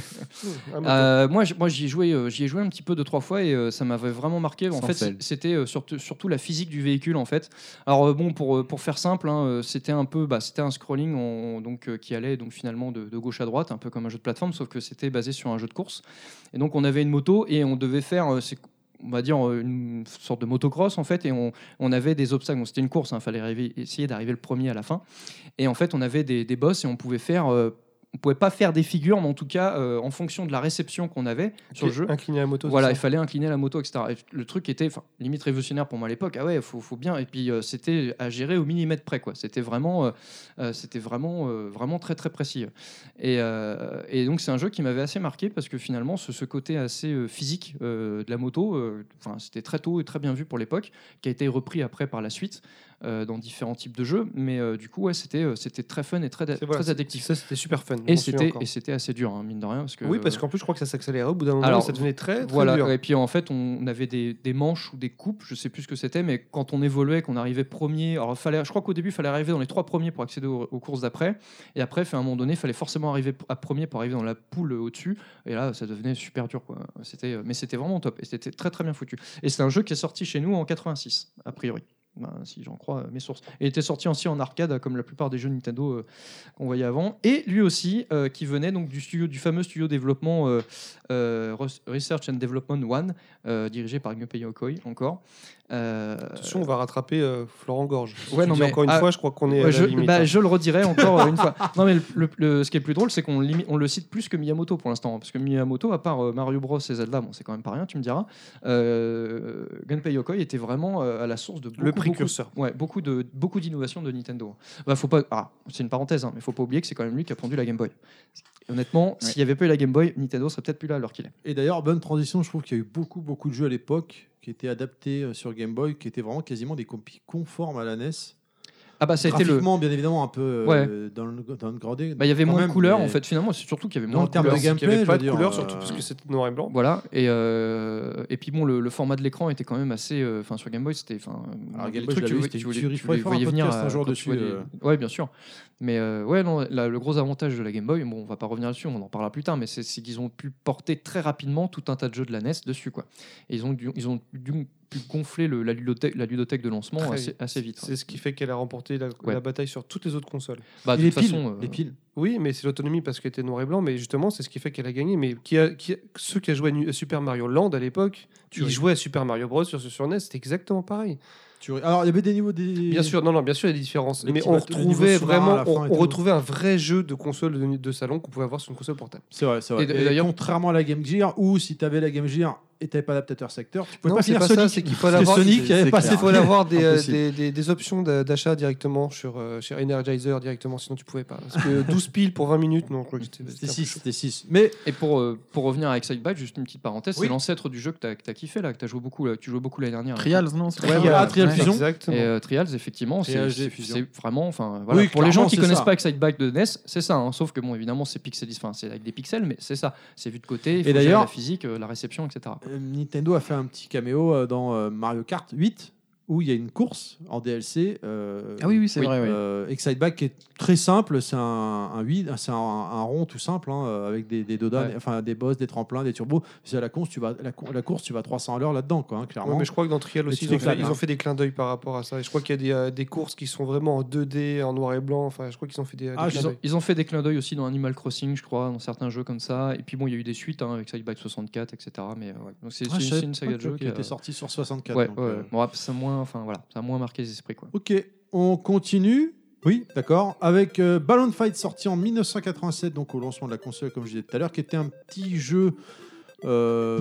Un moto. Euh, moi, j- moi j'y ai joué, euh, j'y ai joué un petit peu deux trois fois et euh, ça m'avait vraiment marqué. En Sans fait, sel. c- c'était euh, surtout, surtout la physique du véhicule en fait. Alors euh, bon, pour euh, pour faire simple, hein, euh, c'était un peu, bah, c'était un scrolling on- donc euh, qui allait donc finalement de, de gauche à droite, un peu comme un jeu de plateforme, sauf que c'était basé sur un jeu de course. Et donc on avait une moto et on devait faire, euh, c'est- on va dire euh, une sorte de motocross en fait, et on, on avait des obstacles. Bon, c'était une course, il fallait arriver, essayer d'arriver le premier à la fin. Et en fait, on avait des, des boss et on pouvait faire euh, on pouvait pas faire des figures, mais en tout cas, euh, en fonction de la réception qu'on avait sur le jeu, Incliner la moto. voilà, c'est il ça. fallait incliner la moto, et cetera. Et le truc était, enfin, limite révolutionnaire pour moi à l'époque. Ah ouais, faut, faut bien. Et puis euh, c'était à gérer au millimètre près, quoi. C'était vraiment, euh, euh, c'était vraiment, euh, vraiment très très précis. Et, euh, et donc c'est un jeu qui m'avait assez marqué parce que finalement, ce, ce côté assez euh, physique euh, de la moto, euh, enfin, c'était très tôt et très bien vu pour l'époque, qui a été repris après par la suite. Euh, dans différents types de jeux, mais euh, du coup, ouais, c'était euh, c'était très fun et très, C'est- très voilà, c'est- addictif. Ça, c'était super fun. je Et m'en souviens c'était encore. et c'était assez dur, hein, mine de rien, parce que Oui, parce qu'en plus, je crois que ça s'accélérait au bout d'un moment. Alors, ça devenait très, très voilà, dur. et puis en fait, on avait des, des manches ou des coupes, je sais plus ce que c'était, mais quand on évoluait, qu'on arrivait premier, alors fallait, je crois qu'au début, il fallait arriver dans les trois premiers pour accéder aux, aux courses d'après, et après, à un moment donné, il fallait forcément arriver à premier pour arriver dans la poule au-dessus, et là, ça devenait super dur, quoi. C'était, mais c'était vraiment top, et c'était très très bien foutu. Et c'est un jeu qui est sorti chez nous en quatre-vingt-six, a priori. Ben, si j'en crois euh, mes sources. Et il était sorti aussi en arcade, comme la plupart des jeux Nintendo euh, qu'on voyait avant. Et lui aussi, euh, qui venait donc du studio, du fameux studio développement euh, euh, Research and Development un, euh, dirigé par Gunpei Yokoi encore. Euh, Attention, on va rattraper euh, Florent Gorge. Ouais, Tu non, dis mais- encore une ah, fois, je crois qu'on est ouais, à je, la limite. bah, hein. je le redirai encore euh, une fois. Non, mais le, le- le- ce qui est le plus drôle, c'est qu'on limi- on le cite plus que Miyamoto pour l'instant. Parce que Miyamoto, à part euh, Mario Bros et Zelda, bon, c'est quand même pas rien, tu me diras. Euh, Gunpei Yokoi était vraiment euh, à la source de beaucoup, Le précurseur. beaucoup, ouais, beaucoup de beaucoup d'innovations de Nintendo. Bah, faut pas, ah, c'est une parenthèse, hein, mais faut pas oublier que c'est quand même lui qui a pondu la Game Boy. Honnêtement, s'il n'y avait pas eu la Game Boy, Nintendo serait peut-être plus là à l'heure qu'il est. Et d'ailleurs, bonne transition, je trouve qu'il y a eu beaucoup, beaucoup de jeux à l'époque qui étaient adaptés euh, sur Game Boy, qui étaient vraiment quasiment des copies conformes à la N E S. Ah bah ça a été le. Graphiquement, bien évidemment, un peu euh, Ouais. dans le dans le gradé. Bah, il y avait quand moins même, de couleurs mais en fait. Finalement, c'est surtout qu'il y avait dans moins le de terme de couleurs. Il n'y gameplay, avait pas je de veux couleur, dire, surtout euh, parce que c'était noir et blanc. Voilà, et, euh, et puis bon, le, le format de l'écran était quand même assez. euh, Enfin, sur Game Boy, c'était. enfin, Alors, les Game Boy, trucs, je l'avais tu vu, voyais- c'était- tu voyais- tu tu ferais faire un voyais venir, podcast un euh, jour quand tu dessus, vois des- euh. Ouais, bien sûr. Mais euh, ouais, non, la- le gros avantage de la Game Boy, bon, on va pas revenir dessus, on en parlera plus tard, mais c'est c'est qu'ils ont pu porter très rapidement tout un tas de jeux de la N E S dessus, quoi. Et ils ont dû, ils ont dû pu gonfler le- la, ludothèque, la ludothèque de lancement Très assez, vite. assez vite. quoi. C'est ce qui fait qu'elle a remporté la, Ouais. la bataille sur toutes les autres consoles. Bah, de Et les toute piles, façon, euh, les piles. Oui, mais c'est l'autonomie parce qu'elle était noir et blanc, mais justement, c'est ce qui fait qu'elle a gagné. Mais qui a, qui a- ceux qui a joué à Nu- à Super Mario Land à l'époque, Tu ils ris. jouaient à Super Mario Bros sur, sur N E S, c'était exactement pareil. Tu- Alors, il y avait des niveaux des. Bien sûr, non, non, bien sûr, il y a des différences. Les Mais petits on bateaux- les niveaux retrouvait sous-marins à vraiment, la fin on, et on tout. retrouvait un vrai jeu de console de, de salon qu'on pouvait avoir sur une console portable. C'est vrai, c'est vrai. Et Et d'ailleurs- contrairement à la Game Gear, où si tu avais la Game Gear et t'avais pas d'adaptateur secteur, tu pouvais Non, pas c'est finir pas Sonic. ça, c'est qu'il faut Parce que l'avoir. Sonic, il y avait pas Il assez- faut avoir des, euh, Impossible. des, des, des options d'a- d'achat directement sur, euh, chez Energizer directement, sinon tu pouvais pas. Parce que douze piles pour vingt minutes, non, je crois que c'était C'était six, c'était six. Mais Et pour, euh, pour revenir à Excitebike, juste une petite parenthèse, Oui. c'est l'ancêtre du jeu que tu as kiffé là, que t'as joué beaucoup, là, tu jouais beaucoup l'année dernière. Trials, non c'est Ouais, pas ça voilà, Trials Ouais. Fusion. Exactement. Et euh, Trials, effectivement, c'est Trials c'est- Fusion. c'est vraiment, enfin voilà, Oui, pour les gens clairement, qui c'est connaissent ça. pas Excitebike de N E S, c'est ça. hein, sauf que bon, évidemment, c'est pixelisé, enfin c'est avec des pixels, mais c'est ça, c'est vu de côté. Il faut Et gérer d'ailleurs- la physique, euh, la réception, et cetera. Euh, Nintendo a fait un petit caméo euh, dans euh, Mario Kart huit où il y a une course en D L C. euh, Ah oui, oui, c'est vrai, oui. euh, Excitebike qui est très simple, c'est un, un, huit, c'est un, un rond tout simple hein, euh, avec des, des dodanes, Ouais. enfin des boss, des tremplins, des turbos. C'est à la course, tu vas la, cour- la course, tu vas à trois cents à l'heure là-dedans, quoi, hein, clairement. Ouais, mais je crois que dans Trial Mais aussi, tu ils ont, fait, t'éclates, ils hein. ont fait des clins d'œil par rapport à ça. Et je crois qu'il y a des, euh, des courses qui sont vraiment en deux D, en noir et blanc. Enfin, je crois qu'ils ont fait des, des Ah, clins Ils ont, d'œil. ils ont fait des clins d'œil aussi dans Animal Crossing, je crois, dans certains jeux comme ça. Et puis bon, il y a eu des suites hein, avec Excitebike soixante-quatre, et cetera. Mais euh, ouais. Donc c'est Ah, c'est je une, savais c'est une saga pas de que- jeux qui qui était a- sorti sur soixante-quatre. Ouais, donc, ouais. euh, Bon, après, ça a moins, enfin voilà, ça a moins marqué les esprits quoi. Ok, on continue. Oui, d'accord. Avec euh, Balloon Fight sorti en mille neuf cent quatre-vingt-sept, donc au lancement de la console, comme je disais tout à l'heure, qui était un petit jeu euh,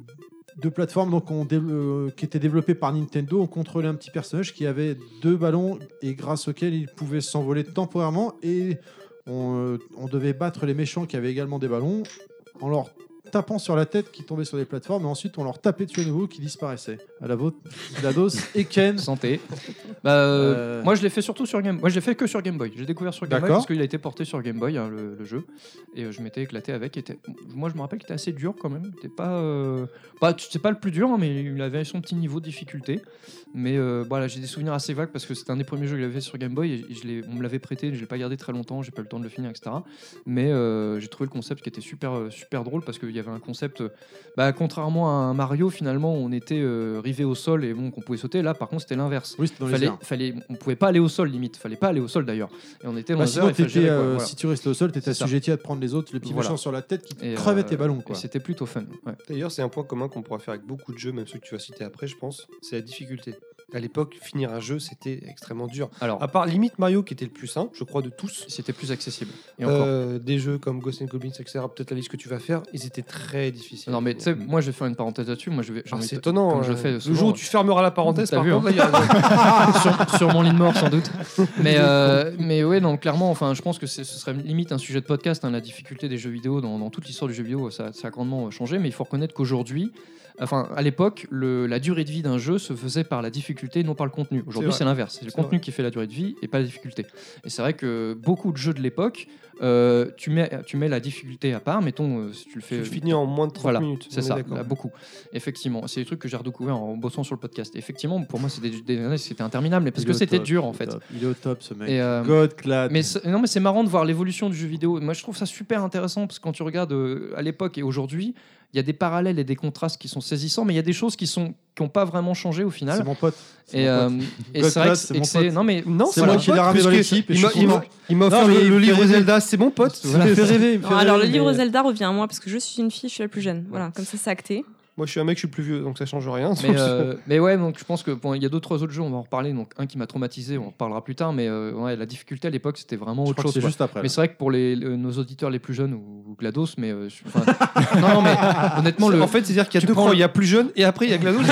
de plateforme donc on dé- euh, qui était développé par Nintendo. On contrôlait un petit personnage qui avait deux ballons et grâce auquel il pouvait s'envoler temporairement et on, euh, on devait battre les méchants qui avaient également des ballons en leur tapant sur la tête qui tombait sur des plateformes et ensuite on leur tapait dessus à nouveau qui disparaissait. À la vôtre, Glados et Ken. Santé. Bah, euh, Euh, Moi, je l'ai fait surtout sur Game. Moi, je l'ai fait que sur Game Boy. J'ai découvert sur Game Boy D'accord. parce qu'il a été porté sur Game Boy hein, le, le jeu et euh, je m'étais éclaté avec. Il était- Moi, je me rappelle qu'il était assez dur quand même. Il était pas, euh, pas, c'est pas le plus dur, hein, mais il avait son petit niveau de difficulté. Mais euh, voilà, j'ai des souvenirs assez vagues parce que c'était un des premiers jeux que j'avais fait sur Game Boy et je l'ai- on me l'avait prêté. Je l'ai pas gardé très longtemps. J'ai pas eu le temps de le finir, et cetera. Mais euh, j'ai trouvé le concept qui était super, euh, super drôle parce qu'il y avait un concept. euh, Bah, contrairement à un Mario, finalement, on était euh, rivé au sol et bon, qu'on pouvait sauter. Là, par contre, c'était l'inverse. Oui, c'était dans les fallait, airs. fallait, on pouvait pas aller au sol limite. Fallait pas aller au sol d'ailleurs. Et on était dans Bah, les sinon, airs. et fallait t'étais, gérer, quoi, euh, voilà. si tu restais au sol, t'étais C'est ça. assujetti à te prendre les autres, les petits Voilà. méchants sur la tête qui te Et, crevaient euh, tes ballons. et Quoi. C'était plutôt fun. ouais. D'ailleurs, c'est un point commun qu'on pourra faire avec beaucoup de jeux, même ceux que tu vas citer après, je pense. C'est la difficulté. À l'époque, finir un jeu, c'était extrêmement dur. Alors, À part limite Mario, qui était le plus simple, je crois, de tous. c'était plus accessible. Et encore. Euh, des jeux comme Ghosts and Goblins, et cetera. Peut-être la liste que tu vas faire, ils étaient très difficiles. Non mais tu sais, moi je vais faire une parenthèse là-dessus. Moi je vais. j'ai Ah, envie c'est de- étonnant. Comme je euh, fais le souvent. jour où tu fermeras la parenthèse, T'as par vu, contre, hein. là, il y a- sur, sur mon lit de mort sans doute. Mais euh, mais ouais non clairement. Enfin je pense que c'est- ce serait limite un sujet de podcast. hein, la difficulté des jeux vidéo dans, dans toute l'histoire du jeu vidéo, ça, ça a grandement changé. Mais il faut reconnaître qu'aujourd'hui, enfin à l'époque, le- la durée de vie d'un jeu se faisait par la difficulté, non par le contenu. Aujourd'hui vrai. c'est l'inverse. C'est le C'est contenu vrai. qui fait la durée de vie et pas la difficulté. Et c'est vrai que beaucoup de jeux de l'époque, euh, tu mets tu mets la difficulté à part. Mettons euh, si tu le tu fais. le finis en moins de trente Voilà, minutes. c'est on est ça, d'accord. là, beaucoup. Effectivement, c'est des trucs que j'ai redécouvert en bossant sur le podcast. Effectivement, pour moi, c'était des années, c'était interminable, mais parce Il que est au c'était top, dur il est en au fait. top. Il est au top ce mec. Et, euh, God clad. Mais c'est- non, mais c'est marrant de voir l'évolution du jeu vidéo. Moi, je trouve ça super intéressant parce que quand tu regardes euh, à l'époque et aujourd'hui, il y a des parallèles et des contrastes qui sont saisissants, mais il y a des choses qui sont qui n'ont pas vraiment changé au final. C'est mon pote. C'est Et, mon euh, pote. et God c'est vrai clad, que c'est et mon que c'est pote. non mais Non, C'est c'est moi mon qui l'ai pote, ramené dans puisque l'équipe et il je m'a- suis il m'a- content. Il m'a Non, offert mais le, il le me fait livre rêver. Zelda, c'est mon pote. Ça m'a fait rêver. il me fait Non, alors le rêver, livre mais- Zelda revient à moi parce que je suis une fille, je suis la plus jeune. Voilà, comme ça c'est acté. Moi, je suis un mec, je suis plus vieux, donc ça change rien. Mais, euh, mais ouais, donc je pense que bon, il y a d'autres autres jeux, on va en reparler. Donc un qui m'a traumatisé, on en reparlera plus tard. Mais euh, ouais, la difficulté à l'époque, c'était vraiment Je autre crois que chose. c'est quoi. juste après. Mais là. c'est vrai que pour les, le- nos auditeurs les plus jeunes ou, ou GLaDOS, mais euh, je- enfin, non, non, mais honnêtement, le, En fait, c'est-à-dire qu'il y a tu deux prends croix. le- Il y a plus jeune et après, il y a GLaDOS.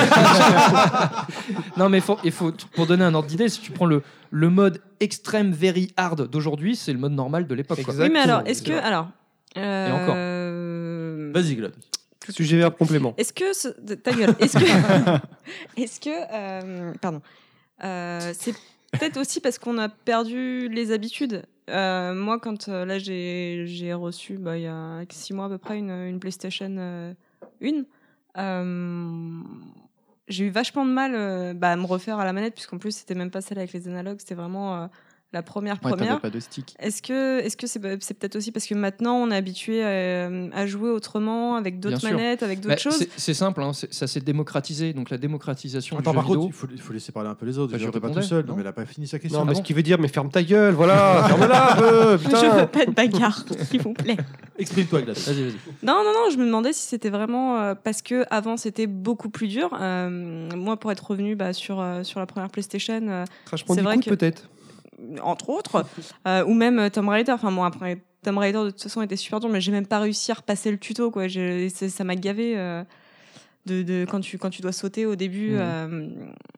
non, mais faut, il faut pour donner un ordre d'idée, si tu prends le le mode extrême very hard d'aujourd'hui, c'est le mode normal de l'époque. quoi. Exact. Oui, mais alors, Exactement. est-ce que. Alors. Et encore. euh, Vas-y, Glad. Sujet verbe complément. Est-ce que. ce- Ta gueule. Est-ce que. Est-ce que. euh, Pardon. Euh, c'est peut-être aussi parce qu'on a perdu les habitudes. Euh, moi, quand euh, là, j'ai j'ai reçu, bah, il y a six mois à peu près, une, une PlayStation euh, une. Euh, j'ai eu vachement de mal euh, bah, à me refaire à la manette, puisqu'en plus, c'était même pas celle avec les analogues, c'était vraiment euh, la première Ouais, première. t'avais pas de stick. Est-ce que est-ce que c'est c'est peut-être aussi parce que maintenant on est habitué à, à jouer autrement avec d'autres Bien sûr. manettes, avec Bah, d'autres choses. c'est- c'est simple, hein, c'est- ça s'est démocratisé. Donc la démocratisation Attends, du par jeu contre, vidéo. il faut, il faut laisser parler un peu les autres. Bah, Déjà, je t'es pas tout répondais, seul. non Non, mais elle a pas fini sa question. Non, mais bon ce qui veut dire, mais ferme ta gueule, voilà, ferme-la un peu, Je putain. veux pas de bagarre, s'il vous plaît. Exprime-toi, Glad. Vas-y, vas-y. Non, non, non, je me demandais si c'était vraiment euh, parce que avant c'était beaucoup plus dur. Euh, moi, pour être revenu bah, sur, euh, sur la première PlayStation, euh, Crash C'est vrai Bandicoot, que- peut-être. entre autres, euh, ou même euh, Tomb Raider. Enfin, bon, après, Tomb Raider de toute façon était super dur, mais j'ai même pas réussi à repasser le tuto, quoi. Je- c'est- ça m'a gavé. euh. de, de quand tu quand tu dois sauter au début Mmh. euh,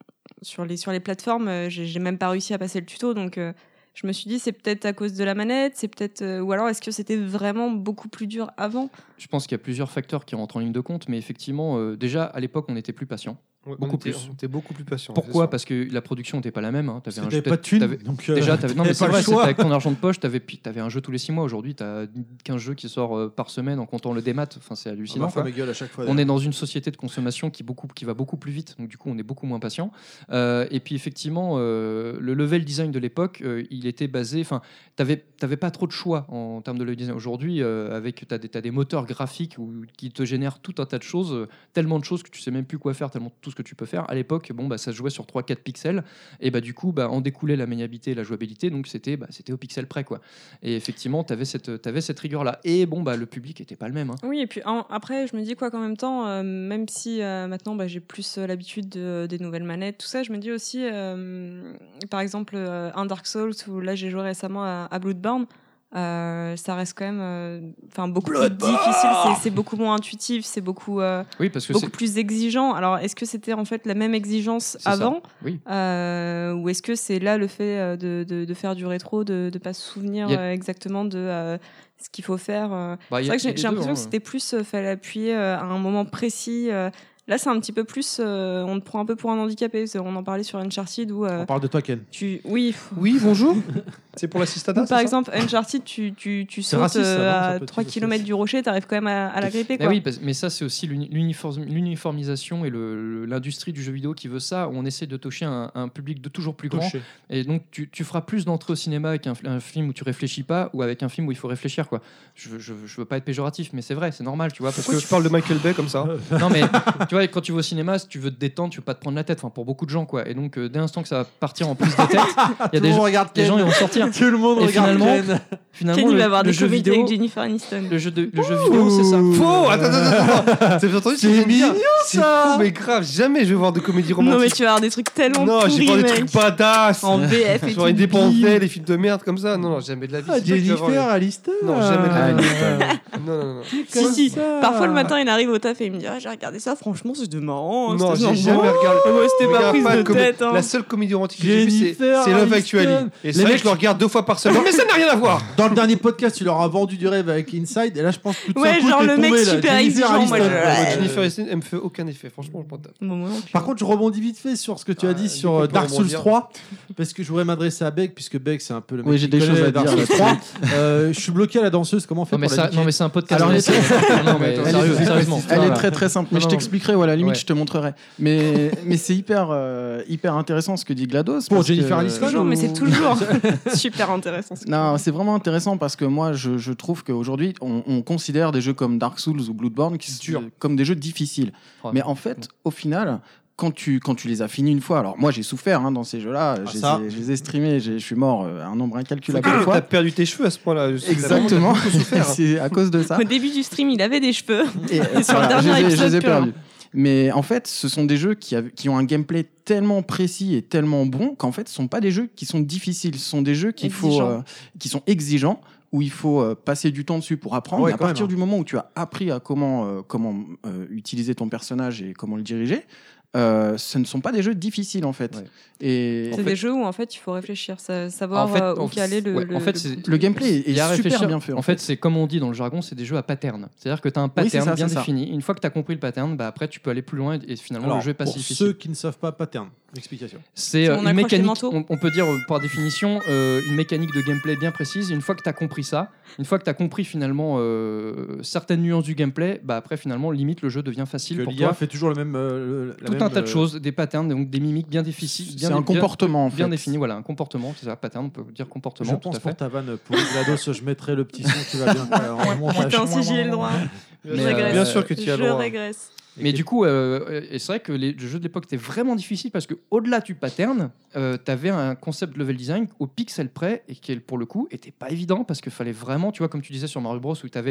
sur les sur les plateformes, euh, j'ai, j'ai même pas réussi à passer le tuto, donc euh, je me suis dit c'est peut-être à cause de la manette, c'est peut-être euh, ou alors est-ce que c'était vraiment beaucoup plus dur avant? Je pense qu'il y a plusieurs facteurs qui rentrent en ligne de compte, mais effectivement, euh, déjà à l'époque, on était plus patient. Ouais, on beaucoup était- plus. on était beaucoup plus patient. c'est Pourquoi sûr. Parce que la production n'était pas la même. Hein. Parce T'avais que un t'avais jeu- pas de thunes, t'avais- donc, euh, déjà, t'avais, non, mais t'avais c'est pas le vrai, c'était choix. avec ton argent de poche, t'avais, puis t'avais un jeu tous les six mois. Aujourd'hui, t'as quinze jeux qui sortent euh, par semaine en comptant le démat. Enfin, c'est hallucinant. On va faire quoi. ma gueule à chaque fois, On d'ailleurs. est dans une société de consommation qui, beaucoup, qui va beaucoup plus vite, donc du coup, on est beaucoup moins patient. Euh, et puis, effectivement, euh, le level design de l'époque, euh, il était basé. Enfin, t'avais, t'avais pas trop de choix en termes de level design. Aujourd'hui, euh, avec t'as des, t'as des moteurs graphiques où, qui te génèrent tout un tas de choses, euh, tellement de choses que tu sais même plus quoi faire, tellement tout ce que tu peux faire. À l'époque, bon, bah, ça se jouait sur trois quatre pixels, et bah, du coup, bah, en découlait la maniabilité et la jouabilité, donc c'était, bah, c'était au pixel près, quoi. Et effectivement, t'avais cette, t'avais cette rigueur-là. Et bon, bah, le public était pas le même. Hein. Oui, et puis en- après, je me dis quoi qu'en même temps, euh, même si euh, maintenant bah, j'ai plus euh, l'habitude de- des nouvelles manettes, tout ça, je me dis aussi, euh, par exemple, euh, un Dark Souls, où là j'ai joué récemment à, à Bloodborne, euh, ça reste quand même euh, enfin beaucoup plus difficile, c'est, c'est beaucoup moins intuitif, c'est beaucoup, euh, Oui, parce que beaucoup c'est- plus exigeant. Alors, est-ce que c'était en fait la même exigence C'est ça, avant oui. euh, ou est-ce que c'est là le fait euh, de, de, de faire du rétro, de ne pas se souvenir Il y a- euh, exactement de euh, ce qu'il faut faire euh. Bah, il y C'est a- vrai que il y a j'ai, les j'ai deux, l'impression hein. que c'était plus euh, fallait appuyer euh, à un moment précis. euh. Là, c'est un petit peu plus. euh, on te prend un peu pour un handicapé. C'est- On en parlait sur Uncharted où. euh, On parle de toi, Ken. tu, oui. Oui, bonjour. C'est pour l'assistata. Ou par exemple, Uncharted, tu, tu, tu C'est sautes raciste, ça, non, euh, ça à peut- trois ça- kilomètres du rocher, t'arrives quand même à, à la gripper. Mais Quoi. oui, parce- mais ça, c'est aussi l'uni- l'uniform- l'uniformisation et le- le- l'industrie du jeu vidéo qui veut ça, où on essaie de toucher un, un public de toujours plus grand. Toucher. Et donc, tu, tu feras plus d'entrées au cinéma avec un, un film où tu réfléchis pas ou avec un film où il faut réfléchir. Quoi. Je, veux- je, veux- je veux pas être péjoratif, mais c'est vrai, c'est normal, tu vois. Parce Pourquoi que tu parles de Michael Bay comme ça? non, mais tu vois, quand tu vas au cinéma, si tu veux te détendre, tu veux pas te prendre la tête. Enfin, pour beaucoup de gens, quoi. Et donc, euh, dès l'instant que ça va partir en plus de tête, il y a Tout des, le monde gens- regarde des Ken. gens ils vont sortir. Tout le monde Et regarde finalement, Ken. finalement, Ken, il le, va avoir le des jeu comics vidéo, avec Jennifer Aniston. le jeu, de, le jeu vidéo, c'est ça. Faux. Attends, attends, attends, attends. C'est entendu ce que je viens de dire. C'est ça. fou, mais grave. Jamais je vais voir de comédie romantique. Non, mais tu vas avoir des trucs tellement Non, j'ai pourris, voir des mec. trucs badass. En V F et Genre tout. Indépendance, les films de merde comme ça. Non, non, jamais de la vie. Ah, C'est toi qui vas voir Jennifer les- Aniston. Non, jamais de la vie. Ah, Non, non, non. Si, si. ça. Parfois, le matin, il arrive au taf et il me dit ah, j'ai regardé ça, franchement, c'était marrant. Non, c'était j'ai jamais marrant. regardé. Ah ouais, c'était pas Regarde prise pas de comé- tête. Hein. La seule comédie romantique que j'ai vue, c'est Jennifer c'est Love Aniston. Actually. Et Les c'est vrai mecs- que je le regarde deux fois par semaine. Non, mais ça n'a rien à voir. Dans le dernier podcast, tu leur as vendu du rêve avec Inside, et là, je pense que tout Ouais, d'un coup, genre t'es le tombé, mec là. super Jennifer exigeant, moi, Aniston. je- Euh, Ouais. Jennifer Aniston, elle me fait aucun effet. Franchement, je prends ta- Bon, moi non plus. Par contre, je rebondis vite fait sur ce que tu as Ah, dit du sur coup, on euh, peut Dark Souls rebondir. trois, parce que je voudrais m'adresser à Beck, puisque Beck, c'est un peu le mec Oui, qui j'ai des connaît choses à Dark dire Souls là-dessus. trois. Euh, je suis bloqué à la danseuse, comment on fait Non mais, pour la ça, niquer non, mais c'est un podcast. Alors, de elle est- non, mais Elle est- sérieux, elle est- sérieusement. Elle est Voilà. très très simple, mais Non, je non, t'expliquerai ou à la limite Ouais. je te montrerai. Mais, mais c'est hyper, euh, hyper intéressant ce que dit GLaDOS. Pour parce Jennifer que- Aniston Toujours, mais c'est ou- toujours super intéressant. Non, c'est vraiment intéressant parce que moi je, je trouve qu'aujourd'hui on, on considère des jeux comme Dark Souls ou Bloodborne qui sont comme des jeux difficiles. Ouais. Mais en fait, au final, quand tu, quand tu les as finis une fois, alors moi j'ai souffert hein, dans ces jeux-là, je, les ça. ai- je les ai streamés, j'ai- je suis mort euh, un nombre incalculable de T'as fois. perdu tes cheveux à ce point-là. Exactement, T'as beaucoup souffert. c'est à cause de ça. Au début du stream, il avait des cheveux. Et, Et sur voilà, le dernier je les ai- je épisode, les ai plus rien. perdus. Mais en fait, ce sont des jeux qui, av- qui ont un gameplay tellement précis et tellement bon qu'en fait, ce sont pas des jeux qui sont difficiles. Ce sont des jeux qu'il faut, Exigeants. euh, qui sont exigeants, où il faut euh, passer du temps dessus pour apprendre. Ouais, Et à quand partir même, du moment où tu as appris à comment, euh, comment euh, utiliser ton personnage et comment le diriger, euh, ce ne sont pas des jeux difficiles en fait. Ouais. Et C'est en fait, des jeux où en fait il faut réfléchir, sa- savoir En fait, euh, où en- caler le. ouais, le- en fait, le- c'est- le gameplay est, Il y a à super réfléchir. bien fait. En fait, c'est comme on dit dans le jargon, c'est des jeux à pattern. C'est-à-dire que tu as un Oui, c'est pattern ça, bien c'est ça. défini. Une fois que tu as compris le pattern, bah après tu peux aller plus loin et, et finalement Alors, le jeu est pas pour si difficile. ceux qui ne savent pas pattern, explication. C'est Si euh, on une accroche les mécanique, manteaux. on, on peut dire euh, par définition, euh, une mécanique de gameplay bien précise. Une fois que tu as compris ça, une fois que tu as compris finalement euh, certaines nuances du gameplay, bah après finalement limite le jeu devient facile Que pour l'I A toi. fait toujours le même. euh, le- la Tout même, un tas de euh, choses, des patterns, donc des mimiques bien difficiles. bien C'est un bien- comportement en bien fait. défini, voilà, un comportement, c'est ça, pattern, on peut dire comportement, Je tout pense à fait. pour ta vanne, pour GLaDOS, je mettrai le petit son qui va bien. Alors, en montage. Attends, si j'y ai le droit. Je Mais, régresse. Bien sûr que tu y as Je le droit. régresse. Mais du coup, euh, et c'est vrai que les jeux de l'époque étaient vraiment difficiles parce que au-delà du pattern, euh, tu avais un concept de level design au pixel près et qui, pour le coup, était pas évident parce qu'il fallait vraiment, tu vois, comme tu disais sur Mario Bros, où tu avais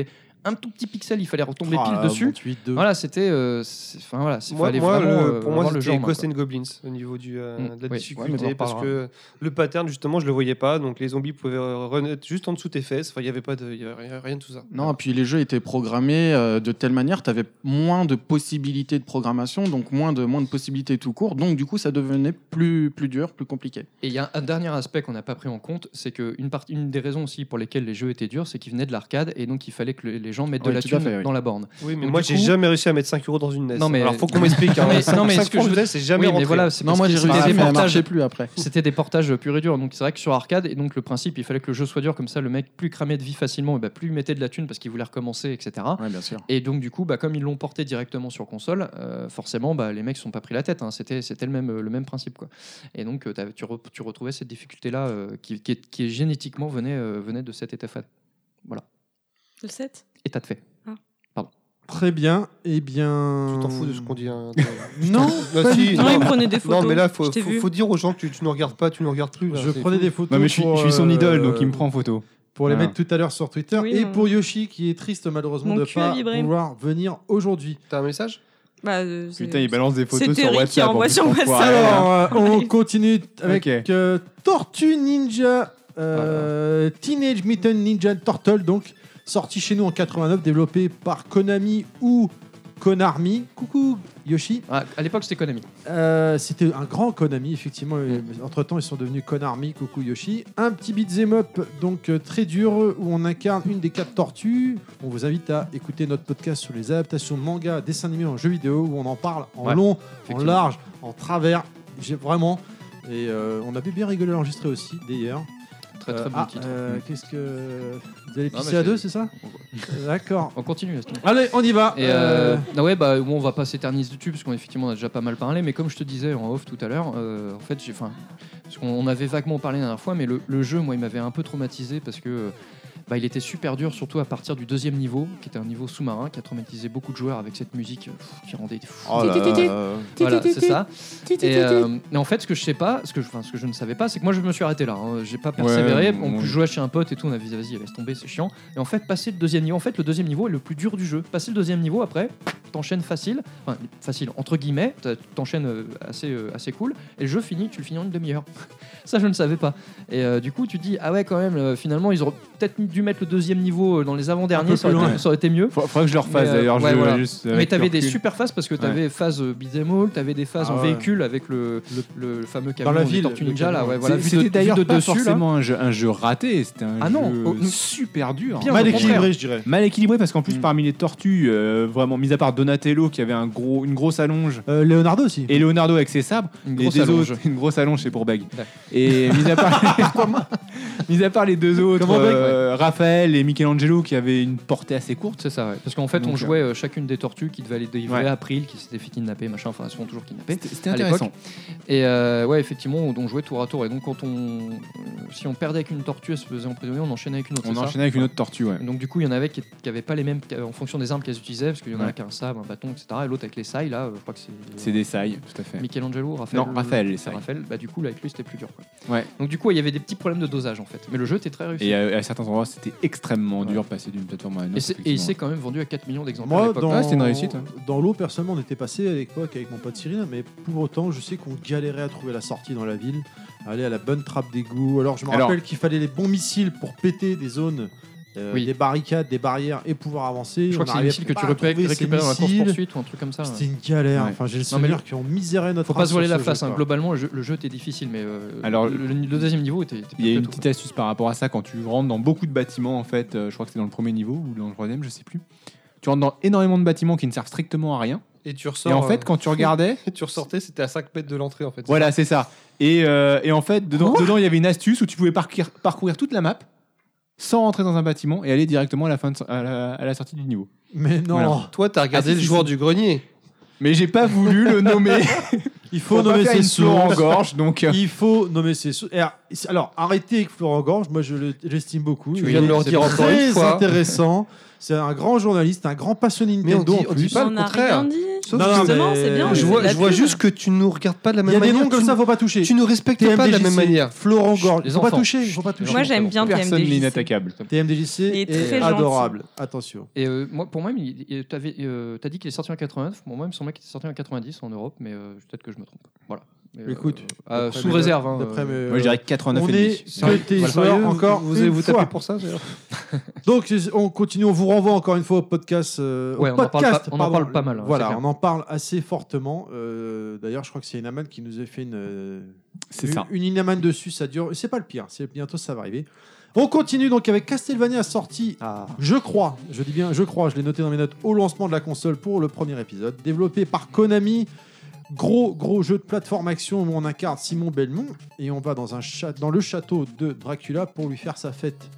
un tout petit pixel, il fallait retomber Ah, pile dessus. vingt-huit deux. Voilà, c'était. euh, c'est- Enfin voilà, il Moi, fallait moi, vraiment. le- euh, pour moi, avoir le jeu c'était en main, Ghost quoi. and Goblins au niveau du, euh, Mm, de la oui. Ouais, mais on difficulté en parce reparlera. que le pattern, justement, je le voyais pas. Donc les zombies pouvaient renaître juste en dessous de tes fesses. Enfin, il y avait pas de, il y avait rien, rien de tout ça. Non, et puis les jeux étaient programmés euh, de telle manière, tu avais moins de possibilités de programmation, donc moins de, moins de possibilités tout court. Donc du coup, ça devenait plus, plus dur, plus compliqué. Et il y a un dernier aspect qu'on n'a pas pris en compte, c'est qu'une partie, une des raisons aussi pour lesquelles les jeux étaient durs, c'est qu'ils venaient de l'arcade et donc il fallait que le- les gens mettent de Oui, la tout à thune fait, oui. dans la borne. Oui, mais Donc, moi, du j'ai coup- jamais réussi à mettre cinq euros dans une N E S. Non, mais- Alors, faut qu'on m'explique. hein. Non, mais- cinq- non, mais cinq ce que francs je- de N E S, c'est jamais Oui, mais rentré. voilà, c'est Non, parce moi que j'ai c'était réussi, des mais elle portages- marchait plus après. C'était des portages purs et durs, donc c'est vrai que sur arcade, et donc le principe, il fallait que le jeu soit dur, comme ça le mec plus cramait de vie facilement, et bah, plus il mettait de la thune parce qu'il voulait recommencer, et cetera. Ouais, bien sûr. Et donc du coup, bah, comme ils l'ont porté directement sur console, euh, forcément, bah, les mecs ne sont pas pris la tête. Hein. C'était, c'était le même, le même principe, quoi. Et donc euh, t'avais- tu, re- tu retrouvais cette difficulté-là euh, qui, qui, est- qui est génétiquement venait, euh, venait de cet état fait. Voilà, Le sept état de fait. Très bien. Eh bien. Tu t'en fous de ce qu'on dit. hein. Non, Ah, pas si, du Non, tout. il prenait des photos. Non, mais là, faut, je t'ai faut, vu. faut dire aux gens que tu, tu ne regardes pas, tu ne regardes plus. là. Je C'est prenais fou. des photos. Non, mais je suis, pour, je suis son euh, idole, donc il me prend en photo. Pour les Voilà. mettre tout à l'heure sur Twitter. Oui, et non. pour Yoshi, qui est triste malheureusement Mon de cul a pas vibré. pouvoir venir aujourd'hui. T'as un message Bah, euh, c'est- Putain, il balance des photos C'est sur Terry qui WhatsApp. envoie en plus, sur l'enfoiré, WhatsApp. hein. Alors, euh, on Ouais. continue avec Ok. euh, Tortue Ninja, euh, Teenage Mutant Ninja Turtle, donc sorti chez nous en quatre-vingt-neuf, développé par Konami ou Konami. Coucou Yoshi. Ah, à l'époque, c'était Konami. Euh, C'était un grand Konami, effectivement. Entre temps, ils sont devenus Konami. Coucou Yoshi. Un petit beat'em up, donc euh, très dur, où on incarne une des quatre tortues. On vous invite à écouter notre podcast sur les adaptations de manga, dessins animés en jeux vidéo, où on en parle en Ouais, long, en effectivement. large, en travers. J'ai vraiment. Et euh, on avait bien rigolé à l'enregistrer aussi, d'ailleurs. Très très Euh, bon ah, titre. euh, Qu'est-ce que. Vous allez Non, pisser mais à c'est- deux, c'est ça D'accord. On continue. laisse tomber. Allez, on y va. Et euh, ah ouais, bah, bon, on va pas s'éterniser dessus parce qu'on effectivement on a déjà pas mal parlé, mais comme je te disais en off tout à l'heure, euh, en fait, j'ai, enfin, parce qu'on on avait vaguement parlé la dernière fois, mais le, le jeu, moi, il m'avait un peu traumatisé parce que euh, bah, il était super dur, surtout à partir du deuxième niveau, qui était un niveau sous-marin, qui a traumatisé beaucoup de joueurs avec cette musique pff, qui rendait fou. Oh là là. Voilà, c'est ça. Et, euh, et en fait, ce que je sais pas, ce que je, enfin, ce que je ne savais pas, c'est que moi je me suis arrêté là. Hein. J'ai pas persévéré. Ouais, en ouais. plus, je jouais chez un pote et tout, on a dit vas-y, laisse tomber, c'est chiant. Et en fait, passer le deuxième niveau, en fait, le deuxième niveau est le plus dur du jeu. Passer le deuxième niveau, après, t'enchaînes facile, enfin facile entre guillemets, t'as- t'enchaînes euh, assez euh, assez cool. Et le jeu finit, tu le finis en une demi-heure. Ça, je ne savais pas. Et euh, du coup, tu te dis ah ouais, quand même, euh, finalement, ils auraient peut-être dû mettre le deuxième niveau euh, dans les Un avant-derniers, peu ça aurait, plus été, loin. ça aurait été mieux. Faudra faudra que je le refasse Mais, euh, d'ailleurs. ouais, je voilà. juste Mais avec t'avais le des recul. super phases parce que t'avais phase euh, beat'em all, t'avais des phases Ah en ouais. véhicule avec le, le, fameux camion la des ville, Tortues le Ninja là, camion. ouais, voilà, C'est- vu C'était de, d'ailleurs vu de pas dessus là. forcément un jeu, un jeu raté, c'était un Ah non, jeu oh, non. super dur. Bien, Mal au contraire. équilibré, je dirais. Mal équilibré parce qu'en plus Mm. parmi les tortues, euh, vraiment mis à part Donatello qui avait un gros, une grosse allonge Euh, Leonardo aussi. et Leonardo avec ses sabres, Une les grosse deux allonge. autres, une grosse allonge c'est pour Beg. Ouais. Et mis à part, mis à part les deux autres, Comment Beg, euh, Raphaël et Michelangelo qui avaient une portée assez courte. C'est ça, ouais. Parce qu'en fait, Donc, on jouait euh, chacune des tortues qui devaient aller délivrer Ouais. April, qui s'était fait kidnapper, machin, enfin, elles sont toujours kidnappées. C'était c'était à intéressant. Et euh, ouais, effectivement, on, on jouait tour à tour. Et donc, quand on, euh, si on perdait avec une tortue, elle se faisait emprisonner, on enchaînait avec une autre. On c'est ça enchaînait avec une autre tortue, ouais. Donc du coup, il y en avait qui n'avaient pas les mêmes en fonction des armes qu'elles utilisaient, parce qu'il y en a Ouais. qui a un sabre, un bâton, et cetera. Et l'autre avec les sailles, là, euh, je crois que c'est. C'est des sailles, tout à fait. Michelangelo, Raphaël. Non, Raphaël, les c'est sailles. Raphaël. Bah du coup, là, avec lui, c'était plus dur. Quoi. Ouais. Donc du coup, il y avait des petits problèmes de dosage en fait. Mais le jeu était très réussi. Et à, à certains endroits, c'était extrêmement Ouais. dur de passer d'une plateforme à une autre. Et c'est- et il effectivement. s'est quand même vendu à quatre millions d'exemplaires à Moi, l'époque. dans, Ouais, c'était une réussite, hein. dans l'eau, personnellement, on était passé à l'époque avec mon pote Cyril, mais pour autant, je sais qu'on galérait à trouver la sortie dans la ville, aller à la bonne trappe d'égout. Alors, je me Alors- rappelle qu'il fallait les bons missiles pour péter des zones, euh, Oui. des barricades, des barrières et pouvoir avancer. Je crois On que c'est un arrivait missile que pas tu à récupères trouver ces récupères dans la course missiles. poursuite ou un truc comme ça. C'était une galère. Ouais. Enfin, j'ai le Non, mais souvenir qu'on misérait notre Faut pas race se voiler sur la ce face. jeu, hein. quoi. Globalement, le jeu, le jeu était difficile, mais euh, Alors, le, le- le deuxième niveau était. était Il y a pas une tout, petite astuce par rapport à ça quand tu rentres dans beaucoup de bâtiments en fait. euh, je crois que c'est dans le premier niveau ou dans le troisième, je sais plus. Tu rentres dans énormément de bâtiments qui ne servent strictement à rien. Et tu ressors. Et en fait, euh, quand tu regardais, tu ressortais, c'était à cinq mètres de l'entrée en fait. c'est voilà, ça c'est ça. Et, euh, et en fait, dedans, dedans, il y avait une astuce où tu pouvais parcourir, parcourir toute la map sans rentrer dans un bâtiment et aller directement à la fin de, à, la, à la sortie du niveau. Mais non, Voilà. Toi, t'as regardé Ah, si, le si, joueur si. du grenier. Mais j'ai pas voulu le nommer. il faut Faut pas nommer faire ses une fleur en sources. gorge, donc. euh, Il faut nommer ses sources. Et alors, alors arrêtez avec Florent Gorge, moi je le- j'estime beaucoup. Tu Il viens de est le redire encore très une fois. intéressant. C'est un grand journaliste, un grand passionné Mais on Nintendo dit, en on dit plus. pas le On n'a contraire. rien dit. Sauf Non, que non, Justement, mais- c'est bien. je on vois, fait de la je vois pub. juste que tu nous regardes pas de la Il y même a des manière. noms comme tu, ça, faut pas toucher. tu nous respectes pas de la même manière. Florent Gorge, Les faut pas enfants. toucher, faut pas toucher. Moi, j'aime bien Personne T M D J C. l'inattaquable. T M D J C Il est est très gentil. adorable. Attention. Et euh, moi, pour moi, il- il- t'avais, euh, t'as dit qu'il est sorti en quatre-vingt-neuf. Pour moi, il me semblait qu'il était sorti en quatre-vingt-dix en Europe, mais euh, peut-être que je me trompe. Voilà. Mais, euh, Écoute, euh, d'après sous mes- réserve. hein, d'après euh, mes- Moi, je dirais quatre-vingt-neuf on et est demi. côté Voilà. joueur Sérieux, encore vous allez une vous fois. taper pour ça c'est- Donc on continue, on vous renvoie encore une fois au podcast. euh, au Ouais, on en parle podcast, pas- on en pardon. parle pas mal, hein, Voilà, c'est clair. on en parle assez fortement. Euh, D'ailleurs, je crois que c'est Inaman qui nous a fait une, euh, C'est une, ça. une Inaman dessus. Ça dure. C'est pas le pire. C'est bientôt ça va arriver. On continue donc avec Castlevania sorti. Ah. Je crois, je dis bien, je crois, je l'ai noté dans mes notes au lancement de la console pour le premier épisode, développé par Konami. Gros, gros jeu de plateforme action où on incarne Simon Belmont et on va dans, un cha- dans le château de Dracula pour lui faire sa fête.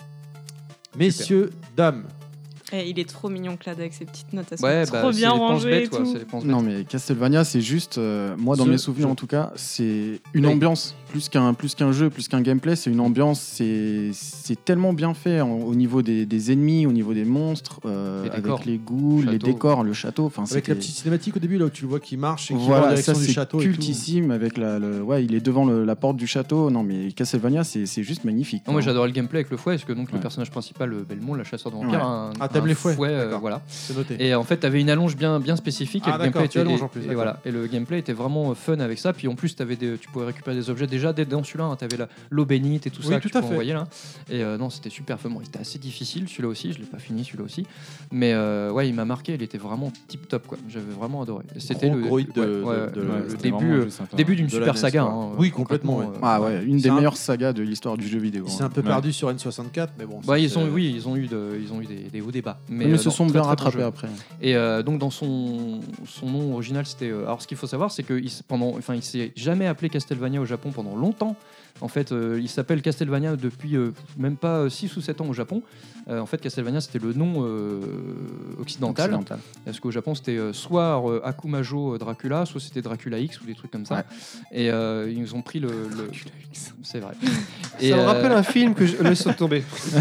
Messieurs, dames, Eh, il est trop mignon, Clad, avec ses petites notes. Elles sont Ouais, trop bah, c'est bien les rangées et pense-bêtes, quoi, tout. c'est les pense-bêtes. Non mais Castlevania c'est juste, euh, moi dans Ce mes souvenirs jeu. en tout cas, c'est une Oui. ambiance plus qu'un plus qu'un jeu, plus qu'un gameplay, c'est une ambiance, c'est c'est tellement bien fait en- au niveau des, des ennemis, au niveau des monstres, euh, Les décors. avec les ghouls, les Château. décors, le château, enfin avec c'était- la petite cinématique au début là où tu le vois qui marche et qui va en Voilà, direction ça du c'est château et tout. cultissime avec la, le, ouais, il est devant le- la porte du château. Non mais Castlevania c'est c'est juste magnifique. Non, moi hein. j'adorais le gameplay avec le fouet, parce que donc le Ouais. personnage principal, euh, Belmont, le chasseur de vampires, Ouais. a un, Ah, t'aimes un les fouets fouet, euh, D'accord. voilà. C'est noté. Et en fait, t'avais une allonge bien, bien spécifique. Ah, et le d'accord, gameplay tu était, allonges et- en plus, et d'accord. voilà. Et le gameplay était vraiment fun avec ça. Puis en plus, t'avais des, tu pouvais récupérer des objets déjà dès dans celui-là. Hein, t'avais la- l'eau bénite et tout Oui, ça tout que tu à peux fait. envoyer là. Et euh, non, c'était super fun. Bon, il était assez difficile celui-là aussi. Je l'ai pas fini celui-là aussi. Mais euh, ouais, il m'a marqué. Il était vraiment tip top quoi. J'avais vraiment adoré. Et C'était Gros, le, gros hit de- ouais, de- ouais, de- le ouais, le c'était début, vraiment un euh, jeu sympa. début d'une De la super N E S, saga. quoi. hein, Oui, complètement, euh, ouais. Ah ouais, une C'est des un- meilleures sagas de l'histoire du jeu vidéo. Il s'est hein. un peu Ouais. perdu sur N soixante-quatre, mais bon. Bah, ça, ils c'est- ont, oui, ils ont eu, de, ils ont eu des, des hauts débats. Mais, Mais, euh, se non, sont très, bien très bon rattrapés jeu. après. Et euh, donc dans son, son nom original, c'était. euh, alors ce qu'il faut savoir, c'est qu'il s- pendant, enfin, il s'est jamais appelé Castlevania au Japon pendant longtemps. En fait, euh, il s'appelle Castlevania depuis euh, même pas six ou sept ans au Japon. Euh, en fait, Castlevania, c'était le nom euh, occidental. Occidental. Parce qu'au Japon, c'était euh, soit euh, Akumajo euh, Dracula, soit c'était Dracula X ou des trucs comme ça. Ouais. Et euh, ils nous ont pris le. le... C'est vrai. Ça me rappelle un film que je laisse tomber.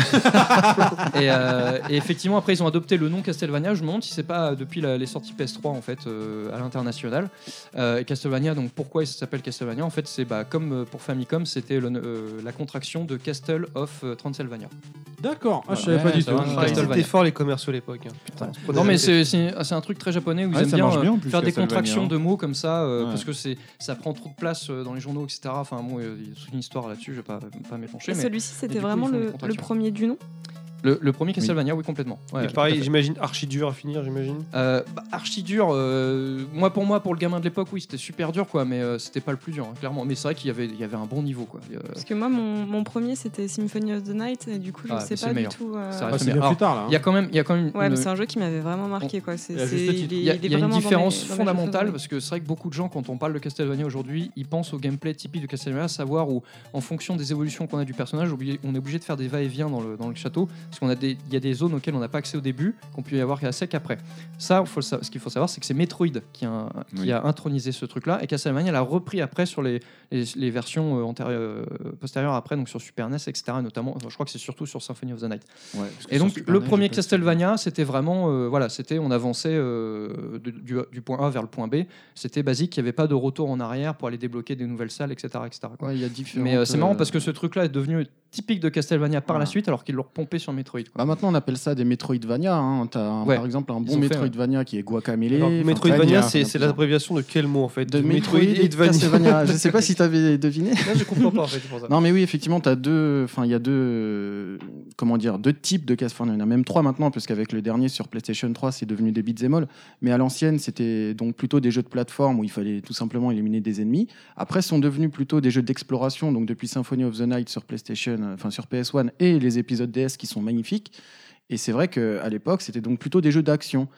et, euh, et effectivement, après, ils ont adopté le nom Castlevania. Je me demande si c'est pas depuis la- les sorties P S trois en fait euh, à l'international. Euh, et Castlevania, donc pourquoi il s'appelle Castlevania? En fait, c'est bah, comme euh, pour Famicom, c'était le- euh, la contraction de Castle of euh, Transylvania. D'accord, ah, je Voilà. savais pas Ouais, du ça tout. va, Ah, Castlevania. C'était fort les commerciaux à l'époque. hein. Putain, c'est trop Non mais désolé. c'est c'est- c'est un truc très japonais où ils Ouais, aiment ça bien, marche euh, bien, en plus, faire des Castlevania, contractions hein. de mots comme ça euh, Ouais. parce que c'est ça prend trop de place euh, dans les journaux, et cetera. Enfin bon, euh, il y a toute une histoire là-dessus, je vais pas, pas m'épancher. Et mais- celui-ci, mais c'était du coup, vraiment ils font des le, le contractions. premier du nom. Le, le premier Castlevania, oui, complètement. Ouais, Et tout à pareil, fait. j'imagine archi dur à finir, j'imagine. Euh, bah, archi dur. euh, moi, pour moi, pour le gamin de l'époque, oui, c'était super dur, quoi. Mais euh, c'était pas le plus dur, hein, clairement. Mais c'est vrai qu'il y avait, il y avait un bon niveau, quoi. Euh, Parce que moi, mon, mon premier, c'était Symphony of the Night, et du coup, je Ah, sais mais c'est pas le du meilleur. tout. euh, Ça Ah, reste c'est bien. bien plus Alors, tard là. Il y a quand même, il y a quand même. Ouais, une- mais c'est un jeu qui m'avait vraiment marqué, quoi. C'est, Et à c'est- juste il, titre. est- Il y a, il est il y a une vraiment dans mes- différence dans mes jeux fondamentale favoris. parce que c'est vrai que beaucoup de gens, quand on parle de Castlevania aujourd'hui, ils pensent au gameplay typique de Castlevania, savoir où, en fonction des évolutions qu'on a du personnage, obligé- on est obligé de faire des va-et-vient dans le, dans le château, parce qu'on a des, il y a des zones auxquelles on n'a pas accès au début, qu'on peut y avoir qu'à sec après. Ça, faut le sa- ce qu'il faut savoir, c'est que c'est Metroid qui a, qui Oui. a intronisé ce truc-là, et Castlevania l'a repris après sur les, les, les versions euh, antérieures, euh, postérieures après, donc sur Super N E S, et cetera. Notamment, enfin, je crois que c'est surtout sur Symphony of the Night. Ouais, parce que Et sur donc Super le N E S, premier j'ai pas essayé. Castlevania, c'était vraiment, euh, voilà, c'était on avançait euh, de- du, du point A vers le point B. C'était basique, il n'y avait pas de retour en arrière pour aller débloquer des nouvelles salles, et cetera, et cetera quoi. Ouais, il y a différentes, Mais euh, c'est marrant euh, parce que ce truc-là est devenu typique de Castlevania par la Ouais. suite, alors qu'ils l'ont repompé sur Metroid, quoi. Bah maintenant on appelle ça des Metroidvania. Hein. T'as un- Ouais. par exemple un Ils bon ont fait, Metroidvania qui est Guacamelee. Alors, Enfin, Metroidvania, Vania, c'est il y en a c'est plusieurs. l'abréviation de quel mot en fait? de Metroid et de Castlevania. Je sais pas si t'avais deviné. Non, je comprends pas en fait, c'est pour ça. Non mais oui, effectivement, t'as deux, enfin il y a deux, euh, comment dire, deux types de Castlevania. Il y en a même trois maintenant, parce qu'avec le dernier sur PlayStation trois, c'est devenu des beat'em all. Mais à l'ancienne, c'était donc plutôt des jeux de plateforme où il fallait tout simplement éliminer des ennemis. Après, sont devenus plutôt des jeux d'exploration. Donc depuis Symphony of the Night sur PlayStation, euh, enfin sur P S un et les épisodes D S qui sont magnifiques. Et c'est vrai qu'à l'époque, c'était donc plutôt des jeux d'action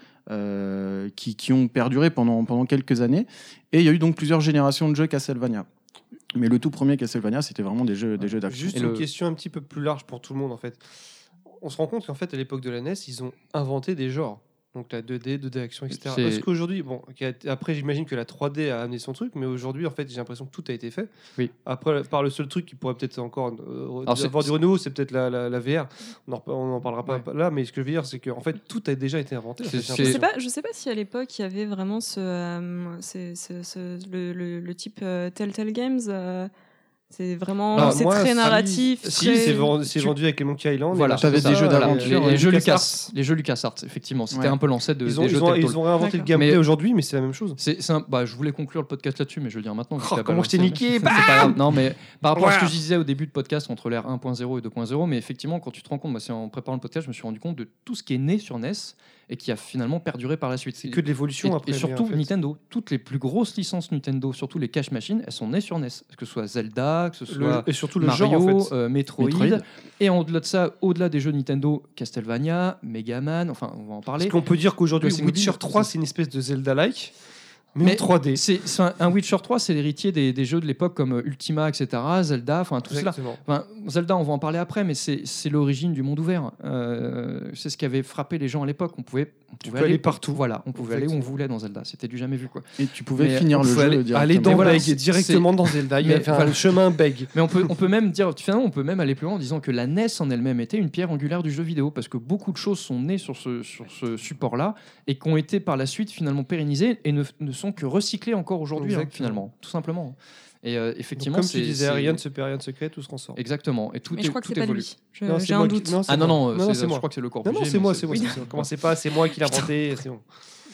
euh, qui, qui ont perduré pendant, pendant quelques années. Et il y a eu donc plusieurs générations de jeux Castlevania. Mais le tout premier Castlevania, c'était vraiment des jeux, des jeux d'action. Juste Et une le- question un petit peu plus large pour tout le monde en fait. On se rend compte qu'en fait à l'époque de la N E S, ils ont inventé des genres. Donc la deux D, deux D action, et cetera. C'est- Parce qu'aujourd'hui, bon, après j'imagine que la trois D a amené son truc, mais aujourd'hui en fait j'ai l'impression que tout a été fait. Oui. Après, par le seul truc qui pourrait peut-être encore euh, Alors, c'est- avoir du renouveau, c'est peut-être la, la, la V R. On en, on en parlera pas Ouais. là, mais ce que je veux dire, c'est qu'en fait tout a déjà été inventé. C'est- en fait, j'ai c'est- Je sais l'impression. pas, je sais pas si à l'époque il y avait vraiment ce, euh, c'est- c'est- ce- le, le, le type euh, Telltale Games. euh, c'est vraiment, Ah, c'est moi, très si- narratif. Si, très- c'est vendu, c'est Tu- vendu avec les Monkey Island. Voilà, et t'avais tout des ça, jeux et d'aventure, les, les jeux LucasArts. Lucas, les jeux LucasArts, effectivement, c'était Ouais. un peu l'ancêtre de, Ils ont, des ils, jeux ont, Telltale. ils ont réinventé le D'accord. gameplay Mais- aujourd'hui, mais c'est la même chose. C'est, c'est un- bah, je voulais conclure le podcast là-dessus, mais je vais le dire maintenant. Oh, vu que la comment balle je t'ai lancée. niqué, C'est pas grave. Non, mais par rapport à ce que Ouah. je disais au début de podcast entre l'ère un point zéro et deux point zéro, mais effectivement, quand tu te rends compte, moi, c'est en préparant le podcast, je me suis rendu compte de tout ce qui est né sur N E S et qui a finalement perduré par la suite. C'est que de l'évolution Et, après. et mais surtout en fait, Nintendo, toutes les plus grosses licences Nintendo, surtout les cash machines, elles sont nées sur N E S. Que ce soit Zelda, que ce soit le- et surtout le Mario, genre en fait. euh, Metroid, Metroid. et au-delà de ça, au-delà des jeux Nintendo, Castlevania, Mega Man, enfin, on va en parler. Parce qu'on peut dire qu'aujourd'hui, Resident Witcher Evil, trois, tout ça. c'est une espèce de Zelda-like, mais, Mais en trois D. C'est, c'est un, un Witcher trois, c'est l'héritier des, des jeux de l'époque comme euh, Ultima, et cetera, Zelda, enfin tout cela. Exactement. Enfin, Zelda, on va en parler après, mais c'est, c'est l'origine du monde ouvert. Euh, c'est ce qui avait frappé les gens à l'époque. On pouvait, on Tu pouvait peux aller partout. Voilà, on pouvait aller où on Effectivement. voulait dans Zelda. C'était du jamais vu, quoi. Et tu pouvais Mais finir On le pouvait jeu aller, directement. aller dans Mais voilà, Beg, c'est- directement dans Zelda. Il y Mais avait un voilà. chemin Beg. Mais on peut, on peut même dire, finalement, on peut même aller plus loin en disant que la N E S en elle-même était une pierre angulaire du jeu vidéo, parce que beaucoup de choses sont nées sur ce, sur ce support-là et qui ont été par la suite finalement pérennisées et ne, ne sont que recyclées encore aujourd'hui, hein, Exactement. finalement, tout simplement. Et euh, Donc, effectivement, comme c'est, tu disais, c'est- rien ne se perd, rien ne se crée, tout se transforme. Exactement. Et tout Mais est, je crois que tout c'est pas évolue. lui. Je- Non, c'est J'ai moi un qui- doute. non, c'est Ah non, moi. non, non, c'est, c'est je moi. crois que c'est le Non, Corbusier. non, c'est mais moi, c'est moi. oui. c'est- Commencez pas, c'est moi qui l'ai inventé. C'est bon.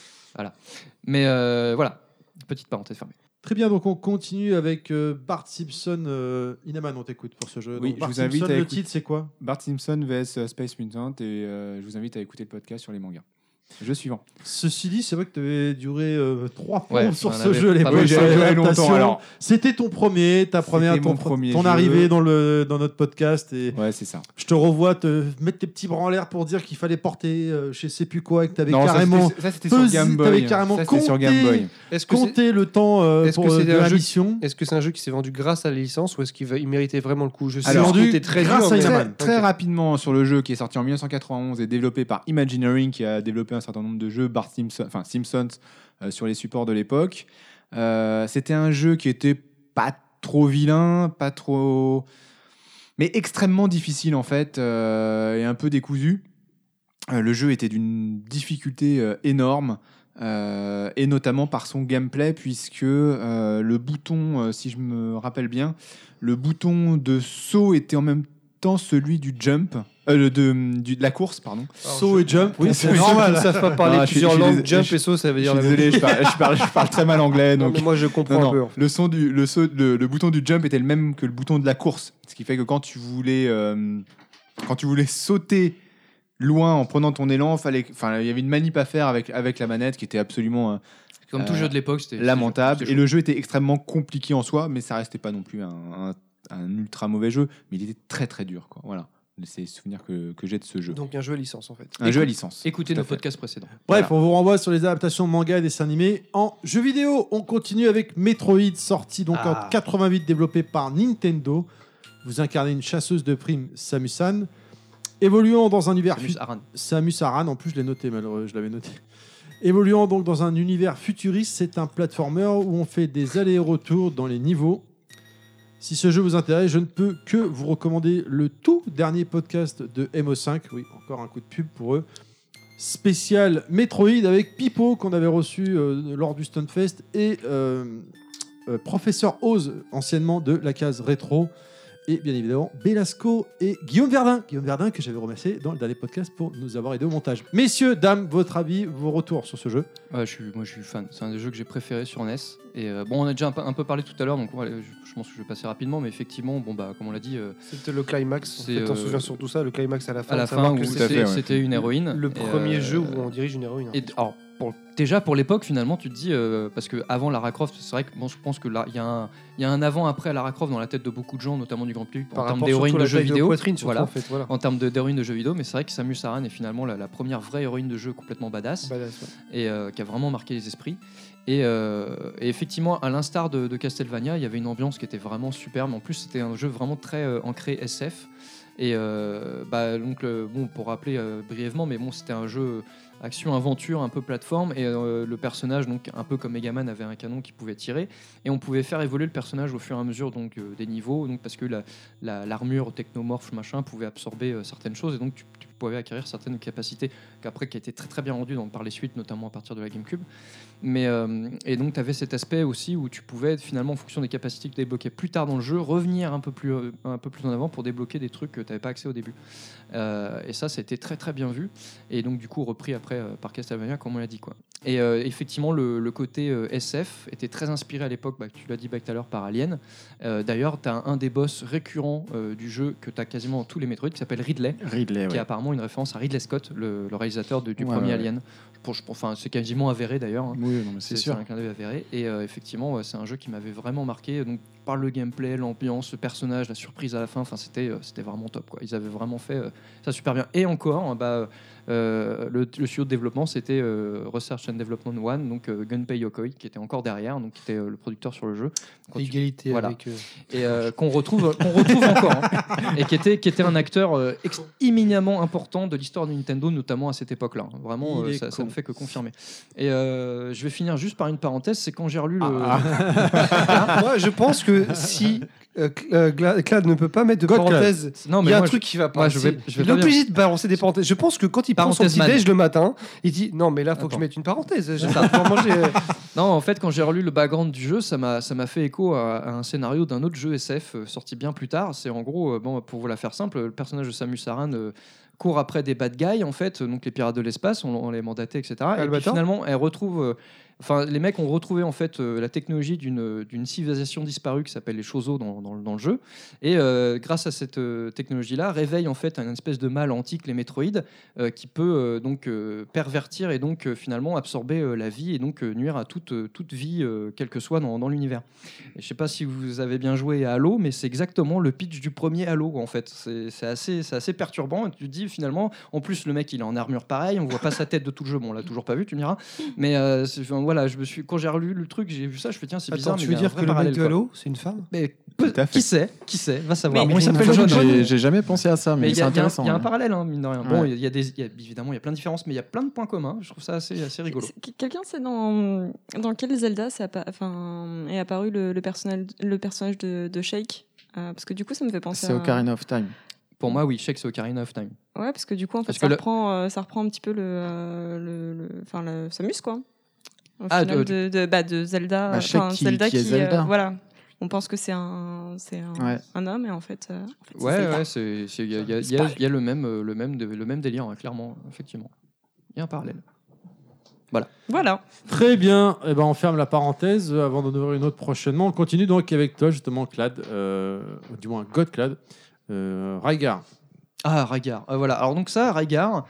Mais euh, voilà, petite parenthèse fermée. Très bien, donc on continue avec euh, Bart Simpson. Euh, Inaman, on t'écoute pour ce jeu. Oui, Donc, Bart je vous invite Simpson, à le écouter- titre, c'est quoi? Bart Simpson vs euh, Space Mutant et euh, je vous invite à écouter le podcast sur les mangas. Jeu suivant. Ceci dit, c'est vrai que tu avais duré euh, trois fois Ouais, sur on ce avait jeu. Les pas bonnes mal j'avais joué adaptations. longtemps, alors. C'était ton premier, ta première, C'était ton, mon premier ton jeu. arrivée dans, le, dans notre podcast. Et Ouais, c'est ça. je te revois te mettre tes petits bras en l'air pour dire qu'il fallait porter euh, je sais plus quoi et que tu avais Non, ça, carrément, c'était- ça c'était sur pesé- Game Boy. t'avais carrément Ça, c'était sur Game compté- Boy. Est-ce que c'est compter le temps euh, Est-ce pour, que euh, c'est de un la jeu- mission. est-ce que c'est un jeu qui s'est vendu grâce à la licence ou est-ce qu'il va- il méritait vraiment le coup? Je sais Alors, que vendu c'était très grâce dur, à mais- Inaman. Très, très Ok. rapidement sur le jeu qui est sorti en mille neuf cent quatre-vingt-onze et développé par Imagineering qui a développé un certain nombre de jeux Bart Simpson, enfin Simpsons euh, sur les supports de l'époque. Euh, c'était un jeu qui était pas trop vilain, pas trop, mais extrêmement difficile en fait euh, et un peu décousu. Euh, le jeu était d'une difficulté euh, énorme. Euh, et notamment par son gameplay puisque euh, le bouton, euh, si je me rappelle bien, le bouton de saut était en même temps celui du jump, euh, le- de, du- de la course, pardon. Saut et jump, oui, Pour c'est ceux qui normal. ne savent pas parler Non, je suis- plusieurs je suis langues, désolé, jump je- et saut, ça veut Je dire suis la même désolé, chose. je parle, je, parle, je parle très mal anglais. Non, Donc, mais moi je comprends non, un peu. non. Le, son du, le, saut- le, le bouton du jump était le même que le bouton de la course. Ce qui fait que quand tu voulais, euh, quand tu voulais sauter loin en prenant ton élan, fallait, enfin, il y avait une manip à faire avec, avec la manette qui était absolument euh, Comme tout Euh, jeu de l'époque, c'était lamentable. c'était Et le jeu était extrêmement compliqué en soi, mais ça restait pas non plus un, un- un ultra mauvais jeu. Mais il était très très dur. Quoi. Voilà. C'est les souvenirs que, que j'ai de ce jeu. Donc un jeu à licence en fait. un jeu à licence. Écoutez Tout à nos fait. podcasts précédents. Bref, Voilà. on vous renvoie sur les adaptations manga et dessins animés en jeux vidéo. On continue avec Metroid, sorti donc Ah. en quatre-vingt-huit, développé par Nintendo. Vous incarnez une chasseuse de primes, Samus-san, évoluant dans un univers Samus fu- Aran. Samus Aran, en plus je l'ai noté, malheureux, je l'avais noté. Évoluant donc dans un univers futuriste, c'est un platformer où on fait des allers-retours dans les niveaux. Si ce jeu vous intéresse, je ne peux que vous recommander le tout dernier podcast de M O cinq. Oui, encore un coup de pub pour eux. Spécial Metroid avec Pipo qu'on avait reçu euh, lors du Stunfest et euh, euh, Professeur Oz, anciennement de la case rétro. Et bien évidemment, Belasco et Guillaume Verdun. Guillaume Verdun que j'avais remercié dans le dernier podcast pour nous avoir aidé au montage. Messieurs, dames, votre avis, vos retours sur ce jeu? Ouais, je suis, moi, je suis fan. C'est un des jeux que j'ai préféré sur N E S. Et euh, bon, on a déjà un, peu- un peu parlé tout à l'heure, donc ouais, je, je pense que je vais passer rapidement. Mais effectivement, bon bah, comme on l'a dit, euh, C'était le climax. En C'est, fait, t'en euh, souviens surtout ça, le climax à la fin. à la de savoir fin, que où c'était à fait, c'était ouais. c'était une héroïne. le Et, premier euh, jeu où on dirige une héroïne. Et alors, pour, déjà pour l'époque, finalement, tu te dis, euh, parce qu'avant Lara Croft, c'est vrai que bon, je pense que là, il y, a un- il y a un avant-après à Lara Croft dans la tête de beaucoup de gens, notamment du grand public, en Par termes rapport d'héroïne surtout à de la jeux taille de vidéo. poitrine, surtout, Voilà. en fait, voilà. En termes de- d'héroïne de jeux vidéo, mais c'est vrai que Samus Aran est finalement la, la première vraie héroïne de jeu complètement badass Badass, ouais. et euh, qui a vraiment marqué les esprits. Et, euh, et effectivement, à l'instar de, de Castlevania, il y avait une ambiance qui était vraiment superbe. En plus, c'était un jeu vraiment très euh, ancré S F. Et euh, bah, donc, le, bon, pour rappeler euh, brièvement, mais bon, c'était un jeu action-aventure, un peu plateforme, et euh, le personnage, donc un peu comme Megaman, avait un canon qui pouvait tirer, et on pouvait faire évoluer le personnage au fur et à mesure donc, euh, des niveaux, donc, parce que la, la, l'armure technomorphe machin pouvait absorber euh, certaines choses, et donc tu, tu pouvais acquérir certaines capacités qu'après qui a été très très bien rendues dans, par les suites, notamment à partir de la GameCube. Mais, euh, et donc tu avais cet aspect aussi où tu pouvais finalement, en fonction des capacités que tu débloquais plus tard dans le jeu, revenir un peu plus, euh, un peu plus en avant pour débloquer des trucs que tu n'avais pas accès au début. Euh, et ça, ça a été très très bien vu, et donc du coup repris après euh, par Castlevania, comme on l'a dit, quoi. Et euh, effectivement, le, le côté euh, S F était très inspiré à l'époque, bah, tu l'as dit bah, tout à l'heure, par Alien. Euh, d'ailleurs, tu as un, un des boss récurrents euh, du jeu que tu as quasiment dans tous les Metroid, qui s'appelle Ridley, Ridley, qui ouais. est apparemment une référence à Ridley Scott, le, le réalisateur de, du Ouais, premier ouais. Alien. Pour, je- enfin, c'est quasiment avéré d'ailleurs, hein. Oui, non, mais c'est sûr. un clin d'œil avéré. Et euh, effectivement, ouais, c'est un jeu qui m'avait vraiment marqué, donc, par le gameplay, l'ambiance, le personnage, la surprise à la fin. Enfin, c'était, euh, c'était vraiment top, quoi. Ils avaient vraiment fait euh, ça super bien. Et encore, bah, euh, le, le studio de développement, c'était euh, Research and Development One, donc euh, Gunpei Yokoi, qui était encore derrière, donc qui était euh, le producteur sur le jeu. Quand tu- Égalité voilà. avec eux. Et euh, qu'on retrouve, qu'on retrouve encore, hein. Et qui était, qui était un acteur euh, ex- éminemment important de l'histoire de Nintendo, notamment à cette époque-là. Vraiment, Il euh, est ça, ça con. ne fait que confirmer. Et euh, je vais finir juste par une parenthèse, c'est quand j'ai relu le. Moi, je pense que si euh, Cl- euh, Gla- Clad ne peut pas mettre de Quoi, Clad parenthèse, Non, il mais y a un moi, truc je- qui va pas. moi, je vais- C'est- je vais il pas est bien. obligé de balancer des parenthèses. Je pense que quand il prend son Parenthèse petit man. déj le matin, il dit non, mais là, faut que Attends. je mette une parenthèse. J'ai C'est pas ça. pouvoir manger. euh. Non, en fait, quand j'ai relu le background du jeu, ça m'a, ça m'a fait écho à, à un scénario d'un autre jeu S F euh, sorti bien plus tard. C'est en gros, euh, bon, pour vous la faire simple, le personnage de Samus Aran euh, court après des bad guys, en fait, euh, donc les pirates de l'espace, on, on les mandatait, et cetera. Et puis Albator. finalement, elle retrouve. euh, Enfin, les mecs ont retrouvé en fait euh, la technologie d'une, d'une civilisation disparue qui s'appelle les Chozo dans, dans, dans le jeu, et euh, grâce à cette euh, technologie-là, réveille en fait un espèce de mal antique, les Metroïdes, euh, qui peut euh, donc euh, pervertir et donc euh, finalement absorber euh, la vie et donc euh, nuire à toute euh, toute vie, euh, quelle que soit dans, dans l'univers. Et je sais pas si vous avez bien joué à Halo, mais c'est exactement le pitch du premier Halo en fait. C'est, c'est assez c'est assez perturbant. Et tu te dis finalement, en plus le mec il est en armure pareil, on voit pas sa tête de tout le jeu. Bon, on l'a toujours pas vu, tu me diras. Mais euh, c'est- enfin, voilà, je me suis quand j'ai relu le truc, j'ai vu ça, je fais tiens c'est bizarre. Attends, tu mais veux il y a un dire vrai que le mec parallèle, de quoi. Halo, c'est une femme Mais peu- à fait. qui sait, qui sait, va savoir. Mais- Bon, il s'appelle John, John. j'ai, j'ai jamais pensé à ça, mais, Mais il y, c'est a- il y a un- intéressant. il y a un ouais. parallèle, hein, mine de rien. Bon, Ouais. il y a des, il y a- évidemment, il y a plein de différences, mais il y a plein de points communs. Je trouve ça assez, assez rigolo. C'est- Quelqu'un sait dans, dans quel Zelda ça a pas- enfin, est apparu le, le, personnage, le personnage de, de Shake Euh, Parce que du coup, ça me fait penser C'est à... Ocarina of Time. Pour moi, oui, Shake, c'est Ocarina of Time. Ouais, parce que du coup, en fait, Parce ça que le- reprend, euh, ça reprend un petit peu le, euh, le, le, enfin, le Samus, quoi. Au Ah, final, de- de, de, bah, de Zelda. Bah, Shake enfin, qui- Zelda qui est euh, Zelda. voilà. On pense que c'est un, c'est un, Ouais. un homme, et en fait, euh, en fait c'est Ouais, Zelda. ouais, c'est, c'est- il y a, il y a- il y a- il y a le même, euh, le même, de- le même délire, hein, clairement, effectivement. Il y a un parallèle. Voilà. Voilà. Très bien. Eh ben, on ferme la parenthèse euh, avant d'en ouvrir une autre prochainement. On continue donc avec toi, justement, Clad, euh, ou du moins God Clad, euh, Rygar. Ah, Rygar. Euh, voilà. Alors donc ça, Rygar,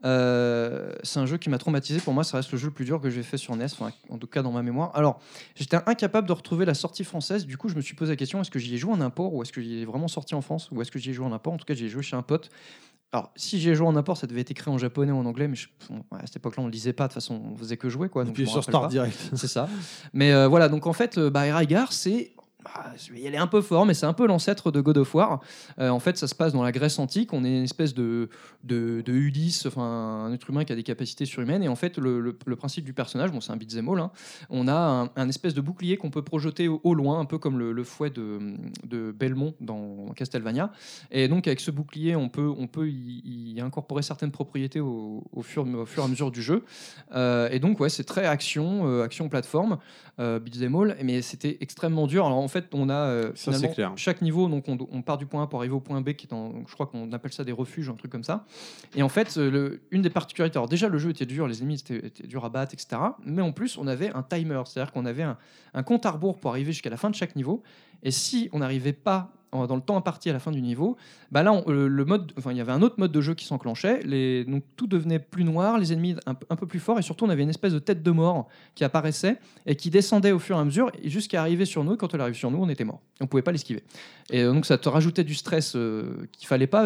euh, c'est un jeu qui m'a traumatisé. Pour moi, ça reste le jeu le plus dur que j'ai fait sur N E S, enfin, en tout cas dans ma mémoire. Alors, j'étais incapable de retrouver la sortie française. Du coup, je me suis posé la question, est-ce que j'y ai joué en import ou est-ce que j'y ai vraiment sorti en France ou est-ce que j'y ai joué en import? En tout cas, j'y ai joué chez un pote. Alors, si j'y ai joué en import, ça devait être écrit en japonais ou en anglais, mais je- bon, ouais, à cette époque-là, on ne lisait pas. De toute façon, on faisait que jouer, quoi. Et Donc puis je m'en sur rappelle Start pas. direct. C'est ça. Mais euh, voilà, donc en fait, euh, bah, Rygar, c'est. Bah, elle est un peu fort, mais c'est un peu l'ancêtre de God of War. Euh, en fait, ça se passe dans la Grèce antique. On est une espèce de, de, de Ulysse, enfin un être humain qui a des capacités surhumaines. Et en fait, le, le, le principe du personnage, bon, c'est un beat'em all, hein. On a un, un espèce de bouclier qu'on peut projeter au, au loin, un peu comme le, le fouet de, de Belmont dans Castlevania. Et donc, avec ce bouclier, on peut, on peut y, y incorporer certaines propriétés au, au, fur, au fur et à mesure du jeu. Euh, et donc, ouais, c'est très action, euh, action plateforme, euh, beat'em all, mais c'était extrêmement dur. Alors, en fait, on a euh, Ça, c'est finalement clair. chaque niveau, donc on, on part du point A pour arriver au point B, qui est en, je crois qu'on appelle ça des refuges, un truc comme ça. Et en fait, euh, le, une des particularités, alors déjà le jeu était dur, les ennemis étaient, étaient durs à battre, et cetera. Mais en plus, on avait un timer, c'est-à-dire qu'on avait un, un compte à rebours pour arriver jusqu'à la fin de chaque niveau. Et si on n'arrivait pas en- dans le temps imparti à la fin du niveau, bah là, on- le, le mode, enfin, il y avait un autre mode de jeu qui s'enclenchait. Les, donc tout devenait plus noir, les ennemis un, un peu plus forts, et surtout on avait une espèce de tête de mort qui apparaissait et qui descendait au fur et à mesure jusqu'à arriver sur nous. Et quand elle arrive sur nous, on était mort. On pouvait pas l'esquiver. Et euh, donc ça te rajoutait du stress euh, qu'il fallait pas. Donc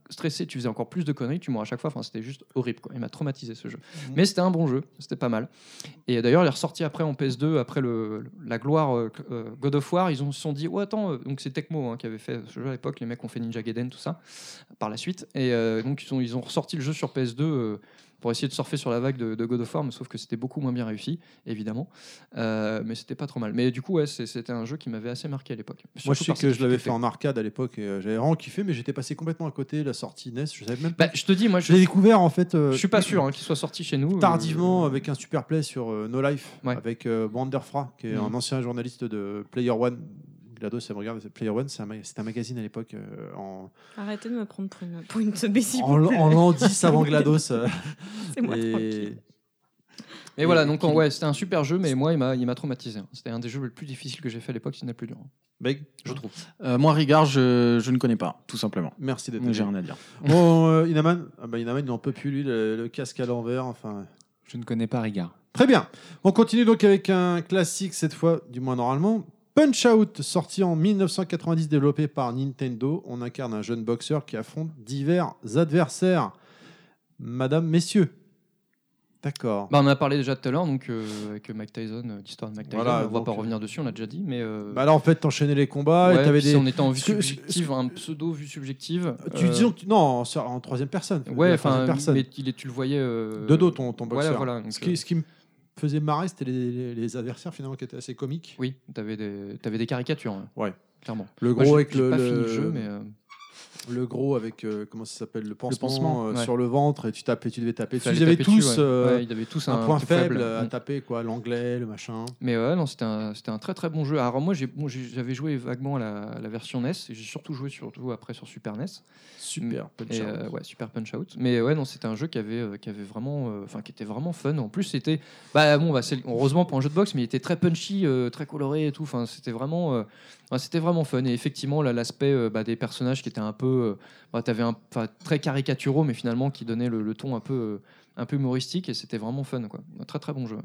stressé, tu faisais encore plus de conneries, tu mourrais à chaque fois. Enfin, c'était juste horrible, quoi. Il m'a traumatisé ce jeu. Mmh. Mais c'était un bon jeu, c'était pas mal. Et d'ailleurs, il est ressorti après en P S deux, après le, la gloire euh, God of War. Ils ont, se sont dit, oh attends, euh, donc c'est Tecmo hein, qui avait fait ce jeu à l'époque. Les mecs ont fait Ninja Gaiden, tout ça, par la suite. Et euh, donc ils ont, ils ont ressorti le jeu sur P S deux. Euh, pour essayer de surfer sur la vague de, de God of War, mais sauf que c'était beaucoup moins bien réussi, évidemment. Euh, mais c'était pas trop mal. Mais du coup, ouais, c'est, c'était un jeu qui m'avait assez marqué à l'époque. Moi, je sais que je l'avais fait en arcade à l'époque et euh, j'avais vraiment kiffé, mais j'étais passé complètement à côté de la sortie N E S. Je savais même pas. Bah, je te dis, moi, je, je l'ai découvert en fait. Euh, je suis pas sûr hein, qu'il soit sorti chez nous. Tardivement, euh... avec un super play sur euh, No Life, ouais. avec euh, Banderfra, qui est mmh. un ancien journaliste de Player One. GLaDOS, ça me regarde. Player One, c'est un, ma- c'est un magazine à l'époque. Euh, en... Arrêtez de me prendre pour une, pour une teubée, s'il en, vous plaît. En l'an dix avant GLaDOS. Euh, c'est moi et... tranquille. Mais et voilà, donc en, ouais, c'était un super jeu, mais moi, il m'a, il m'a traumatisé. C'était un des jeux les plus difficiles que j'ai fait à l'époque, sinon le plus dur. Beg, je trouve. Euh, moi, Rigard, je, je ne connais pas, tout simplement. Merci d'être là. J'ai rien à dire. Bon, euh, Inaman, ah bah, Inaman, il n'en peut plus, lui, le, le casque à l'envers. Enfin, je ne connais pas Rigard. Très bien. On continue donc avec un classique, cette fois, du moins normalement. Punch-Out, sorti en dix-neuf cent quatre-vingt-dix, développé par Nintendo. On incarne un jeune boxeur qui affronte divers adversaires. Madame, messieurs. D'accord. Bah, on en a parlé déjà tout à l'heure, donc euh, avec Mike Tyson, euh, l'histoire de Mike Tyson. Voilà, on va donc, pas revenir dessus, on l'a déjà dit. Mais euh... bah là, en fait, t'enchaînais les combats. Ouais, et t'avais des... on était en vue que, subjective, un pseudo vue subjective. Tu euh... dis que non, en, en troisième personne. Ouais, enfin, mais il est, tu le voyais euh... de dos ton, ton boxeur. Voilà, voilà. Donc, ce, qui, ce qui me faisait marrer, c'était les, les, les adversaires finalement qui étaient assez comiques. Oui, t'avais des, t'avais des caricatures. Hein. Ouais, clairement. Le gros Moi, avec j'ai, le. j'ai pas le... fini le jeu, mais. Euh... Le gros avec euh, comment ça s'appelle le pansement, le pansement euh, ouais. sur le ventre et tu tapais, tu devais taper. Tu ils avaient tous, dessus, ouais. Euh, Ouais, ils avaient tous un, un, point faible, faible à mm. taper quoi, l'anglais, le machin. Mais ouais, non, c'était un, c'était un très très bon jeu. Alors moi, j'ai, bon, j'ai, j'avais joué vaguement à la, à la version N E S et j'ai surtout joué surtout après sur Super N E S. Super Punch et, Out. Euh, ouais, Super Punch Out. Mais ouais, non, c'était un jeu qui avait, euh, qui avait vraiment, enfin, euh, qui était vraiment fun. En plus, c'était, bah bon, bah, c'est, heureusement pour un jeu de boxe, mais il était très punchy, euh, très coloré et tout. Enfin, c'était vraiment, euh, ouais, c'était vraiment fun. Et effectivement, là, l'aspect euh, bah, des personnages qui étaient un peu, euh, bah, t'avais un, très caricaturaux, mais finalement qui donnaient le, le ton un peu, euh, un peu humoristique et c'était vraiment fun, quoi. Un très très bon jeu.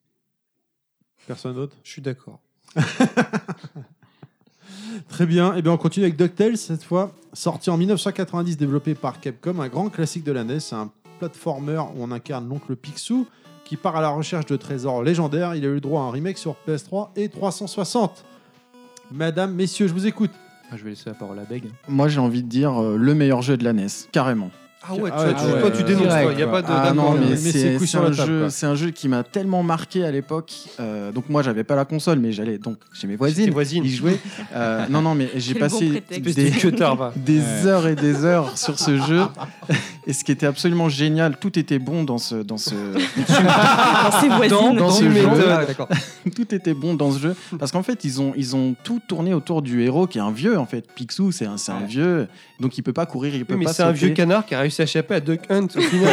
Personne d'autre ? Je suis d'accord. Très bien. Et bien on continue avec DuckTales cette fois, sorti en dix-neuf cent quatre-vingt-dix, développé par Capcom, un grand classique de la N E S, c'est un platformer où on incarne l'oncle Picsou qui part à la recherche de trésors légendaires. Il a eu le droit à un remake sur P S trois et trois cent soixante. Madame, messieurs, je vous écoute. Je vais laisser la parole à Beg. Moi, j'ai envie de dire euh, le meilleur jeu de la N E S, carrément. Ah ouais, ah ouais, tu, ouais, toi tu dénonces pas, il n'y a pas de. Ah non, mais, mais c'est, c'est, c'est, sur un la table, jeu, c'est un jeu qui m'a tellement marqué à l'époque. Euh, donc moi, j'avais pas la console, mais j'allais donc chez mes voisines, voisines. y jouer. Euh, non, non, mais j'ai Quel passé bon des, des, des heures et des heures sur ce jeu. Et ce qui était absolument génial, tout était bon dans ce dans ce dans ces voisines, dans, dans ce jeu. Ah, d'accord. Tout était bon dans ce jeu parce qu'en fait, ils ont ils ont tout tourné autour du héros qui est un vieux en fait. Picsou, c'est un c'est un vieux, donc il peut pas courir, il peut oui, mais pas c'est sauter. un vieux canard qui a réussi à échapper à Duck Hunt au final.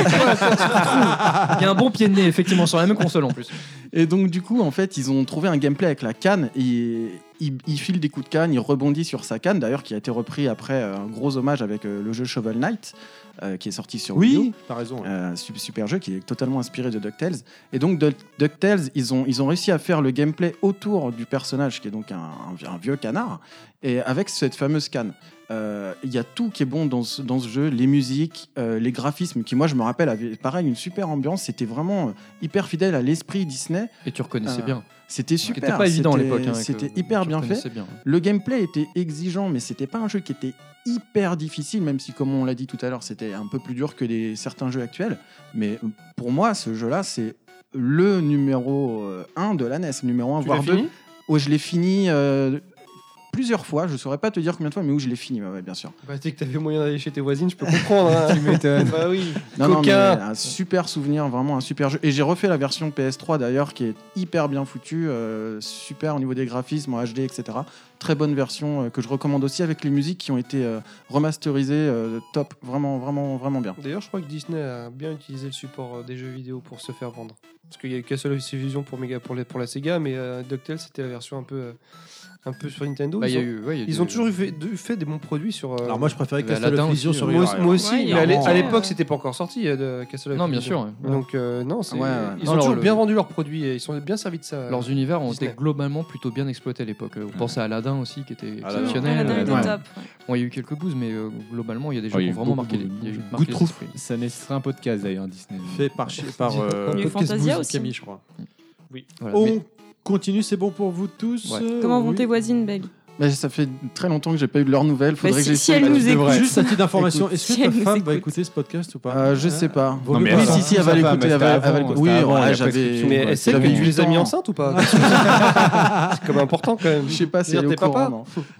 Il y a un bon pied de nez effectivement sur la même console en plus. Et donc du coup en fait ils ont trouvé un gameplay avec la canne et il, il file des coups de canne, il rebondit sur sa canne d'ailleurs qui a été repris après un gros hommage avec euh, le jeu Shovel Knight euh, qui est sorti sur Wii U. Oui, t'as raison. Ouais. Euh, super jeu qui est totalement inspiré de DuckTales. Et donc Duck- DuckTales ils ont, ils ont réussi à faire le gameplay autour du personnage qui est donc un, un, un vieux canard et avec cette fameuse canne. Il euh, y a tout qui est bon dans ce, dans ce jeu, les musiques, euh, les graphismes qui moi je me rappelle avaient pareil une super ambiance, c'était vraiment euh, hyper fidèle à l'esprit Disney. Et tu reconnaissais Euh, bien. C'était super, C'était pas évident à c'était, l'époque. Hein, c'était que, hyper tu bien fait. reconnaissais bien. Le gameplay était exigeant, mais c'était pas un jeu qui était hyper difficile, même si, comme on l'a dit tout à l'heure, c'était un peu plus dur que les, certains jeux actuels. Mais pour moi, ce jeu-là, c'est le numéro un de la N E S, numéro un, Tu voire l'as deux. fini Où je l'ai fini euh, plusieurs fois. Je saurais pas te dire combien de fois, mais où je l'ai fini, ouais, ouais, bien sûr. Bah, tu sais que t'avais moyen d'aller chez tes voisines, je peux comprendre. Hein. Tu m'étonnes. Bah oui. Non, non, mais Coquin. un super souvenir, vraiment un super jeu. Et j'ai refait la version P S trois d'ailleurs, qui est hyper bien foutue, euh, super au niveau des graphismes en H D, et cetera. Très bonne version euh, que je recommande aussi avec les musiques qui ont été euh, remasterisées, euh, top, vraiment, vraiment, vraiment bien. D'ailleurs, je crois que Disney a bien utilisé le support euh, des jeux vidéo pour se faire vendre. Parce qu'il y a Castle of Illusion pour, Mega, pour, les, pour la Sega, mais euh, DuckTales c'était la version un peu, euh, un peu sur Nintendo. Bah, ils y a ont, eu- ouais, y a ils des- ont toujours eu fait, de- fait des bons produits sur. euh, Alors moi, je préférais Bah, Castle Aladdin of Illusion aussi, sur ouais. Moi, Ultra. moi aussi, Ouais, il y mais a à l'é- un- à l'époque c'était pas encore sorti euh, de Castle of Non, bien Illusion. sûr, ouais. Donc euh, non, c'est- Ouais, ouais. ils Non, ont alors, toujours le- bien vendu leurs produits et ils sont bien servis de ça. Leurs univers ont Disney. été globalement plutôt bien exploités à l'époque. On pensait à Aladdin aussi, qui était Aladdin. exceptionnel. Aladdin était Ouais. top. Bon, il y a eu quelques bouses, mais euh, globalement, il y a des jeux Ouais, il y qui a ont vraiment beaucoup, marqué les, beaucoup, il y a eu beaucoup. marqué Good les trouve. esprits. Ça nécessiterait un podcast d'ailleurs, Disney. Fait par, par euh, Il y a eu Podcast Fantasia Boost aussi. Camille, je crois. Voilà. On Mais- continue, c'est bon pour vous tous. Ouais. euh, Comment vont oui. tes voisines, Beg? Bah, ça fait très longtemps que j'ai pas eu de leurs nouvelles. Faudrait Bah, que si- j'essaie. si elle nous Je devrais. écoute. Juste à titre d'information, Écoute, est-ce si que ta elle nous femme va écoute. écouter ce podcast ou pas Euh, je sais pas. Vaut Non, mieux mais pas. Oui, attends, si, si, elle sa va femme, l'écouter. c'était Elle va, elle va avant, l'écouter. c'était Oui, avant, ouais, la j'avais. prescription. Mais ouais, est-ce j'avais que tu huit les as mis ans. enceintes ou pas C'est comme important quand même. Je sais pas si Dire, elle est t'es au courant. papa non.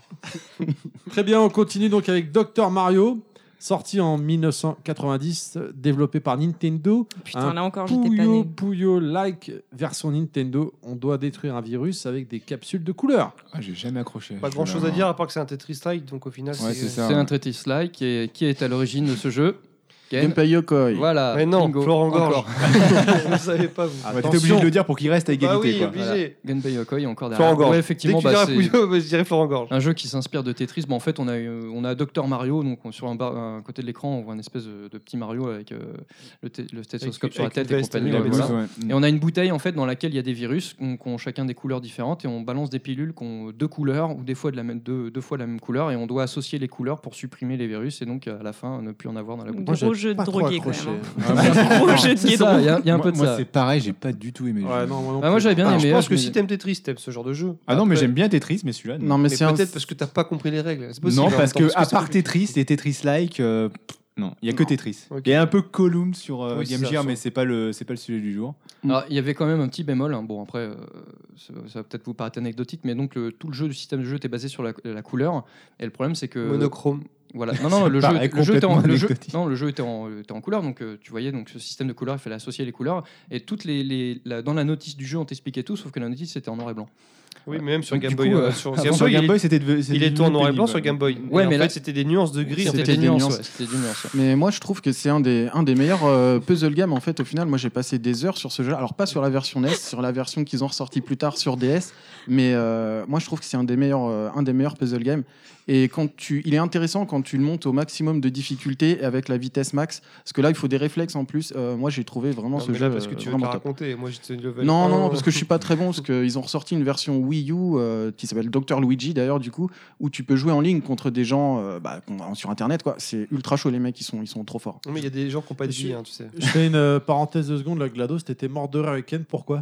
Très bien, on continue donc avec Docteur Mario, sorti en mille neuf cent quatre-vingt-dix, développé par Nintendo. Putain, Un là encore, j'étais pas Puyo née. Puyo-like version Nintendo. On doit détruire un virus avec des capsules de couleur. Ah, j'ai jamais accroché. Pas Je grand vais chose à l'avoir. dire à part que c'est un Tetris Strike, donc au final Ouais, c'est ça. C'est un Tetris-like qui est, qui est à l'origine de ce jeu. Ken. Gunpei Yokoi. Voilà. Mais non, bingo. Florent Gorge. Encore. Vous ne savez pas, vous. Ouais, T'es obligé de le dire pour qu'il reste à Bah égalité. oui, quoi. obligé. Gunpei Yokoi est encore Florent derrière. Gorge. Ouais, Dès effectivement, que tu bah, diras c'est Puyo, bah, je dirais Florent Gorge. un jeu qui s'inspire de Tetris. Bon, en fait, on a, eu- on a Docteur Mario, donc on- sur un, bas- un côté de l'écran, on voit une espèce de, de petit Mario avec euh, le, té- le stéthoscope Avec- sur la avec tête une et veste, compagnie. la ouais, veste. voilà. Ouais. Et on a une bouteille en fait dans laquelle il y a des virus qui ont, qui ont chacun des couleurs différentes et on balance des pilules qui ont deux couleurs ou des fois de la même, deux, deux fois la même couleur et on doit associer les couleurs pour supprimer les virus et donc à la fin ne plus en avoir dans la bouteille. Gros jeu de Pas trop drogué, quand accroché. même. hein. Ah, moi, Gros jeu de C'est guédon. ça, il y a, il y a un moi- peu de moi, ça. c'est pareil, j'ai pas du tout aimé. le Ouais, jeu. non, moi non Ah, moi plus. j'avais bien Alors, je aimé. pense hein, que je si me- t'aimes Tetris, t'aimes ce genre de jeu. Ah non, mais Après- j'aime bien Tetris, mais celui-là. Non, mais Mais c'est un. peut-être parce que t'as pas compris les règles. C'est possible, Non, en même parce temps, que parce à c'est- part Tetris et Tetris-like, euh, pff, non, il y a que Non. Tetris. Ok. Il y a un peu Column sur euh, Oui, c'est Game ça, Gear, ça. mais c'est pas le c'est pas le sujet du jour. Alors, il y avait quand même un petit bémol. hein. Bon, après, euh, ça, ça va peut-être vous paraître anecdotique, mais donc le- tout le jeu, le système de jeu était basé sur la, la couleur. Et le problème, c'est que Monochrome. voilà. Non, non, le jeu, paraît le jeu était en, complètement le jeu, anecdotique. non, le jeu était en, était en couleur, donc euh, tu voyais donc ce système de couleurs, il fallait associer les couleurs. Et toutes les, les la- dans la notice du jeu, on t'expliquait tout, sauf que la notice était en noir et blanc. Oui, mais même sur Donc, Game du Boy. coup, euh, euh, sur Avant, Game sur Boy, Game il Boy, est- c'était de- c'était il est devenu tout en noir et blanc pénible. sur Game Boy. Ouais, Et en mais fait, là- c'était des nuances de gris. en fait. C'était des des nuances. nuances. ouais, c'était des nuances. Mais moi, je trouve que c'est un des, un des meilleurs euh, puzzle games. En fait, au final, moi, j'ai passé des heures sur ce jeu. Alors, pas sur la version N E S, sur la version qu'ils ont ressorti plus tard sur D S. Mais euh, moi, je trouve que c'est un des meilleurs, euh, un des meilleurs puzzle games. Et quand tu, il est intéressant quand tu le montes au maximum de difficulté avec la vitesse max. Parce que là, il faut des réflexes en plus. Euh, moi, j'ai trouvé vraiment Non, ce mais jeu là, parce que euh, tu veux te vraiment la top. raconter. Moi, j'étais level Non, un. non, non, parce que je suis pas très bon, parce qu'ils ont ressorti une version Wii U euh, qui s'appelle docteur Luigi d'ailleurs, du coup, où tu peux jouer en ligne contre des gens euh, bah, qu'on- sur internet, quoi. C'est ultra chaud, les mecs, ils sont, ils sont trop forts. Non, mais il y a des gens qui n'ont pas de Je vie, suis- hein, tu sais. Je fais une euh, parenthèse de seconde, là, GLaDOS, t'étais mort de rire avec Ken, pourquoi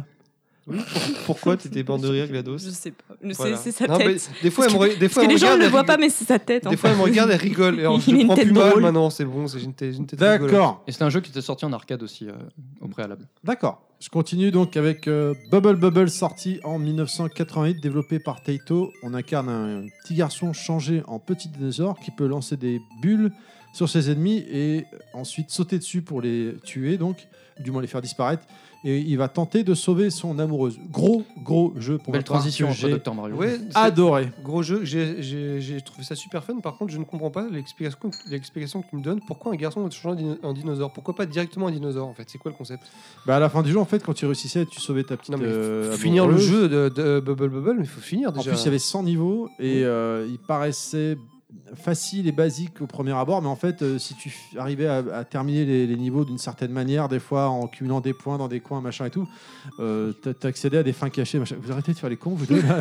Pourquoi t'étais bande de rire, GLaDOS? Je sais pas. C'est Voilà. c'est sa Non, mais tête. des fois, Parce elle me que- re- des fois, Parce que elle les me gens ne regarde, le elle voient pas, rigole. mais c'est sa tête. en Des fois, elle me fait. regarde, elle rigole. Alors, je Il a le une prends tête plus mal drôle. maintenant, c'est bon, c'est une tête une tête rigolote. D'accord, Et c'était un jeu qui était sorti en arcade aussi euh, au préalable. d'accord. Je continue donc avec euh, Bubble Bubble, sorti en mille neuf cent quatre-vingt-huit, développé par Taito. On incarne un petit garçon changé en petit dinosaure qui peut lancer des bulles sur ses ennemis et ensuite sauter dessus pour les tuer, donc, du moins les faire disparaître. Et il va tenter de sauver son amoureuse. Gros, gros jeu pour Belle ma part transition que entre j'ai Docteur Mario. Ouais, c'est- adoré. Gros jeu, j'ai- j'ai j'ai trouvé ça super fun. Par contre, je ne comprends pas l'explication l'explication que tu me donnes. Pourquoi un garçon doit changer en dino- en dinosaure? Pourquoi pas directement un dinosaure en fait? C'est quoi le concept? Bah à la fin du jeu, en fait, quand tu réussissais, tu sauvais ta petite. Non, mais euh, faut finir le amoureuse. jeu de, de Bubble Bubble, mais il faut finir En déjà. plus, il y avait cent niveaux et euh, il paraissait facile et basique au premier abord, mais en fait, euh, si tu f- arrivais à, à terminer les, les niveaux d'une certaine manière, des fois en cumulant des points dans des coins, machin et tout, euh, t'a- t'accédais à des fins cachées. Machin. Vous arrêtez de faire les cons, vous deux là.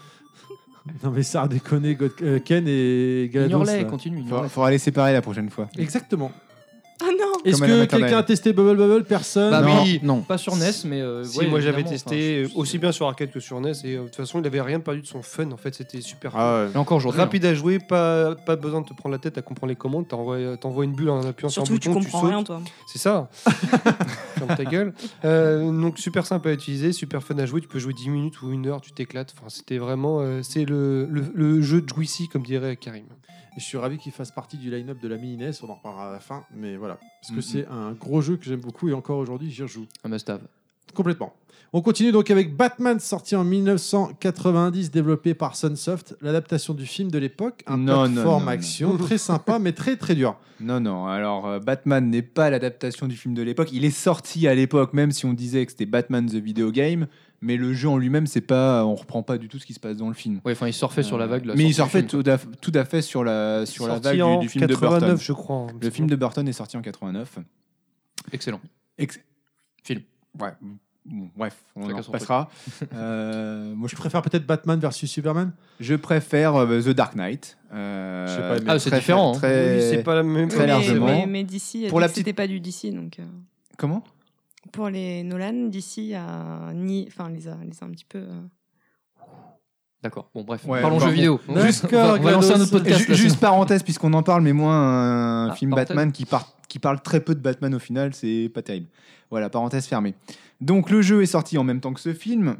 Non mais ça a déconné, God- euh, Ken et GLaDOS. Ignore-les, là. continue. Faudra, ignore-les. faudra les séparer la prochaine fois. Exactement. Ah non. Est-ce Comme à la que maternelle. quelqu'un a testé Bubble Bubble? Personne. Bah, non, oui. non. Pas sur N E S, mais. euh, Si, ouais, moi j'avais évidemment, testé enfin, euh, aussi bien sur arcade que sur N E S et euh, de toute façon il avait rien perdu de son fun en fait, c'était super Ah ouais. Et encore aujourd'hui. hein. rapide à jouer, pas, pas besoin de te prendre la tête à comprendre les commandes, t'envoies t'envoies une bulle en appuyant sur un Surtout, tu bouton, comprends sautes. rien, toi. C'est ça. Ferme ta gueule. Euh, donc super simple à utiliser, super fun à jouer, tu peux jouer dix minutes ou une heure, tu t'éclates. Enfin, c'était vraiment euh, c'est le, le, le jeu de jouissy comme dirait Karim. Et je suis ravi qu'il fasse partie du line-up de la mini N E S, on en reparlera à la fin, mais voilà. Parce que Mhm. c'est un gros jeu que j'aime beaucoup et encore aujourd'hui j'y rejoue. Un must-have. Complètement. On continue donc avec Batman, sorti en mille neuf cent quatre-vingt-dix, développé par Sunsoft, l'adaptation du film de l'époque, un Non, non, plateforme non, non. action très sympa mais très très dur. Non, non, alors euh, Batman n'est pas l'adaptation du film de l'époque. Il est sorti à l'époque, même si on disait que c'était Batman the Video Game, mais le jeu en lui-même, c'est pas, on reprend pas du tout ce qui se passe dans le film. Ouais, enfin, il surfait sur la vague de la mais il sortie surfait du film, tout à, tout à fait sur la, sur la Sorti vague en du, du film de quatre-vingt-neuf, Burton. je crois, il me Le semble. film de Burton est sorti en quatre-vingt-neuf. Excellent. Ex- Film. Ouais. Bon, bref, on Chacun en son passera. euh, moi, je Tu préfères peut-être Batman versus Superman? Je préfère euh, The Dark Knight. Euh, Je sais pas, mais- Ah, c'est très- différent, hein. Très, Oui, c'est pas la même- très mais, largement. mais, mais D C a Pour dit la que petite- c'était pas du D C, donc euh, Comment pour les Nolan, D C a ni, enfin les a, les a un petit peu. euh, D'accord. Bon, bref. Ouais, Parlons bah, jeux vidéo. D'accord, Juste, on va, on va lancer un autre podcast. Ju- là, Juste sinon. parenthèse, puisqu'on en parle, mais moins un Ah, film parenthèse. Batman qui, par- qui parle très peu de Batman au final, c'est pas terrible. Voilà, parenthèse fermée. Donc le jeu est sorti en même temps que ce film.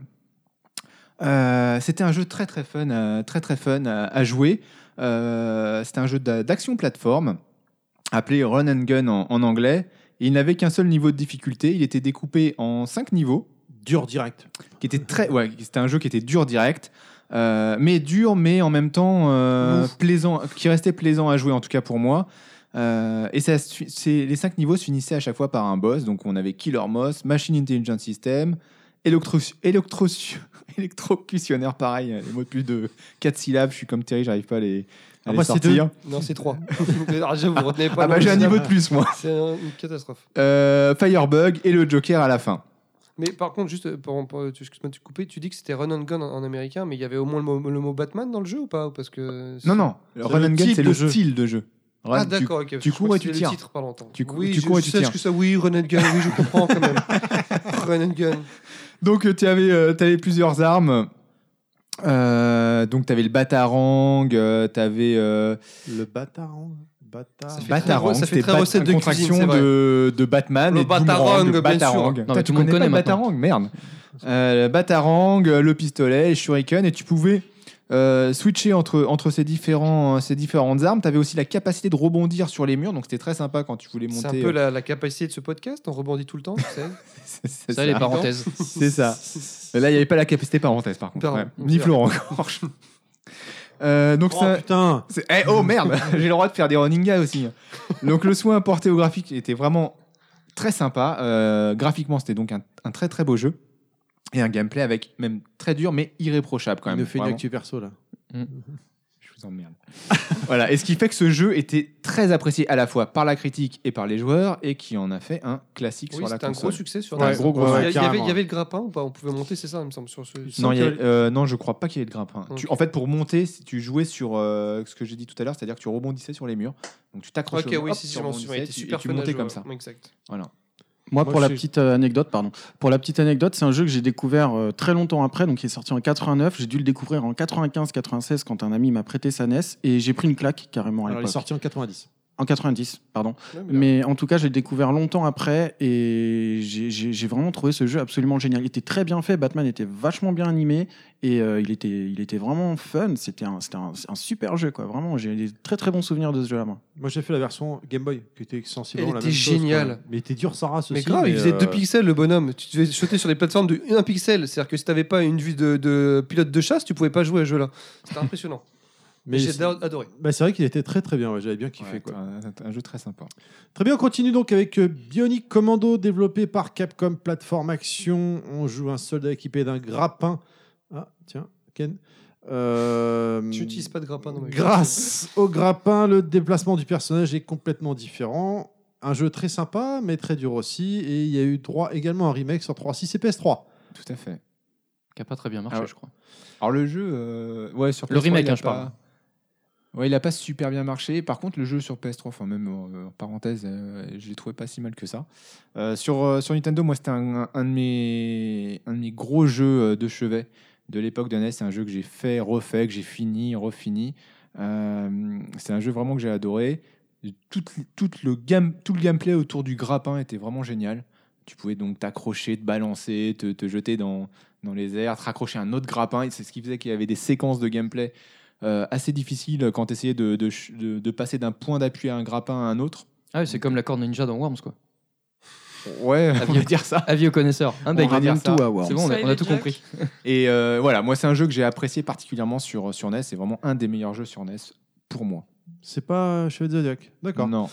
Euh, c'était un jeu très très fun, à, très très fun à, à jouer. Euh, c'était un jeu d'a- d'action plateforme appelé Run and Gun en, en anglais. Et il n'avait qu'un seul niveau de difficulté. Il était découpé en cinq niveaux. Dur direct. Qui était très, ouais, c'était un jeu qui était dur direct. Euh, mais dur, mais en même temps euh, plaisant, qui restait plaisant à jouer en tout cas pour moi. Euh, et ça, se fi- c'est, les cinq niveaux se finissaient à chaque fois par un boss. Donc on avait Killer Moss, Machine Intelligence System, Electro, Electro, Électrocutionnaire, pareil, les mots de plus de quatre syllabes. Je suis comme Terry, j'arrive pas à les, à Ah, les moi, c'est sortir. Non, c'est trois. Alors, déjà, vous retenez pas. Ah bah le j'ai un syllabe. niveau de plus moi. C'est un- une catastrophe. Euh, Firebug et le Joker à la fin. Mais par contre, juste pour, pour tu- excuse-moi de te couper, tu dis que c'était Run and Gun en, en américain, mais il y avait au moins le mot, le mot Batman dans le jeu ou pas? Parce que Non, non, le Run and Gun, c'est le style de jeu. Ah Run, d'accord, tu, ok. tu Je cours crois et que tu c'était tires. le titre, pas longtemps. Tu, cou- oui, tu je, cours et je tu sais tires. ce que ça. Oui, Run and Gun. Oui, je comprends quand même. Run and Gun. Donc tu avais, euh, t'avais plusieurs armes. Euh, donc tu avais le Batarang, euh, tu avais euh, Le Batarang. Batar... Ça fait Batarang, très- ça fait c'était très bat- recette de une cuisine, contraction c'est vrai. de, de Batman Le et de Boomerang, Batarang, de bien Batarang. sûr. Putain, Non, mais tu tout le monde connais pas connaît le Batarang, merde. Euh, le Batarang, euh, le pistolet, le shuriken, et tu pouvais euh, switcher entre, entre ces, différents, ces différentes armes. Tu avais aussi la capacité de rebondir sur les murs, donc c'était très sympa quand tu voulais monter. C'est un peu la, la capacité de ce podcast, on rebondit tout le temps, tu sais. C'est- c'est Ça, les parenthèses. C'est ça. Là, il n'y avait pas la capacité parenthèse, par contre. Pardon, Ouais. c'est Ni vrai. Florent encore. Euh, donc Oh ça, putain. c'est- eh, oh merde, j'ai le droit de faire des running guys aussi. Donc le soin apporté au graphique était vraiment très sympa. Euh, graphiquement, c'était donc un, un très très beau jeu et un gameplay avec même très dur mais irréprochable quand Il même. me fait une vraiment. actu perso là. Je vous emmerde. Voilà, et ce qui fait que ce jeu était très apprécié à la fois par la critique et par les joueurs et qui en a fait un classique Oui, sur la c'était un console. gros succès sur Ouais, NES. gros, gros, il, y a- ouais, il y avait, carrément. il y avait le grappin ou pas? On pouvait monter, c'est ça, il me semble. Sur ce... Non, il y a- euh, non, je crois pas qu'il y ait de grappin. Tu- Ok. en fait, pour monter, si tu jouais sur euh, ce que j'ai dit tout à l'heure, c'est-à-dire que tu rebondissais sur les murs. Donc tu t'accrochais Ok, au mur, oui, hop, si, tu si, je m'en souviens, il rebondissais, était tu- super et tu fun à montais jouer, comme ouais. ça. Exact. Voilà. Moi, Moi, pour la je- petite euh, anecdote, pardon. Pour la petite anecdote, c'est un jeu que j'ai découvert euh, très longtemps après, donc il est sorti en quatre-vingt-neuf. J'ai dû le découvrir en quatre-vingt-quinze quatre-vingt-seize quand un ami m'a prêté sa N E S et j'ai pris une claque carrément à Alors, il est l'époque. sorti en quatre-vingt-dix. En quatre-vingt-dix, pardon. Ouais, mais là- Mais en tout cas, j'ai découvert longtemps après et j'ai- j'ai j'ai vraiment trouvé ce jeu absolument génial. Il était très bien fait, Batman était vachement bien animé et euh, il, était, il était vraiment fun. C'était un, c'était un, un super jeu, quoi. Vraiment, j'ai des très très bons souvenirs de ce jeu-là, moi. Moi j'ai fait la version Game Boy qui était sensiblement Elle la était même chose, géniale. quoi. Mais il était dur sa race aussi. Mais grave, il faisait euh, deux pixels le bonhomme. Tu devais sauter sur des plateformes de un pixel. C'est-à-dire que si t'avais pas une vue de, de pilote de chasse, tu pouvais pas jouer à ce jeu-là. C'était impressionnant. Mais J'ai c'est- adoré. Bah, c'est vrai qu'il était très très bien, ouais, j'avais bien kiffé. Ouais, quoi. un, un jeu très sympa. Très bien, on continue donc avec euh, Bionic Commando, développé par Capcom Plateforme Action. On joue un soldat équipé d'un grappin. Ah, tiens, Ken. Euh, Tu n'utilises pas de grappin dans ma vie. Grâce au grappin, le déplacement du personnage est complètement différent. Un jeu très sympa, mais très dur aussi. Et il y a eu droit également à un remake sur trois six et P S trois. Tout à fait. Qui a pas très bien marché, Ah ouais. je crois. Alors le jeu, euh, ouais, sur Le P S trois, remake, il a hein, je pas- parle. Ouais, il a pas super bien marché. Par contre, le jeu sur P S trois, enfin même euh, en parenthèse, euh, je l'ai trouvé pas si mal que ça. Euh, sur, euh, sur Nintendo, moi, c'était un, un de mes, un de mes gros jeux euh, de chevet de l'époque de N E S. C'est un jeu que j'ai fait, refait, que j'ai fini, refini. Euh, c'est un jeu vraiment que j'ai adoré. Tout, tout, le game, tout le gameplay autour du grappin était vraiment génial. Tu pouvais donc t'accrocher, te balancer, te, te jeter dans, dans les airs, te raccrocher à un autre grappin. Et c'est ce qui faisait qu'il y avait des séquences de gameplay euh, assez difficiles quand tu essayais de, de, de, de passer d'un point d'appui à un grappin à un autre. Ah oui, c'est comme la corde ninja dans Worms, quoi. Ouais, on va Avis, dire ça. avis aux connaisseurs. Un On bec. va dire ça. C'est bon, on a, on a tout compris. Et euh, voilà, moi c'est un jeu que j'ai apprécié particulièrement sur, sur N E S. C'est vraiment un des meilleurs jeux sur N E S pour moi. C'est pas Chevalier de Zodiac. D'accord. Non.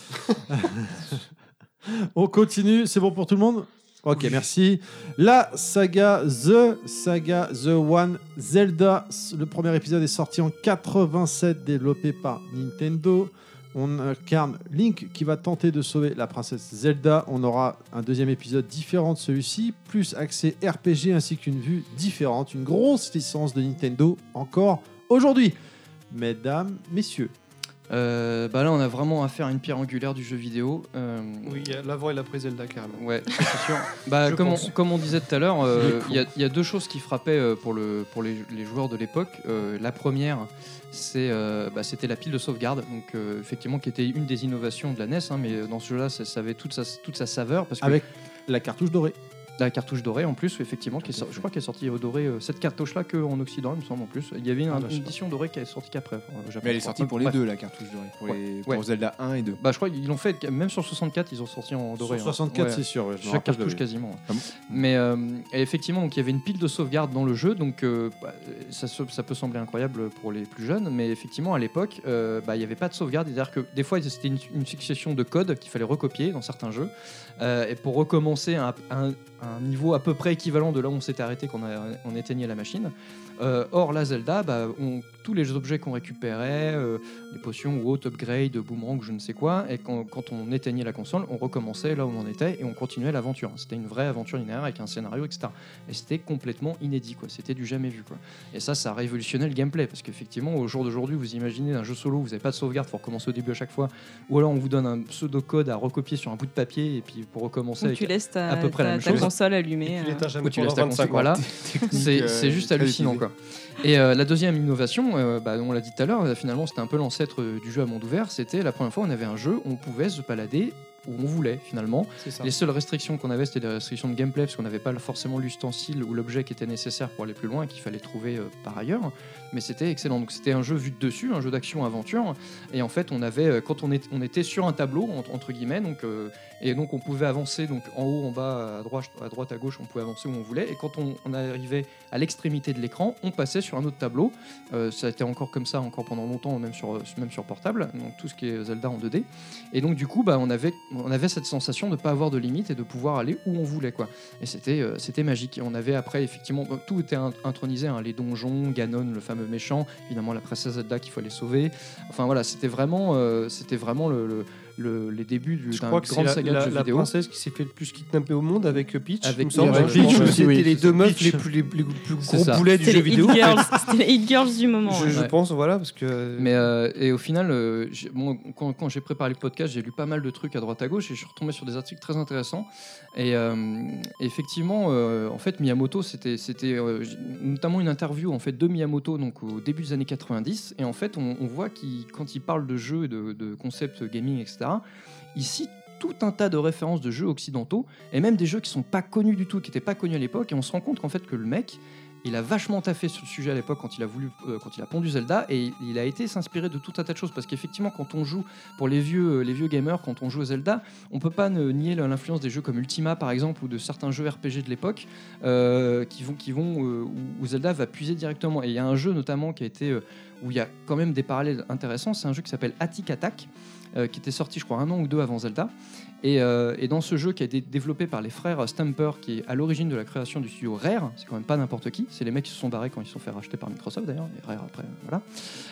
On continue, c'est bon pour tout le monde? Ok, merci. La saga The Saga The One Zelda. Le premier épisode est sorti en quatre-vingt-sept, développé par Nintendo. On incarne Link qui va tenter de sauver la princesse Zelda. On aura un deuxième épisode différent de celui-ci, plus accès R P G ainsi qu'une vue différente. Une grosse licence de Nintendo encore aujourd'hui. Mesdames, messieurs. Euh, bah là, on a vraiment affaire à une pierre angulaire du jeu vidéo. Euh, Oui, il y a l'avant et l'après Zelda carrément. Ouais, c'est sûr. Bah, Je comme, on, pense. comme on disait tout à l'heure, euh, Il il est y, a- il y a deux choses qui frappaient euh, pour, le, pour les, les joueurs de l'époque. Euh, la première, c'est, euh, bah, c'était la pile de sauvegarde, donc euh, effectivement qui était une des innovations de la N E S, hein, mais dans ce jeu-là, ça, ça avait toute sa, toute sa saveur parce que Avec la cartouche dorée. la cartouche dorée en plus, effectivement, qui est sor- je crois qu'elle est sortie au doré euh, cette cartouche-là qu'en Occident, il me semble en plus. Il y avait une, Ah, bah, une je sais édition dorée qui est sortie qu'après. enfin, au Japon, Mais elle est je crois. sortie pour les Bref. deux, la cartouche dorée. Pour, Ouais. les, Ouais. pour Zelda un et deux. Bah, je crois qu'ils l'ont fait, même sur soixante-quatre, ils ont sorti en doré. Sur hein. soixante-quatre, Ouais. c'est sûr. ouais, je me Chaque rappelle, cartouche je l'avais. quasiment. Ah bon Mais euh, et effectivement, donc il y avait une pile de sauvegarde dans le jeu, donc euh, bah, ça, se- ça peut sembler incroyable pour les plus jeunes, mais effectivement à l'époque, euh, bah, il n'y avait pas de sauvegarde, c'est-à-dire que des fois c'était une, une succession de codes qu'il fallait recopier dans certains jeux, euh, et pour recommencer à un, un niveau à peu près équivalent de là où on s'était arrêté quand on, a- on éteignait la machine. Euh, or là, Zelda, bah, on- tous les objets qu'on récupérait, euh, des potions ou autres upgrades, boomerang, je ne sais quoi, et quand, quand on éteignait la console, on recommençait là où on en était et on continuait l'aventure. C'était une vraie aventure linéaire avec un scénario, et cetera. Et c'était complètement inédit, quoi. C'était du jamais vu, quoi. Et ça, ça a révolutionné le gameplay parce qu'effectivement, au jour d'aujourd'hui, vous imaginez un jeu solo, vous n'avez pas de sauvegarde, il faut recommencer au début à chaque fois, ou alors on vous donne un pseudo-code à recopier sur un bout de papier et puis pour recommencer Ou avec tu laisses ta, à peu près ta- la même ta chose. console allumée. Et tu euh. l'éteins jamais Ou tu pendant laisses ta vingt-cinq console, voilà. Technique, C'est euh, c'est juste très hallucinant, utilisée. quoi. Et euh, la deuxième innovation, euh, bah, on l'a dit tout à l'heure, euh, finalement c'était un peu l'ancêtre euh, du jeu à monde ouvert, c'était la première fois on avait un jeu où on pouvait se balader où on voulait finalement. C'est ça. Les seules restrictions qu'on avait c'était des restrictions de gameplay parce qu'on n'avait pas forcément l'ustensile ou l'objet qui était nécessaire pour aller plus loin et qu'il fallait trouver euh, par ailleurs. Mais c'était excellent. Donc c'était un jeu vu de dessus, un jeu d'action-aventure. Et en fait on avait, euh, quand on, est, on était sur un tableau entre, entre guillemets, donc, euh, et donc on pouvait avancer donc en haut, en bas, à droite, à droite, à gauche, on pouvait avancer où on voulait. Et quand on, on arrivait à l'extrémité de l'écran, on passait sur un autre tableau. Euh, ça a été encore comme ça, encore pendant longtemps, même sur, même sur portable, donc tout ce qui est Zelda en deux D. Et donc du coup, bah, on, avait, on avait cette sensation de ne pas avoir de limite et de pouvoir aller où on voulait, quoi. Et c'était, euh, c'était magique. Et on avait après, effectivement, bah, tout était int- intronisé, hein, les donjons, Ganon, le fameux méchant, évidemment la princesse Zelda qu'il fallait sauver. Enfin voilà, c'était vraiment, euh, c'était vraiment le, le- le- les débuts du, Je d'un crois que c'est grande la, saga la, de jeux la vidéo. princesse qui s'est fait le plus kidnapper au monde avec Peach. Avec- il me semble. avec Je Peach, pense que oui, c'était oui, les c'est deux ça. meufs les Peach. plus, les plus, plus C'est gros ça. boulets du C'était jeu les vidéo. Hit Girls, c'était les Hit Girls du moment. Je, ouais. je Ouais. pense, voilà, parce que. Mais euh, et au final, euh, j'ai- bon, quand, quand j'ai préparé le podcast, j'ai lu pas mal de trucs à droite à gauche et je suis retombé sur des articles très intéressants. Et euh, effectivement, euh, en fait, Miyamoto, c'était, c'était euh, j- notamment une interview en fait de Miyamoto, donc au début des années quatre-vingt-dix. Et en fait, on, on voit qu'il, quand il parle de jeux, et de, de concepts gaming, et cetera, il cite tout un tas de références de jeux occidentaux et même des jeux qui sont pas connus du tout, qui n'étaient pas connus à l'époque. Et on se rend compte qu'en fait que le mec, il a vachement taffé sur le sujet à l'époque quand il a voulu, euh, quand il a pondu Zelda, et il a été s'inspirer de tout un tas de choses parce qu'effectivement, quand on joue pour les vieux, euh, les vieux gamers, quand on joue à Zelda, on peut pas ne- nier l'influence des jeux comme Ultima par exemple ou de certains jeux R P G de l'époque euh, qui vont, qui vont euh, où, où Zelda va puiser directement. Et il y a un jeu notamment qui a été euh, où il y a quand même des parallèles intéressants. C'est un jeu qui s'appelle Attic Attack. euh, qui était sorti je crois un an ou deux avant Zelda et, euh, et dans ce jeu qui a été développé par les frères Stamper qui est à l'origine de la création du studio Rare, c'est quand même pas n'importe qui, c'est les mecs qui se sont barrés quand ils se sont fait racheter par Microsoft d'ailleurs, et Rare après voilà.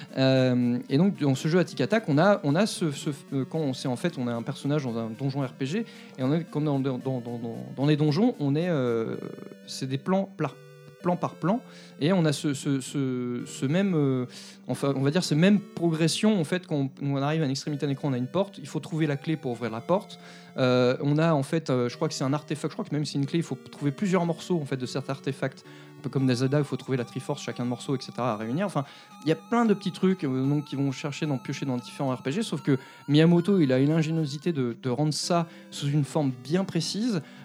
Euh, et donc dans ce jeu Attic Attack on a, on a ce, ce euh, quand on sait en fait on a un personnage dans un donjon R P G et on est, quand on est dans, dans, dans, dans, dans les donjons on est euh, c'est des plans pla- plan par plan et on a ce, ce, ce, ce même euh, enfin on va dire cette même progression en fait quand on, on arrive à une extrémité d'un écran on a une porte, il faut trouver la clé pour ouvrir la porte. Euh, on a en fait euh, je crois que c'est un artefact, je crois que même si c'est une clé il faut trouver plusieurs morceaux en fait de cet artefact, un peu comme dans Zelda il faut trouver la Triforce, chacun de morceaux etc à réunir. Enfin il y a plein de petits trucs euh, donc qui vont chercher dans piocher dans différents R P G, sauf que Miyamoto il a une ingéniosité de, de rendre ça sous une forme bien précise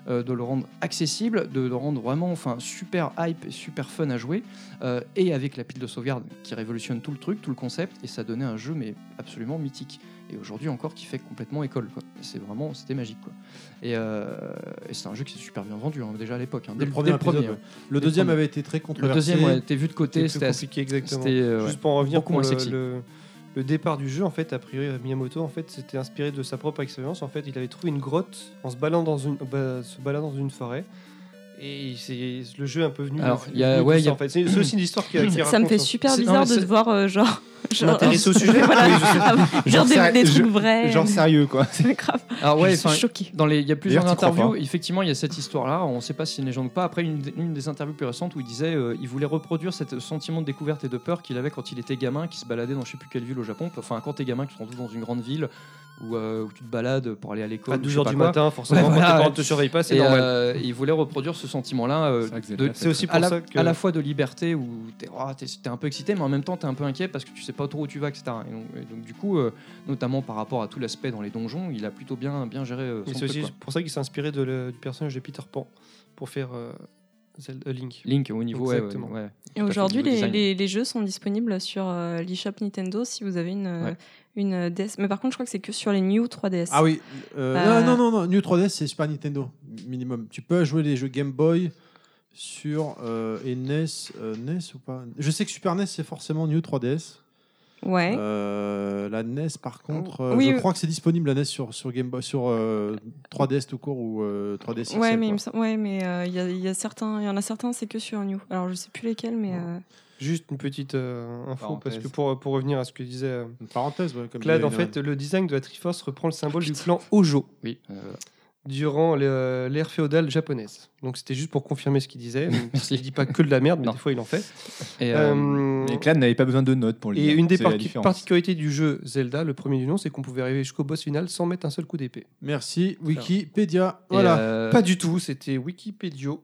euh, de le rendre accessible, de le rendre vraiment enfin, super hype et super fun à jouer, euh, et avec la pile de sauvegarde qui révolutionne tout le truc, tout le concept, et ça donnait un jeu mais absolument mythique. Et aujourd'hui encore qui fait complètement école, quoi. Et c'est vraiment, c'était magique, quoi. Et, euh, et c'est un jeu qui s'est super bien vendu, hein, déjà à l'époque. Hein, Le dès le premier dès le premier, épisode, hein. ouais. Le Dès deuxième premier. avait été très controversé. Le deuxième, ouais, était vu de côté, C'était plus compliqué, exactement. C'était, euh, Juste ouais, pour en revenir beaucoup pour moins le, sexy. le, le départ du jeu, en fait, a priori, Miyamoto, en fait, c'était inspiré de sa propre expérience. En fait, il avait trouvé une grotte en se baladant dans une, bah, se baladant dans une forêt. Et c'est le jeu est un peu venu. Alors, venu il y a- de ouais, ça, il y a- en fait. C'est c'est aussi une histoire qui, qui Ça raconte, me fait hein. super C'est- bizarre non, de c'est- te voir euh, genre. genre M'intéresser au sujet. Voilà. Oui, je sais. Genre des, ser- des trucs je- vrais. Genre sérieux, quoi. C'est grave. Alors ouais, Je suis enfin, choquée. dans les, il y a plusieurs D'ailleurs, t'y crois interviews. pas. Effectivement, il y a cette histoire-là. On ne sait pas si c'est une légende ou pas. Après, une, une des interviews plus récentes où il disait, euh, il voulait reproduire ce sentiment de découverte et de peur qu'il avait quand il était gamin, qui se baladait dans je sais plus quelle ville au Japon. Enfin, quand t'es gamin, tu te retrouves dans une grande ville où, euh, où tu te balades pour aller à l'école. À ou je douze sais heures pas du quoi. matin, forcément, Ouais, quand voilà, tes parents ouais. te surveillent pas, c'est Et, normal. euh, il voulait reproduire ce sentiment-là. euh, C'est vrai que de- Zelda, C'est aussi à pour la, ça que. à la fois de liberté où t'es oh, t'es- t'es un peu excité, mais en même temps t'es un peu inquiet parce que tu sais pas trop où tu vas, et cetera. Et donc, et donc, du coup, euh, notamment par rapport à tout l'aspect dans les donjons, il a plutôt bien, bien géré euh, Et son c'est truc, aussi quoi. pour ça qu'il s'est inspiré de le- du personnage de Peter Pan pour faire euh, Zelda, euh, Link. Link au niveau, ouais, Exactement. ouais, ouais. Et Tout à fait, aujourd'hui, au niveau les, design. les, les jeux sont disponibles sur euh, l'eShop Nintendo si vous avez une, euh, Ouais. une D S. Mais par contre, je crois que c'est que sur les New trois D S. Ah oui. Euh, Euh, Non, non, non, non. New trois D S, c'est Super Nintendo, minimum. Tu peux jouer les jeux Game Boy sur euh, et N E S, euh, N E S ou pas. Je sais que Super N E S, c'est forcément New trois D S. Ouais. Euh, la N E S, par contre, euh, Oui, je oui. crois que c'est disponible la N E S sur, sur Game Boy, sur euh, trois D S tout court ou euh, trois D S X L. Ouais, mais il quoi. me sem- ouais, mais euh, il y, a, il y a certains, il y en a certains, c'est que sur New. Alors je sais plus lesquels, mais euh, Juste une petite euh, info, Parenthèse. parce que pour, pour revenir à ce que disait euh, Une parenthèse, ouais, comme Clad, disait en fait, Inel. le design de la Triforce reprend le symbole du clan Hojo Oui. euh, durant le- l'ère féodale japonaise. Donc c'était juste pour confirmer ce qu'il disait. Merci. Il dit pas que de la merde, mais Non. des fois il en fait. et, euh, Euh, Mais Clad n'avait pas besoin de notes pour le et dire. une des C'est la parti- différence. particularités du jeu Zelda, le premier du nom, c'est qu'on pouvait arriver jusqu'au boss final sans mettre un seul coup d'épée. Merci, Wikipédia. et, Voilà. euh, Pas du tout, c'était Wikipédia.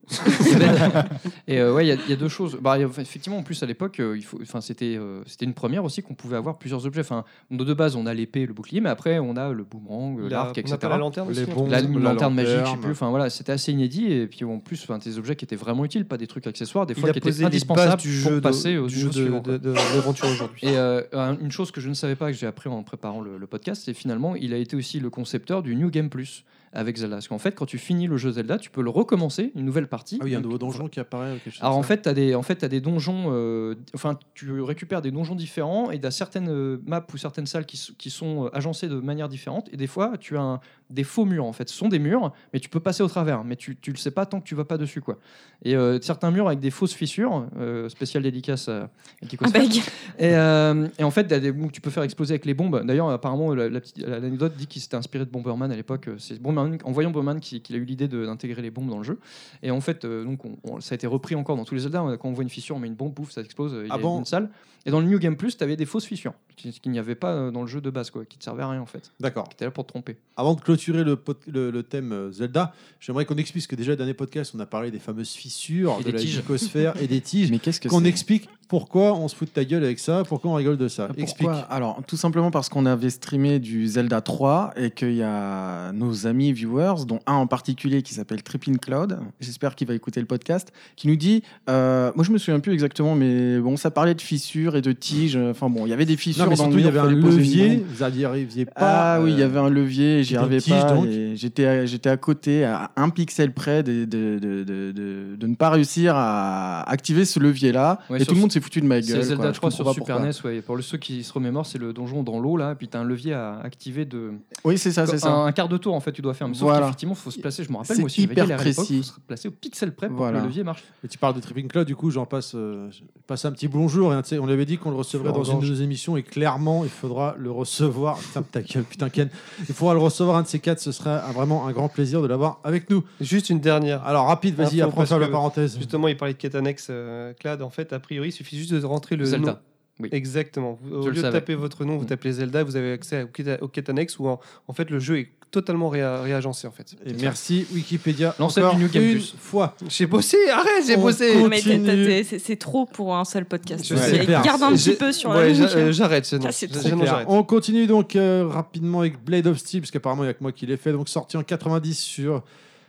Et euh, ouais, il y, a- il y a deux choses. Bah, il y a- effectivement, en plus à l'époque, euh, il faut, enfin, c'était, euh, c'était une première aussi qu'on pouvait avoir plusieurs objets. Enfin, de de base, on a l'épée, le bouclier, mais après, on a le boomerang, La- l'arc, on a pas et cetera. la lanterne aussi, Les un truc bombes. La, comme ça. une la lanterne magique, je sais lanterne. plus. Enfin voilà, c'était assez inédit. Et puis en plus, enfin, des objets qui étaient vraiment utiles, pas des trucs accessoires, des Il fois a qui étaient posé les indispensables bases du pour jeu de- passer au du niveau jeu de- suivant, de- quoi. de l'aventure aujourd'hui. Et euh, un- une chose que je ne savais pas, que j'ai appris en préparant le, le podcast, c'est finalement, il a été aussi le concepteur du New Game Plus avec Zelda. Parce qu'en fait, quand tu finis le jeu Zelda, tu peux le recommencer, une nouvelle partie. Ah oui, il y a un Donc, nouveau donjon qui apparaît. ou quelque chose alors en comme ça. fait, tu as des, en fait, t'as des donjons, euh, enfin tu récupères des donjons différents et tu as certaines euh, maps ou certaines salles qui, s- qui sont euh, agencées de manière différente et des fois tu as un- des faux murs en fait. Ce sont des murs, mais tu peux passer au travers, mais tu, tu le sais pas tant que tu vas pas dessus quoi. Et euh, certains murs avec des fausses fissures, euh, spéciale dédicace à Geekos Ah, Fair. beg. Et, euh, et en fait, t'as des bouts que tu peux faire exploser avec les bombes. D'ailleurs, apparemment, la, la petite- l'anecdote dit qu'il s'était inspiré de Bomberman à l'époque. C'est Bomberman, en voyant Bomberman qu'il qu'il a eu l'idée de- d'intégrer les bombes dans le jeu. Et en fait, euh, donc, on- on- ça a été repris encore dans tous les Zelda. Quand on voit une fissure, on met une bombe, pouf, ça explose. Il y Ah a bon une salle. Et dans le New Game Plus, tu avais des fausses fissures, qui- qu'il n'y avait pas euh, dans le jeu de base, quoi, qui ne servaient à rien en fait. D'accord. Qui étaient là pour te tromper. Avant de clôturer le, pot- le, le thème euh, Zelda, j'aimerais qu'on explique, parce que déjà, dernier podcast, on a parlé des fameuses fissures, Et de des la tiges. geekosphère et des tiges. Mais qu'est-ce que Qu'on c'est explique pourquoi on se fout de ta gueule avec ça, pourquoi on rigole de ça. Pourquoi Explique. Alors, tout simplement parce qu'on avait streamé du Zelda trois et qu'il y a nos amis viewers, dont un en particulier qui s'appelle Trippin Cloud, j'espère qu'il va écouter le podcast, qui nous dit, euh, moi je me souviens plus exactement, mais bon, ça parlait de fissures et de tiges, enfin bon, il y avait des fissures Non, mais dans le surtout, il y mur, avait un fallait poser une levier, bombe. vous n'y arriviez pas. Ah oui, il y euh, avait un levier, j'y et des arrivais tiges, pas. donc. et J'étais, à- j'étais à côté, à un pixel près de, de, de, de, de- de ne pas réussir à activer ce levier-là. Ouais, et sur- tout le monde s'est foutu de ma C'est gueule. Zelda quoi. Je trois comprends sur pas Super pourquoi. N E S. Ouais. Pour le- ceux qui se remémorent, c'est le donjon dans l'eau là, et puis tu as un levier à activer de. Oui, c'est ça, c'est un, ça. un quart de tour en fait, tu dois faire. Mais sauf Voilà. qu'effectivement, il faut se placer. Je me rappelle, C'est moi aussi, j'avais hyper galéré à l'époque, précis. faut se placer au pixel près pour Voilà. que le levier marche. Et tu parles de Tripping Cloud, du coup, j'en passe, euh, je passe un petit bonjour. Et, un- tu sais, on lui avait dit qu'on le recevrait dans Florent une de nos émissions, et clairement, il faudra le recevoir. Ferme ta gueule, putain, Ken. Il faudra le recevoir un de ces quatre. Ce serait un- vraiment un grand plaisir de l'avoir avec nous. Juste une dernière. Alors, rapide, vas-y, Info, après on parce fait la que parenthèse. Justement, il parlait de quête annexe euh, Clad. En fait, a priori, il suffit juste de rentrer le Zelda. nom. Oui. Exactement. Vous- Au Je lieu le de savais. taper votre nom, vous Mm. tapez Zelda, vous avez accès aux quêtes, aux quêtes annexes où en, en fait le jeu est totalement réa- réagencé en fait. Et merci, Wikipédia. L'ancêtre encore du New Game une Plus. fois. J'ai bossé, arrête, j'ai On bossé. continue. Mais t'as- t'as- t'as- c'est c'est trop pour un seul podcast. Je Ouais, sais. c'est clair. Garde un J'ai- petit peu sur ouais, la j'a- ligne. euh, J'arrête, c'est non. Ça, c'est J'ai- trop j'ai- non, Clair. j'arrête. On continue donc euh, rapidement avec Blade of Steel, parce qu'apparemment il n'y a que moi qui l'ai fait, donc sorti en quatre-vingt-dix sur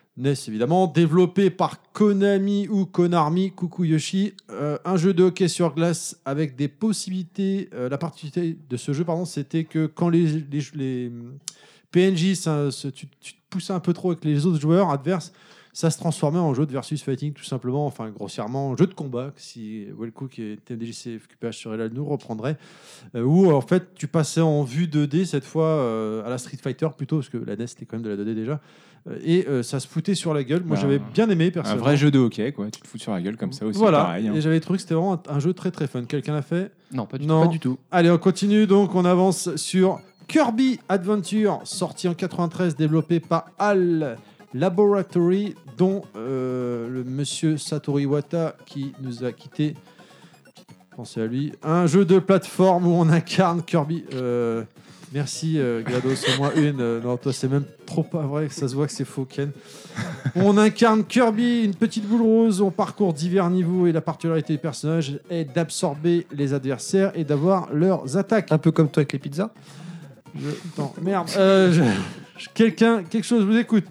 N E S évidemment, développé par Konami ou Konami, coucou Yoshi, euh, un jeu de hockey sur glace avec des possibilités. Euh, la particularité de ce jeu, pardon, c'était que quand les, les, les P N J, ça, ça, tu, tu te poussais un peu trop avec les autres joueurs adverses, ça se transformait en jeu de versus fighting tout simplement, enfin grossièrement, jeu de combat, si Wellcook et T M D J C F Q P H seraient là, nous reprendraient, euh, où en fait tu passais en vue deux D cette fois euh, à la Street Fighter plutôt, parce que la N E S c'était quand même de la deux D déjà, euh, et euh, ça se foutait sur la gueule. Moi Ben, j'avais bien aimé personnellement. Un vrai jeu de hockey, quoi. Tu te fous sur la gueule comme ça aussi. Voilà, Pareil, hein. et j'avais trouvé que c'était vraiment un, un jeu très très fun. Quelqu'un l'a fait? Non, pas du, Non. Tout, pas du tout. Allez, on continue donc, on avance sur Kirby Adventure, sorti en quatre-vingt-treize, développé par HAL Laboratory, dont euh, le monsieur Satoru Iwata qui nous a quittés. Pensez à lui. Un jeu de plateforme où on incarne Kirby. Euh, merci euh, GLaDOS, au moins une. Euh, non, toi, c'est même trop pas vrai, que ça se voit que c'est faux, Ken. On incarne Kirby, une petite boule rose. On parcourt divers niveaux et la particularité du personnage est d'absorber les adversaires et d'avoir leurs attaques. Un peu comme toi avec les pizzas. Je... Attends, merde. Euh, je... je- Quelqu'un, quelque chose, je vous écoute.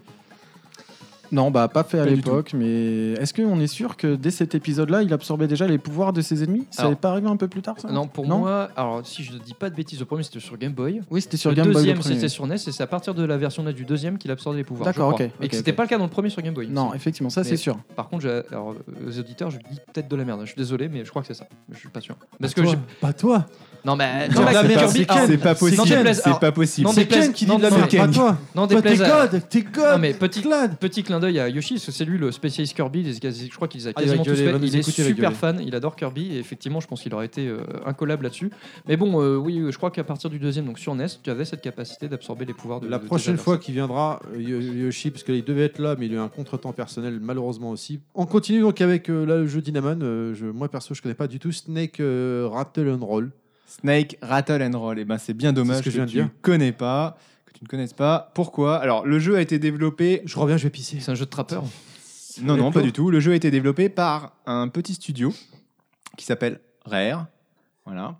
Non, bah pas fait à Pas du l'époque, mais est-ce qu'on est sûr que dès cet épisode-là, il absorbait déjà les pouvoirs de ses ennemis? Ça Alors- n'est pas arrivé un peu plus tard, ça? Non, pour moi, alors si je ne dis pas de bêtises, le premier c'était sur Game Boy. Oui, c'était sur le Game Boy, le deuxième premier. c'était sur N E S et c'est à partir de la version du deuxième qu'il absorbait les pouvoirs. D'accord, je crois. ok, Et ok, que c'était ok. pas le cas dans le premier sur Game Boy. Non, Si. effectivement, ça, Mais c'est sûr. Par contre, j'ai- alors, euh, aux auditeurs, je dis peut-être de la merde. Je suis désolé, mais je crois que c'est ça. Je suis pas sûr. Parce que toi, j'ai. Pas toi. Non, mais. Non, Jack, la c'est merde, Kirby- c'est Ken. alors, C'est pas possible. non, déplaise- C'est alors, pas possible. non, C'est déplaise- Ken qui dit non, de la non, merde, mais- pas toi. Non, Toi, t'es déplaise à- God, t'es God. Non mais petit, Clad. petit clin d'œil à Yoshi, parce que c'est lui le spécialiste Kirby, les- je crois qu'il les a Ah, il va quasiment tous gueuler, il fait. va nous Il est écouter, il va super gueuler. fan, il adore Kirby, et effectivement je pense qu'il aurait été euh, incollable là-dessus. Mais bon, euh, oui, je crois qu'à partir du deuxième, donc sur N E S, tu avais cette capacité d'absorber les pouvoirs de La de tes prochaine adversaires. fois qu'il viendra, euh, Yo- Yoshi, parce qu'il devait être là, mais il a eu un contretemps personnel, malheureusement aussi. On continue donc avec euh, là, le jeu Dynaman. Euh, je, moi, perso, je connais pas du tout Snake euh, Rattle and Roll. Snake Rattle and Roll. Et ben c'est bien dommage C'est ce que que, je viens de tu dire. ne connais pas, que tu ne connaisses pas. Pourquoi? Alors le jeu a été développé. Je reviens, je vais pisser. C'est un jeu de trappeur. Non, non, Et pas toi du tout. Le jeu a été développé par un petit studio qui s'appelle Rare. Voilà.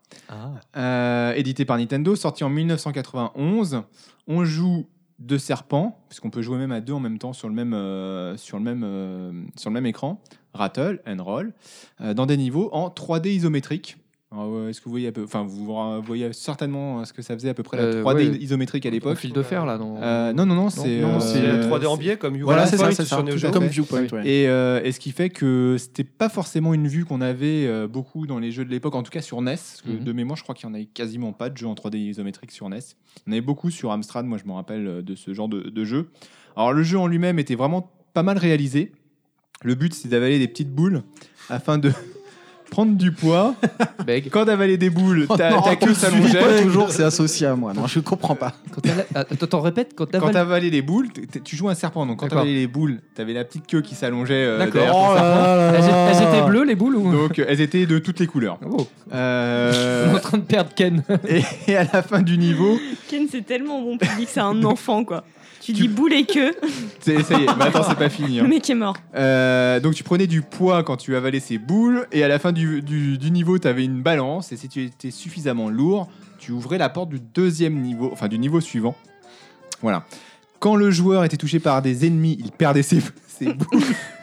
Euh, édité par Nintendo, sorti en dix-neuf cent quatre-vingt-onze. On joue deux serpents, puisqu'on peut jouer même à deux en même temps sur le même, euh, sur le même, euh, sur le même écran. Rattle and Roll. euh, dans des niveaux en trois D isométrique. Alors, euh, est-ce que vous voyez un peu, enfin vous euh, voyez certainement ce que ça faisait à peu près la Euh, trois D ouais. isométrique à Au l'époque. fil de fer là. Non, Euh, non non non, c'est Non, euh, c'est euh, trois D en biais comme Voilà, Viewpoint c'est ça, c'est sur ça. Neo Tout Geo. à Comme fait. Viewpoint, ouais. Et, euh, et ce qui fait que c'était pas forcément une vue qu'on avait euh, beaucoup dans les jeux de l'époque, en tout cas sur N E S. Parce que Mhm. de mémoire, je crois qu'il y en avait quasiment pas de jeux en trois D isométrique sur N E S. On avait beaucoup sur Amstrad, moi je me rappelle euh, de ce genre de, de jeu. Alors le jeu en lui-même était vraiment pas mal réalisé. Le but c'est d'avaler des petites boules afin de prendre du poids. Beg. Quand d'avaler des boules, ta, Non, ta queue pourquoi s'allongeait. toujours c'est associé à moi? Non, je comprends pas. Quand t'as- ah, Attends, t'en répètes quand Quand t'avales. t'avalais les boules, t- t- tu joues un serpent. Donc quand D'accord. t'avalais les boules, t'avais la petite queue qui s'allongeait euh, D'accord. derrière ton Oh là serpent. là là Elles, étaient- là. elles étaient bleues les boules ou Donc euh, elles étaient de toutes les couleurs. Oh. Euh, On est en train de perdre Ken. et, et à la fin du niveau, Ken, c'est tellement bon public, c'est un enfant quoi. Tu dis boule et queue, c'est, ça y est, mais attends, c'est pas fini. hein. le mec est mort. Euh, donc tu prenais du poids quand tu avalais ces boules, et à la fin du, du, du niveau, tu avais une balance, et si tu étais suffisamment lourd, tu ouvrais la porte du deuxième niveau, enfin du niveau suivant. Voilà. Quand le joueur était touché par des ennemis, il perdait ses, ses boules.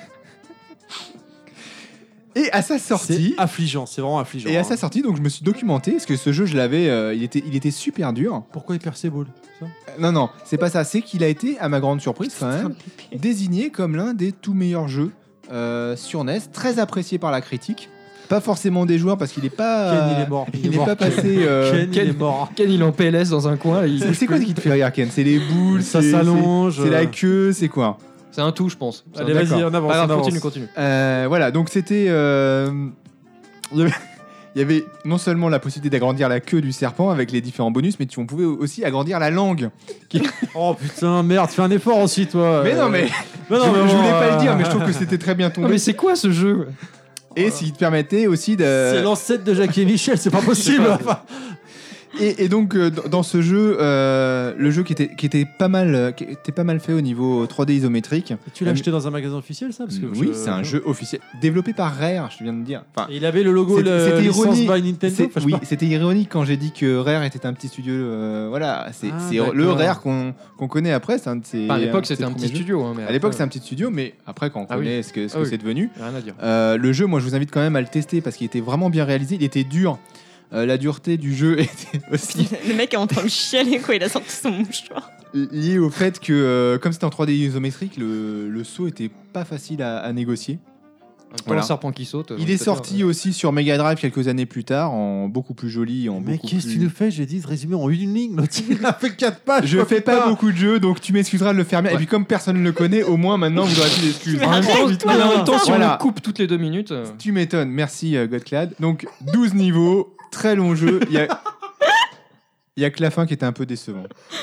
Et à sa sortie, C'est affligeant, c'est vraiment affligeant. et à hein. sa sortie, donc je me suis documenté parce que ce jeu, je l'avais, euh, il était, il était super dur. Pourquoi il perd ses boules ça Euh, Non, non, c'est pas ça. C'est qu'il a été, à ma grande surprise quand même, désigné comme l'un des tout meilleurs jeux euh, sur N E S, très apprécié par la critique. Pas forcément des joueurs parce qu'il est pas. Ken, il est mort. Il est n'est mort. pas passé. euh, Ken, Ken- il est mort. Ken il est en P L S dans un coin. il- C'est c'est quoi qui te fait rire, Ken? C'est les boules, Ça c'est- s'allonge. c'est c'est la queue, c'est quoi? C'est un tout, je pense. C'est Allez, un- vas-y, d'accord. on avance. Pas grave, on avance. continue, continue. Euh, Voilà, donc c'était. euh, Il y avait- il y avait non seulement la possibilité d'agrandir la queue du serpent avec les différents bonus, mais tu, on pouvait aussi agrandir la langue. Oh putain, merde, fais un effort aussi, toi. Mais non, Euh, mais. mais non, je, mais je bon, voulais pas euh, le dire, mais je trouve que c'était très bien Non, tombé. mais c'est quoi ce jeu? Et s'il te permettait aussi de. C'est l'ancêtre de Jacques et Michel, c'est pas possible. Enfin, Et, et donc euh, dans ce jeu, euh, le jeu qui était qui était pas mal, euh, qui était pas mal fait au niveau trois D isométrique. Tu l'as acheté dans un magasin officiel, ça parce que Oui, je- c'est un jeu officiel développé par Rare, je viens de dire. Enfin, Et il avait le logo, c'était- le c'était licence ironique. by Nintendo. C'est- enfin, je sais oui, pas. c'était ironique quand j'ai dit que Rare était un petit studio. euh, voilà, c'est Ah, c'est d'accord. le Rare qu'on qu'on connaît après. C'est un de ses- Enfin, à l'époque, un de ses c'était un premiers petit jeux. studio, hein, mais à l'époque, après- c'est un petit studio, mais après, quand on Ah oui. connaît ce que, ce Ah que oui. c'est devenu, Rien à dire. euh, le jeu, moi, je vous invite quand même à le tester parce qu'il était vraiment bien réalisé. Il était dur. Euh, la dureté du jeu était aussi Le mec est en train de chialer, quoi. Il a sorti son mouchoir. lié au fait que, euh, comme c'était en trois D isométrique, le, le saut était pas facile à, à négocier. En même temps, le serpent qui saute. Il est sorti aussi sur Mega Drive quelques années plus tard, en beaucoup plus joli, en Mais beaucoup qu'est-ce que plus... tu nous fais? J'ai dit de résumer en une ligne. L'autre, il a fait quatre pages. Je quoi, fais pas putain. beaucoup de jeux, donc tu m'excuseras de le faire bien. Et puis comme personne ne le connaît, au moins maintenant vous aurez plus d'excuses. En même temps, putain. mais en même temps, si on Voilà. le coupe toutes les deux minutes. euh, Tu m'étonnes, merci euh, Godclad. Donc douze niveaux, très long jeu. Il y a... Il y a que la fin qui était un peu décevant.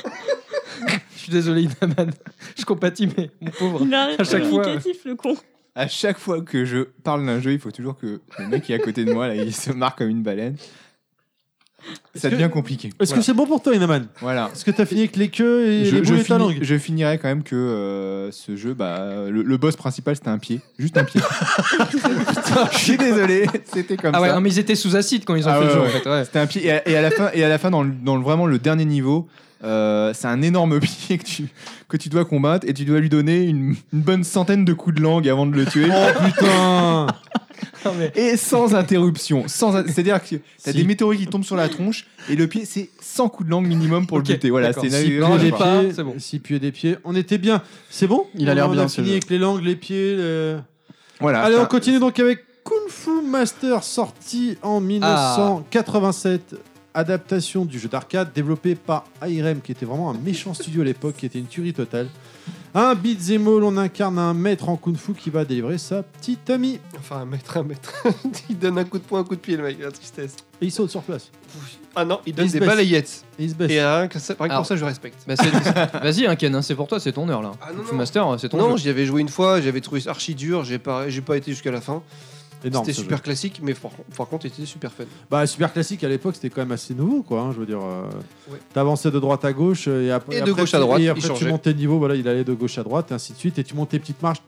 Je suis désolé, Inaman. Je compatis, mais mon pauvre. Il a À chaque fois. communicatif, le con. À chaque fois que je parle d'un jeu, il faut toujours que le mec qui est à côté de moi, là, il se marque comme une baleine. Ça que- devient compliqué. Est-ce Voilà. que c'est bon pour toi, Inaman? Voilà. Est-ce que t'as fini avec les queues et Je, les je boules et ta finis- langue? je finirais quand même que euh, ce jeu, bah, le, le boss principal c'était un pied, juste un pied. Putain, je suis désolé, c'était comme Ah ouais, ça. non, mais ils étaient sous acide quand ils ont Ah fait ouais, le jeu, ouais. en fait. Ouais. C'était un pied. Et à, et à la fin, et à la fin dans, le, dans le- vraiment le dernier niveau, euh, c'est un énorme pied que tu, que tu dois combattre et tu dois lui donner une, une bonne centaine de coups de langue avant de le tuer. Oh putain! Non, mais- Et sans interruption. Sans, in- c'est-à-dire que t'as Si. des météorites qui tombent sur la tronche et le pied, c'est cent coups de langue minimum pour Ok, le buter. Voilà, d'accord. c'est une Six pieds grande des épreuve. pas, pieds, c'est bon. six pieds des pieds. On était bien. C'est bon? Il a l'air On bien, a ce fini jeu. avec les langues, les pieds. le- Voilà, Allez, c'est on un- continue donc avec Kung Fu Master, sorti en mille neuf cent quatre-vingt-sept. Adaptation du jeu d'arcade développé par I R M, qui était vraiment un méchant studio à l'époque, qui était une tuerie totale. Un beat'em all, on incarne un maître en Kung Fu qui va délivrer sa petite amie. Enfin, un mètre, un mètre. Il donne un coup de poing, un coup de pied, le mec, la tristesse. Et il saute sur place. Ah non, il donne Il se des baisse. balayettes. Et il se baisse. Et rien que ça, rien que Alors- pour ça, je respecte. Bah, c'est- c'est- Vas-y, hein, Ken, hein, c'est pour toi, c'est ton heure là. Ah, non, Kung Fu non. Master, c'est ton Non, jeu. j'y avais joué une fois, j'avais trouvé ça archi dur, j'ai pas, j'ai pas été jusqu'à la fin. Énorme, C'était ce super jeu. classique, mais par, par contre, il était super fun. Bah, super classique à l'époque, c'était quand même assez nouveau, quoi. hein, je veux dire, euh, Ouais. t'avançais de droite à gauche euh, et après, Et de après, gauche à tu- droite, et il après tu changeait. montais de niveau. Voilà, il allait de gauche à droite, et ainsi de suite, et tu montais petite marche.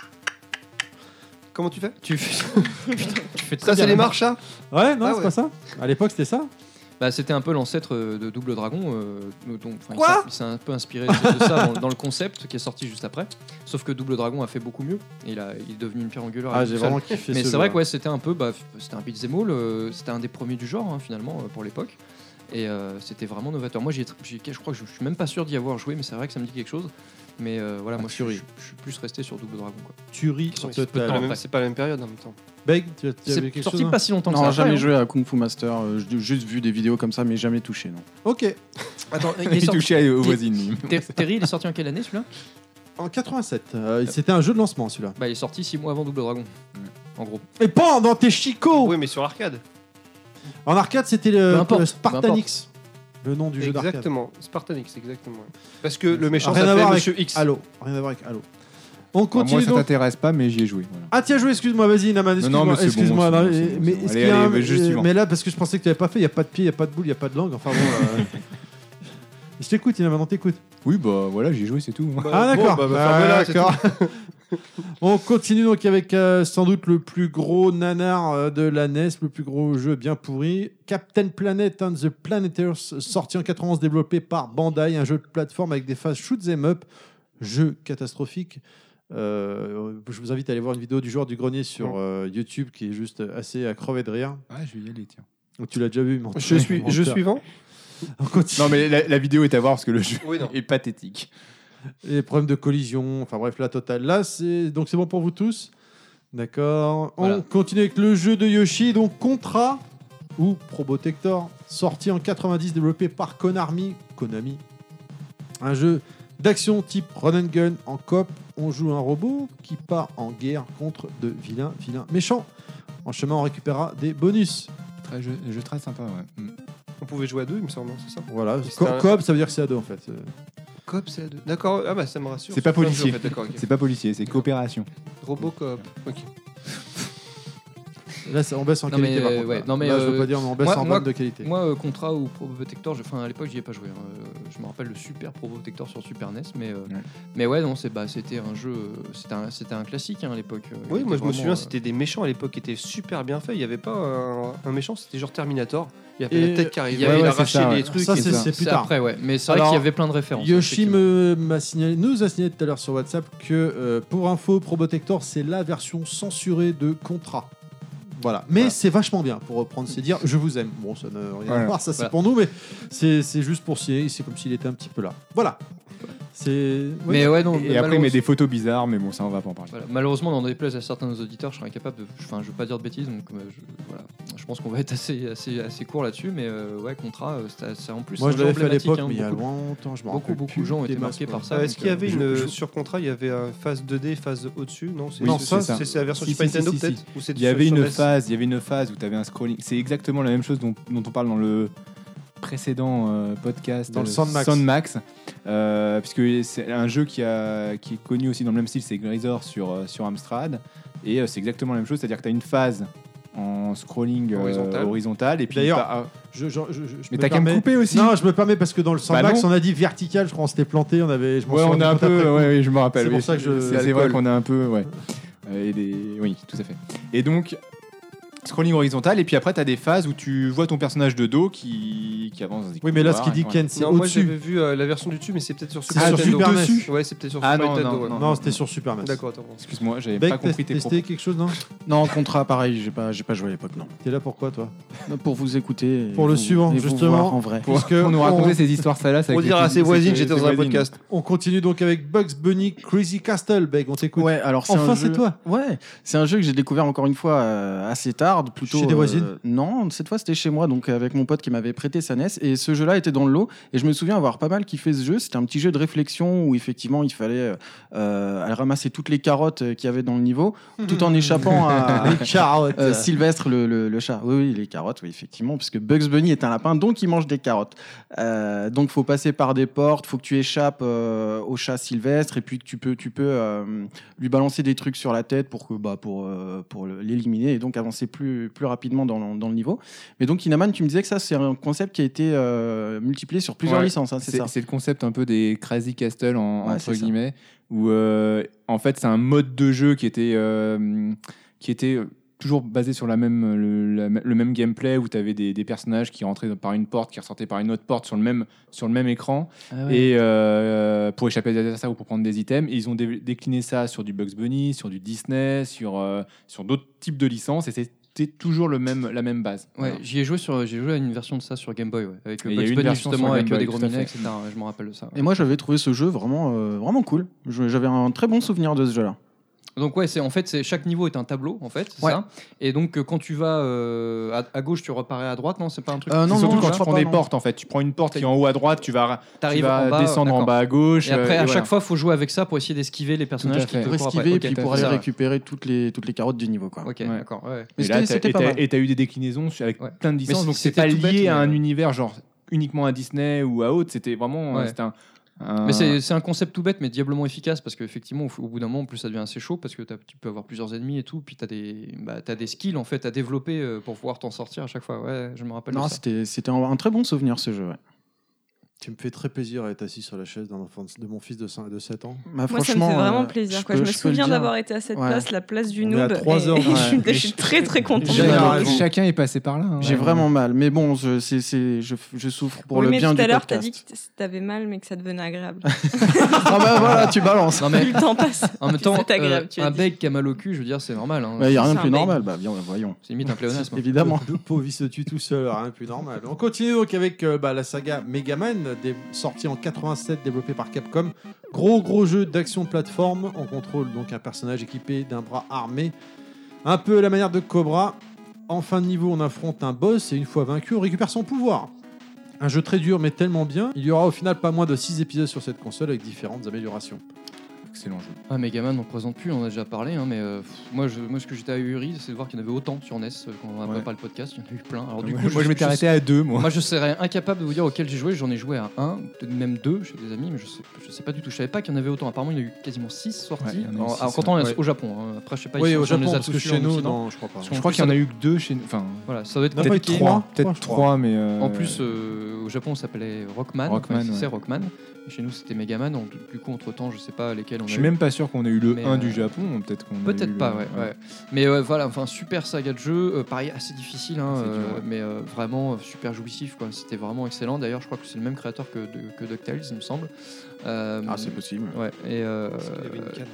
Comment tu fais Tu fais, Putain, tu fais très Ça, bien c'est les la marches, ça Ouais, non, Ah c'est ouais. pas ça. À l'époque, c'était ça. Bah, c'était un peu l'ancêtre euh, de Double Dragon. euh, donc, enfin, il Quoi s'est- Il s'est un peu inspiré de, de ça dans, dans le concept qui est sorti juste après. Sauf que Double Dragon a fait beaucoup mieux. Et il, a, il est devenu une pierre angulaire. Ah, à lui j'ai tout seul. vraiment kiffé Mais ce c'est vrai jeu, que ouais, c'était un peu, bah, c'était un beat'em all. euh, c'était un des premiers du genre hein, finalement euh, pour l'époque. Et euh, c'était vraiment novateur. Moi, j'y ai tr- j'y ai- je crois que je, je suis même pas sûr d'y avoir joué, mais c'est vrai que ça me dit quelque chose. Mais euh, voilà, Ah, moi, je, suis- tuerie. je, je suis plus resté sur Double Dragon. Quoi. Tuerie Qui sont- C'est pas, totale. la même- après. c'est pas la même période en même temps. Beg, tu, tu avais C'est quelque sorti chose hein pas si longtemps que Non, ça. jamais après, joué à Kung Fu Master. euh, J'ai juste vu des vidéos comme ça, mais jamais touché. Non. Ok. hein. Attends, il est Il sorti- touchait aux il- voisines. Ter- Terry, il est sorti en quelle année celui-là? En quatre-vingt-sept. euh, c'était un jeu de lancement, celui-là. Bah, il est sorti six mois avant Double Dragon. En gros. Et pas dans tes chicots. Oui, mais sur l'arcade. En arcade, c'était le, Peu importe, le peu Spartanix. Le nom du jeu d'arcade. Exactement. Spartanix, exactement. Parce que le méchant Rien à s'appelait voir avec Monsieur X. Halo. Rien à voir avec Halo. On Moi, continue ça donc. t'intéresse pas, mais j'y ai joué. Voilà. Ah tiens, joué, excuse-moi, vas-y, Naman, Non, non, excuse-moi. mais c'est bon, excuse-moi, c'est bon, non, c'est et- bon, mais c'est bon. est-ce Allez, qu'il y a allez, un- jeu euh, suivant. mais là, parce que je pensais que tu n'avais pas fait, il n'y a pas de pied, il n'y a pas de boule, il n'y a pas de langue. Enfin bon. euh, Je t'écoute, Naman, on t'écoute. Oui, bah voilà, j'y ai joué, c'est tout. Ah d'accord. bah, bah, Ah, fermez-la, c'est d'accord. On continue donc avec euh, sans doute le plus gros nanar euh, de la N E S, le plus gros jeu bien pourri, Captain Planet and the Planeteers, sorti en quatre-vingt-onze, développé par Bandai, un jeu de plateforme avec des phases shoot 'em up, jeu catastrophique. Euh, je vous invite à aller voir une vidéo du joueur du grenier sur euh, YouTube qui est juste assez à crever de rire. Ah, je vais y aller, tiens. Donc, tu l'as déjà vu, menteur. Je suis, je Menteur. suivant. On continue. Non, mais la, la vidéo est à voir parce que le jeu Oui, non. est pathétique. Les problèmes de collision, enfin bref, la totale. Là, c'est donc c'est bon pour vous tous. D'accord. On Voilà. continue avec le jeu de Yoshi, donc Contra ou Probotector, sorti en quatre-vingt-dix, développé par Konami. Konami. Un jeu d'action type run and gun en coop. On joue un robot qui part en guerre contre de vilains, vilains méchants. En chemin, on récupérera des bonus. Très jeu, jeu très sympa, ouais. Mm. On pouvait jouer à deux, il me semble, non, c'est ça Voilà. C'était Co- un- Coop, ça veut dire que c'est à deux en fait. Euh, Coop, c'est à deux. D'accord, ah bah ça me rassure. C'est pas Sur plein de jeux, policier. en fait, d'accord, ok. C'est pas policier, c'est coopération. Robocop, ok. Là, ça- on baisse en Non, qualité. mais, par euh, contre, ouais, là. non, mais, Là, je veux euh, pas dire, mais on baisse moi- en moi- bande de qualité. Moi, euh, Contra ou Pro Protector, je- enfin, à l'époque, j'y ai pas joué. hein. Euh, Je me rappelle le Super Pro Protector sur Super N E S, mais, euh, Ouais. mais ouais, non, c'est, bah, c'était un jeu, euh, c'était un, c'était un classique hein, à l'époque. euh, il Oui, était moi je me vraiment, souviens, euh, c'était des méchants à l'époque qui étaient super bien faits. Il n'y avait pas un, un méchant, c'était genre Terminator. Il y avait Et la tête qui arrivait, il y avait- il ouais, c'est arrachait ça, les ouais. trucs. Ça, et c'est tout. c'est plus c'est tard. après, ouais. Mais c'est vrai Alors, qu'il y avait plein de références. Yoshi effectivement. me, m'a signalé, nous a signalé tout à l'heure sur WhatsApp que euh, pour info, Probotector, c'est la version censurée de Contra. Voilà. Mais Voilà. c'est vachement bien pour reprendre ses dires. Je vous aime. Bon, ça n'a rien à Voilà. voir, ça c'est Voilà. pour nous, mais c'est c'est juste pour signaler. C'est comme s'il était un petit peu là. Voilà. C'est. Mais ouais, non. Et mais après, il met malheureusement- des photos bizarres, mais bon, ça, on va pas en parler. Voilà. Malheureusement, dans des déplaise à certains de nos auditeurs, je serais incapable de. Enfin, je veux pas dire de bêtises, donc euh, je, voilà. Je pense qu'on va être assez, assez, assez court là-dessus, mais euh, ouais, Contra, euh, c'est c'est en plus. Moi, un je jeu l'avais fait à emblématique, l'époque, hein, mais il y a beaucoup- longtemps. Je me Beaucoup, rappelle beaucoup plus de gens ont des été masses, marqués quoi. par ça. Euh, donc, Est-ce qu'il y avait euh, une je- sur contrat, il y avait un phase deux D, phase au-dessus? Non, c'est Non, c'est- ça, c'est c'est la version Si, Super si, si, Nintendo si, peut-être si. Ou c'était Il y avait sur- une sur N E S? phase, il y avait une phase où tu avais un scrolling. C'est exactement la même chose dont, dont on parle dans le précédent euh, podcast Dans le euh, Soundmax. Soundmax, euh, puisque c'est un jeu qui, a, qui est connu aussi dans le même style, c'est Grazor sur, euh, sur Amstrad, et euh, c'est exactement la même chose, c'est-à-dire que tu as une phase en scrolling euh, Horizontal. horizontal, et puis D'ailleurs, t'as- Je, je, je, je mais me t'as qu'à me permets- couper aussi. Non, je me permets parce que dans le Soundmax, non. on a dit vertical. Je crois qu'on s'était planté. On avait. Je m'en Ouais, suis on rendu a un compte peu, après coup. ouais, ouais, je me rappelle. C'est oui. pour ça que je- C'est c'est vrai qu'on a un peu, ouais. Euh, et des... Oui, tout à fait. Et donc, scrolling horizontal, et puis après, tu as des phases où tu vois ton personnage de dos qui, qui avance dans des Oui, mais là, ce couloirs, qu'il dit et Ken, c'est Non, moi au-dessus. j'avais vu euh, la version du dessus, mais c'est peut-être sur C'est Super sur Nintendo. Super N E S. dessus. Ouais, c'est peut-être sur Ah, Super non, Nintendo. non, ouais. non. Non, c'était sur Super N E S. D'accord, attends. Excuse-moi, j'avais Beck, pas t'as compris tes testé propos. quelque chose, non? Non, Contra, pareil, j'ai pas, j'ai pas joué à l'époque, non. T'es là pourquoi, toi? Pour vous écouter. et Pour le vous- suivant, et vous justement. voir en vrai. Pour, Puisque pour nous on- raconter ces histoires salaces. Pour avec dire les- à ses voisines, ses- j'étais ses dans un voisines. podcast. On continue donc avec Bugs Bunny Crazy Castle. Beck, on t'écoute. Ouais, alors c'est Enfin, un c'est jeu- toi. Ouais, c'est un jeu que j'ai découvert encore une fois euh, assez tard, plutôt. Chez des voisines euh, Non, cette fois c'était chez moi, donc avec mon pote qui m'avait prêté sa N E S. Et ce jeu-là était dans le lot. Et je me souviens avoir pas mal kiffé ce jeu. C'était un petit jeu de réflexion où effectivement il fallait euh, aller ramasser toutes les carottes euh, qu'il y avait dans le niveau, tout en échappant à Les carottes. euh, Sylvestre le, le, le chat. Oui, oui, les carottes, oui, effectivement, parce que Bugs Bunny est un lapin, donc il mange des carottes. Euh, donc faut passer par des portes, faut que tu échappes euh, au chat Sylvestre, et puis que tu peux, tu peux euh, lui balancer des trucs sur la tête pour que, bah, pour, euh, pour le- l'éliminer et donc avancer plus, plus rapidement dans le, dans le niveau. Mais donc Inaman, tu me disais que ça c'est un concept qui a été euh, multiplié sur plusieurs Ouais, licences, hein, c'est ça. C'est le concept un peu des Crazy Castle, en, Ouais, entre c'est ça. guillemets, où euh, en fait c'est un mode de jeu qui était, euh, qui était toujours basé sur la même, le, la- le même gameplay, où tu avais des, des personnages qui rentraient par une porte, qui ressortaient par une autre porte sur le même, sur le même écran, Ah ouais. et euh, pour échapper à des adversaires ou pour prendre des items. Et ils ont dé- décliné ça sur du Bugs Bunny, sur du Disney, sur, euh, sur d'autres types de licences, et c'était toujours le même, la même base. Ouais, Voilà. j'y ai joué sur, j'ai joué à une version de ça sur Game Boy, ouais, avec euh, Et il y a Bugs eu une Bunny version justement sur avec Game euh, des Boy, gros tout à minets, fait. et cetera. Ouais, je me rappelle de ça. Et moi j'avais trouvé ce jeu vraiment, euh, vraiment cool. Je- J'avais un très bon souvenir de ce jeu-là. Donc ouais, c'est en fait c'est chaque niveau est un tableau en fait, c'est Ouais. ça. Et donc euh, quand tu vas euh, à, à gauche, tu reparais à droite, non, c'est pas un truc. Euh, non, C'est surtout non, quand je tu crois prends pas, des non. portes, en fait. Tu prends une porte qui est en haut à droite, tu vas, tu T'arrives vas en bas, descendre en d'accord. bas à gauche. Et après, euh, à voilà. chaque fois, faut jouer avec ça pour essayer d'esquiver les personnages à qui fait. te Pour courent esquiver après. et puis Ok, pour c'est aller ça, ouais. récupérer toutes les, toutes les carottes du niveau, quoi. Ok, Ouais. d'accord. Ouais. Mais Et là, c'était t'as- c'était et pas t'as- mal. et t'as eu des déclinaisons avec Ouais. plein de Mais licences, donc c'est c'était pas tout lié bête, à mais, un euh, univers genre uniquement à Disney ou à autre. C'était vraiment, Ouais. euh, c'était un, un- Mais c'est c'est un concept tout bête, mais diablement efficace parce qu'effectivement, au, au bout d'un moment, en plus, ça devient assez chaud parce que t'as- tu peux avoir plusieurs ennemis et tout. Puis tu as des, bah, t'as des skills en fait à développer euh, pour pouvoir t'en sortir à chaque fois. Ouais, je me rappelle. Non, de ça. c'était c'était un, un très bon souvenir ce jeu. Ouais. Tu me fais très plaisir à être assis sur la chaise d'un enfant de, de mon fils de, cinq de sept ans. Bah, Moi, ça me franchement, fait vraiment euh, plaisir. je Quoi. peux- Je me je peux le souviens dire. d'avoir été à cette Ouais. place, la place du On est à noob. trois et- heures, et ouais. je, suis, Mais je suis très très contente. J'ai- d'avoir alors, raison. Chacun est passé par là. hein. J'ai Ouais. vraiment mal, mais bon, je, c'est, c'est, je, je souffre pour Oui, le mais bien tout du à l'heure, t'as podcast. dit que t'avais mal, mais que ça devenait agréable. Ah bah voilà, tu balances. Non mais Plus le temps passe. en même plus temps, c'est agréable. euh, tu as un dit. bec qui a mal au cul, je veux dire, c'est normal. Hein. Il n'y a rien C'est de un plus bait. normal, bah bien, voyons. C'est limite un pléonasme. Évidemment. Le pauvre, il se tue tout seul, rien de plus normal. On continue donc avec euh, bah, la saga Megaman, dé- sortie en quatre-vingt-sept, développée par Capcom. Gros gros jeu d'action plateforme. On contrôle donc un personnage équipé d'un bras armé, un peu à la manière de Cobra. En fin de niveau, on affronte un boss et une fois vaincu, on récupère son pouvoir. Un jeu très dur mais tellement bien. Il y aura au final pas moins de six épisodes sur cette console avec différentes améliorations. excellent jeu. Ah, Megaman, on ne présente plus, on en a déjà parlé, hein, mais euh, pff, moi, je, moi, ce que j'étais ahuri, c'est de voir qu'il y en avait autant sur N E S euh, quand on a Ouais. préparé le podcast. Il y en a eu plein. Alors, du Ouais, coup, moi, je m'étais arrêté à deux, moi. Moi, je serais incapable de vous dire auquel j'ai joué. J'en ai joué à un, peut-être même deux chez des amis, mais je sais, je sais pas du tout. Je savais pas qu'il y en avait autant. Apparemment, il y en a eu quasiment six sorties. Ouais, il y en a eu Alors, six, alors, quand on est ouais. au Japon, hein. Après, je sais pas. Oui, ici, au si on les Japon, a parce tous que eu chez en nous, Occident. non, je crois pas. Parce Je qu'en crois plus, qu'il y en ça a doit- eu que deux chez nous. Enfin, Voilà, ça doit être Non, pas peut-être qu'il y ait trois. moins. Peut-être Trois, je crois. trois, mais. euh, En plus, euh, au Japon, ça s'appelait Rockman. Rockman, Enfin, c'est ouais. Rockman. Et chez nous, c'était Megaman. Donc, du coup, entre temps, je sais pas lesquels on a Je suis eu. même pas sûr qu'on ait eu le Mais, un euh, du Japon. Peut-être qu'on a eu Peut-être le- pas, ouais, ouais. Mais euh, voilà, enfin, super saga de jeu. Euh, pareil, assez difficile, hein, C'est dur, euh, ouais. mais euh, vraiment euh, super jouissif, quoi. C'était vraiment excellent. D'ailleurs, je crois que c'est le même créateur que, de, que DuckTales, il me semble. Euh, Ah, c'est possible. Ouais, et. euh, Parce qu'il y avait une canne.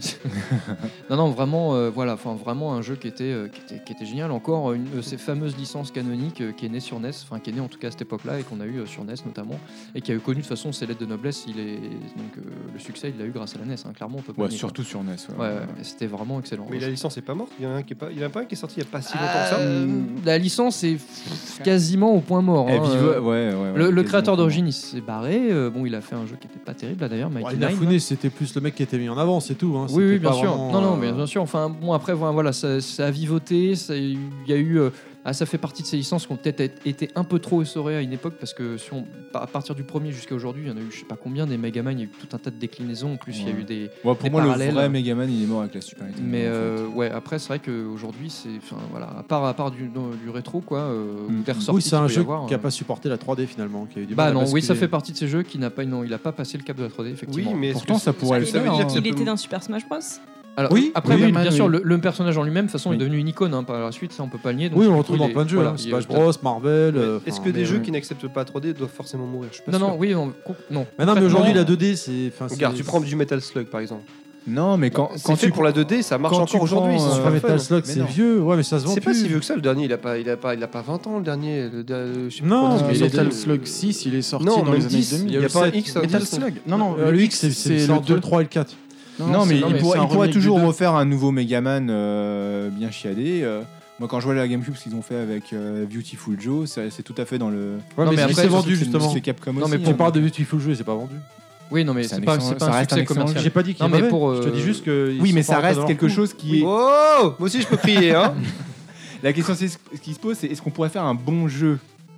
non, non, vraiment, euh, voilà, enfin, vraiment un jeu qui était, euh, qui était, qui était génial. Encore une de ces fameuses licences canoniques euh, qui est née sur N E S, enfin, qui est née en tout cas à cette époque-là et qu'on a eu euh, sur N E S notamment, et qui a eu connu de toute façon ses lettres de noblesse. Il est, donc, euh, le succès, il l'a eu grâce à la N E S, hein, clairement, on peut pas Ouais, nier, surtout quoi. sur N E S. Ouais, ouais, et c'était vraiment excellent. Mais la licence est pas morte. Il y en a un qui est pas. Il y en a pas un qui est sorti il y a pas si longtemps que ça. Euh, la licence est quasiment au point mort. Elle hein, vive- euh, ouais, ouais, ouais, le, le quasiment créateur au point d'origine, il s'est barré. euh, bon, il a fait un jeu qui était pas terrible là d'ailleurs, Ouais, Mighty Inafune, Nine. c'était plus le mec qui était mis en avant, c'est tout. Hein. Oui, C'était oui, bien pas sûr. vraiment, Non, non, euh, mais bien sûr. Enfin, bon, après, voilà, voilà, ça, ça a vivoté. ça- Il y a eu. euh, ah, ça fait partie de ces licences qui ont peut-être été un peu trop essorées à une époque parce que si on, à partir du premier jusqu'à aujourd'hui, il y en a eu je sais pas combien des Megaman, il y a eu tout un tas de déclinaisons. En plus, il y a Ouais. eu des. Ouais, pour des moi, parallèles. le vrai Megaman, il est mort avec la Super Nintendo. Mais en fait. euh, ouais, après, c'est vrai qu'aujourd'hui, c'est. Enfin, voilà, à part, à part du, dans- du rétro, quoi, euh, Mm. ou des ressorties. Oui, c'est un qu'il peut y jeu avoir, qui a euh, pas supporté la trois D finalement. Qui a eu du Bah mal à non, oui, ça basculer. fait partie de ces jeux qui n'a pas, non, il a pas passé le cap de la trois D, effectivement. Oui, mais est-ce Pourtant, que ça c'est- pourrait le ça veut faire, dire hein. que ça Il peut- était dans Super Smash Bros. Alors, Oui, après, oui, oui, Megaman, bien sûr, oui. le, le personnage en lui-même, de toute façon, Oui. est devenu une icône. Hein, par la suite, ça, on peut pas le nier. donc, Oui, on du le coup, retrouve il dans est- plein de jeux. voilà, hein. il est- Smash Bros, Marvel. Mais euh, Est-ce enfin, que des mais jeux ouais. qui n'acceptent pas la trois D doivent forcément mourir? Je suis pas Non, sûr. non, oui, on- non. Mais non, mais aujourd'hui, Concrètement, la deux D, c'est. enfin, Regarde, c'est- tu prends du Metal Slug par exemple. Non, mais quand, C'est quand fait tu pour la deux D, ça marche quand tu encore aujourd'hui. prends, c'est euh, super Metal fun. Slug, Mais c'est non. vieux. Ouais, mais ça se vend C'est pas plus. si vieux que ça. Le dernier, il a pas, il a pas, il a pas vingt ans. Le dernier, le, le- je sais plus Non, comment Euh, ça mais s'appelle. Metal les- Slug six, il est sorti Non, dans même les années dix, deux mille. il y a le pas un sept, X. un Metal dix, Slug Non, non, Euh, le le X, X, c'est c'est c'est le entre deux. le trois et le quatre. Non, mais c'est- il mais pourrait, c'est un il pourrait remake du toujours deux. refaire un nouveau Megaman euh, bien chiadé. euh. Moi, quand je vois la GameCube, ce qu'ils ont fait avec euh, Beautiful Joe, c'est c'est tout à fait dans le. Ouais, Non, mais mais après, après, c'est vendu c'est- justement. C'est Capcom Non, aussi. mais Tu hein. parles de Beautiful Joe, c'est pas vendu. Oui, non, mais C'est c'est un pas, excellent- c'est pas ça un reste un succès excellent commercial. J'ai pas dit qu'il Non, est mais mauvais. pour, Je te euh, dis juste que. Oui, mais ça reste quelque chose qui est. Oh, moi aussi je peux crier, hein. La question c'est ce qui se pose, c'est est-ce qu'on pourrait faire un bon jeu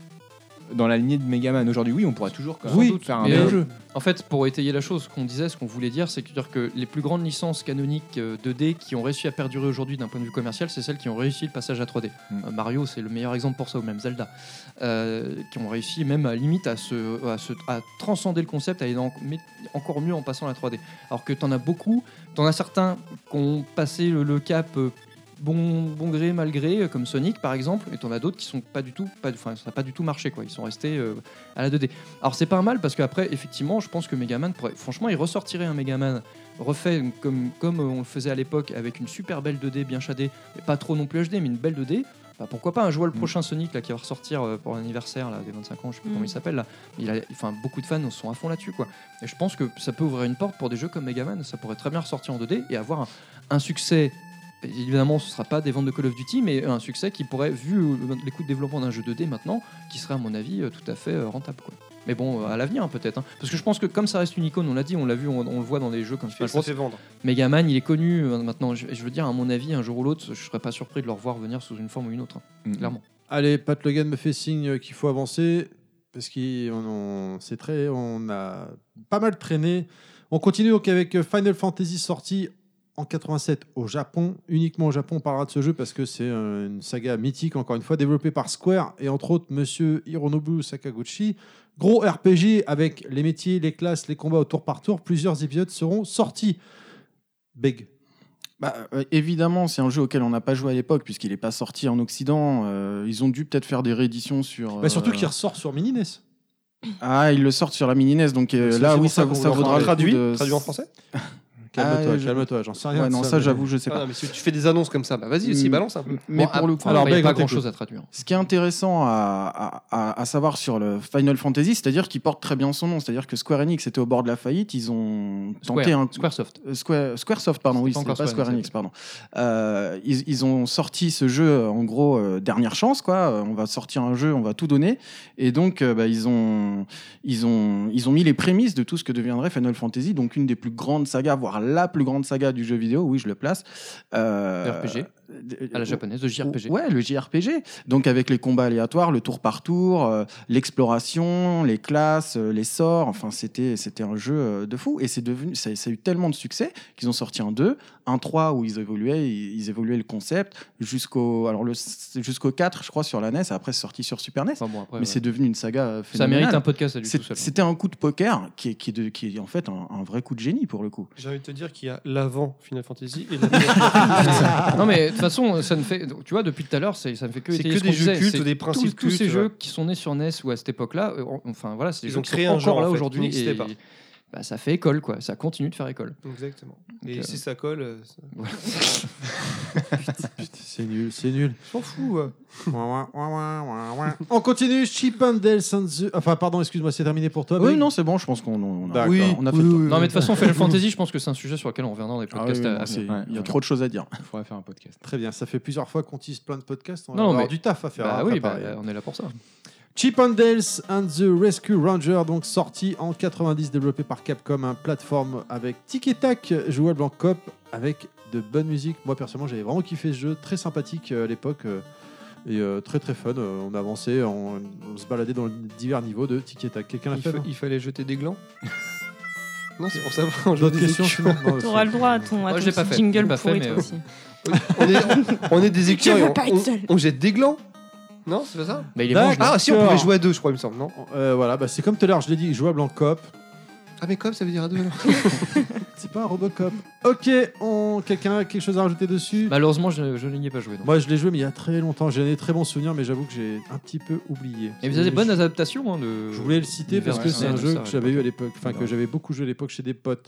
dans la lignée de Megaman aujourd'hui? Oui, on pourrait toujours quand même Oui, sans doute faire un mais, bon euh, jeu. En fait, pour étayer la chose, ce qu'on disait, ce qu'on voulait dire, c'est que, dire que les plus grandes licences canoniques euh, deux D qui ont réussi à perdurer aujourd'hui d'un point de vue commercial, c'est celles qui ont réussi le passage à trois D. Mm. Euh, Mario, c'est le meilleur exemple pour ça, ou même Zelda, euh, qui ont réussi même à limite à, se, à, se- à transcender le concept, à aller en- mais encore mieux en passant à la trois D. Alors que t'en as beaucoup, t'en as certains qui ont passé le, le cap. euh, Bon, bon gré, mal gré, euh, comme Sonic par exemple, et t'en as d'autres qui sont pas du tout, pas, enfin ça n'a pas du tout marché quoi. Ils sont restés euh, à la deux D. Alors c'est pas un mal parce qu'après effectivement, je pense que Megaman pourrait, franchement, il ressortirait un Megaman refait comme comme on le faisait à l'époque avec une super belle deux D bien shadée, mais pas trop non plus H D, mais une belle deux D. Bah, pourquoi pas? Je vois le prochain Sonic là qui va ressortir euh, pour l'anniversaire là, des vingt-cinq ans, je sais plus Mm. comment il s'appelle là. Il a, enfin beaucoup de fans sont à fond là-dessus quoi. Et je pense que ça peut ouvrir une porte pour des jeux comme Megaman. Ça pourrait très bien ressortir en deux D et avoir un, un succès. Évidemment, ce ne sera pas des ventes de Call of Duty, mais un succès qui pourrait, vu le- les coûts de développement d'un jeu deux D maintenant, qui serait à mon avis euh, tout à fait euh, rentable. Quoi. Mais bon, euh, à l'avenir hein, peut-être. hein. Parce que je pense que comme ça reste une icône, on l'a dit, on l'a vu, on, on le voit dans des jeux comme Smash Ça Bros. fait vendre. Megaman, il est connu euh, maintenant. Je, je veux dire, à mon avis, un jour ou l'autre, je ne serais pas surpris de le revoir venir sous une forme ou une autre, hein, Mm. clairement. Allez, Pat Logan me fait signe qu'il faut avancer parce qu'on on, c'est très, on a pas mal traîné. On continue donc avec Final Fantasy sorti en quatre-vingt-sept au Japon. Uniquement au Japon, on parlera de ce jeu parce que c'est euh, une saga mythique, encore une fois, développée par Square et entre autres Monsieur Hironobu Sakaguchi. Gros R P G avec les métiers, les classes, les combats au tour par tour. Plusieurs épisodes seront sortis. Big. Bah, euh, évidemment, c'est un jeu auquel on n'a pas joué à l'époque puisqu'il n'est pas sorti en Occident. Euh, ils ont dû peut-être faire des rééditions sur. Bah, surtout euh, qu'il ressort sur Mini N E S. Ah, ils le sortent sur la mini N E S, donc euh, C'est- là, c'est oui, pour ça, ça qu'on ça vous vaudra en le coup Traduit, de- traduit en français. Calme-toi, Ah, je- calme-toi, j'en sais rien. Ouais, de non, ça, mais- j'avoue, je sais Ah pas. non, mais si tu fais des annonces comme ça, bah vas-y aussi, Mm. balance un peu. Mais Bon, pour le après, coup, alors, il n'y a Beg, pas on t'écoute. grand-chose à traduire. ce qui est intéressant à, à- à- à savoir sur le Final Fantasy, c'est-à-dire qu'il porte très bien son nom, c'est-à-dire que Square Enix était au bord de la faillite, ils ont tenté Square, un Squaresoft. Euh, Square, Squaresoft, pardon, oui, C'était c'est pas pas encore Square Square Enix, pardon. Euh, ils, ils ont sorti ce jeu, euh, en gros, euh, dernière chance, quoi. Euh, On va sortir un jeu, on va tout donner. Et donc, euh, bah, ils, ont, ils, ont, ils ont mis les prémices de tout ce que deviendrait Final Fantasy, donc une des plus grandes sagas, voire la plus grande saga du jeu vidéo, oui, je le place. Euh, R P G. À la japonaise, le J R P G. Ouais, le J R P G. Donc avec les combats aléatoires, le tour par tour, euh, l'exploration, les classes, euh, les sorts. Enfin, c'était c'était un jeu euh, de fou. Et c'est devenu, ça, ça a eu tellement de succès qu'ils ont sorti un deux, un trois où ils évoluaient, ils, ils évoluaient le concept jusqu'au alors le jusqu'au quatre, je crois, sur la N E S. Après, c'est sorti sur Super N E S. Enfin bon, après, Mais ouais. c'est devenu une saga euh, Ça phénoménale. mérite un podcast à lui C'est- tout seul. C'était un coup de poker qui est, qui est, de- qui est en fait un, un vrai coup de génie pour le coup. J'ai envie de te dire qu'il y a l'avant Final Fantasy et l'avant. Non mais de toute façon, ça ne fait, tu vois, depuis tout à l'heure, c'est- ça ne fait que C'est étayer que ce des qu'on jeux disait. cultes C'est ou des principes tous, tous ces cultes, jeux ouais. qui sont nés sur N E S ou à cette époque-là, euh, enfin voilà, c'est des Ils jeux ont qui créé sont un genre, encore là en fait, aujourd'hui qui n'existait et pas. bah, ça fait école quoi, ça continue de faire école. Exactement. Donc, Et euh, si ça colle, euh, ça- Voilà. C'est nul, c'est nul. je m'en fous. ouais. On continue. Chip and Dale and the... Enfin, pardon, excuse-moi, c'est terminé pour toi. Oui, Meg non, c'est bon, je pense qu'on on a, D'accord. oui, on a fait Oui, le tour. oui, Non mais de toute façon, Final Fantasy, je pense que c'est un sujet sur lequel on reviendra dans les Ah oui, podcasts oui, à non, c'est- venir. il y a trop de choses à dire. Il faudrait faire un podcast. Très bien, ça fait plusieurs fois qu'on tease plein de podcasts. On va Non, avoir mais- du taf à faire. Bah hein, oui, à bah, préparer. on est là pour ça. Chip and Dale and the Rescue Ranger, donc sorti en quatre-vingt-dix, développé par Capcom, un plateforme avec tic et tac, jouable en coop avec de bonne musique. Moi personnellement, j'avais vraiment kiffé ce jeu, très sympathique euh, à l'époque euh, et euh, très très fun. Euh, on avançait, on, on se baladait dans divers niveaux de tic et tac. Quelqu'un l'a Il, fait fa- non il fallait jeter des glands. Non, c'est pour savoir. on joue D'autres des questions écus. sinon Non, T'auras le droit à ton, à Moi, ton je l'ai pas petit fait. jingle Je l'ai pas pourri fait, toi mais, aussi. on, est, on est des écureuils. veux on- pas être on, seul. on jette des glands. Non, c'est pas ça. Bah, il est D'accord. mange, là. Ah, si, on D'accord. pouvait jouer à deux, je crois, il me semble. Non. Euh, Voilà, bah, c'est comme tout à l'heure, je l'ai dit, jouable en coop. Ah, mais comme ça veut dire à deux alors. C'est pas un Robocop. Ok, on... quelqu'un a quelque chose à rajouter dessus Malheureusement, je, je n'y ai pas joué. non. Moi, je l'ai joué, mais il y a très longtemps. J'ai des très bons souvenirs, mais j'avoue que j'ai un petit peu oublié. Et vous avez des bonnes adaptations hein, de. Je voulais le citer parce que c'est un jeu que j'avais eu à l'époque, enfin que j'avais beaucoup joué à l'époque chez des potes.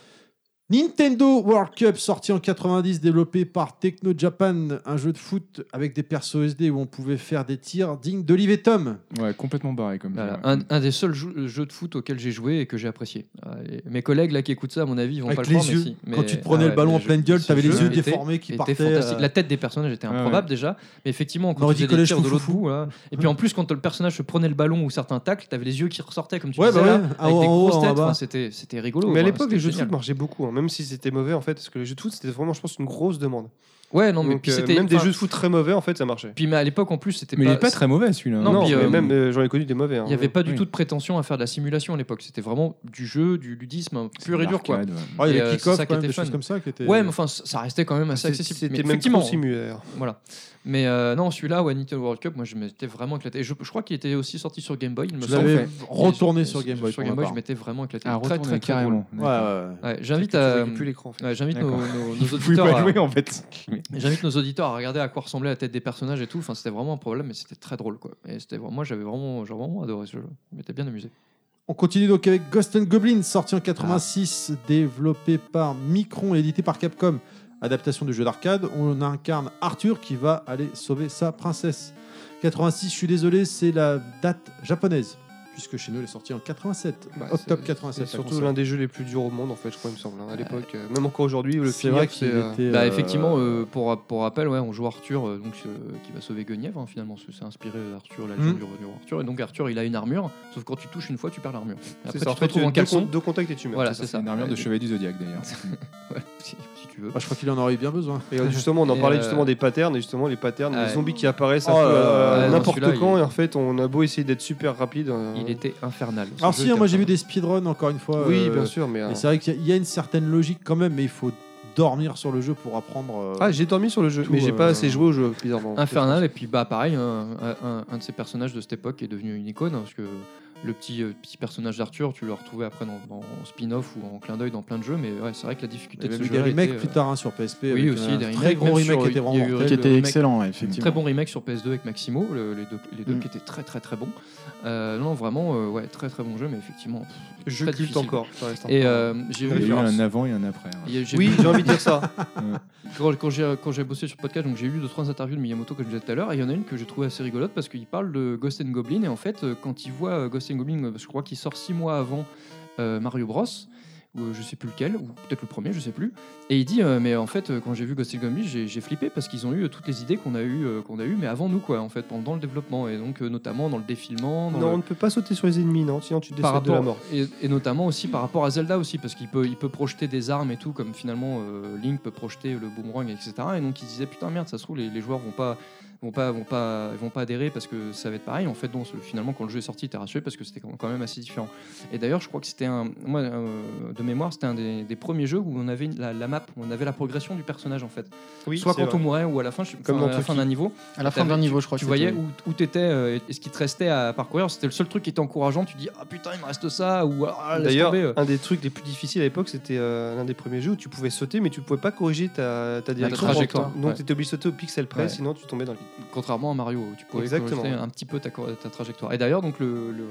Nintendo World Cup, sorti en quatre-vingt-dix, développé par Techno Japan, un jeu de foot avec des persos S D où on pouvait faire des tirs dignes d'Olive et Tom. Ouais, complètement barré comme Voilà, jeu. un, un des seuls jeux, jeux de foot auxquels j'ai joué et que j'ai apprécié. Euh, et mes collègues là qui écoutent ça, à mon avis, ils vont Avec pas le les croire. mais yeux. si. Mais- Quand tu te prenais ah le ouais, ballon mais en pleine gueule, ce t'avais les jeu yeux était- déformés qui était partaient, fantastique. euh, La tête des personnages était ouais. improbable déjà. Mais effectivement, On quand aurait tu dit faisais des collège tirs de l'autre foufou. bout, là, et puis en plus quand le personnage se prenait le ballon ou certains tacles, t'avais les yeux qui ressortaient comme tu Ouais, disais bah là, ouais, avec en des haut, grosses en têtes. bas. Enfin, c'était c'était rigolo. Mais à enfin, l'époque, les c'était jeux de génial. foot marchaient beaucoup, hein, même si c'était mauvais en fait, parce que les jeux de foot c'était vraiment, je pense, une grosse demande. Ouais, non, mais Donc, puis euh, c'était même des enfin, jeux de foot très mauvais en fait, ça marchait. Puis mais à l'époque en plus, c'était Mais pas. il est pas très mauvais celui-là. Non, Non, puis, mais euh, même euh, j'en ai connu des mauvais. hein. Il n'y avait pas du Oui. tout de prétention à faire de la simulation à l'époque. C'était vraiment du jeu, du ludisme pur et dur, quoi. L'arcade, ouais. Oh, il y Et, avait euh, kick-off, c'est ça qui quand même, était des fun. choses comme ça qui étaient. Ouais, mais enfin, c- ça restait quand même assez C'est- accessible. C'était Mais même effectivement, trop simu d'ailleurs. voilà. Mais euh, non, celui-là, One Nintendo World Cup, moi, je m'étais vraiment éclaté. Et je, je crois qu'il était aussi sorti sur Game Boy. Il me Je semble. l'avais Et retourné je- sur Game Boy. Sur pour Game ma Boy, part. je m'étais vraiment éclaté. Ah, très, retourner très, très carrément. Ouais, ouais, ouais. Ouais, j'invite Tu à, voyais plus l'écran. En fait. ouais, j'invite nos, D'accord. nos- nos Vous pouvez auditeurs pas à, jouer en fait. j'invite nos auditeurs à regarder à quoi ressemblait la tête des personnages et tout. Enfin, c'était vraiment un problème, mais c'était très drôle, quoi. Et c'était vraiment- moi, j'avais vraiment, j'ai vraiment adoré ce jeu. Je m'étais bien amusé. On continue donc avec Ghost and Goblins, sorti en quatre-vingt-six, développé par Micron et édité par Capcom. Adaptation du jeu d'arcade. On incarne Arthur qui va aller sauver sa princesse. quatre-vingt-six, je suis désolé, c'est la date japonaise, puisque chez nous, elle est sortie en quatre-vingt-sept, Bah, octobre c'est- quatre-vingt-sept. C'est la surtout console. l'un des jeux les plus durs au monde en fait, je crois, il me semble. hein, À l'époque, euh, même encore aujourd'hui, le C'est finir, vrai c'est. qu'il euh, était. Bah, euh, effectivement, euh, pour, pour rappel, ouais, on joue Arthur, euh, donc, euh, qui va sauver Guenièvre, hein, finalement. C'est c'est inspiré d'Arthur, la légende Mm. du roi du roi Arthur. Et donc, Arthur, il a une armure, sauf que quand tu touches une fois, tu perds l'armure. Et Après, C'est ça. En tu te fait, retrouves en deux, caleçon. con- deux contacts et tu meurs. Voilà, c'est c'est ça. ça. Une armure de Ouais, chevalier du Zodiac d'ailleurs. ouais, si, si tu veux. Bah, je crois qu'il en aurait eu bien besoin. Et euh, justement, on en Et, parlait euh, justement des patterns, et justement, les patterns, ah les ouais. zombies qui apparaissent un Oh peu là là, euh, ouais, non, n'importe celui-là, quand, il- et en fait, on a beau essayer d'être super rapide. euh, Il était infernal. Ce Alors jeu si, hein, était moi j'ai vu infernal. des speedruns encore une fois. Oui, euh, bien sûr, mais. euh, Et c'est vrai qu'il y a- il y a une certaine logique quand même, mais il faut dormir sur le jeu pour apprendre. euh, Ah, j'ai dormi sur le jeu, tout, mais j'ai pas euh, assez joué au jeu, bizarrement. Infernal, et puis bah pareil, un, un, un de ces personnages de cette époque est devenu une icône, hein, parce que le petit, euh, petit personnage d'Arthur, tu le retrouvais après dans, dans en spin-off ou en clin d'œil dans plein de jeux, mais ouais, c'est vrai que la Il difficulté y de avait ce eu des jeu remakes plus tard hein, sur P S P. Oui, avec aussi, un des très remakes, gros même remake sur- qui était il y a vraiment eu, mortel. Qui le était remake- excellent, ouais, effectivement. Très bon remake sur P S deux avec Maximo, le- les deux, les deux Mm. qui étaient très très très bons. Euh, non, vraiment, euh, ouais, très très bon jeu, mais effectivement, pff, Jeu très culte difficile. encore. ça reste Et encore. euh, j'ai Il y a vu. eu alors, un avant et un après. hein. il y a- j'ai Oui, vu- j'ai envie de dire ça. quand, quand j'ai quand j'ai bossé sur le podcast, donc j'ai lu deux trois interviews de Miyamoto comme je disais tout à l'heure, et il y en a une que j'ai trouvée assez rigolote parce qu'il parle de Ghost and Goblin, et en fait, euh, quand il voit euh, Ghost and Goblin, euh, je crois qu'il sort six mois avant euh, Mario Bros, ou je sais plus lequel, ou peut-être le premier, je sais plus. Et il dit, euh, mais en fait, euh, quand j'ai vu Ghost and Goblins, j'ai, j'ai flippé parce qu'ils ont eu euh, toutes les idées qu'on a eu, euh, qu'on a eu, mais avant nous, quoi, en fait, pendant le développement, et donc euh, notamment dans le défilement. Dans Non, le... on ne peut pas sauter sur les ennemis, non, sinon tu par décèdes de la rapport, mort. et, et notamment aussi par rapport à Zelda aussi, parce qu'il peut, il peut projeter des armes et tout, comme finalement euh, Link peut projeter le boomerang, et cetera. Et donc il disait, putain, merde, ça se trouve, les, les joueurs vont pas. Vont pas, vont, pas, vont pas adhérer parce que ça va être pareil. En fait, non, finalement, quand le jeu est sorti, t'es rassuré parce que c'était quand même assez différent. Et d'ailleurs, je crois que c'était un. Moi, euh, de mémoire, c'était un des, des premiers jeux où on avait la, la map, où on avait la progression du personnage en fait. Oui, soit quand vrai. on mourait ou à la fin, je, Comme enfin, dans à la fin Toki. d'un niveau. À la fin d'un niveau, je crois. Tu que voyais c'était- où, où t'étais euh, et ce qui te restait à parcourir. C'était le seul truc qui était encourageant. Tu dis, ah putain, il me reste ça. Ou ah, laisse D'ailleurs, tomber, euh. un des trucs les plus difficiles à l'époque, c'était euh, l'un des premiers jeux où tu pouvais sauter, mais tu pouvais pas corriger ta, ta direction. trajectoire, Donc ouais. tu étais obligé de sauter au pixel près, Ouais. sinon tu tombais dans le vide. Contrairement à Mario, où tu pouvais Exactement. corriger un petit peu ta, ta trajectoire. Et d'ailleurs, donc le,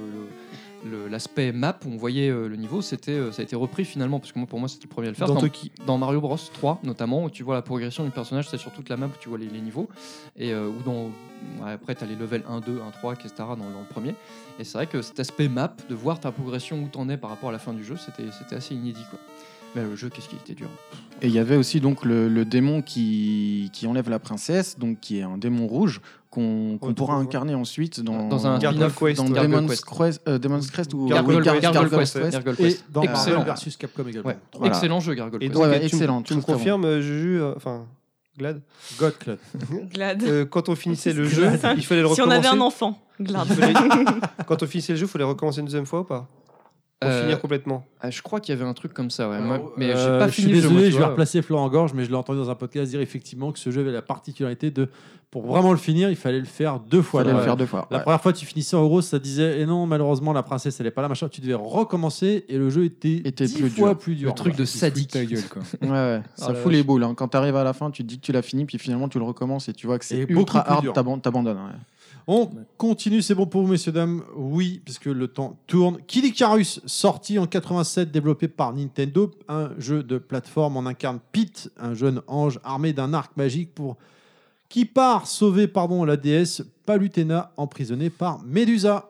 le- le- l'aspect map où on voyait euh, le niveau, c'était, euh, ça a été repris finalement, parce que moi, pour moi, c'était le premier à le faire. Dans Toki. dans Mario Bros trois notamment, où tu vois la progression du personnage, c'est sur toute la map où tu vois les, les niveaux. Et euh, où dans, ouais, après, tu as les levels un, deux, un, trois, et cetera dans, dans le premier. Et c'est vrai que cet aspect map, de voir ta progression où t'en es par rapport à la fin du jeu, c'était, c'était assez inédit, quoi. Mais le jeu, qu'est-ce qu'il était dur. Et il y avait aussi donc le, le démon qui, qui enlève la princesse, donc qui est un démon rouge qu'on qu'on Ouais, pourra ouais. incarner ensuite dans, Dans un Gargoyle spin-off, Quest. dans Gargoyle Demon's Quest. Crest, euh, Demon's Crest ou Gargoyle oui, Gar- Quest. Gargoyle Gargoyle Quest, Quest. Gargoyle Et Quest. dans Excellent. Marvel versus Capcom également. Ouais. Voilà. Excellent jeu, Gargoyle Et Quest. donc, Ouais, tu, excellent, tu me très, très confirmes, euh, Juju, euh, enfin, Glad, God Club. Glad. euh, quand on finissait le jeu, il fallait le Si on recommencer. avait un enfant, Glad. Il fallait- Quand on finissait le jeu, il fallait recommencer une deuxième fois ou pas Pour Euh, finir complètement. Ah, je crois qu'il y avait un truc comme ça, ouais. Moi, Alors, mais euh, j'ai pas je fini suis le jeu, désolé, moi, tu je vais vois. replacer Florent en gorge, mais je l'ai entendu dans un podcast dire effectivement que ce jeu avait la particularité de, pour vraiment le finir, il fallait le faire deux fois. Fallait La- le faire deux fois. La ouais. première fois, tu finissais en gros, ça disait, et non, malheureusement, la princesse, elle est pas là, machin. Tu devais recommencer et le jeu était, Était dix plus fois dur. plus dur. Le truc de sadique. Ta gueule, quoi. Ouais, ouais, ça Oh la fout les vache. boules. Hein. Quand t'arrives à la fin, tu te dis que tu l'as fini, puis finalement tu le recommences et tu vois que c'est Et beaucoup ultra plus hard, dur. t'aban- t'abandonnes. Ouais. On continue, c'est bon pour vous, messieurs, dames. Oui, puisque le temps tourne. Kid Icarus, sorti en quatre-vingt-sept, développé par Nintendo, un jeu de plateforme. On incarne Pete, un jeune ange armé d'un arc magique pour qui part sauver pardon, la déesse Palutena, emprisonnée par Medusa.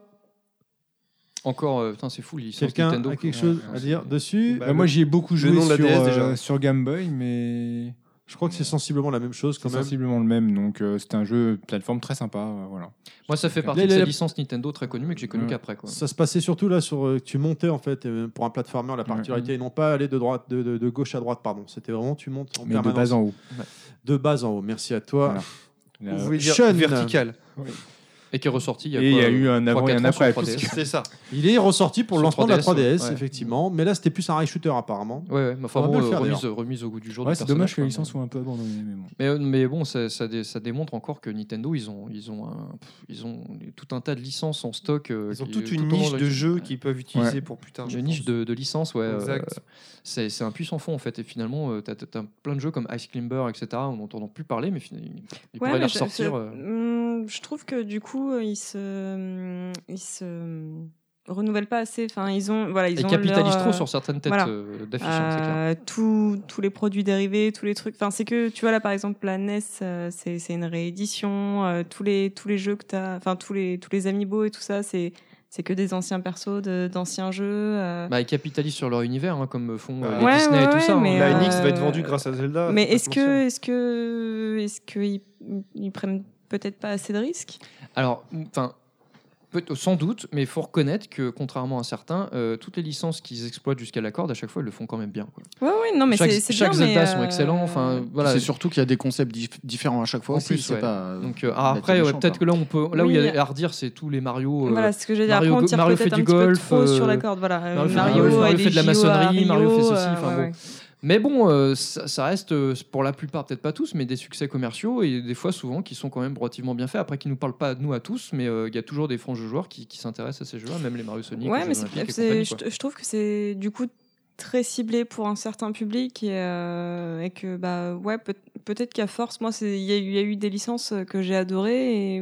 Encore, euh, putain, c'est fou, les licences Quelqu'un Nintendo. a quelque quoi. chose Ouais, à c'est- dire dessus Bah, Bah, moi, j'y ai beaucoup le joué nom de la sur, D S, euh, déjà. sur Game Boy, mais Je crois que c'est sensiblement la même chose c'est quand même. sensiblement le même. Donc, euh, c'était un jeu plateforme très sympa. euh, voilà. Moi, ça fait partie Les- de ces les- licences Nintendo très connues, mais que j'ai connues Ouais. qu'après, quoi. Ça se passait surtout là sur euh, tu montais en fait euh, pour un platformer la particularité et non pas aller de droite de, de- de gauche à droite pardon, c'était vraiment tu montes en Mais de permanence. bas en haut. De bas en haut. Merci à toi. Voilà. Vous Euh, voulez dire Sean. vertical. Et qui est ressorti il y a Et il y quoi, a eu un trois, avant et quatre un ans sur après, trois D S. C'est ça. Il est ressorti pour le Sur lancement de la trois D S, ouais. Ouais. effectivement, mais là c'était plus un rail shooter apparemment. Ouais, ouais, mais enfin On va bon, bien le euh, faire, remise, d'ailleurs. remise au goût du jour. Ouais, du c'est dommage que les personnage, licences soient un peu abandonnées. Mais bon. Mais, euh, mais bon, ça, ça, dé- ça démontre encore que Nintendo, ils ont, ils ont, un- pff, ils ont tout un tas de licences en stock. euh, Ils ont qui- toute tout une au long niche la- de jeux Ouais. qu'ils peuvent utiliser Ouais. pour plus tard. Une je niche pense. de, de licence, ouais. euh, Exact. c'est c'est un puissant fond en fait. Et finalement, tu as, plein de jeux comme Ice Climber, et cetera. On n'entend plus parler, mais finalement, ils Ouais, pourraient les mais je, ressortir. je- euh. hum, je trouve que du coup, euh, ils se, ils se renouvellent pas assez. Enfin, ils ont, voilà, ils Et ont capitalisent leur, trop euh, sur certaines têtes voilà. euh, d'affiches, hein, c'est clair. Euh, tous tous les produits dérivés, tous les trucs. Enfin, c'est que tu vois là, par exemple, la N E S, euh, c'est c'est une réédition. euh, tous les tous les jeux que t'as, enfin tous les tous les amiibo et tout ça, c'est c'est que des anciens persos, de- d'anciens jeux. euh. Bah, ils capitalisent sur leur univers, hein, comme font euh, Ouais, les ouais, Disney et tout ouais, ça. hein. mais, La euh, N X va être vendue grâce à Zelda. Mais faut pas est-ce se que mentir. est-ce que est-ce qu'ils ils prennent peut-être pas assez de risques? Alors, enfin, peut- sans doute, mais il faut reconnaître que, contrairement à certains, euh, toutes les licences qu'ils exploitent jusqu'à la corde, à chaque fois, ils le font quand même bien. Quoi. Ouais, ouais, non, mais chaque c'est c'est chaque bien, Zelda mais, sont euh, excellents. Enfin, voilà. C'est surtout qu'il y a des concepts dif- différents à chaque fois En aussi. plus, c'est ouais. pas, Donc, euh, euh, alors bête et après, ouais, méchant, peut-être que quoi. là, on peut, là où il Oui. y a à redire, c'est tous les Mario. euh, Voilà, c'est ce que j'ai dit. Mario, Après, on tire Mario peut-être fait un du petit peu golf, trop sur la euh, corde. Voilà, Mario fait- Mario, Mario a fait des de la J O à maçonnerie, Mario fait Rio, ceci, euh, enfin ouais, bon. ouais. Mais bon, euh, ça, ça reste euh, pour la plupart, peut-être pas tous, mais des succès commerciaux et des fois souvent qui sont quand même relativement bien faits. Après, qui nous parlent pas de nous à tous, mais euh, il y a toujours des franges de joueurs qui, qui s'intéressent à ces jeux-là, même les Mario Sonic. Ouais, les mais Jeux c'est- Olympiques et c'est- compagnie, je, quoi. je trouve que c'est du coup très ciblé pour un certain public et, euh, et que bah ouais peut- peut-être qu'à force, moi c'est il y, a eu- il y a eu des licences que j'ai adorées et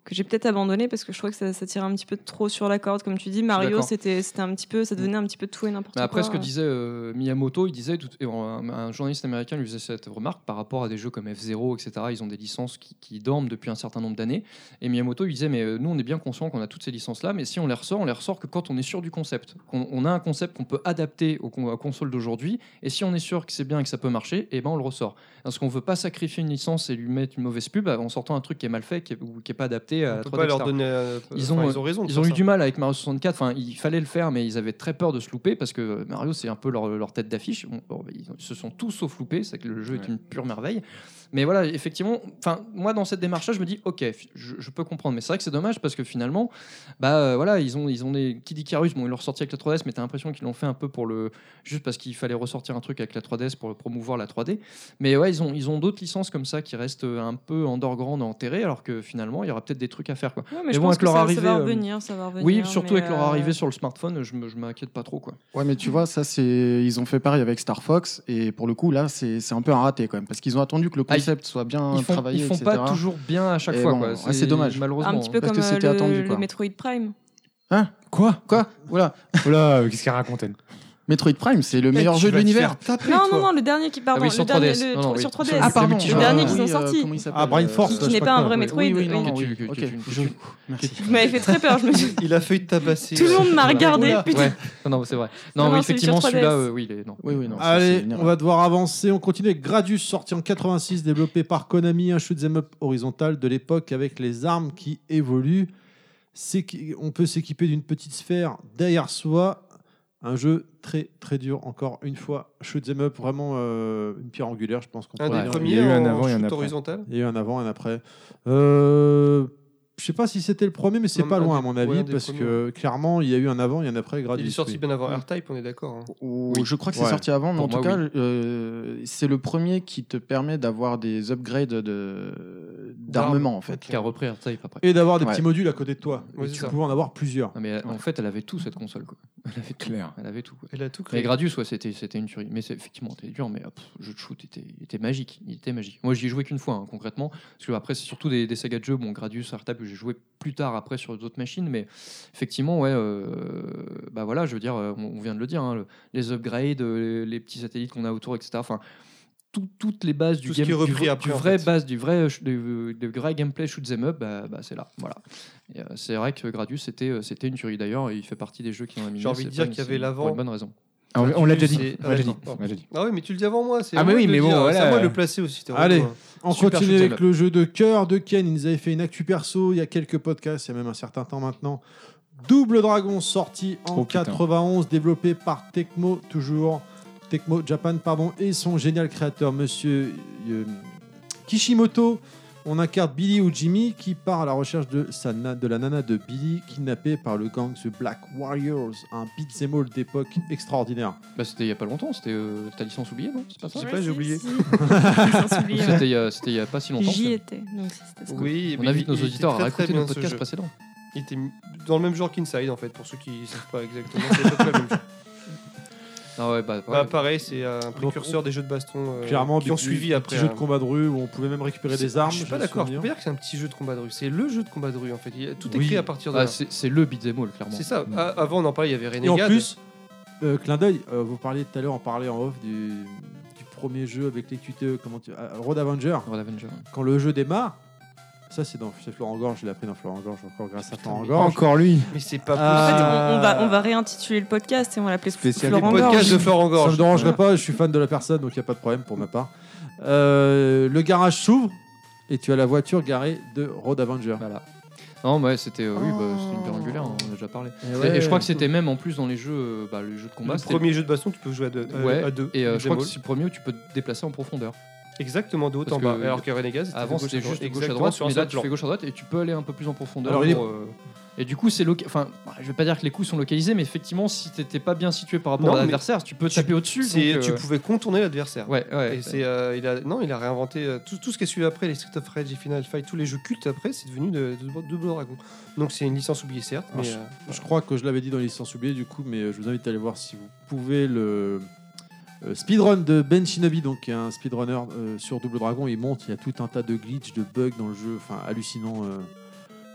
que j'ai peut-être abandonné parce que je trouvais que ça, ça tirait un petit peu trop sur la corde, comme tu dis. Mario, d'accord. c'était, c'était un petit peu, ça devenait un petit peu tout et n'importe Mais après, quoi. ce que disait euh, Miyamoto, il disait, tout, et un, un journaliste américain lui faisait cette remarque par rapport à des jeux comme F zéro, et cetera. Ils ont des licences qui, qui dorment depuis un certain nombre d'années. Et Miyamoto lui disait, mais euh, nous, on est bien conscient qu'on a toutes ces licences-là, mais si on les ressort, on les ressort que quand on est sûr du concept. Qu'on, on a un concept qu'on peut adapter aux, aux consoles d'aujourd'hui, et si on est sûr que c'est bien et que ça peut marcher, et ben on le ressort. Parce qu'on veut pas sacrifier une licence et lui mettre une mauvaise pub en sortant un truc qui est mal fait, qui est, ou qui est pas adapté à On peut trois pas D, leur et cetera. donner, euh, Ils enfin, ont, ils ont raison de Ils faire ont eu ça. du mal avec Mario soixante-quatre. Enfin, il fallait le faire, mais ils avaient très peur de se louper parce que Mario, c'est un peu leur, leur tête d'affiche. Bon, bon, ils se sont tous sauf loupés. C'est que le jeu Ouais. est une pure merveille. Mais voilà, effectivement, enfin, moi dans cette démarche-là, je me dis, ok, je, je peux comprendre. Mais c'est vrai que c'est dommage parce que finalement, bah euh, voilà, ils ont, ils ont des Kid Icarus. Bon, ils l'ont ressorti avec la trois D S, mais t'as l'impression qu'ils l'ont fait un peu pour le, juste parce qu'il fallait ressortir un truc avec la trois D S pour promouvoir la trois D. Mais ouais, ils ont, ils ont d'autres licences comme ça qui restent un peu underground, enterrées, alors que finalement, il y aura peut-être des trucs à faire, quoi. Ouais, mais je bon, pense avec que leur ça, arrivée, ça va euh, revenir, ça va revenir. oui, surtout mais, avec leur euh, arrivée sur le smartphone, je, me, je m'inquiète pas trop, quoi. Ouais, mais tu vois, ça, c'est. Ils ont fait pareil avec Star Fox, et pour le coup, là, c'est, c'est un peu un raté quand même, parce qu'ils ont attendu que le Ah, concept soit bien Ils font, travaillé. ils font et cetera. pas toujours bien à chaque Et fois, bon, quoi. ouais, c'est dommage. Malheureusement. Un petit peu Parce comme que euh, c'était le, attendu, quoi. le Metroid Prime. Hein Quoi Quoi Oula Oula, euh, qu'est-ce qu'elle raconte elle Metroid Prime, c'est le Mec, meilleur tu jeu de vas te l'univers. faire taper, Non, toi. non, non, le dernier qui, pardon, Ah oui, le sur dernier, trois D S. le- Non, non, oui. sur trois D S. Ah, pardon. Le dernier qu'ils ont oui, euh, sorti. comment il s'appelle, Ah, Brain euh, Force, Qui, je qui n'est sais pas un quoi. vrai Metroid. Oui, oui, non, oui. non, oui. Que tu- que Ok, tu- que je- tu- Merci. Vous m'avez fait très peur. Je me suis... Il a failli te tabasser. Tout le monde m'a regardé. Oula. Putain. Ouais. Non, non, c'est vrai. Non, Non, oui, non, celui effectivement, sur trois D S. celui-là, euh, oui, il est. Non. Oui, oui, non. ça, c'est Allez, une erreur. on va devoir avancer. On continue avec Gradius, sorti en quatre-vingt-six, développé par Konami, un shoot'em up horizontal de l'époque avec les armes qui évoluent. C'est qui- on peut s'équiper d'une petite sphère derrière soi. Un jeu très très dur, encore une fois. Shoot'em up, vraiment euh, une pierre angulaire, je pense qu'on Un pourrait des dire. premiers Il y a eu un en avant et un shoot après. horizontal. Il y a eu un avant et un après. Euh, je sais pas si c'était le premier, mais c'est Non, pas un loin des- à mon ouais, avis, un des parce premiers. que clairement, il y a eu un avant et un après Gradius. Il est sorti oui. bien avant R-Type, on est d'accord. hein. Ou- Oui. Je crois que Ouais. c'est sorti avant, mais Pour en tout moi, cas, euh, c'est le premier qui te permet d'avoir des upgrades de... d'armement, en fait. Ok. Qui a repris R-Type après. Et d'avoir des Ouais. petits modules à côté de toi. Ouais, Et c'est tu ça. pouvais en avoir plusieurs. Non, mais euh, en fait, elle avait tout cette console, quoi. Elle avait tout. Clair. Elle avait tout, quoi. Elle a tout Mais créé. Gradius, ouais, c'était, c'était une tuerie. Mais c'est, effectivement, c'était dur, mais pff, le jeu de shoot était, était magique. Il était magique. Moi, j'y ai joué qu'une fois, hein, concrètement. Parce que après, c'est surtout des, des sagas de jeux. Bon, Gradius, R-Type, j'ai joué plus tard après sur d'autres machines. Mais effectivement, ouais, euh, bah voilà, je veux dire, euh, on, on vient de le dire, hein, le- les upgrades, euh, les, les petits satellites qu'on a autour, et cetera. Enfin, tout- toutes les bases du, Tout ce qui game, est du, repris vrai- après, du en vrai fait. base, du vrai, ch- du, du vrai gameplay shoot 'em up, bah, bah, c'est là. Voilà. Et, euh, c'est vrai que Gradius, c'était, euh, c'était une tuerie d'ailleurs. Et il fait partie des jeux qui ont mis. J'ai envie de dire qu'il y avait l'avant. Pour une bonne raison. Ah, on- on l'a déjà dit. C'est- On l'a déjà dit. d'accord. On l'a déjà dit. Ah oui, mais tu le dis avant moi. C'est Ah, à mais moi oui, de mais le bon, dire. voilà. C'est à moi de le placer aussi. c'était Allez, vraiment, on Super continue shoot'em avec up. le jeu de cœur de Ken. Il nous avait fait une actu perso il y a quelques podcasts, il y a même un certain temps maintenant. Double Dragon, sorti en Oh, putain. quatre-vingt-onze, développé par Tecmo, toujours. Tecmo Japan, pardon, et son génial créateur, monsieur euh, Kishimoto. On incarne Billy ou Jimmy qui part à la recherche de, sa na- de la nana de Billy, kidnappée par le gang The Black Warriors, un beat'em all d'époque extraordinaire. Bah, c'était il y a pas longtemps, c'était euh, ta licence oubliée, non? C'est pas ça? Je sais pas, j'ai oublié. C'était il y a- c'était il y a pas si longtemps. J'y ça. étais. Donc c'était ça. Oui, On mais invite il- nos il était auditeurs à très, très écouter bien, nos ce podcasts jeu. précédents. Il était dans le même genre qu'Inside en fait, pour ceux qui ne savent pas exactement. C'est pas tout la même chose. Ah ouais, bah, Bah, ouais. pareil, c'est un précurseur des jeux de baston euh, Clairement, qui ont des- suivi des après. petits jeux de hein. combat de rue où on pouvait même récupérer des C'est- armes. Je suis pas j'ai d'accord. Je peux souvenir. pas dire que c'est un petit jeu de combat de rue. C'est le jeu de combat de rue en fait. Il y a tout Oui. écrit à partir de Ah, là. c'est c'est le beat'em all, clairement. C'est ça. Ah, Avant, on en parlait, il y avait Et en Renegade. plus, euh, clin d'œil, euh, vous parliez tout à l'heure, on parlait en off du, du premier jeu avec les Q T E, comment tu, euh, Road Avenger. Road Avenger. Quand le jeu démarre, ça c'est dans c'est Florent Gorge, je l'ai appris dans Florent Gorge, encore grâce à Florent Gorge. Encore lui. Mais c'est pas En fait, Ah. on, on va, on va réintituler le podcast et on va l'appeler Spécial Florent podcast Gorge. de Florent Ça Gorge. me dérangerait pas, je suis fan de la personne, donc il n'y a pas de problème pour ma part. Euh, le garage s'ouvre et tu as la voiture garée de Road Avenger. Voilà. Non, ouais, c'était euh, oui, bah, Oh. c'était une pierre angulaire, hein, on en a déjà parlé. Et Et, ouais, et je crois que c'était même en plus dans les jeux, euh, bah, les jeux de combat. Le c'était- premier jeu de baston, tu peux jouer à deux. à- Ouais, à deux et euh, je crois que Beat'em c'est le premier où tu peux te déplacer en profondeur. all. Exactement, de haut Parce en bas. que Alors que Renegade, c'était Avant, de gauche c'était à droite. juste de gauche à Exactement, droite, sur un mais là, seul tu plan. fais gauche à droite et tu peux aller un peu plus en profondeur. Alors, il est- pour, euh, Et du coup, c'est loca- enfin, je vais pas dire que les coups sont localisés, mais effectivement, si t'étais pas bien situé par rapport Non, à mais l'adversaire, tu peux tu- taper au-dessus. C'est- donc, Tu euh, pouvais contourner l'adversaire. Ouais, ouais. Et c'est, euh, il a, non, il a réinventé euh, tout, tout ce qui est suivi après, les Street of Rage, les Final Fight, tous les jeux cultes après, c'est devenu de, de, Double Dragon. Donc c'est une licence oubliée certes, Alors, mais je, euh, je crois que je l'avais dit dans les licences oubliées du coup, mais euh, je vous invite à aller voir si vous pouvez le euh, speedrun de Ben Shinobi, donc qui est un speedrunner euh, sur Double Dragon. Il monte, il y a tout un tas de glitches, de bugs dans le jeu, enfin hallucinant. euh.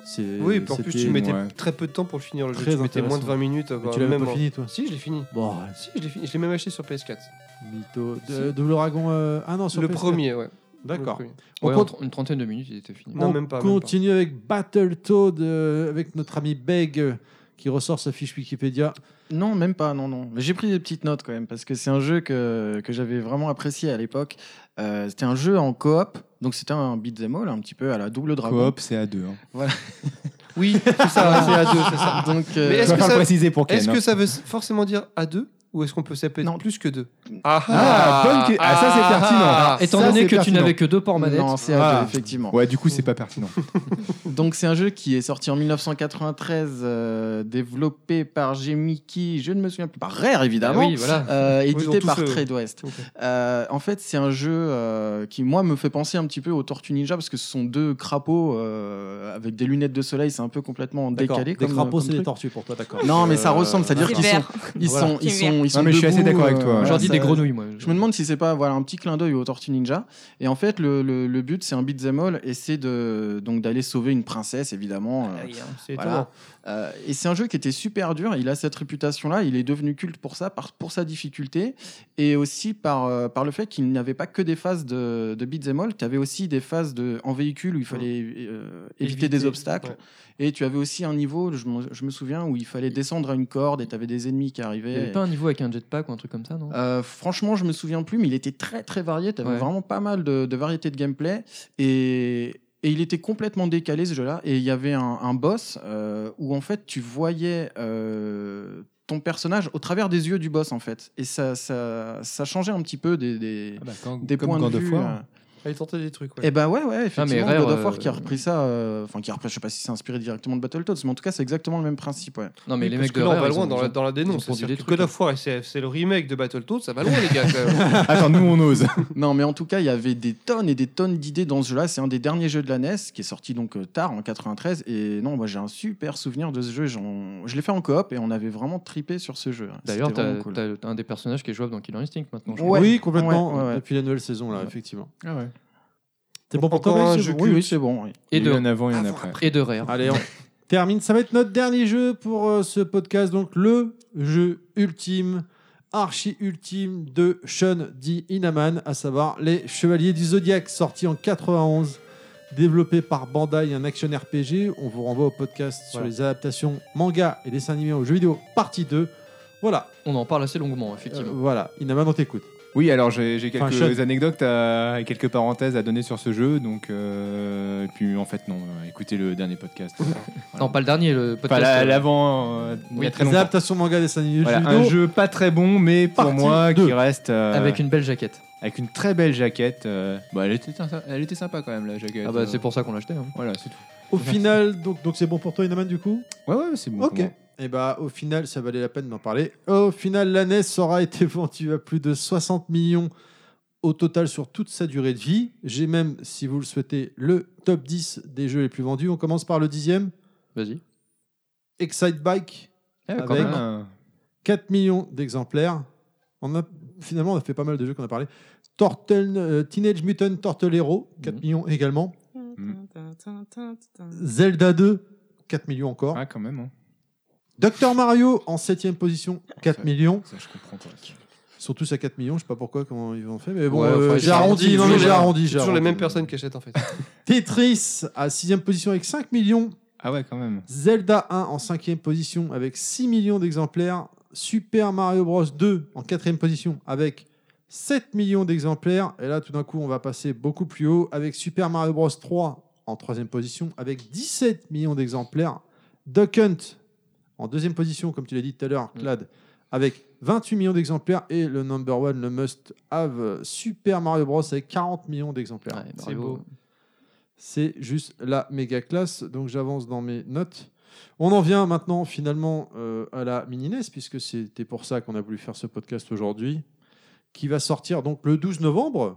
C'est, Oui, puis en plus, c'était- tu mettais ouais. très peu de temps pour le finir le jeu. Très Tu mettais moins de intéressant. vingt minutes. Mais voire tu l'avais même pas en- fini, toi Si, je l'ai fini. Bon, Si, je l'ai fini. Je l'ai même acheté sur P S quatre. mytho. Si. De, Double Dragon. euh, Ah non, sur Le P S quatre. premier, ouais. D'accord. Le premier. On Ouais, compte- en tr- une trentaine de minutes, il était fini. Non, On même pas, même continue avec Battletoad euh, avec notre ami Beg euh, qui ressort sa fiche Wikipédia. Non, même pas, non, non. Mais j'ai pris des petites notes quand même, parce que c'est un jeu que, que j'avais vraiment apprécié à l'époque. Euh, c'était un jeu en coop, donc c'était un beat'em all, un petit peu à la Double Dragon. Coop, c'est à deux. Hein. Voilà. Oui, c'est ça, c'est à deux, c'est ça. Donc, euh, Mais Je est-ce vais que, pas le ça... préciser pour Ken. est-ce hein. que ça veut forcément dire à deux ou est-ce qu'on peut s'appeler Non. plus que deux? Ah, Ah, bonne que- ah, ça, c'est pertinent. Étant Ça, donné c'est que tu pertinent. n'avais que deux ports manettes. non, c'est à Ah. deux, effectivement. Ouais, du coup, c'est pas pertinent. Donc c'est un jeu qui est sorti en mille neuf cent quatre-vingt-treize, euh, développé par Gemiki, je ne me souviens plus, par Rare évidemment, Ah oui, voilà. euh, ils ont édité tous, par euh, Trade West. ok. Euh, en fait, c'est un jeu euh, qui moi me fait penser un petit peu aux Tortues Ninja parce que ce sont deux crapauds euh, avec des lunettes de soleil, c'est un peu complètement D'accord. décalé. Des comme, crapauds, comme c'est des truc. tortues pour toi, d'accord. Non, mais ça Euh, ressemble, c'est-à-dire C'est qu'ils sont, vert. ils Voilà. sont, ils C'est sont, ils sont mais je suis assez debout, d'accord avec toi. euh, J'en dis ça- des grenouilles, moi. Je me demande si c'est pas voilà un petit clin d'œil aux Tortues Ninja. Et en fait, le, le, le but c'est un beat'em all et c'est de donc d'aller sauver une princesse évidemment. euh, C'est voilà. étonnant. Euh, et c'est un jeu qui était super dur. Il a cette réputation-là. Il est devenu culte pour ça, par, pour sa difficulté et aussi par, euh, par le fait qu'il n'y avait pas que des phases de, de beat'em all. Tu avais aussi des phases de, en véhicule où il fallait euh, éviter, Éviter, des obstacles. ouais. Et tu avais aussi un niveau, je me, je me souviens, où il fallait descendre à une corde et tu avais des ennemis qui Il n'y arrivaient. avait pas un niveau avec un jetpack ou un truc comme ça, non Euh, franchement, je me souviens plus, mais il était très très varié. Tu avais Ouais. vraiment pas mal de, de variétés de gameplay et, et il était complètement décalé ce jeu-là. Et il y avait un, un boss euh, où en fait tu voyais euh, ton personnage au travers des yeux du boss en fait, et ça ça, ça changeait un petit peu des des, Ah bah, quand- des comme points God de of vue. War. euh. Ah, il tentait des trucs, ouais. Et bah ouais, ouais, effectivement. Rare, God of War euh, qui a repris ça, euh, enfin qui a repris, je sais pas si c'est inspiré directement de Battletoads, mais en tout cas c'est exactement le même principe, ouais. Non, mais Oui, les parce mecs que de là, on Rare, va ils loin ont- dans, ils la, ont- dans la ils ont dénonce. produit C'est-à-dire des que trucs, God of War, et c'est c'est le remake de Battletoads, ça va loin, les gars. quand même. Attends, nous, on ose. Non, mais en tout cas, il y avait des tonnes et des tonnes d'idées dans ce jeu-là. C'est un des derniers jeux de la N E S qui est sorti donc euh, tard en quatre-vingt-treize. Et non, moi j'ai un super souvenir de ce jeu. J'en- Je l'ai fait en coop et on avait vraiment tripé sur ce jeu. D'ailleurs, C'était t'as vraiment cool. t'as un des personnages qui est jouable dans Killer Instinct maintenant. je Ouais. Oui, complètement. Ouais, ouais, ouais. Depuis la nouvelle saison, là, Ouais. effectivement. Ah ouais. C'est bon pour Encore toi, un Maël, jeu c'est bon Oui, culte. oui, c'est bon. oui. Et Il y a eu de, un avant et un après. et de Rare. Allez, on termine. Ça va être notre dernier jeu pour euh, ce podcast. Donc, le jeu ultime, archi ultime de Sean D. Inaman, à savoir Les Chevaliers du Zodiaque, sorti en quatre-vingt-onze, développé par Bandai, un action R P G. On vous renvoie au podcast sur Voilà. les adaptations manga et dessins animés aux jeux vidéo, partie deux. Voilà, On en parle assez longuement, Euh, effectivement. voilà. Inaman, on t'écoute. Oui, alors j'ai j'ai quelques Enfin, Sean. anecdotes à- et quelques parenthèses à donner sur ce jeu. Donc, euh, et puis en fait, non, euh, écoutez le dernier podcast. Voilà. Non, pas le dernier, le podcast. Pas la- euh, l'avant, euh, il y oui, a très Les longtemps. adaptations manga, dessins animés, Voilà, jeux un vidéo. jeu pas très bon, mais pour Partie moi, deux. qui reste euh, Avec une belle jaquette. avec une très belle jaquette. euh, bah, elle, était, elle était sympa quand même, la jaquette. Ah bah euh, c'est pour ça qu'on l'a acheté. hein. Voilà, c'est tout. Au final, donc donc c'est bon pour toi, Inaman, du coup. Ouais, ouais, c'est bon. Ok. pour moi. Et bah au final, ça valait la peine d'en parler. Au final, la N E S aura été vendue à plus de soixante millions au total sur toute sa durée de vie. J'ai même, si vous le souhaitez, le top dix des jeux les plus vendus. On commence par le dixième. Vas-y. Excite Bike, Ah, quand avec même. Ah, quatre millions d'exemplaires. On a, finalement, on a fait pas mal de jeux qu'on a parlé. Turtle, euh, Teenage Mutant Turtle Hero, quatre Mhm. millions également. Mm. Zelda deux, quatre millions encore. ah, quand même. Hein. Docteur Mario en septième position, quatre Ça- millions. Ça, je comprends pas. Ils sont tous à quatre millions, je sais pas pourquoi, comment ils ont fait, mais bon, Ouais, euh, enfin, j'ai ils arrondi, C'est non mais toujours j'ai les- arrondi. C'est j'ai toujours les arrondi. mêmes personnes qui achètent en fait. Tetris à sixième position avec cinq millions. Ah ouais, quand même. Zelda un en cinquième position avec six millions d'exemplaires. Super Mario Bros deux en quatrième position avec sept millions d'exemplaires. Et là, tout d'un coup, on va passer beaucoup plus haut avec Super Mario Bros trois en troisième position avec dix-sept millions d'exemplaires. Duck Hunt en deuxième position, comme tu l'as dit tout à l'heure, Clad, avec vingt-huit millions d'exemplaires. Et le number one, le must have, Super Mario Bros avec quarante millions d'exemplaires. Ouais, C'est bravo. beau. C'est juste la méga classe. Donc j'avance dans mes notes. On en vient maintenant finalement euh, à la mini N E S, puisque c'était pour ça qu'on a voulu faire ce podcast aujourd'hui, qui va sortir donc le douze novembre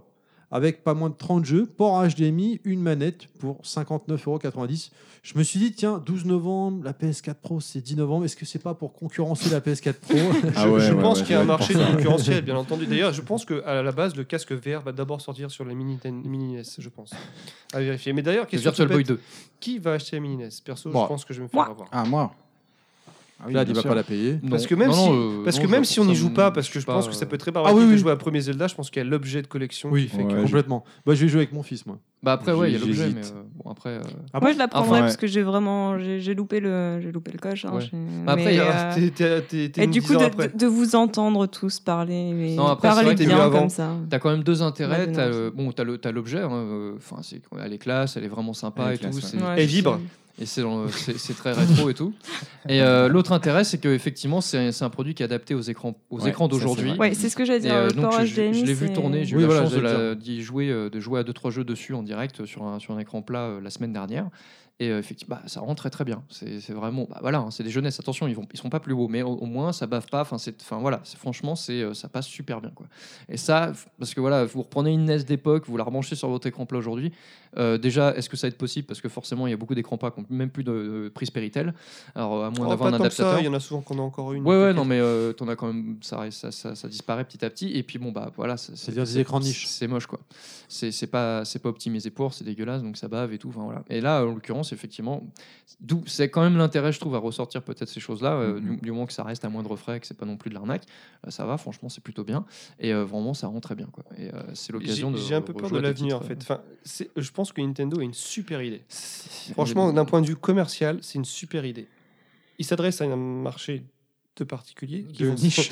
avec pas moins de trente jeux, port H D M I, une manette pour cinquante-neuf euros quatre-vingt-dix. Je me suis dit, tiens, douze novembre, la P S quatre Pro, c'est dix novembre. Est-ce que c'est pas pour concurrencer la P S quatre Pro? Ah ouais, je ouais, pense ouais, qu'il y a un ouais, marché pour ça. concurrentiel, bien entendu. D'ailleurs, je pense qu'à la base, le casque V R va d'abord sortir sur la mini, mini N E S, je pense. À vérifier. Mais d'ailleurs, question Virtual Boy toute deux. bête, qui va acheter la mini N E S? Perso, Moi. je pense que je vais me faire Moi. avoir. Ah, moi Ah oui, Là, bien il va sûr. pas la payer. Non. Parce que même Non, si, non, euh, parce non, que je- même si on ça n'y joue me- pas, parce que je je sais pense pas, que ça peut être très Ah barbatif oui, de oui. jouer à premier Zelda, je pense qu'il y a l'objet de collection Oui, qui fait Ouais, que... je- complètement. Bah, je vais jouer avec mon fils, moi. Bah après, ouais, il y a l'objet, mais J'hésite. euh, bon, après. euh, Moi, je la prendrais Enfin, parce ouais. que j'ai vraiment j'ai j'ai loupé le j'ai loupé le coche. Hein, Ouais. j'ai- Bah après, mais, il y Ah, euh, t'es- t'es- t'es- t'es et une du dix coup, ans de, après. de- de vous entendre tous parler, mais Non, après, c'est parler vrai que t'es bien mieux avant. comme ça. T'as quand même deux intérêts. Bah, T'as non, le, bon, t'as le, t'as l'objet. hein, euh, Enfin, c'est, elle est classe, elle est vraiment sympa Elle est et classe, tout. ouais. c'est- Ouais, Elle je vibre. sais. Et c'est, dans le- c'est, c'est très rétro et tout. Et euh, l'autre intérêt, c'est qu'effectivement, c'est, c'est un produit qui est adapté aux écrans, aux Ouais, écrans ça, c'est d'aujourd'hui. vrai. Ouais, c'est ce que j'allais Et, dire. euh, le donc, port je, H D M I, je l'ai vu c'est- tourner, j'ai eu Oui, la voilà, chance de j'allais la- d'y jouer, euh, de jouer à deux trois jeux dessus en direct sur un, sur un écran plat euh, la semaine dernière. Et euh, effectivement, bah, ça rend très très bien. C'est, c'est vraiment, bah, voilà, hein, c'est des jeunesses. Attention, ils vont, ils seront pas plus beaux, mais au, au moins ça bave pas. Enfin, c'est, enfin voilà, c'est, franchement, c'est, euh, ça passe super bien quoi. Et ça, f- parce que voilà, vous reprenez une N E S d'époque, vous la rebranchez sur votre écran plat aujourd'hui. Euh, déjà, est-ce que ça va être possible? Parce que forcément, il y a beaucoup d'écrans plats qui n'ont même plus de, de prise Péritel. Alors, à moins Oh, d'avoir pas un tant que ça, adaptateur. il y en a souvent qu'on a encore une. Ouais, ouais, peut-être. non, mais euh, t'en as quand même, ça, ça, ça, ça disparaît petit à petit. Et puis bon, bah voilà, c'est, C'est-à-dire des c'est- écrans niches. C'est moche quoi. C'est, c'est pas, c'est pas optimisé pour, c'est dégueulasse, donc ça bave et tout. Enfin voilà. Et là, en l'occurrence, effectivement, d'où c'est quand même l'intérêt, je trouve, à ressortir peut-être ces choses-là, euh, Mhm. du, du moment que ça reste à moindre frais, que c'est pas non plus de l'arnaque. Euh, ça va, franchement, c'est plutôt bien. Et euh, vraiment, ça rend très bien quoi. Et euh, c'est l'occasion de. J'ai j'ai un peu peur rejouer de à des l'avenir en titres, fait. Enfin, c'est- je pense que Nintendo a une super idée. euh, Franchement, d'un point de vue commercial, c'est une super idée. Il s'adresse à un marché de particuliers qui De vont- niche.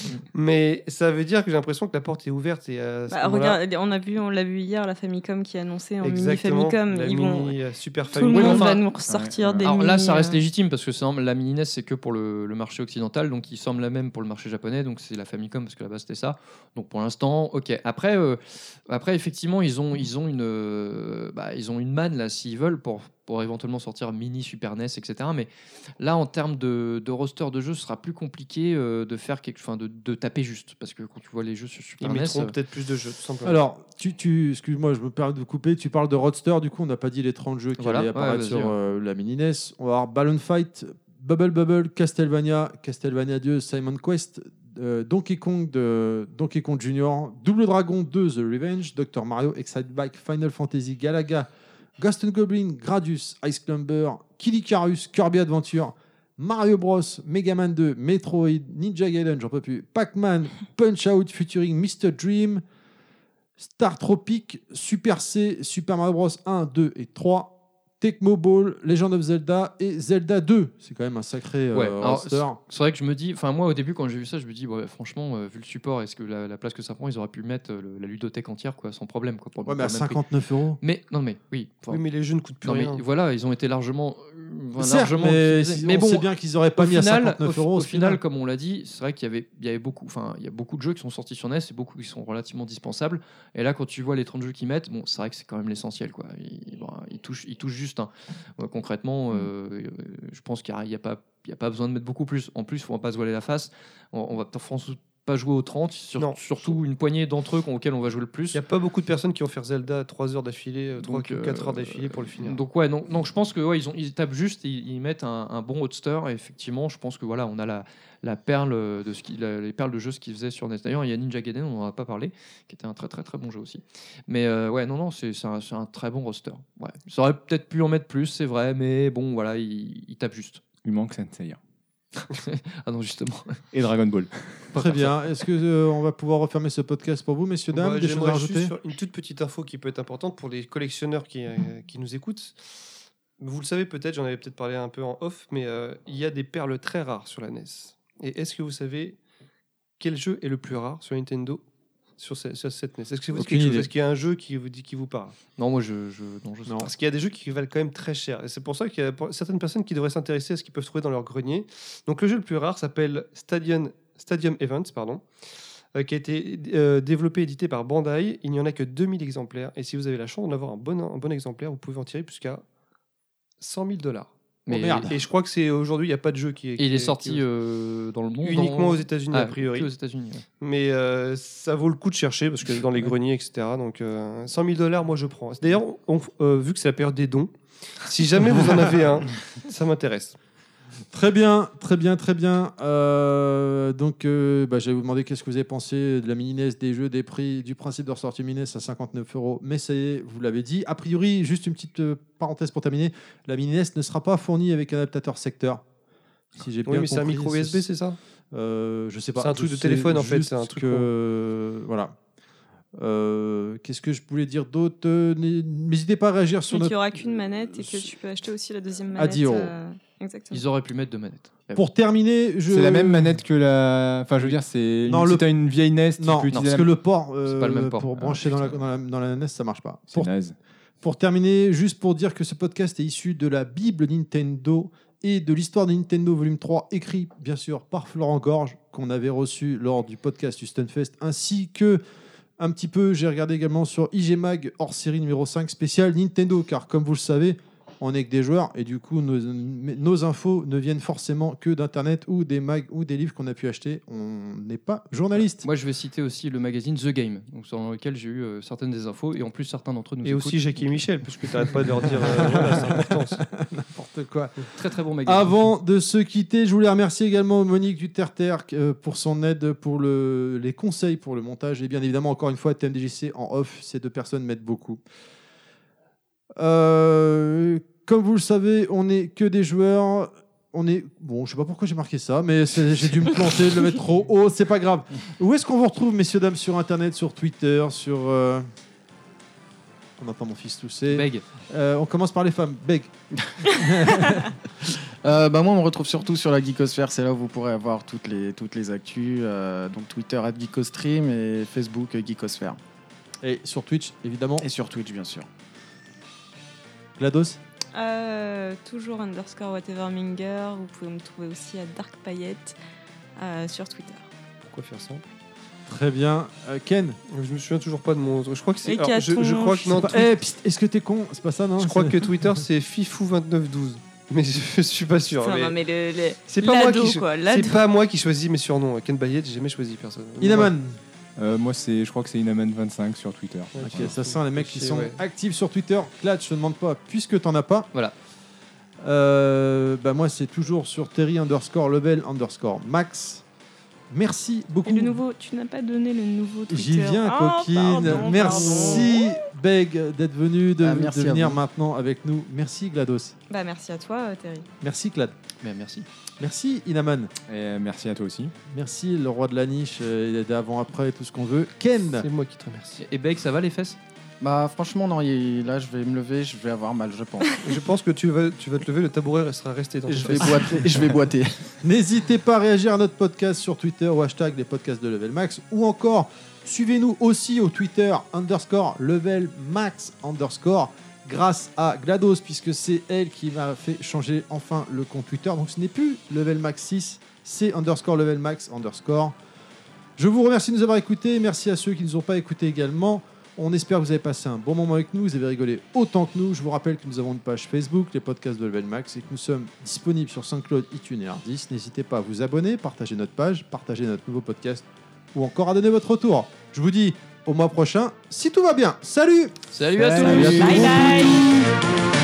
Mais ça veut dire que j'ai l'impression que la porte est ouverte et à ce Bah, moment-là- regarde, on a vu, on l'a vu hier, la Famicom qui a annoncé en mini Exactement, Famicom. la Ils mini vont, euh, Super tout le Famicom. monde enfin, va nous ressortir ouais. des. Alors là, mini, ça reste euh, légitime parce que c'est- la mini N E S, c'est que pour le, le marché occidental, donc il semble la même pour le marché japonais, donc c'est la Famicom parce que là-bas c'était ça. Donc pour l'instant, ok. Après, euh, après effectivement, ils ont, ils ont une, euh, bah, ils ont une manne là s'ils veulent pour pour éventuellement sortir mini Super N E S, et cetera. Mais là, en termes de, de roster de jeux, ce sera plus compliqué euh, de faire quelque, enfin de, de taper juste parce que quand tu vois les jeux sur Super Ils N E S, mettront euh, peut-être plus de jeux, tout simplement. Alors, tu, tu, excuse-moi, je me permets de vous couper. Tu parles de Roadster, du coup, on n'a pas dit les trente jeux qui Voilà, allaient ouais, apparaître vas-y, sur ouais. euh, la mini N E S. On va avoir Balloon Fight, Bubble Bubble, Castlevania, Castlevania deux, Simon Quest, euh, Donkey Kong de Donkey Kong Junior, Double Dragon deux, The Revenge, Doctor Mario, Excite Bike, Final Fantasy, Galaga, Ghost and Goblin, Gradius, Ice Climber, Kid Icarus, Kirby Adventure, Mario Bros, Mega Man deux, Metroid, Ninja Gaiden, j'en peux plus, Pac-Man, Punch-Out featuring mister Dream, Star Tropic, Super C, Super Mario Bros un, deux et trois, Tecmo Ball, Legend of Zelda et Zelda deux. C'est quand même un sacré euh, Ouais, alors, roster. c'est- c'est vrai que je me dis, enfin moi au début quand j'ai vu ça, je me dis ouais, franchement euh, vu le support, est-ce que la, la place que ça prend, ils auraient pu mettre euh, le- la ludothèque entière quoi, sans problème quoi. Pour, Ouais, mais pour à le même prix. cinquante-neuf euros. Mais non mais oui. enfin, Oui, mais les jeux ne coûtent plus non, mais rien. voilà, ils ont été largement, euh, enfin, Certes, largement mais, utilisés. si- mais on bon, sait bien qu'ils n'auraient pas au mis à final, cinquante-neuf au, euros. au final, comme on l'a dit, c'est vrai qu'il y avait, il y avait beaucoup, enfin, il y a beaucoup de jeux qui sont sortis sur N E S et beaucoup qui sont relativement dispensables. Et là, quand tu vois les trente jeux qu'ils mettent, bon, c'est vrai que c'est quand même l'essentiel, quoi. Ils, bon, ils touchent, ils touchent juste. hein. Euh, concrètement, euh, euh, je pense qu'il n'y a, a pas, il y a pas besoin de mettre beaucoup plus. En plus, il ne faut pas se voiler la face. On, on va France pas jouer aux trente, sur- Non. surtout une poignée d'entre eux auxquels on va jouer le plus. Il n'y a pas beaucoup de personnes qui vont faire Zelda trois heures d'affilée, trois Donc, quatre euh, heures d'affilée pour le finir. Donc ouais, donc, donc je pense que ouais, ils ont ils tapent juste, et ils, ils mettent un, un bon roadster. Et effectivement, je pense que voilà, on a la, la perle de ce qui, la- les perles de jeu ce qu'ils faisaient sur N E S. D'ailleurs, il y a Ninja Gaiden, on n'en a pas parlé, qui était un très très très bon jeu aussi. Mais euh, ouais, non non, c'est c'est un, c'est un très bon roster. Ouais, ça aurait peut-être pu en mettre plus, c'est vrai, mais bon voilà, ils, ils tapent juste. Il manque Sensei. Ah non justement. Et Dragon Ball. Très bien. Est-ce que euh, on va pouvoir refermer ce podcast pour vous, messieurs, dames? Moi, Des choses à j'aimerais juste rajouter sur une toute petite info qui peut être importante pour les collectionneurs qui, euh, qui nous écoutent. Vous le savez peut-être, j'en avais peut-être parlé un peu en off, mais euh, il y a des perles très rares sur la N E S. Et est-ce que vous savez quel jeu est le plus rare sur Nintendo sur, ce- sur cette N E S? Est-ce que vous Aucune quelque chose idée. Est-ce qu'il y a un jeu qui vous dit qui vous parle? Non, moi je, je non je sais Non. pas. Parce qu'il y a des jeux qui valent quand même très cher. Et c'est pour ça qu'il y a pour- certaines personnes qui devraient s'intéresser à ce qu'ils peuvent trouver dans leur grenier. Donc le jeu le plus rare s'appelle Stadium, Stadium Events, pardon, euh, qui a été euh, développé et édité par Bandai. Il n'y en a que deux mille exemplaires. Et si vous avez la chance d'en avoir un bon, un bon exemplaire, vous pouvez en tirer jusqu'à cent mille dollars. Mais merde. Et je crois que c'est aujourd'hui, il n'y a pas de jeu qui est. Et il qui est sorti qui euh, dans le monde. uniquement en- aux États-Unis Ah, a priori. que aux États-Unis. Ouais. Mais euh, ça vaut le coup de chercher parce que dans les greniers, et cetera. Donc euh, cent mille dollars, moi je prends. D'ailleurs, on- euh, vu que c'est la période des dons, si jamais vous en avez un, ça m'intéresse. Très bien, très bien, très bien. Euh, donc, euh, bah, je vais vous demander qu'est-ce que vous avez pensé de la mini N E S, des jeux, des prix, du principe de ressortir mini N E S à cinquante-neuf euros. Mais ça y est, vous l'avez dit. A priori, juste une petite euh, parenthèse pour terminer, la mini N E S ne sera pas fournie avec un adaptateur secteur. Si j'ai bien Oui, mais c'est un compris, micro U S B, c'est ça euh, Je sais pas. C'est un truc Je de sais téléphone, en fait, juste c'est un truc que... Voilà. Euh, Qu'est-ce que je voulais dire d'autre Euh, N'hésitez pas à réagir sur Mais qu'il notre... n'y aura qu'une manette et que tu peux acheter aussi la deuxième manette. À dix euros. euh, Exactement. Ils auraient pu mettre deux manettes. Pour terminer, je... C'est la même manette que la. Enfin, je veux dire, c'est. Non, si le- t'as une vieille N E S, tu Non, peux non, utiliser parce la- que le port, euh, C'est pas le même port. pour Ah, brancher dans, la, putain. dans, la, dans la N E S, ça marche pas. C'est Pour, naze. pour terminer, juste pour dire que ce podcast est issu de la Bible Nintendo et de l'histoire de Nintendo volume trois, écrit bien sûr par Florent Gorge, qu'on avait reçu lors du podcast du Stunfest, ainsi que un petit peu, j'ai regardé également sur I G Mag hors série numéro cinq spécial Nintendo, car comme vous le savez, on n'est que des joueurs et du coup nos, nos infos ne viennent forcément que d'internet ou des mags ou des livres qu'on a pu acheter. On n'est pas journaliste. Moi, je vais citer aussi le magazine The Game, donc, dans lequel j'ai eu euh, certaines des infos, et en plus, certains d'entre eux nous Et écoutent. aussi Jackie et Michel, parce que tu n'arrêtes pas de leur dire. euh, voilà, c'est important. ça. N'importe quoi. Très très bon magazine. Avant de se quitter, je voulais remercier également Monique du Terre-Terre euh, pour son aide, pour le, les conseils pour le montage. Et bien évidemment, encore une fois, T M D J C en off. Ces deux personnes m'aident beaucoup. Euh, comme vous le savez, on n'est que des joueurs. On est bon, je sais pas pourquoi j'ai marqué ça, mais c'est- j'ai dû me planter, de le mettre trop haut, c'est pas grave. Où est-ce qu'on vous retrouve, messieurs dames, sur Internet, sur Twitter, sur euh, on entend mon fils tousser. Beg. Euh, on commence par les femmes. Beg. Euh, bah moi, on me retrouve surtout sur la Geekosphère. C'est là où vous pourrez avoir toutes les, toutes les actus. Euh, donc Twitter at Geekostream et Facebook euh, Geekosphère. Et sur Twitch, évidemment. Et sur Twitch, bien sûr. GLaDOS. Euh, toujours underscore whateverminger. Vous pouvez me trouver aussi à Dark Paillette euh, sur Twitter. Pourquoi faire ça Très bien. Euh, Ken. Je me souviens toujours pas de mon. Je crois que c'est. Et alors, je, je crois que non. C'est pas- Twi- Eh, psst, est-ce que t'es con C'est pas ça, non je crois C'est- que Twitter c'est Fifou vingt-neuf douze. Mais je, je suis pas sûr. Putain, mais non, mais le, le- C'est pas moi l'ado, qui. cho- quoi, l'ado. C'est pas moi qui choisis mes surnoms. Ken Bayet, j'ai jamais choisi personne. Inaman. Euh, moi, c'est, je crois que c'est Inaman vingt-cinq sur Twitter. Ok, Voilà. ça sent les mecs qui Ok, sont ouais. actifs sur Twitter. Clad, je te demande pas, puisque t'en as pas. Voilà. Euh, bah moi, c'est toujours sur Terry underscore level underscore max. Merci beaucoup. Et le nouveau, tu n'as pas donné le nouveau Twitter. J'y viens, Ah, coquine. pardon, Merci, Beg, d'être venu, de, Ah, merci de à venir vous. maintenant avec nous. Merci, GLaDOS. pardon. Bah, merci à toi, euh, Terry. Merci, Clad. Mais merci. Merci, Inaman. Et euh, merci à toi aussi. Merci, le roi de la niche, euh, d'avant-après, tout ce qu'on veut. Ken. C'est moi qui te remercie. Et Beg, ça va les fesses? Bah franchement, non, y- là, je vais me lever, je vais avoir mal, je pense. Je pense que tu vas, tu vas te lever, le tabouret restera resté dans je ta vais face. boiter. Je vais boiter. N'hésitez pas à réagir à notre podcast sur Twitter ou hashtag les podcasts de Level Max ou encore suivez-nous aussi au Twitter underscore Level Max underscore grâce à GLaDOS puisque c'est elle qui m'a fait changer enfin le compte Twitter. Donc ce n'est plus Level Max six, c'est underscore Level Max underscore. Je vous remercie de nous avoir écoutés. Merci à ceux qui ne nous ont pas écoutés également. On espère que vous avez passé un bon moment avec nous, vous avez rigolé autant que nous. Je vous rappelle que nous avons une page Facebook, les podcasts de Level Max, et que nous sommes disponibles sur SoundCloud, iTunes et Hardis. N'hésitez pas à vous abonner, partager notre page, partager notre nouveau podcast, ou encore à donner votre retour. Je vous dis au mois prochain, si tout va bien. Salut! Salut à tous. Salut à tous. Bye bye.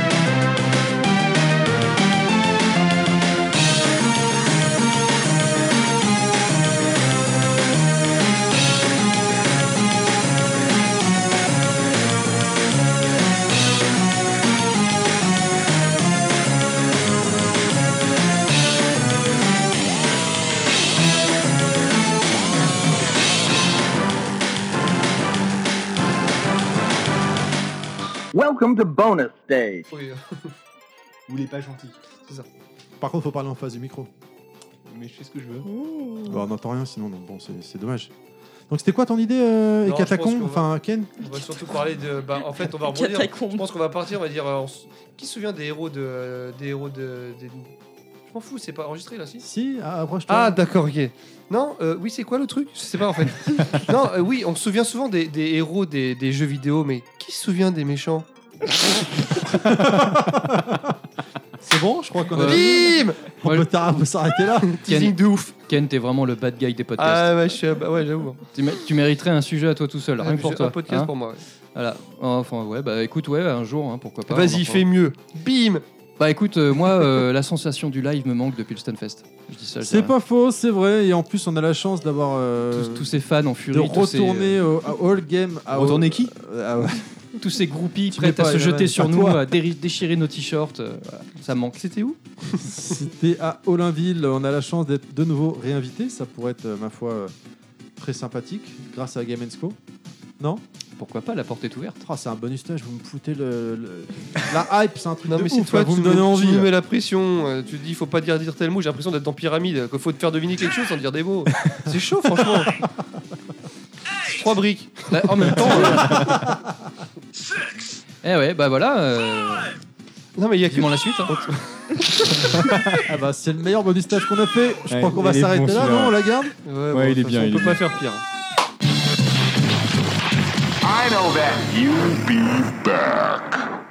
Welcome to bonus day. Oui, euh, Vous l'êtes pas gentil. c'est ça. Par contre, il faut parler en face du micro. Mais je fais ce que je veux. Bon, on n'entend rien sinon, donc bon, c'est c'est dommage. Donc c'était quoi ton idée, euh, Non, je Catacombe pense qu'on va- Enfin, Ken? On va surtout parler de. Bah, en fait, on va rebondir. Catacombe. Je pense qu'on va partir. On va dire. euh, on s- Qui se souvient des héros de. euh, Des héros de. des- Je m'en fous, c'est pas enregistré là, si Si, ah, approche-toi. Ah, d'accord, ok. Non, euh, oui, c'est quoi le truc Je sais pas en fait. non, euh, oui, on se souvient souvent des, des héros des, des jeux vidéo, mais qui se souvient des méchants C'est C'est bon, je crois qu'on a. Bim On peut t'arr- on peut s'arrêter là. Teasing de ouf. Ken, t'es vraiment le bad guy des podcasts. Ah ouais, je suis- bah ouais, j'avoue. Tu, mé- tu mériterais un sujet à toi tout seul, rien que pour Un toi. podcast hein. pour moi. ouais. Voilà. Enfin, ouais, bah écoute, ouais, un jour, hein, pourquoi pas. on en Vas-y, reparle. fais mieux. Bim Bah écoute, euh, moi, euh, la sensation du live me manque depuis le Stunfest. Je dis ça, je dis C'est rien. pas faux, c'est vrai. Et en plus, on a la chance d'avoir. euh, Tous, tous ces fans en de furie, tous ces, retourner au, à All Game. À Retourner qui Euh, ah ouais. tous ces groupies Tu prêts mets à pas, se Evan, jeter sur pas nous, toi. à déri- déchirer nos t-shirts. euh, voilà, ça me manque. C'était où C'était à Olinville. On a la chance d'être de nouveau réinvité. Ça pourrait être, euh, ma foi, euh, très sympathique grâce à Game Co. Non Pourquoi pas, la porte est ouverte. Oh, c'est un bonus stage. Vous me foutez le, le- la hype. C'est un truc Non de mais ouf, c'est toi, là, tu vous me me donnez tu envie. nous là. mets la pression. euh, Tu te dis, faut pas dire dire tel mot. J'ai l'impression d'être dans Pyramide. Qu'il faut te faire deviner quelque chose sans dire des mots. C'est chaud, franchement. Trois briques. Bah, en même temps. euh, Eh ouais, bah voilà. euh, Non mais il y a que Vivement la suite. hein. Ah bah, c'est le meilleur bonus stage qu'on a fait. Je Ouais, crois qu'on il va est s'arrêter bon, là. celui-là. Non, on la garde. Ouais, Ouais, bon, il est de toute bien, façon, il On est peut pas bien. faire pire. I know that you'll be back.